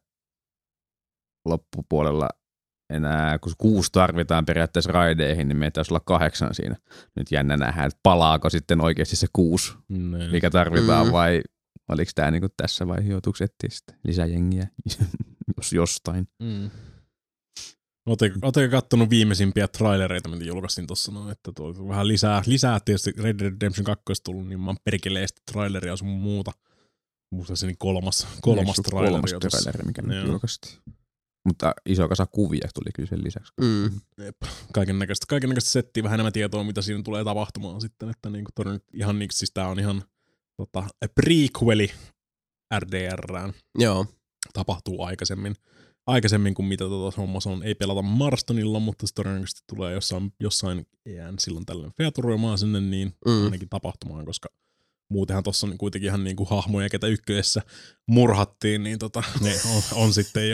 loppupuolella enää, kun kuusi tarvitaan periaatteessa raideihin, niin meitä taisi olla kahdeksan siinä. Nyt jännä nähdä, että palaako sitten oikeasti se kuusi, Ne. mikä tarvitaan, Mm. vai oliko tämä niinku tässä vai joutuuko etsiä sitten lisää jengiä jos jostain. Mm. Oletteko kattonut viimeisimpiä trailereita, mitä julkaistin tuossa noin, että tuo vähän lisää, lisää tietysti Red Dead Redemption kaksi tullut, niin mä oon perkeleesti traileria sun muuta. Muistaakseni kolmas, kolmas Niin, traileri. kolmas jo tossa. traileri, mikä nyt Joo. julkaistiin. Mutta iso kasa kuvia tuli kyllä sen lisäksi. Mm. Kaiken näköistä, kaiken näköistä settiä, vähän enemmän tietoa, mitä siinä tulee tapahtumaan sitten, että niinku todennäköisesti ihan niin, siis tää on ihan tota, prequeli R D R:ään. Joo. Tapahtuu aikaisemmin, aikaisemmin kuin mitä tota hommassa on. Ei pelata Marstonilla, mutta se todennäköisesti tulee jossain, jossain iän silloin tällöin featuroimaan sinne, niin Mm. ainakin tapahtumaan, koska muutenhan tossa on kuitenkin ihan niinku hahmoja, ketä ykkösessä murhattiin, niin tota, ne on, on sitten jo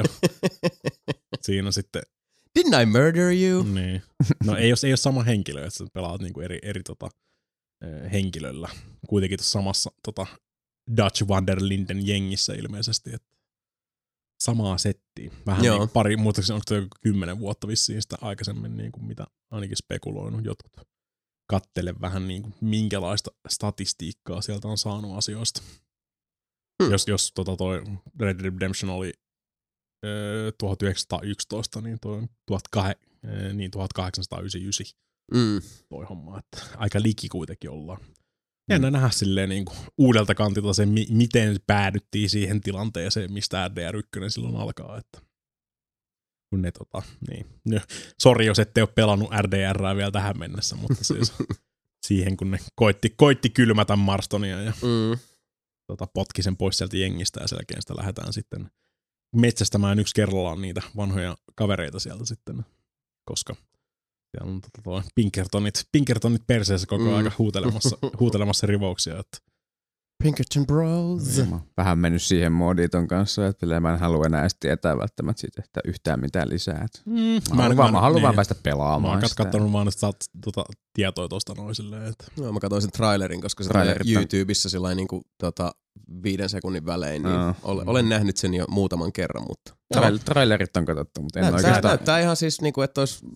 siinä sitten. Didn't I murder you? Niin. No ei ole, ei ole sama henkilö, että sä pelaat niinku eri, eri tota, henkilöllä. Kuitenkin tuossa samassa tota, Dutch Wanderlinden jengissä ilmeisesti, että samaa settiä. Vähän niin pari, muistaakseni onko toi kymmenen vuotta vissiin sitä aikaisemmin, niin kuin mitä ainakin spekuloinut jotkut. Kattele vähän niin kuin minkälaista statistiikkaa sieltä on saanut asioista. Hmm. Jos, jos tota toi Red Dead Redemption oli ö, tuhatyhdeksänsataayksitoista, niin toi on niin tuhatkahdeksansataayhdeksänkymmentäyhdeksän mm. toi homma. Että aika liki kuitenkin ollaan. Jännä mm. nähdä silleen niin kuin uudelta kantilta se, mi- miten päädyttiin siihen tilanteeseen, mistä R D R yksi silloin alkaa. Että kun ne tota, niin. Sori, jos ette ole pelannut R D R:ää vielä tähän mennessä, mutta siis siihen, kun ne koitti, koitti kylmätä Marstonia ja mm. tota, potki sen pois sieltä jengistä ja selkeän sitä lähdetään sitten metsästämään yksi kerrallaan niitä vanhoja kavereita sieltä sitten, koska siellä on tota, toi Pinkertonit, Pinkertonit perseessä koko mm. aika huutelemassa, huutelemassa rivouksia. Että Pinkerton Bros. Niin, vähän mennyt siihen moodiin ton kanssa, että mä en halua enää edes tietää välttämättä siitä, että yhtään mitään lisää. Mm. Mä, mä haluan, vaan, mä haluan niin. vaan päästä pelaamaan. Mä oon katsonut vaan, että saat tota, tietoa tosta noin silleen. Että no, mä katsoin sen trailerin, koska se on YouTubessa sillain niinku tota, viiden sekunnin välein, niin no. olen, olen nähnyt sen jo muutaman kerran, mutta Trail, trailerit on katsottu, mutta en näyttää, oikeastaan. Näyttää ihan siis niinku, että olisi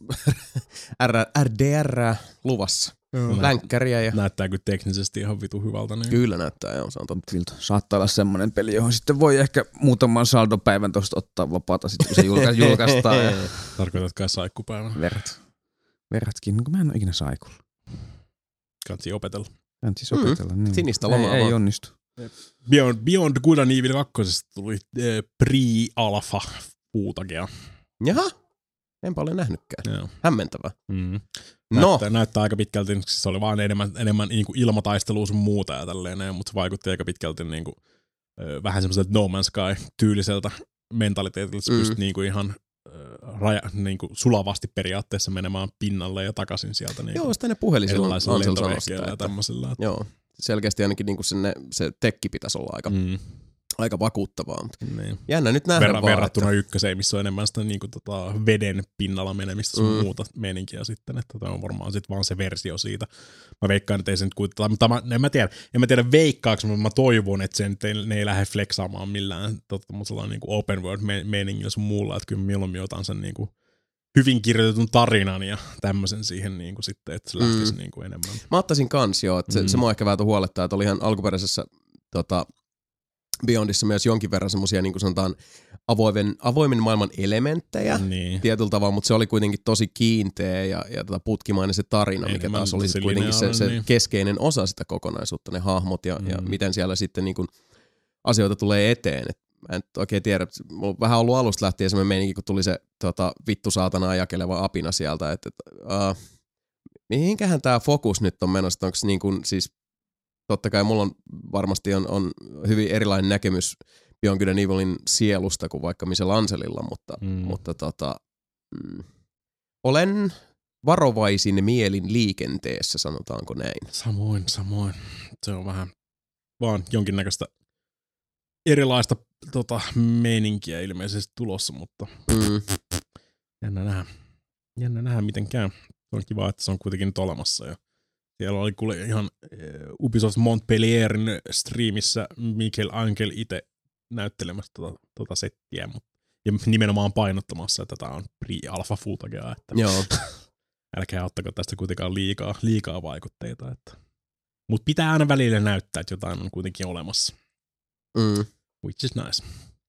R D R luvassa. Mm. Länkkäriä ja näyttää kyllä teknisesti ihan vitu hyvältä. Niin. Kyllä näyttää, joo, se on totta. Vilta. Saattaa olla semmoinen peli, johon sitten voi ehkä muutaman saldopäivän tuosta ottaa vapaata, sitten kun se julka- julkaistaan. Ja tarkoitat kai saikkupäivän? Verrat. Verratkin, niin kuin mä en ole ikinä saikulla. Kansi opetella. Kansi opetella, mm. niin. Sinistä lomaa ei, vaan. Ei onnistu. Beyond, Beyond Good and Evil kaksi tuli äh, pre-alpha puutagea. Jaha, enpä ole nähnytkään. Joo. Hämmentävää. Mm. No. Näyttää, näyttää aika pitkälti, siis se oli vaan enemmän, enemmän niin kuin ilmataistelua sun muuta ja tälleen, mutta se vaikutti aika pitkälti niin kuin, äh, vähän semmoiselta No Man's Sky-tyyliseltä mentaliteetilta, että mm. pystyt niin kuin ihan äh, raja, niin kuin sulavasti periaatteessa menemään pinnalle ja takaisin sieltä. Niin joo, sitä ne puhelin silloin Ansel sanosta. Ja tämmöisellä. Joo, selkeästi ainakin niin kuin sinne, se tekki pitäisi olla aika, mm. aika vakuuttavaa. Niin. Jännä nyt nähdä Ver- vaan. Verrattuna että ykköseen, missä on enemmän sitä niin kuin, tota, veden pinnalla menemistä sun mm. muuta meininkiä sitten. Että tämä on varmaan sitten vaan se versio siitä. Mä veikkaan, että ei se nyt kuitenkaan, mutta mä, en mä tiedä, en mä tiedä veikkaaks, mutta mä toivon, että sen, ei, ne ei lähde flexaamaan millään tota, niin kuin open world meiningillä sun muulla, että kyllä mieluummin otan sen niin kuin hyvin kirjoitetun tarinan ja tämmöisen siihen niin kuin sitten, että se lähtisi mm. niin kuin enemmän. Mä ottaisin kans joo, että se, mm. se mua ehkä vähän huolettaa, että oli ihan alkuperäisessä tota, Beyondissa myös jonkin verran semmosia niin kuin sanotaan avoimen, avoimen maailman elementtejä niin. Tietyllä tavalla, mutta se oli kuitenkin tosi kiinteä ja, ja tota putkimainen se tarina, mikä enemmän taas oli se kuitenkin se, se niin. keskeinen osa sitä kokonaisuutta, ne hahmot ja, mm. ja miten siellä sitten niin kuin asioita tulee eteen. Et mä en oikein tiedä, mulla on vähän ollut alusta lähtien semmoinen meininki, kun tuli se tota, vittu saatanaa jakeleva apina sieltä, että et, uh, mihinkähän tää fokus nyt on menossa, onko niin kuin siis totta kai mulla on varmasti on, on hyvin erilainen näkemys Beyond Good and Evilin sielusta kuin vaikka Michelangelilla, mutta, mm. mutta tota, mm, olen varovaisin mielin liikenteessä, sanotaanko näin. Samoin, samoin. Se on vähän vaan jonkinnäköistä erilaista tota, meininkiä ilmeisesti tulossa, mutta mm. jännä nähdä. Jännä nähdä miten käy. On kiva, että se on kuitenkin nyt olemassa ja siellä oli kuule ihan Ubisoft Montpellierin striimissä Mikael Angel itse näyttelemässä tota, tota settiä, mutta ja nimenomaan painottamassa, että tämä on pre-alpha futagea, että joo. älkää ottako tästä kuitenkaan liikaa, liikaa vaikutteita. Että. Mutta pitää aina välillä näyttää, että jotain on kuitenkin olemassa. Mm. Which is nice.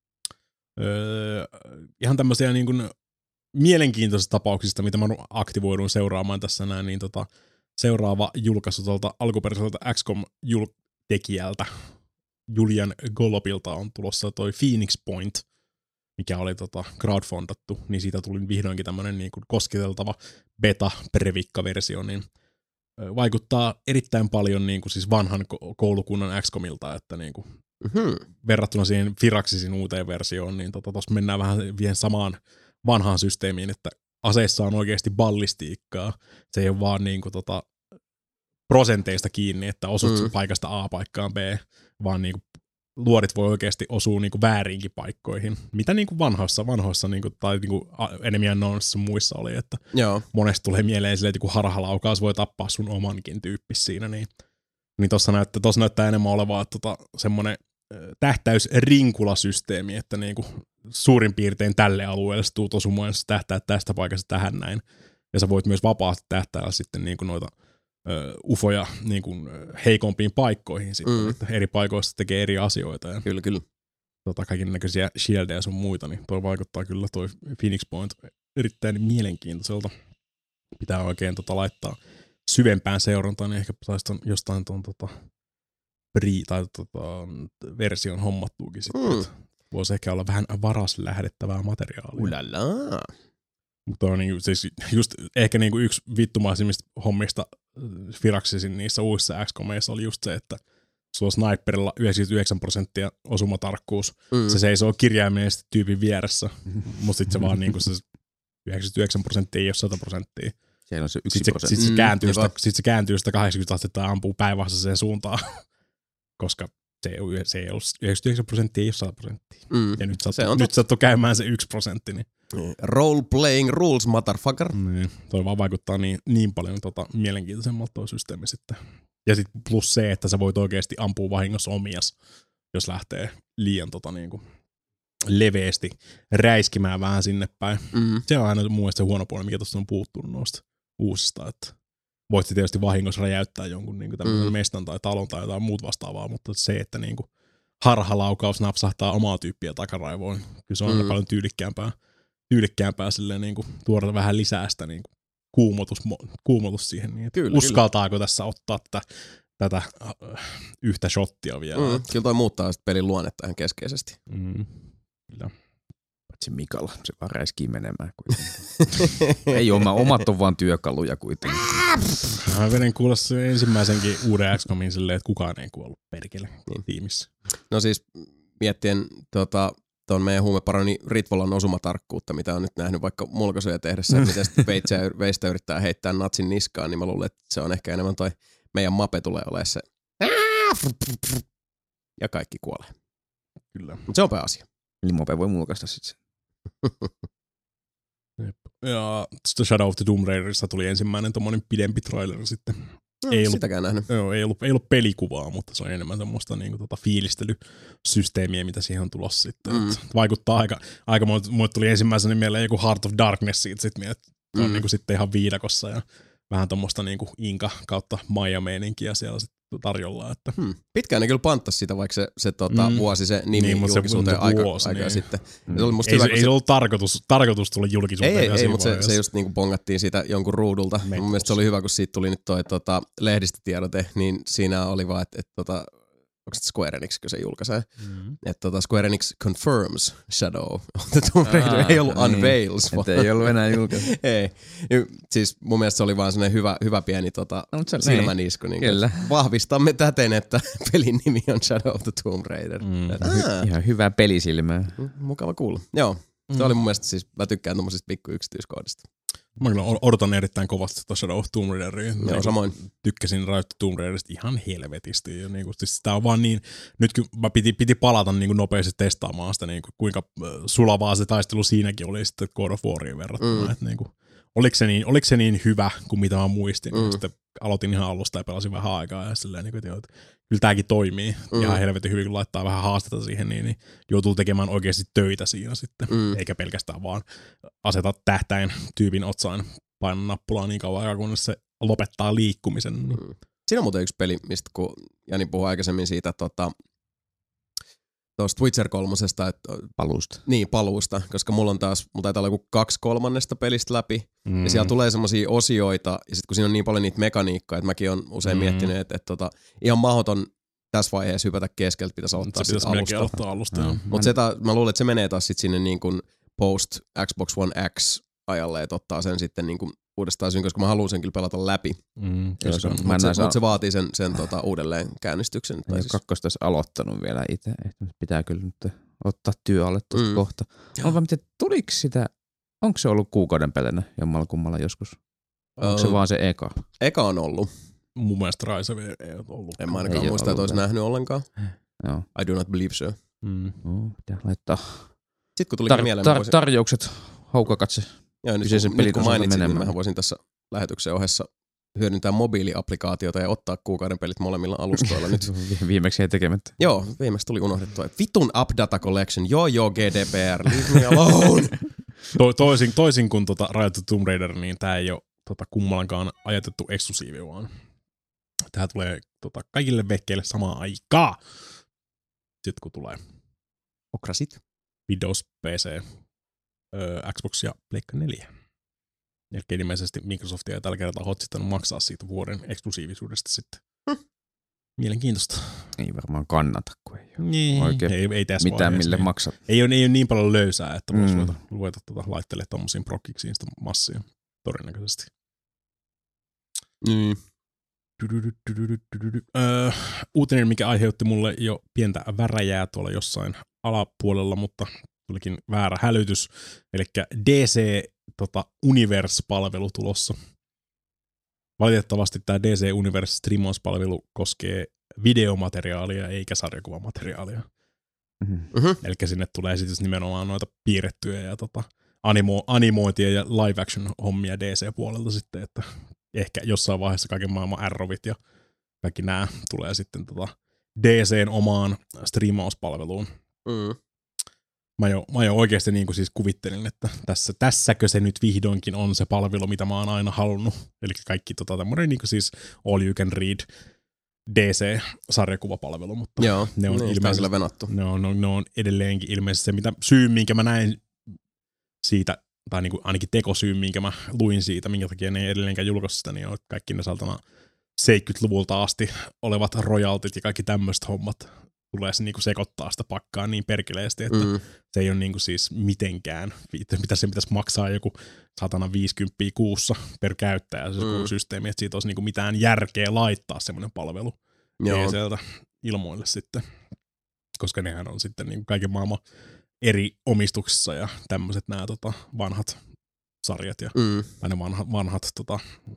Öö, ihan tämmöisiä niin kuin mielenkiintoisista tapauksista, mitä mä aktivoidun seuraamaan tässä näin, niin tota, seuraava julkaisu tuolta alkuperäiseltä X COM-tekijältä Julian Golopilta on tulossa toi Phoenix Point, mikä oli tota crowdfundattu, niin siitä tuli vihdoinkin tämmönen niin kuin kosketeltava beta-previkka-versio, niin vaikuttaa erittäin paljon niin kuin siis vanhan koulukunnan X COMilta, että niin kuin mm-hmm. verrattuna siihen Firaxisin uuteen versioon, niin tota, tossa mennään vähän vielä samaan vanhaan systeemiin, että aseissa on oikeasti ballistiikkaa. Se ei ole vaan niin kuin tota prosenteista kiinni, että osut Mm. paikasta A paikkaan B, vaan niinku luodit voi oikeasti osua niinku väärinkin paikkoihin. Mitä niinku vanhoissa, vanhoissa niinku, tai niinku Enemy Unknownissa muissa oli, että Joo. monesti tulee mieleen silleen, että joku harhalaukaus voi tappaa sun omankin tyyppis siinä, niin, niin tossa näyttää, tossa näyttää enemmän olevaa tota, semmoinen tähtäysrinkulasysteemi, että niinku suurin piirtein tälle alueelle sä tuut osumaan, jos sä tähtäät tästä paikasta tähän näin. Ja sä voit myös vapaasti tähtäällä sitten niinku noita ö, ufoja niinku heikompiin paikkoihin sitten, Mm. että eri paikoissa tekee eri asioita ja Kyllä, kyllä. tota, kaiken näköisiä shieldeja sun muita, niin toi vaikuttaa kyllä toi Phoenix Point erittäin mielenkiintoiselta. Pitää oikein tota, laittaa syvempään seurantaan, niin ehkä saisi ton, jostain ton tota, pri- tai tota, version hommattuukin sitten. Mm. Voisi ehkä olla vähän varas lähdettävää materiaalia. Ulala. Mutta on niinku, siis just ehkä niinku yksi vittumaisimmista hommista Firaxisin niissä uusissa X-komeissa oli just se, että sulla on sniperilla yhdeksänkymmentäyhdeksän prosenttia osumatarkkuus. Mm. Se seisoo kirjaimellisesti tyypin vieressä, mutta sitten se vaan niinku se yhdeksänkymmentäyhdeksän prosenttia ei ole sata prosenttia. Siellä on se yksi Sitten se, prosentti. sit se, Mm, kääntyy sitä, jep. sit se kääntyy sitä kahdeksankymmentä astetta ja ampuu päinvastaiseen suuntaan, koska se ei ole, se ei ole yhdeksänkymmentäyhdeksän prosenttia, ei ole sata prosenttia. Mm. Ja nyt Se sattuu, on nyt sattuu käymään se yksi prosentti. Niin, Role playing rules, motherfucker. niin, toi vaan vaikuttaa niin, niin paljon tota, mielenkiintoisemmalta toi systeemi sitten. Ja sitten plus se, että sä voit oikeasti ampua vahingossa omias, jos lähtee liian tota, niinku, leveästi räiskimään vähän sinne päin. Mm. Se on aina mun mielestä se huono puoli, mikä tuosta on puuttunut noista uusista, että voit se tietysti vahingossa räjäyttää jonkun niin tämmöisen Mm. mestan tai talon tai jotain muut vastaavaa, mutta se, että niin kuin harhalaukaus napsahtaa omaa tyyppiä takaraivoon, niin kyllä se on aina Mm. paljon tyylikkäämpää, tyylikkäämpää silleen niin kuin tuoda vähän lisää sitä niin kuin kuumotus, kuumotus siihen, niin että Kyllä, uskaltaako kyllä. tässä ottaa tätä, tätä äh, yhtä shottia vielä. Mm. Kyllä toi muuttaa sit pelin luonnetta ihan keskeisesti. Mm. Kyllä. Paitsi Mikalla, se vaan räiskii menemään kuitenkin. Ei ole, omat on vaan työkaluja kuitenkin. Mä vedin kuulla se ensimmäisenkin uuden X COMin silleen, että kukaan ei kuollut perkele Niin. tiimissä. No siis miettien tota, tuon meidän huumeparoni Ritvolan osumatarkkuutta, mitä on nyt nähnyt vaikka mulkaisuja tehdessä, että miten sitten veitseä, veistä yrittää heittää natsin niskaan, niin mä luulen, että se on ehkä enemmän toi meidän mape tulee olemaan se ja kaikki kuolee. Kyllä. Mutta se on pääasia. Limope voi mulkaista sitten. Ja sitten Shadow of the Tomb Raiderista tuli ensimmäinen tommonen pidempi traileri sitten. No, Ei ollut- sitäkään nähnyt. Joo, ei ollut, ei ollut pelikuvaa, mutta se on enemmän semmoista niinku tota fiilistelysysteemiä, mitä siihen on tulossa sitten. Mm. Et vaikuttaa aika, aika mulle tuli ensimmäisenä mieleen joku Heart of Darkness siitä sitten, että se on Mm. niinku sitten ihan viidakossa ja vähän tommoista niinku Inka kautta Maija-meininkiä siellä sitten tarjolla. Että Hmm. Pitkään ne kyllä panttas sitä, vaikka se, se tota, Mm. vuosi se nimi Niin, niin, mutta se julkisuuteen vuosi, aika, vuosi, aikaa niin. sitten. Mm. Se oli musta ei, hyvä, se, kun ei se, se ollut tarkoitus, tarkoitus tulla ei, julkisuuteen. ei, ihan ei siinä mutta se, se vaiheessa. just niinku bongattiin siitä jonkun ruudulta. Mun Mekkossa. mielestä se oli hyvä, kun siitä tuli nyt toi tota, lehdistötiedote, niin siinä oli vaan, että et, tota, onko se Square Enix, kun se julkaisee, Mm. että tota, Square Enix confirms Shadow of the Tomb Raider, Aa, ei ollut niin. unveils. vaan- Että ei ollut enää julkaisu. ei. Y- Siis mun mielestä se oli vaan sellainen hyvä, hyvä pieni tota, No, mutta se- silmänisku. Niin Kyllä. vahvistamme täten, että pelin nimi on Shadow of the Tomb Raider. Mm. Että, Hy- aa, ihan hyvää pelisilmää. mukava kuulla. Joo, se Mm. oli mun mielestä siis, mä tykkään tommosista pikku yksityiskohdista. Mä kyllä odotan erittäin kovasti tuota Shadow of Tomb Raideria. Joo, Niin samoin. Tykkäsin Rise of Tomb Raiderista ihan helvetisti. Ja niin kuin, siis sitä on vaan niin, nyt kun mä piti, piti palata niin kuin nopeasti testaamaan sitä, niin kuin, kuinka äh, sulavaa se taistelu siinäkin oli sitten God of Wariin verrattuna. Mm. Että, niin kuin, oliko, se niin, oliko se niin hyvä kuin mitä mä muistin? Mm. Mm. Sitten aloitin ihan alusta ja pelasin vähän aikaa ja silleen, niin kuin, että, joo, että kyllä tämäkin toimii Mm. ihan helvetin hyvin, kun laittaa vähän haastetta siihen, niin, niin joutuu tekemään oikeasti töitä siinä sitten. Mm. Eikä pelkästään vaan aseta tähtäin tyypin otsaan painan nappulaa niin kauan aikaa, kunnes se lopettaa liikkumisen. Niin. Mm. Siinä on muuten yksi peli, mistä kun Jani puhui aikaisemmin siitä tota, tuosta Witcher kolmosesta, että Paluusta. niin, paluusta, koska mulla on taas, mulla taitaa olla joku kaksi kolmannesta pelistä läpi, Mm. ja siellä tulee semmosia osioita, ja sitten kun siinä on niin paljon niitä mekaniikkoja, että mäkin on usein Mm. miettinyt, että, että tota, ihan mahdoton tässä vaiheessa hypätä keskeltä, pitäisi aloittaa Se sit pitäisi melkein alusta. aloittaa alusta. Mm. joo. Mutta se ta, mä luulen, että se menee taas sit sinne niin kuin post Xbox One X ajalle, että ottaa sen sitten niin kuin uudestaan syyn, koska mä haluan sen kyllä pelata läpi. Mm, Joo, koska- se on- Mä Mutta en se, näin saa- mut se vaatii sen, sen tota, uudelleen käynnistyksen. En Tai ole siis, kakkosta edes aloittanut vielä itse. Että pitää kyllä nyt ottaa työ alle tuosta Mm. kohta. On vaan miten, tuliko sitä, onko se ollut kuukauden pelinä jommalla kummalla joskus? Onko se Öö, vaan se eka? eka on ollut. mun mielestä Rise ei ole ollut. En mä ainakaan muista, että olisi nähnyt ollenkaan. Joo. I do not believe so. Mm. No, pitää laittaa Sitten kun tuli tar- mieleen, tar- voisin... tarjoukset, haukakatse. Joo, nyt, kyseisen kun, pelin nyt kun osalta mainitsin, niin menemään. mä voisin tässä lähetyksen ohessa hyödyntää mobiiliaplikaatiota ja ottaa kuukauden pelit molemmilla alustoilla nyt. Viimeksi ei tekemättä. Joo, viimeksi tuli unohdettua. Vitun App Data Collection, joo joo G D P R, leave me alone. To, toisin, toisin kuin tota Rise of Tomb Raider, niin tää ei ole tota, kummallakaan ajatettu eksklusiivi, vaan tää tulee tota, kaikille vekkeille samaan aikaan. Sitten kun tulee Okrasit. Windows, P C, öö, Xbox ja Pleikka neljä. Eli ilmeisesti Microsoft ei tällä kertaa hotsittanut maksaa siitä vuoden eksklusiivisuudesta sitten. Hm. Mielenkiintoista. Ei varmaan kannata, kun ei ole Niin. oikein Ei, ei tässä mitään mille niin. maksat. Ei ole, ei ole niin paljon löysää, että voisi Mm. ruveta, ruveta tuota, laittelemaan tommosiin prokkiksiin sitä massia. Todennäköisesti. Mm. Öö, uutinen, mikä aiheutti mulle jo pientä väräjää tuolla jossain alapuolella, mutta tulikin väärä hälytys. Eli D C tota, Universe-palvelu tulossa. Valitettavasti tämä D C Universe Streamaus-palvelu koskee videomateriaalia eikä sarjakuvamateriaalia. Mm-hmm. Eli sinne tulee esitys nimenomaan noita piirrettyjä ja tota, animo, animointia ja live action hommia D C-puolelta sitten, että ehkä jossain vaiheessa kaiken maailman Arrowit ja kaikki nämä tulee sitten tota D C:n omaan striimauspalveluun. Mm. Mä jo, mä jo oikeasti niin kuin siis kuvittelin, että tässä, tässäkö se nyt vihdoinkin on se palvelu, mitä mä oon aina halunnut. Eli kaikki tota, tämmöinen niin kuin siis all you can read D C-sarjakuvapalvelu, mutta Joo, ne on, niin, ilmeisesti, venattu. ne, on, ne on edelleenkin ilmeisesti se, mitä syy, minkä mä näin siitä, tai niin kuin ainakin tekosyy, minkä mä luin siitä, minkä takia ne ei edelleenkään julkaisi sitä, niin on kaikki ne saatana seitsemänkymmentäluvulta asti olevat royaltit ja kaikki tämmöiset hommat tulee se niinku sekoittaa sitä pakkaa niin perkeleesti, että mm. se ei ole niinku siis mitenkään, mitä se pitäisi maksaa joku satana viisikymmentä kuussa per käyttäjä, se mm. systeemi, että siitä olisi niinku mitään järkeä laittaa semmoinen palvelu sieltä ilmoille sitten, koska nehän on sitten niinku kaiken maailman eri omistuksissa ja tämmöiset nämä tota, vanhat sarjat ja mm. tai ne vanhat, vanhat tota,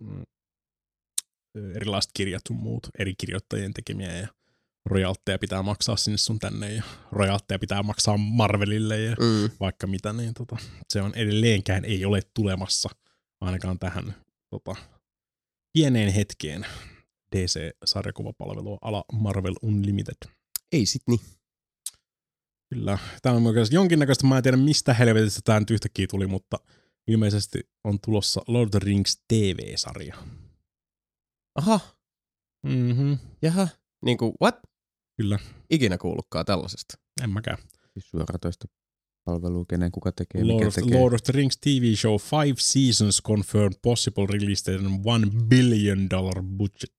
erilaiset kirjat sun muut, eri kirjoittajien tekemiä ja rojaltteja pitää maksaa sinne sun tänne ja rojaltteja pitää maksaa Marvelille ja mm. vaikka mitä, niin tota, se on edelleenkään ei ole tulemassa ainakaan tähän tota, pieneen hetkeen D C-sarjakuvapalvelua ala Marvel Unlimited. Ei sit niin. Kyllä. Tämä on oikeasti jonkinnäköistä, mä en tiedä mistä helvetistä tämä nyt yhtäkkiä tuli, mutta ilmeisesti on tulossa Lord of the Rings T V-sarja. Aha. Mhm. Jaha. Niinku, what? Kyllä. Ikinä kuullutkaan tällaisesta. En mäkään. Siis suoratoista palvelua, kenen kuka tekee, Lord mikä of, tekee. Lord of the Rings T V show, five seasons confirmed, possible release and one billion dollar budget.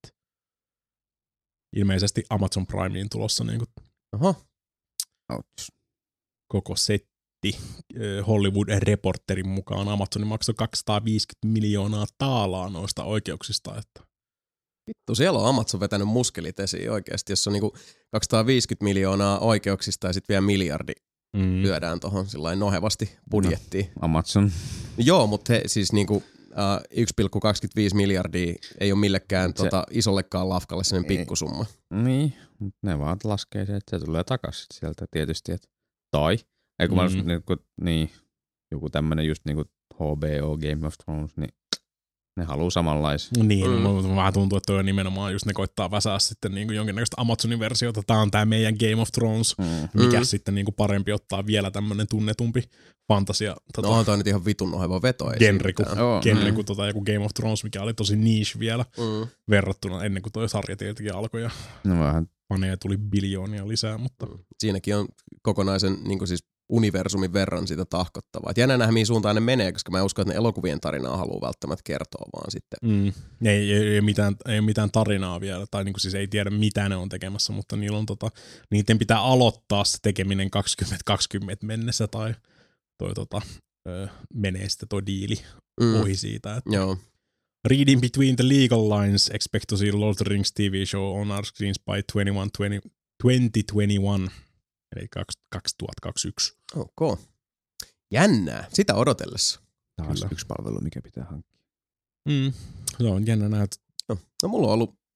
Ilmeisesti Amazon Primeen tulossa niin kuin Aha. Ouch. koko setti. Hollywood Reporterin mukaan Amazonin maksoi kaksisataaviisikymmentä miljoonaa taalaa noista oikeuksista, että Vittu, siellä on Amazon vetänyt muskelit esiin oikeasti, jos on niinku kaksisataaviisikymmentä miljoonaa oikeuksista ja sitten vielä miljardi mm. lyödään tohon sillain nohevasti budjettiin. No, Amazon. Joo, mutta he siis niinku uh, yksi pilkku kaksikymmentäviisi miljardia ei ole millekään se, tota, isollekaan lafkalle sellainen pikkusumma. Niin, mutta ne vaan laskee se, että se tulee takaisin sieltä tietysti. Et, tai, ei kun mm. mä olisin, niin, niin, joku tämmönen just niinku H B O, Game of Thrones, niin ne haluu samanlaisia. Niin, mm. vähän tuntuu, että toi on nimenomaan just ne koittaa väsää sitten niin kuin jonkinnäköistä Amazonin versiota. Tää on tää meidän Game of Thrones, mm. mikä mm. sitten niin kuin parempi ottaa vielä tämmönen tunnetumpi fantasia. Tota, no on toi nyt ihan vitun noheva veto. Genre kuin, oh, genre mm. kuin tota, joku Game of Thrones, mikä oli tosi niche vielä mm. verrattuna ennen kuin toi sarja tietenkin alkoi ja no, vähän. faneja tuli biljoonia lisää. Mutta mm. Siinäkin on kokonaisen niin kuin siis universumin verran sitä tahkottavaa. Et jännä nähdä, mihin suuntaan ne menee, koska mä en usko, että ne elokuvien tarinaa haluaa välttämättä kertoa, vaan sitten. Mm. Ei, ei, ei, mitään, ei mitään tarinaa vielä, tai niinku siis ei tiedä, mitä ne on tekemässä, mutta niillä on tota, niiden pitää aloittaa se tekeminen kaksituhattakaksikymmentä mennessä, tai toi tota, ö, menee sitten toi diili mm. ohi siitä. Että joo. Reading between the legal lines, expect to see Lord of the Rings T V show on our screens by twenty twenty-one. Eli kaksituhattakaksikymmentäyksi. Ok. Jännää. Sitä odotellessa. Taas Kyllä. yksi palvelu, mikä pitää hankkia. Mm. Se on jännä nähdä. No, no mulla on ollut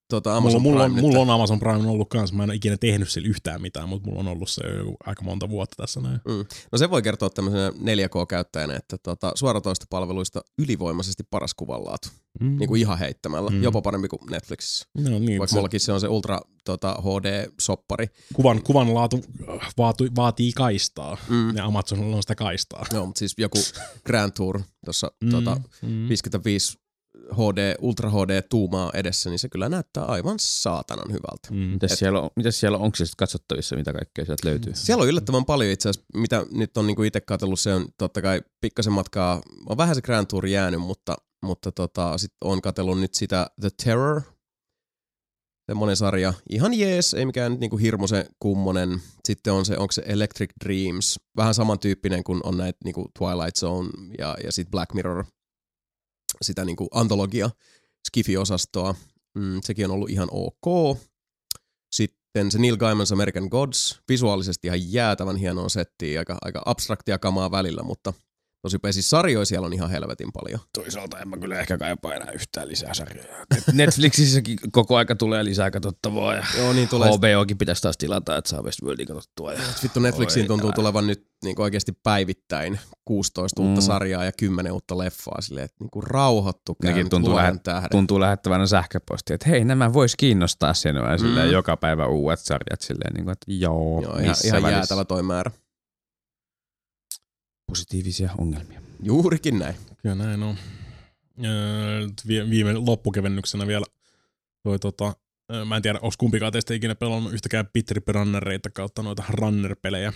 tota, Mulla, Amazon mulla, Prime on, mulla on Amazon Prime ollut kanssa, mä en ole ikinä tehnyt sillä yhtään mitään, mutta mulla on ollut se jo aika monta vuotta tässä näin. Mm. No se voi kertoa tämmöisenä neljä K-käyttäjänä, että tota, suoratoistopalveluista ylivoimaisesti paras kuvanlaatu. Mm. Niin kuin ihan heittämällä. Mm. Jopa parempi kuin Netflixissä. No niin, Vaikka se, mullakin se on se ultra tota, H D-soppari. kuvan, kuvan laatu vaatu, vaatii kaistaa, Mm. ja Amazonilla on sitä kaistaa. Joo, mutta siis joku Grand Tour tuossa Mm. tota, Mm. viisikymmentäviisi H D, Ultra H D-tuumaa edessä, niin se kyllä näyttää aivan saatanan hyvältä. Mm. Mitäs siellä on, mitäs siellä on, onko se sitten katsottavissa, mitä kaikkea sieltä löytyy? Siellä on yllättävän paljon itse asiassa, mitä nyt on niinku itse katsellut, se on totta kai pikkasen matkaa, on vähän se Grand Tour jäänyt, mutta, mutta tota, sit on katsellut nyt sitä The Terror, semmonen sarja, ihan jees, ei mikään nyt niinku hirmuisen kummonen. Sitten on se, onko se Electric Dreams, vähän samantyyppinen kuin on näitä niinku Twilight Zone ja, ja sitten Black Mirror, sitä niinku antologia, Skifi-osastoa. Mm, sekin on ollut ihan ok. Sitten se Neil Gaiman's American Gods, visuaalisesti ihan jäätävän hienoa settiä, aika, aika abstraktia kamaa välillä, mutta tosi siis sarjoja siellä on ihan helvetin paljon. Toisaalta en mä kyllä ehkä kaipaa enää yhtään lisää sarjoja. Netflixissäkin koko aika tulee lisää katsottavaa ja Joo, niin tulee. H B Okin pitäisi taas tilata, että saa Westworldin katsottua. Ja... Vittu Netflixiin Oi, tuntuu älä. tulevan nyt niin oikeasti päivittäin kuusitoista uutta Mm. sarjaa ja kymmenen uutta leffaa silleen, että niin rauhoittukaa Nekin nyt tuntuu, luojan lähe- tähden. tuntuu lähettävänä sähköpostia, että hei, nämä vois kiinnostaa sinua. Mm. Silleen joka päivä uudet sarjat silleen, niin kuin, että joo, Joo, ihan, missä ihan välissä. jäätävä toi määrä. Positiivisia ongelmia. Juurikin näin. Kyllä näin on. Öö, vi- viime loppukevennyksenä vielä toi tota, öö, mä en tiedä, onko kumpikaan teistä ikinä pelannut yhtäkään Bitrip-runnereita kautta noita runner-pelejä.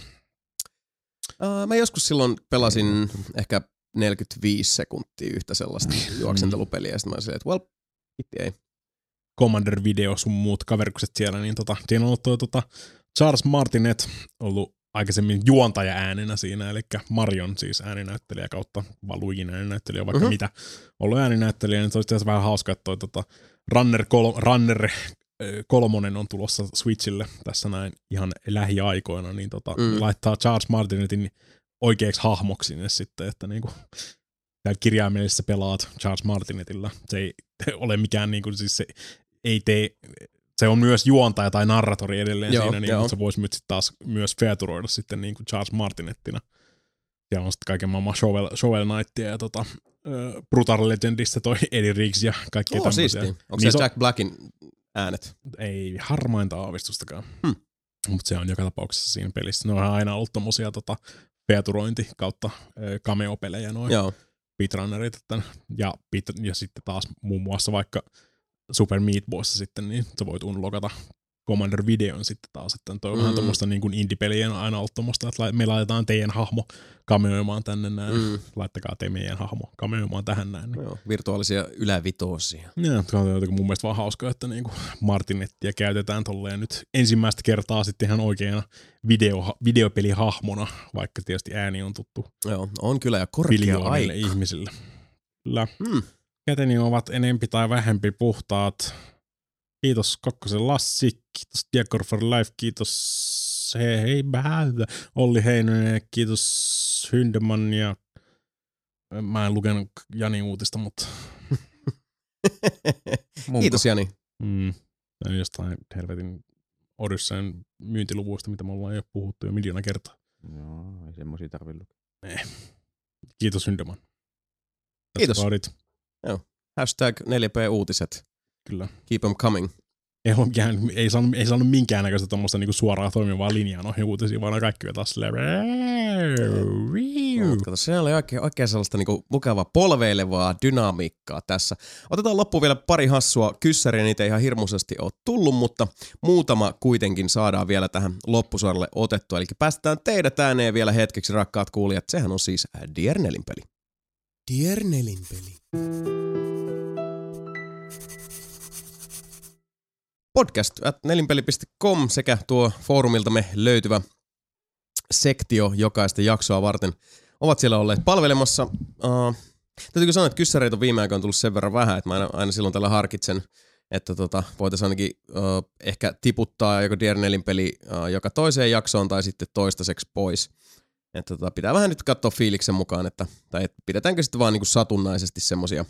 Uh, mä joskus silloin pelasin ehkä neljäkymmentäviisi sekuntia yhtä sellaista juoksentelupeliä, ja sitten mä olin silleen, että well, itti ei. Commander Video sun muut kaverikset siellä, niin tota, siinä on ollut toi, tota, Charles Martinet ollut aikaisemmin juontaja äänenä siinä, eli Marion siis ääninäyttelijä kautta Valuikin ääninäyttelijä, vaikka Mhm. mitä ollut ääninäyttelijä, niin se olisi tietysti vähän hauska, että toi tota, Runner, kol- Runner ö, kolmonen on tulossa Switchille tässä näin ihan lähiaikoina, niin tota, Mm. laittaa Charles Martinetin oikeaksi hahmoksi sinne sitten, että niinku täällä kirjaimellisesti pelaat Charles Martinetilla. Se ei ole mikään niinku, siis se ei tee, se on myös juontaja tai narratori edelleen Joo, siinä, niin, joo. mutta se voisi nyt sit taas myös featuroida sitten niinku Charles Martinettina. Ja on sitten kaiken maailman Shovel, Shovel Knightia ja tota, ö, Brutal Legendissa toi Eddie Riggs ja kaikki Oo, tämmöisiä. siistiä. Onko Niin se se- Jack Blackin äänet? Ei harmainta aavistustakaan. Hmm. Mutta se on joka tapauksessa siinä pelissä. Ne on aina ollut tommosia tota, featurointi kautta ö, cameo-pelejä noin. Joo. Beatrunnerit, että, ja, beat, ja sitten taas muun muassa vaikka Super Meat Boyssa sitten, niin sä voit unlockata Commander Videon sitten taas, että toi on Mm. vähän tommoista niin kuin indie-pelien on aina ollut tommoista, että me laitetaan teidän hahmo cameoimaan tänne näin, Mm. laittakaa te meidän hahmo cameoimaan tähän näin. Niin. Joo, virtuaalisia ylävitoosia. Ja, se on jotenkin mun mielestä vaan hauskaa, että niinku Martinettia käytetään tolleen nyt ensimmäistä kertaa sitten ihan oikeana video, videopelihahmona, vaikka tietysti ääni on tuttu Joo, on kyllä ja korkea biljoonille aika. ihmisille. Kyllä. Mm. Käteni ovat enempi tai vähempi puhtaat. Kiitos Kokkosen Lassi, kiitos Diacor for Life, kiitos hei hei bää, Olli Heinonen, kiitos Hyndeman ja mä en lukenut Jani uutista, mutta Kiitos Jani. mm, jostain helvetin Odysseen myyntiluvuista, mitä me ollaan jo puhuttu jo miljoona kertaa. Joo, ei semmosia tarvitse lukea. Kiitos Hyndeman. Kiitos. That's Hashtag neljä P uutiset. Kyllä. Keep them coming. Ei, ollut mikään, ei, saanut, ei saanut minkäännäköistä tommoista niinku suoraa toimivaa linjaa noihin uutisiin, vaan kaikki taas silleen. Kato, se oli oikein, oikein sellaista niinku mukavaa polveilevaa dynamiikkaa tässä. Otetaan loppuun vielä pari hassua kyssäriä, niitä ei ihan hirmuisesti ole tullut, mutta muutama kuitenkin saadaan vielä tähän loppusuoralle otettua. Eli päästetään teidät ääneen vielä hetkeksi, rakkaat kuulijat. Sehän on siis Dear Nelinpeli. Dear Nelinpeli. Podcast at nelinpeli piste com sekä tuo foorumiltamme löytyvä sektio jokaista jaksoa varten ovat siellä olleet palvelemassa. Uh, täytyykö sanoa, että kyssäreitä on viime aikoina tullut sen verran vähän, että mä aina, aina silloin tällä harkitsen, että tota, voitaisiin ainakin uh, ehkä tiputtaa joko Dear Nelinpeli uh, joka toiseen jaksoon tai sitten toistaiseksi pois. Että tota, pitää vähän nyt katsoa fiiliksen mukaan, että, tai että pidetäänkö sitten vaan niinku satunnaisesti semmosia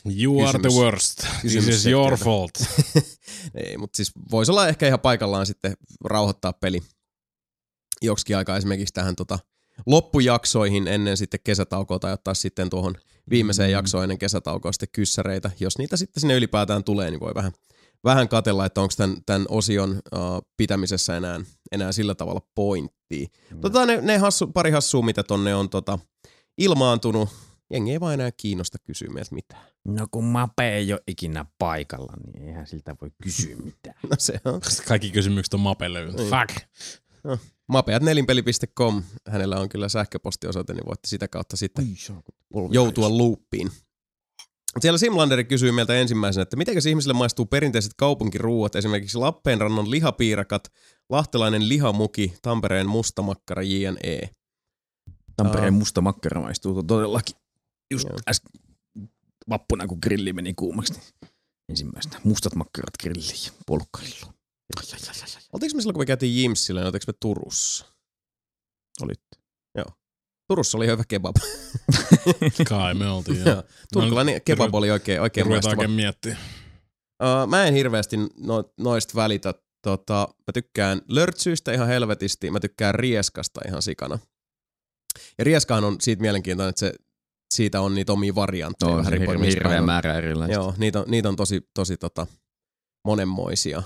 You are the Kysymys- worst. This kysymys is your sektorilta. fault. Ei, mutta siis voisi olla ehkä ihan paikallaan sitten rauhoittaa peli joksikin aikaa esimerkiksi tähän tota loppujaksoihin ennen sitten kesätaukoa tai ottaa sitten tuohon viimeiseen jaksoon ennen kesätaukoa sitten kyssäreitä. Jos niitä sitten sinne ylipäätään tulee, niin voi vähän, vähän katsella, että onko tämän, tämän osion uh, pitämisessä enää, enää sillä tavalla pointtia. Mm. Tota, ne ne hassu, pari hassua, mitä tonne on tota, ilmaantunut. Jengi ei vaan enää kiinnosta kysyä meiltä mitään. No kun Mape ei ole ikinä paikalla, niin eihän siltä voi kysyä mitään. No se on. Kaikki kysymykset on Mapelle. Niin. Fuck. No, mapeat nelinpeli piste com. Hänellä on kyllä sähköpostiosoite, niin voitte sitä kautta sitten joutua loopiin. Siellä Simlanderi kysyy meiltä ensimmäisenä, että mitenkäs ihmisille maistuu perinteiset kaupunkiruuat, esimerkiksi Lappeenrannan lihapiirakat, lahtelainen lihamuki, Tampereen mustamakkara jne. Tampereen Aa. musta makkara maistuu todellakin. Just Joo. äsken vappuna, kun grilli meni kuumaksi, niin ensimmäisenä mustat makkarat grilliin ja polkkailua. Oltiinko me silloin, kun me käytiin Jimsillä, niin oltiinko me Turussa? Olit. Turussa oli hyvä kebab. Kai me oltiin. Joo. Turkulainen kebab oli oikein, oikein Ruvetaan maistava. oikein miettiä. Uh, mä en hirveästi no, noista välitä. Tota, mä tykkään lörtsyistä ihan helvetisti. Mä tykkään rieskasta ihan sikana. Ja rieskahan on siitä mielenkiintoinen, että se, siitä on niitä omia variantteja. No, vähän se riippuen, hirveä, missä päin hirveä on. määrä erilaista. Joo, niitä on, niitä on tosi, tosi tota, monenmoisia.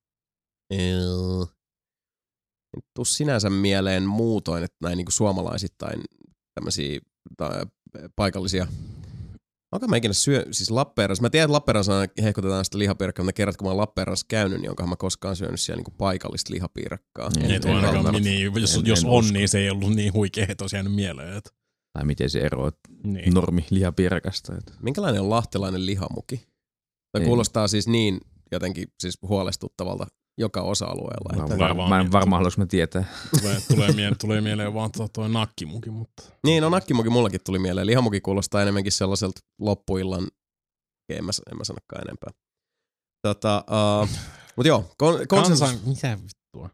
Eee. En tuu sinänsä mieleen muutoin, että näin niinku suomalaisittain tämmöisiä tai paikallisia. Onko mä ikinä syö, siis Lappeenrannassa, mä tiedän, että Lappeenrannassa hehkutetaan sitä lihapiirakkaa, mutta kerrat kun mä oon Lappeenrannassa käynyt, niin onkohan mä koskaan syönyt siellä niinku paikallista lihapiirakkaa. Niin, Ei en- tuo en ainakaan, välttämättä. niin, jos, En- jos en on, usko. niin se ei ollut niin huikea, että olisi jäänyt mieleen. Että, Tai miten se eroaa niin. normi lihapiirakasta. Että. Minkälainen on lahtelainen lihamuki? Tai Ei. kuulostaa siis niin jotenkin siis huolestuttavalta joka osa-alueella. Mä, Että... Tulee var, vaan mä en mieleen. varmaan haluaisi mä tietää. Tulee, tulee, mieleen, tulee mieleen vaan tuo, tuo nakkimuki, mutta... Niin, no nakkimuki mullakin tuli mieleen. Lihamuki kuulostaa enemmänkin sellaiselta loppuillan, en mä, en mä sanokaan enempää. Tota, uh, mut joo, kon, konsensus. Kansan, mitä vittua?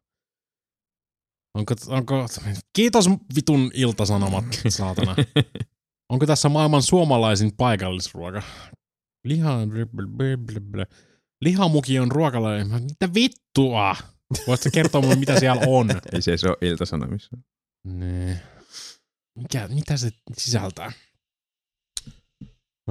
Onko, onko, kiitos vitun iltasanomat, saatana. Onko tässä maailman suomalaisin paikallisruoka? Liha, lihamuki on ruokalainen. Mitä vittua? Voisitko kertoa mulle, mitä siellä on? Ei se, se ole Ilta-Sanomissa. Nee. Mikä, mitä se sisältää? Öö,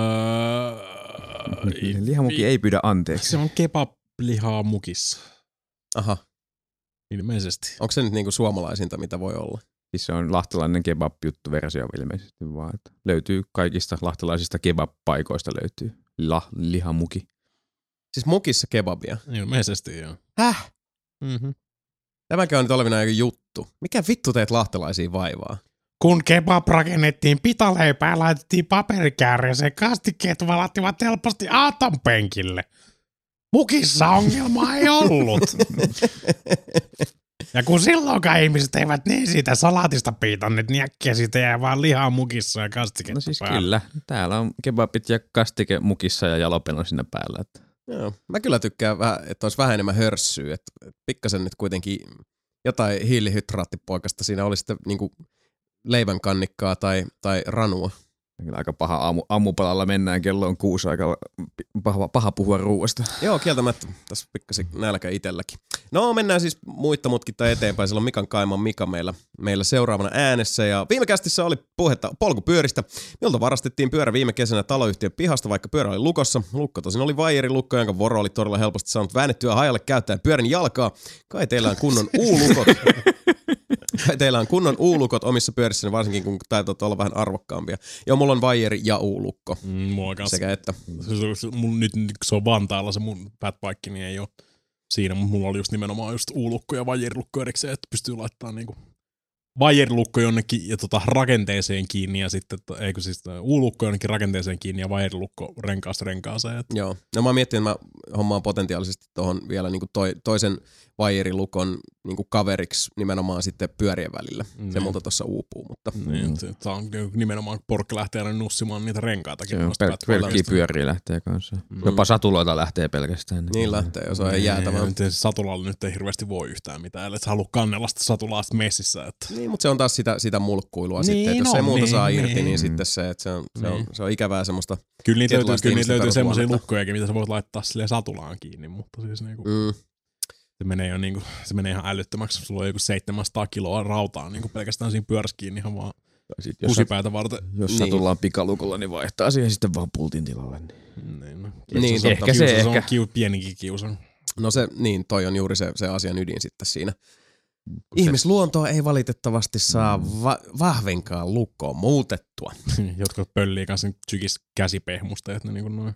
Lihamuki ei pyydä anteeksi. Se on kebab-lihaa mukissa. Aha, Ilmeisesti. onko se nyt niinku suomalaisinta, mitä voi olla? Siis se on lahtelainen kebab-juttu versio ilmeisesti vaan. Että löytyy kaikista lahtelaisista kebab-paikoista löytyy La, lihamuki. Siis mukissa kebabia. Ilmeisesti, joo. Häh? Mm-hmm. Tämäkö on nyt olevina joku juttu? Mikä vittu teet lahtelaisiin vaivaa? Kun kebab rakennettiin pitaleipää, laitettiin paperikääreeseen, kastikkeet valattivat helposti aatonpenkille. Mukissa ongelmaa ei ollut. Ja kun silloinkaan ihmiset eivät niin siitä salaatista piitanneet, niin äkkiä siitä jää vaan lihaa mukissa ja kastiketta No siis päällä. kyllä. Täällä on kebabit ja kastike mukissa ja jalapeno siinä päällä. Että. Joo, mä kyllä tykkään, vähän, että olisi vähän enemmän hörssyä, että että pikkasen nyt kuitenkin jotain hiilihydraattipoikasta siinä oli sitten niinku leivän kannikkaa tai, tai ranua. Kyllä aika paha aamu, aamupalalla mennään, kello on kuusi aika paha, paha puhua ruuasta. Joo, kieltämättä. Tässä pikkasen nälkä itselläkin. No, mennään siis muitta mutkittaa eteenpäin. Siellä on Mikan Kaiman Mika meillä, meillä seuraavana äänessä. Ja viime kästissä oli puhetta polkupyöristä. Miltä varastettiin pyörä viime kesänä taloyhtiön pihasta, vaikka pyörä oli lukossa. Lukko tosin oli vaijeri lukko, jonka voro oli todella helposti saanut väännettyä hajalle käyttäen pyörän jalkaa. Kai teillä on kunnon uulukot. Kai teillä on kunnon uulukot omissa pyörissä, varsinkin kun täytyy olla vähän arvokkaampia. Joo, mulla on vaijeri ja uulukko. Mm, mua kanssa. Sekä että. Se, se, mun, nyt kun se on Vantaalla se mun fatbike, niin ei ole siinä, mutta mulla oli just nimenomaan just uulukko ja vajerilukko erikseen, että pystyy laittamaan niinku vajerilukko jonnekin ja tota rakenteeseen kiinni ja sitten, eikö siis uulukko jonnekin rakenteeseen kiinni ja vajerilukko renkaasta renkaaseen. Että. Joo. No mä miettin, että mä hommaan potentiaalisesti tuohon vielä niinku toi, toisen vaijerilukon niinku kaveriksi nimenomaan sitten pyörien välillä. Mm. Se Mm. multa tuossa uupuu, mutta Niin, mm. Tämä on nimenomaan, kun porkka lähtee aina nussimaan niitä renkaitakin. Se on pel- pelkkiä pyöriä lähtee kanssa. Mm. Jopa satuloita lähtee pelkästään. niin lähtee, jos on jäätävää. Satulalle nyt ei hirveästi voi yhtään mitään, ellei sä halua kannella sitä satulaa sit messissä. Että. Niin Niin, mutta se on taas sitä, sitä mulkkuilua niin, sitten, että jos no, ei muuta niin, saa irti, niin, niin sitten se, että se, on, se, on, niin. se on ikävää semmoista. Kyllä niitä löytyy, kyllä niitä löytyy semmoisia perusluonnetta. lukkojakin, mitä sä voit laittaa silleen satulaan kiinni, mutta siis niinku, Mm. se, menee jo niinku, se menee ihan älyttömäksi. Sulla on joku seitsemänsataa kiloa rautaa niinku pelkästään siinä pyörässä kiinni ihan vaan Sit jos kusipäätä varten. Jos Niin. satullaan pikalukolla, niin vaihtaa siihen sitten vaan pultin tilalle. Niin. Niin, no. Niin, se on ehkä se, kiusa, se on ehkä. kiu, pienikin kiusa. No se, niin, toi on juuri se, se asian ydin sitten siinä. Ihmisluontoa ei valitettavasti saa va- vahvenkaan lukkoon muutettua. Jotkut pöllii kanssa tykis käsipehmusta, että ne niinku noin.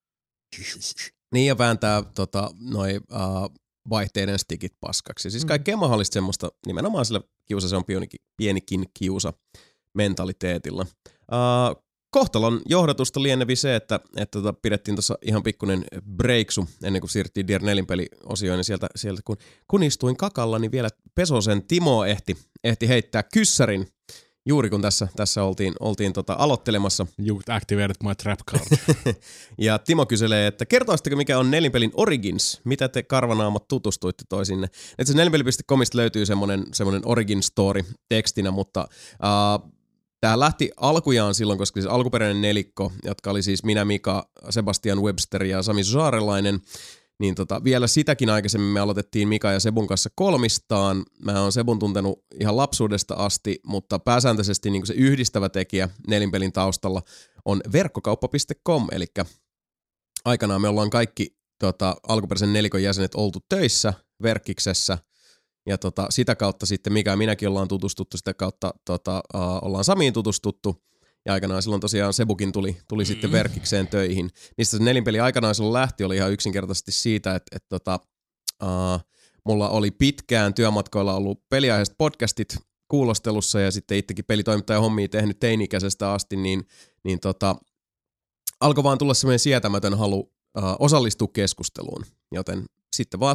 Niin ja vääntää tota, noi uh, vaihteiden stikit paskaksi. Siis kaikkea mahdollista semmoista, nimenomaan sillä kiusa, se on pienikin, pienikin kiusa mentaliteetilla. Uh, kohtalon johdatusta lienevi se, että, että tota, pidettiin tuossa ihan pikkuinen breaksu ennen kuin siirryttiin Dier neljä peliosioon, niin sieltä, sieltä kun, kun istuin kakalla, niin vielä Pesosen Timo ehti, ehti heittää kyssärin, juuri kun tässä, tässä oltiin, oltiin tota aloittelemassa. You activated my trap card. Ja Timo kyselee, että kertoisitteko mikä on Nelinpelin Origins? Mitä te karvanaamat tutustuitte toisinne? Itse nelinpeli piste comista löytyy semmoinen, semmoinen origin story tekstinä, mutta uh, tämä lähti alkujaan silloin, koska siis alkuperäinen nelikko, jotka oli siis minä, Mika, Sebastian Webster ja Sami Saarelainen, niin tota, vielä sitäkin aikaisemmin me aloitettiin Mika ja Sebun kanssa kolmistaan. Mä oon Sebun tuntenut ihan lapsuudesta asti, mutta pääsääntöisesti niin kuin se yhdistävä tekijä nelinpelin taustalla on verkkokauppa piste com, eli aikanaan me ollaan kaikki tota, alkuperäisen nelikon jäsenet oltu töissä Verkkiksessä, ja tota, sitä kautta sitten Mika ja minäkin ollaan tutustuttu, sitä kautta tota, uh, ollaan Samiin tutustuttu, ja aikanaan silloin tosiaan Sebukin tuli, tuli sitten Mm. Verkkikseen töihin. Mistä se nelinpeli aikanaan silloin lähti, oli ihan yksinkertaisesti siitä, että et, tota, uh, mulla oli pitkään työmatkoilla ollut peliaiheista podcastit kuulostelussa, ja sitten itsekin pelitoimittaja hommia tehnyt teini-ikäisestä asti, niin, niin tota, alkoi vaan tulla semmoinen sietämätön halu uh, osallistua keskusteluun, joten sitten vaan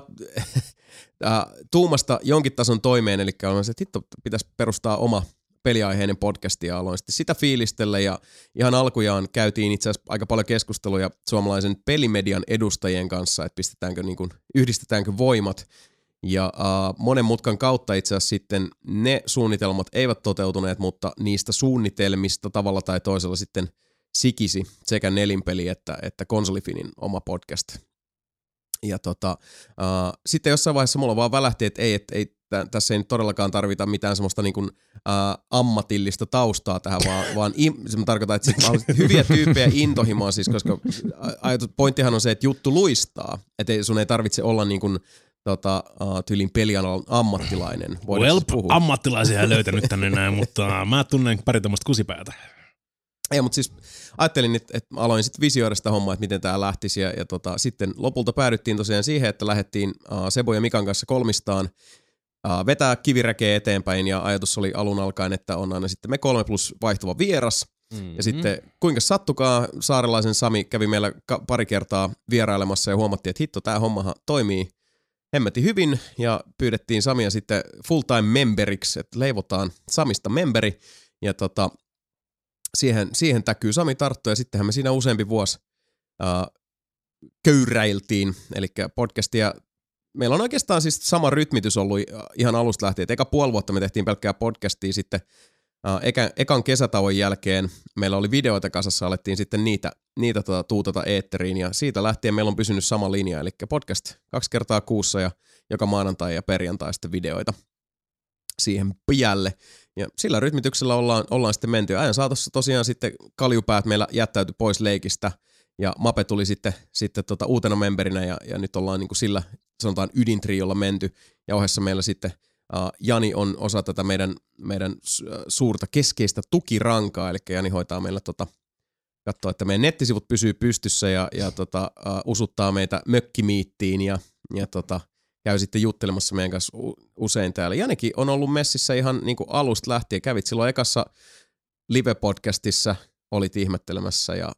tuumasta jonkin tason toimeen, eli olen se, että hitto, pitäisi perustaa oma peliaiheinen podcasti, ja aloin sitten sitä fiilistellä, ja ihan alkujaan käytiin itse asiassa aika paljon keskusteluja suomalaisen pelimedian edustajien kanssa, että pistetäänkö, niin kuin, yhdistetäänkö voimat, ja uh, monen mutkan kautta itse asiassa sitten ne suunnitelmat eivät toteutuneet, mutta niistä suunnitelmista tavalla tai toisella sitten sikisi sekä nelinpeli että, että konsolifinin oma podcast. Ja tota, uh, sitten jossain vaiheessa mulla vaan välähti, että ei, että ei, t- tässä ei nyt todellakaan tarvita mitään semmoista niin kuin, uh, ammatillista taustaa tähän, vaan, vaan im, se tarkoittaa, että sit, mä hyviä tyyppejä intohimoa, siis, koska ajatus, pointtihan on se, että juttu luistaa, että ei, sun ei tarvitse olla niin kuin, tota, uh, tyylin pelialan ammattilainen. Well, ammattilaisia löytänyt tänne näin, mutta mä tunnen pari tämmöistä kusipäätä. Ei, mutta siis ajattelin, että, että aloin sitten visioida sitä hommaa, että miten tämä lähtisi, ja, ja tota, sitten lopulta päädyttiin tosiaan siihen, että lähdettiin uh, Sebo ja Mikan kanssa kolmistaan uh, vetää kiviräkeä eteenpäin, ja ajatus oli alun alkaen, että on aina sitten me kolme plus vaihtuva vieras, mm-hmm. ja sitten kuinka sattukaa, saarelaisen Sami kävi meillä ka- pari kertaa vierailemassa, ja huomattiin, että hitto, tämä hommahan toimii hemmetin hyvin, ja pyydettiin Samia sitten full-time memberiksi, että leivotaan Samista memberi, ja tota, Siihen, siihen täkyy Sami tarttu, ja sittenhän me siinä useampi vuosi uh, köyräiltiin, eli podcastia. Meillä on oikeastaan siis sama rytmitys ollut ihan alusta lähtien, että eka puoli vuotta me tehtiin pelkkää podcastia, sitten uh, eka, ekan kesätauon jälkeen meillä oli videoita kasassa, alettiin sitten niitä, niitä tota, tuutata eetteriin, ja siitä lähtien meillä on pysynyt sama linja, eli podcast kaksi kertaa kuussa, ja joka maanantai ja perjantai sitten videoita siihen piälle. Ja sillä rytmityksellä ollaan, ollaan sitten menty. Ajan saatossa tosiaan sitten kaljupäät meillä jättäytyi pois leikistä, ja Mape tuli sitten, sitten tota uutena memberinä, ja, ja nyt ollaan niin kuin sillä, sanotaan ydintriolla menty, ja ohessa meillä sitten uh, Jani on osa tätä meidän, meidän suurta keskeistä tukirankaa, eli Jani hoitaa meillä tota, katsoo, että meidän nettisivut pysyy pystyssä, ja, ja tota, uh, usuttaa meitä mökkimiittiin, ja, ja tota, käy sitten juttelemassa meidän kanssa usein täällä. Janikin on ollut messissä ihan niin kuin alusta lähtien. Kävit silloin ekassa live-podcastissa, olit ihmettelemässä, ja,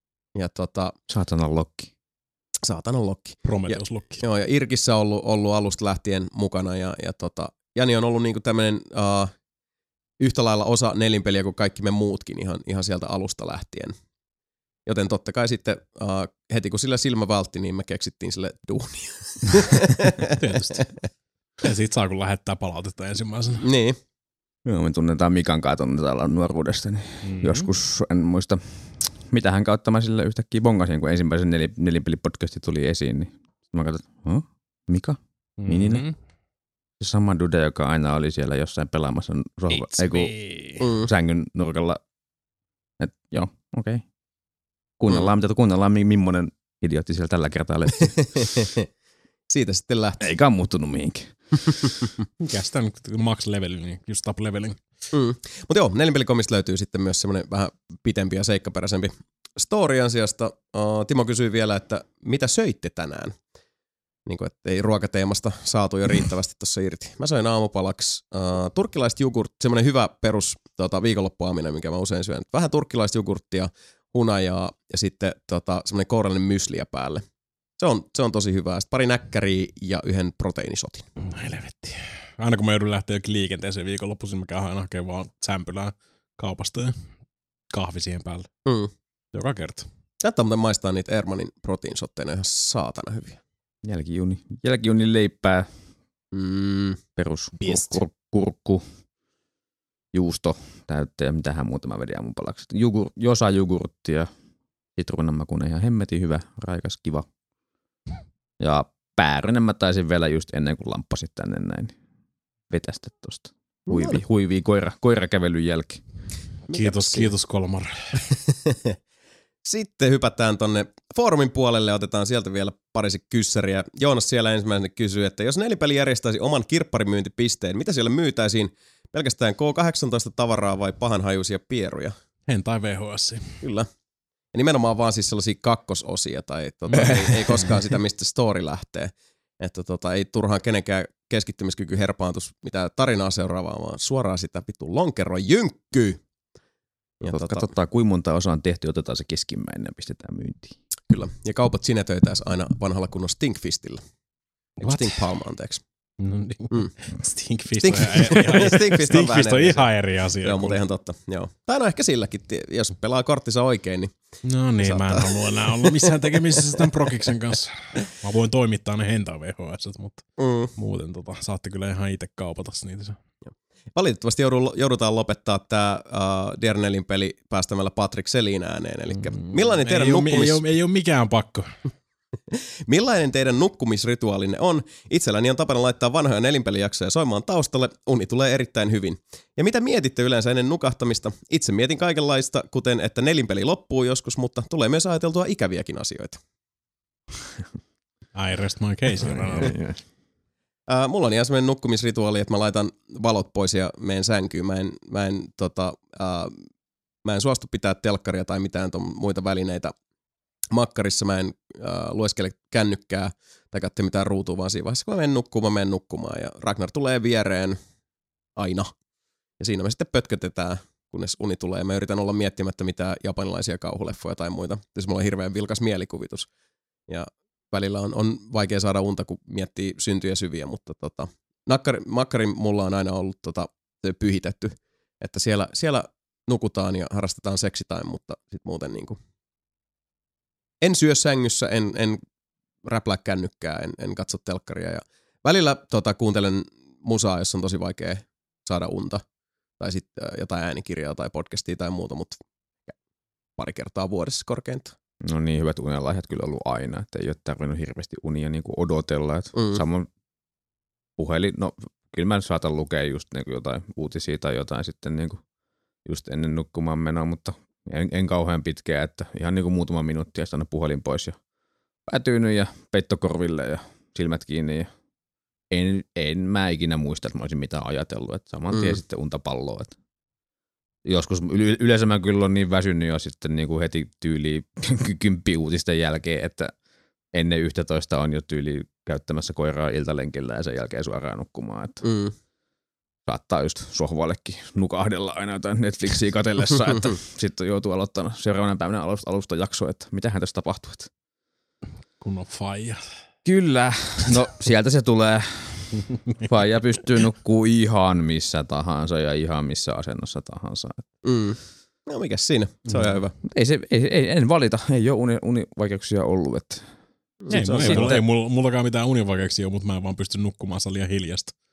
ja tota, Saatanan lokki. Saatanan lokki. Prometheus-lokki. Joo, ja Irkissä on ollut, ollut alusta lähtien mukana, ja, ja tota, Jani on ollut niin kuin tämmöinen uh, yhtä lailla osa nelinpeliä kuin kaikki me muutkin ihan, ihan sieltä alusta lähtien. Joten totta kai sitten uh, heti kun sillä silmä vältti, niin me keksittiin sille duunia. Tietysti. Ja siitä saa kun lähettää palautetta ensimmäisenä. Niin. Joo, me tunnetaan Mikan kanssa tunnetaan nuoruudesta, niin mm-hmm. joskus en muista, mitähän kautta mä sille yhtäkkiä bongasin, kun ensimmäisen nel- nelipelipodcasti tuli esiin, niin mä katsoin, huh? Mika? Mininen? Mm-hmm. Se sama dude, joka aina oli siellä jossain pelaamassa sohva, ei kun mm. sängyn nurkalla. Et, joo, okei. Okay. Kuunnellaan, mm. mitä kuunnellaan, millainen idiootti siellä tällä kertaa löytyy. Siitä sitten lähti. Eikä muuttunut mihinkään. Mikä sitä nyt max leveling, niin just top leveling. Mm. Mutta joo, Nelinpelikomista löytyy sitten myös semmoinen vähän pitempi ja seikkaperäisempi story asiasta. Uh, Timo kysyi vielä, että mitä söitte tänään? Niin kuin, että ei ruokateemasta saatu jo riittävästi tuossa irti. Mä söin aamupalaksi uh, turkkilaista jogurttia, semmoinen hyvä perus tota, viikonloppuaaminen, minkä mä usein syön. Vähän turkkilaista jogurttia, hunajaa ja sitten tota, semmoinen kourallinen mysliä päälle. Se on, se on tosi hyvää. Sitten pari näkkäriä ja yhden proteiinisotin. Helvetti. Aina kun mä joudun lähteä jokin liikenteeseen viikonloppuisin, mä käyn aina hakemaan vaan sämpylää kaupasta ja kahvi siihen päälle. Mm. Joka kerta. Tätä muuten maistaa niitä Ermanin proteiinisotteina ihan saatana hyviä. Jälkijuni. Jälkijuni leipää. Mm. Perus kur, kurkku. Juusto täyttä ja mitähän muuta mä vedin aamupalaksi. Jugur, josa jogurttia. Sitruunanmakuinen ihan hemmetin hyvä, raikas, kiva. Ja päärynän mä taisin vielä just ennen kuin lamppasit tänne näin. Vetästä tosta. Huivii, huivii koira, koirakävelyn jälkeen. Kiitos, kiitos Kolmar. Sitten hypätään tonne foorumin puolelle ja otetaan sieltä vielä parisi kyssäriä. Joonas siellä ensimmäisenä kysyy, että jos Nelipeli järjestäisi oman kirpparimyyntipisteen, mitä siellä myytäisiin? Pelkästään K kahdeksantoista tavaraa vai pahanhajuisia pieruja? Hentai V H S. Kyllä. Ja nimenomaan vaan siis sellaisia kakkososia tai tota, ei, ei koskaan sitä, mistä story lähtee. Että tota, ei turhaan kenenkään keskittymiskyky herpaantus mitään tarinaa seuraavaa, vaan suoraan sitä vittu lonkeron jynkkyy. Ja tota, katsotaan, kuinka monta osaa on tehty, otetaan se keskimmäinen ja pistetään myyntiin. Kyllä, ja kaupat sinetöitäisi aina vanhalla kunnon Stinkfistillä. Stinkpalma, anteeksi. No niin. Mm. Stinkfist, Stink- on, Stinkfist on, Stinkfist on ihan eri asia. Joo, mutta ihan totta. Joo. Tai no ehkä silläkin, jos pelaa korttinsa oikein, niin... No niin, saattaa. Mä en halua enää olla missään tekemisissä tämän Prokiksen kanssa. Mä voin toimittaa ne hentaa V H S, mutta mm. muuten tota, saatte kyllä ihan itse kaupata niitä. Valitettavasti joudutaan lopettaa tämä uh, Diernelin peli päästämällä Patrick Selin ääneen. Eli millainen teidän ei nukkumis... Ole, ei, ole, ei ole mikään pakko. Millainen teidän nukkumisrituaalinne on? Itselläni on tapana laittaa vanhoja nelinpelijaksoja soimaan taustalle. Uni tulee erittäin hyvin. Ja mitä mietitte yleensä ennen nukahtamista? Itse mietin kaikenlaista, kuten että nelinpeli loppuu joskus, mutta tulee myös ajateltua ikäviäkin asioita. I rest my case. Uh, mulla on ihan semmoinen nukkumisrituaali, että mä laitan valot pois ja menen sänkyyn. Mä en, mä en, tota, uh, mä en suostu pitää telkkaria tai mitään muita välineitä makkarissa. Mä en uh, lueskele kännykkää tai katso mitään ruutua, vaan siinä vaiheessa, kun mä menen nukkumaan, mä menen nukkumaan. Ja Ragnar tulee viereen aina. Ja siinä me sitten pötkötetään, kunnes uni tulee. Mä yritän olla miettimättä mitään japanilaisia kauhuleffoja tai muita. Jos mulla on hirveän vilkas mielikuvitus. Ja välillä on, on vaikea saada unta, kun miettii syntyjä syviä, mutta tota, nakkari, makkarin mulla on aina ollut tota, pyhitetty, että siellä, siellä nukutaan ja harrastetaan seksitain, mutta sit muuten niinku en syö sängyssä, en, en räplää kännykkää, en, en katso telkkaria ja välillä tota, kuuntelen musaa, jos on tosi vaikea saada unta tai sitten jotain äänikirjaa tai podcastia tai muuta, mutta pari kertaa vuodessa korkeintaan. No niin, hyvät unenlahjat kyllä ollut aina, että ei ole tarvinnut hirveästi unia niin kuin odotella. Että mm. Samoin puhelin, no kyllä mä saatan lukea just niin kuin jotain uutisia tai jotain sitten niin kuin just ennen nukkumaan menoa, mutta en, en kauhean pitkään, että ihan niin kuin muutama minuutti ja sitten puhelin pois ja päätyynyt ja peittokorville ja silmät kiinni ja en, en mä ikinä muista, että mä olisin mitään ajatellut, että saman tien mm. sitten untapalloa, että joskus yleensä mä kyllä on niin väsynyt jo sitten niin kuin heti tyyliin kymppi uutisten jälkeen, että ennen yksitoista on jo tyyli käyttämässä koiraa iltalenkillä ja sen jälkeen suoraan nukkumaan. Että mm. saattaa just sohvallekin nukahdella aina jotain Netflixiä katsellessa, että sitten joutuu aloittamaan seuraavana päivänä alusta, alusta jaksoa, että mitähän tässä tapahtuu. Kun on faija. Kyllä, no sieltä se tulee. Faija pystyy nukkuu ihan missä tahansa ja ihan missä asennossa tahansa. Mm. No mikäs siinä, se on mm. ihan hyvä. Ei se, ei, ei, en valita, ei ole uni, univaikeuksia ollut. Että ei, ei, ei, mulla, ei mulla, mullakaan mitään univaikeuksia ole, mutta mä en vaan pysty nukkumaan, se on liian hiljasta.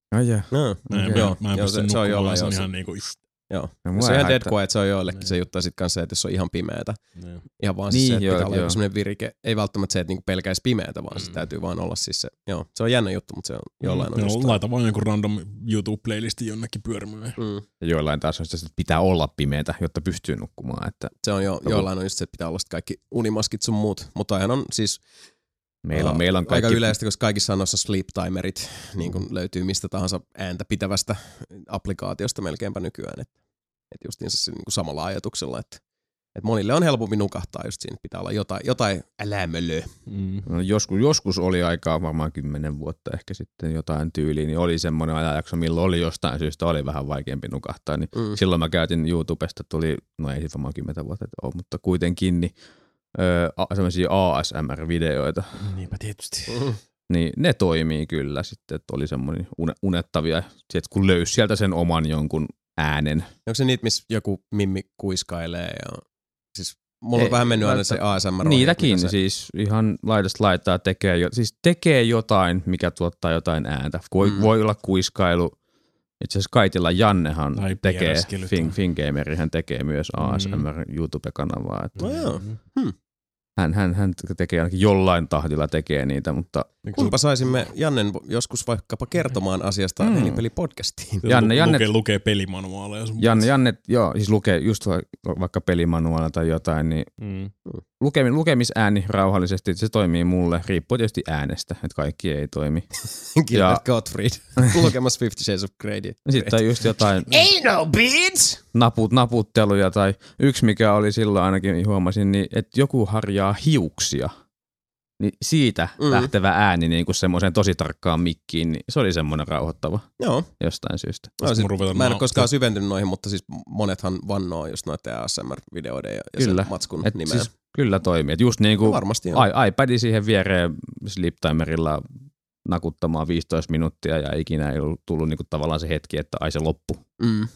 Ai jaa. No, Mä en, joo, mä en joo, pysty se, se on nukkumaan, jollain se on joo, ihan se, niinku... joo. No, Se on ihan dead hätää. quiet, se on joillekin Niin. se juttu sit kanssa, että jos on ihan pimeätä, Niin. ihan vaan Niin, siis se, että joo, pitää olla joo. joku semmoinen virike, ei välttämättä se, että niinku pelkäisi pimeätä, vaan se Mm. täytyy vaan olla siis se, joo, se on jännä juttu, mutta se on jollain on no, just laita vaan joku random YouTube-playlisti jonnekin pyörimään. mm. Ja joillain taas on sitä, että pitää olla pimeätä, jotta pystyy nukkumaan. Että Se on jo, Joku- jollain on just se, että pitää olla sit kaikki unimaskit sun muut, mutta aina on siis meillä on, aa, meillä on kaikki... aika yleistä, koska kaikissa on noissa sleep timerit, niin kun löytyy mistä tahansa ääntä pitävästä applikaatiosta melkeinpä nykyään, että et justiinsa se niin kuin samalla ajatuksella, että et monille on helpompi nukahtaa just siinä, pitää olla jotain, jotain älämölöä. Mm. No, joskus, joskus oli aikaa, varmaan kymmenen vuotta ehkä sitten jotain tyyliä, niin oli semmoinen ajanjakso, milloin oli jostain syystä oli vähän vaikeampi nukahtaa. Niin Mm. silloin mä käytin YouTubesta, tuli, no ei sit varmaan kymmenen vuotta ole, mutta kuitenkin niin, öö, semmoisia A S M R-videoita, Niinpä tietysti. Mm. niin ne toimii kyllä sitten, että oli semmoinen une, unettavia, että kun löysi sieltä sen oman jonkun äänen. Onko se niitä, missä joku mimmi kuiskailee ja siis mulla on Ei, vähän mennyt aina välttä- se A S M R. Niitäkin se, siis ihan laidasta laittaa tekee, jo, siis tekee jotain, mikä tuottaa jotain ääntä. Voi, Mm. mm. voi olla kuiskailu. Itse asiassa Kaitila Jannehan Tai tekee, piereskely tai- fin, Fingamerihän tekee myös Mm. A S M R YouTube-kanavaa. Että No joo. Mm. hän, hän, hän tekee ainakin jollain tahdilla tekee niitä, mutta Kumpa saisimme Jannen joskus vaikkapa kertomaan asiasta Mm. Nelinpeli-podcastiin. Janne- Janne- Lukee, lukee pelimanuaaleja. sun Janne, mielestä. Janne joo, siis lukee just va- vaikka pelimanuaalilla tai jotain, niin Mm. lukemi, lukemisääni rauhallisesti, se toimii mulle, riippuu tietysti äänestä, että kaikki ei toimi. Gilbert Ja- Gottfried lukemassa Fifty Shades of Greyä. Sitten on just jotain Ain't no beats! naput, naputteluja tai yksi mikä oli silloin ainakin huomasin, niin että joku harjaa hiuksia. Niin siitä Mm. mm. lähtevä ääni niin kuin semmoiseen tosi tarkkaan mikkiin, niin se oli semmoinen rauhoittava Joo. jostain syystä. No, siis, mun ruveta mä en ole nau- koskaan syventynyt noihin, mutta siis monethan vannoo just noiden A S M R-videoiden ja, ja Kyllä. sen matskun Et nimeä. siis kyllä toimii. Et just niin kuin Varmasti on. i- iPadin siihen viereen sleep timerilla nakuttamaan viisitoista minuuttia ja ikinä ei ollut tullut niin kuin tavallaan se hetki, että ai se loppu. Mm.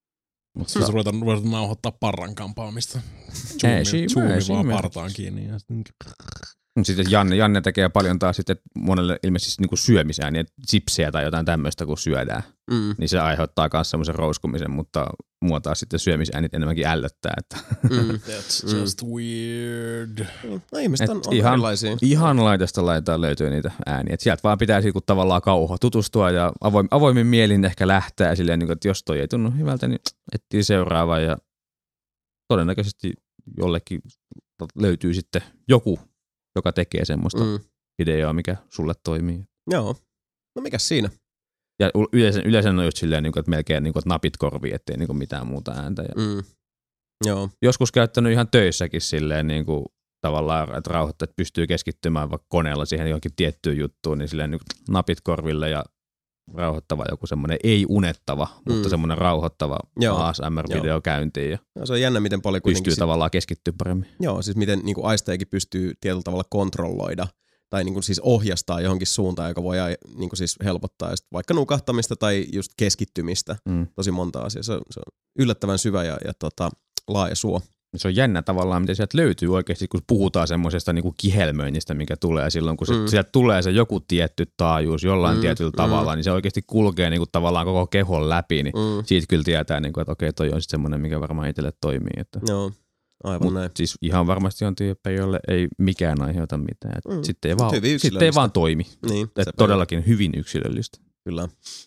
Mutta siis ruvetaan, ruvetaan nauhoittaa parran kampaamista. Ei, siinä- Zoomi ei siinä vaan merkitystä. partaan kiinni. Ja sitten Sitten Janne, Janne tekee paljon taas sitten monelle ilmeisesti niin kuin syömisääniä, chipsejä tai jotain tämmöistä kun syödään. Mm. Niin se aiheuttaa myös semmoisen rouskumisen, mutta mua taas sitten syömisäänit enemmänkin ällöttää. Että Mm. That's just weird. No ihmiset on, Et on ihan- erilaisia. ihan laidasta laitaan löytyy niitä ääniä. Et sieltä vaan pitäisi kun tavallaan kauhoa tutustua ja avoim, avoimin mielin ehkä lähteä silleen, niin että jos toi ei tunnu hyvältä, niin etsii seuraava ja todennäköisesti jollekin löytyy sitten joku, joka tekee semmoista mm. Mm. videoa, mikä sulle toimii. Joo. No mikäs siinä? Ja yleensä, yleensä on just silleen, niin kuin, että melkein niin kuin, että napit korviin, ettei niin kuin mitään muuta ääntä. Ja Mm. Joo. joskus käyttänyt ihan töissäkin silleen niin kuin, tavallaan, että rauhoittaa, että pystyy keskittymään vaikka koneella siihen johonkin tiettyyn juttuun, niin silleen niin kuin, napit korville ja rauhoittava joku semmoinen, ei unettava, mm. mutta semmoinen rauhoittava Joo. A S M R-video käyntiin ja No, se on jännä, miten paljon kuitenkin pystyy sit, tavallaan keskittyä paremmin. joo, siis miten niin kuin aistejakin pystyy tietyllä tavalla kontrolloida tai niin kuin siis ohjastaa johonkin suuntaan, joka voi ai- niin kuin siis helpottaa just vaikka nukahtamista tai just keskittymistä. Mm. Tosi monta asiaa. Se on, se on yllättävän syvä ja, ja tota, laaja suo. Se on jännä tavallaan, miten sieltä löytyy oikeasti, kun puhutaan semmoisesta niinku kihelmöinnistä, mikä tulee silloin, kun se, Mm. sieltä tulee se joku tietty taajuus jollain Mm, tietyllä mm. tavalla, niin se oikeasti kulkee niinku tavallaan koko kehon läpi, niin Mm. siitä kyllä tietää, niinku, että okei, toi on sitten semmoinen, mikä varmaan itselle toimii. Että. Joo, aivan Mut näin. siis ihan varmasti on tyyppejä, jolle ei mikään aiheuta mitään. Et Mm. Sitten, ei vaan, Hyvin sitten ei yksilöllistä. vaan toimi. Niin, Et sepä todellakin hyvin yksilöllistä. Kyllä.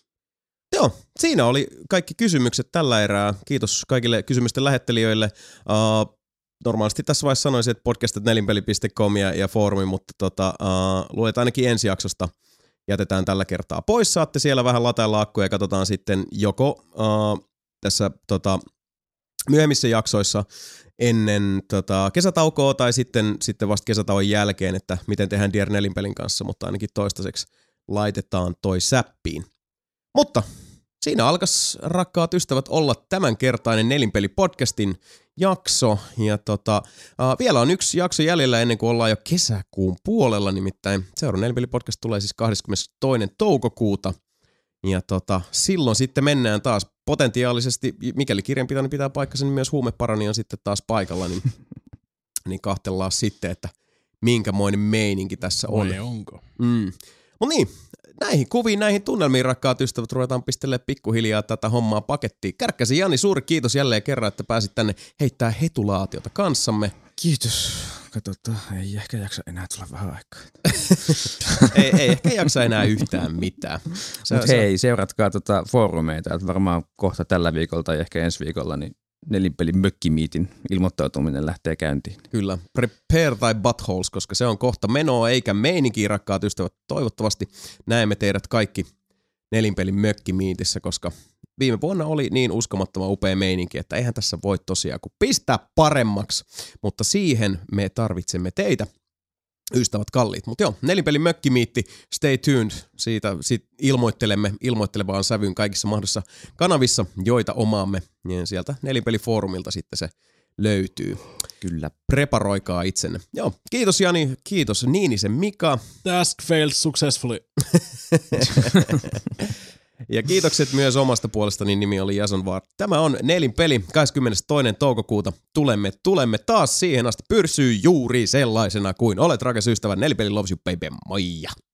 Joo, siinä oli kaikki kysymykset tällä erää. Kiitos kaikille kysymysten lähettelijöille. Uh, normaalisti tässä vaiheessa sanoisin, että podcast at nelinpeli piste com ja, ja foorumi, mutta tota, uh, luulen, ainakin ensi jaksosta jätetään tällä kertaa pois. Saatte siellä vähän latailla akkuja ja katsotaan sitten joko uh, tässä tota, myöhemmissä jaksoissa ennen tota, kesätaukoa tai sitten, sitten vasta kesätauon jälkeen, että miten tehdään Dear Nelinpelin kanssa, mutta ainakin toistaiseksi laitetaan toi säppiin. Mutta siinä alkas, rakkaat ystävät, olla tämänkertainen Nelinpeli-podcastin jakso. Ja tota, uh, vielä on yksi jakso jäljellä ennen kuin ollaan jo kesäkuun puolella, nimittäin seuraava Nelinpeli-podcast tulee siis kahdeskymmenestoinen toukokuuta. Ja tota, silloin sitten mennään taas potentiaalisesti, mikäli kirjanpitäjä pitää paikkansa, niin myös huumeparani on sitten taas paikalla, niin, niin kahtellaan sitten, että minkämoinen meininki tässä on. Vai onko? Mm. Mutta niin, näihin kuviin, näihin tunnelmiin, rakkaat ystävät, ruvetaan pistelemään pikkuhiljaa tätä hommaa pakettiin. Kärkkäsi Jani, suuri kiitos jälleen kerran, että pääsit tänne heittää hetulaatiota kanssamme. Kiitos. Katsotaan, ei ehkä jaksa enää tulla vähän aikaa. ei, ei ehkä jaksa enää yhtään mitään. Mutta hei, seuratkaa tota foorumeita, että varmaan kohta tällä viikolla tai ehkä ensi viikolla niin nelinpelin mökkimiitin ilmoittautuminen lähtee käyntiin. Kyllä, prepare thy buttholes, koska se on kohta menoa eikä meininkiä, rakkaat ystävät. Toivottavasti näemme teidät kaikki nelinpelin mökkimiitissä, koska viime vuonna oli niin uskomattoman upea meininki, että eihän tässä voi tosiaan kuin pistää paremmaksi, mutta siihen me tarvitsemme teitä, ystävät kalliit. Mutta joo, nelinpelin mökkimiitti, stay tuned, siitä sit ilmoittelemme ilmoittelevaan sävyyn kaikissa mahdollisissa kanavissa, joita omaamme, niin sieltä nelinpelifoorumilta sitten se löytyy. Kyllä. Preparoikaa itsenne. Joo, kiitos Jani, kiitos Niinisen Mika. Task failed successfully. Ja kiitokset myös omasta puolestani, nimi oli Jason Vaar. Tämä on Nelinpeli, kahdeskymmenestoinen toukokuuta. Tulemme, tulemme taas siihen asti, pyrsyy juuri sellaisena kuin olet, rakas ystävä. Nelinpeli loves you, baby, moija.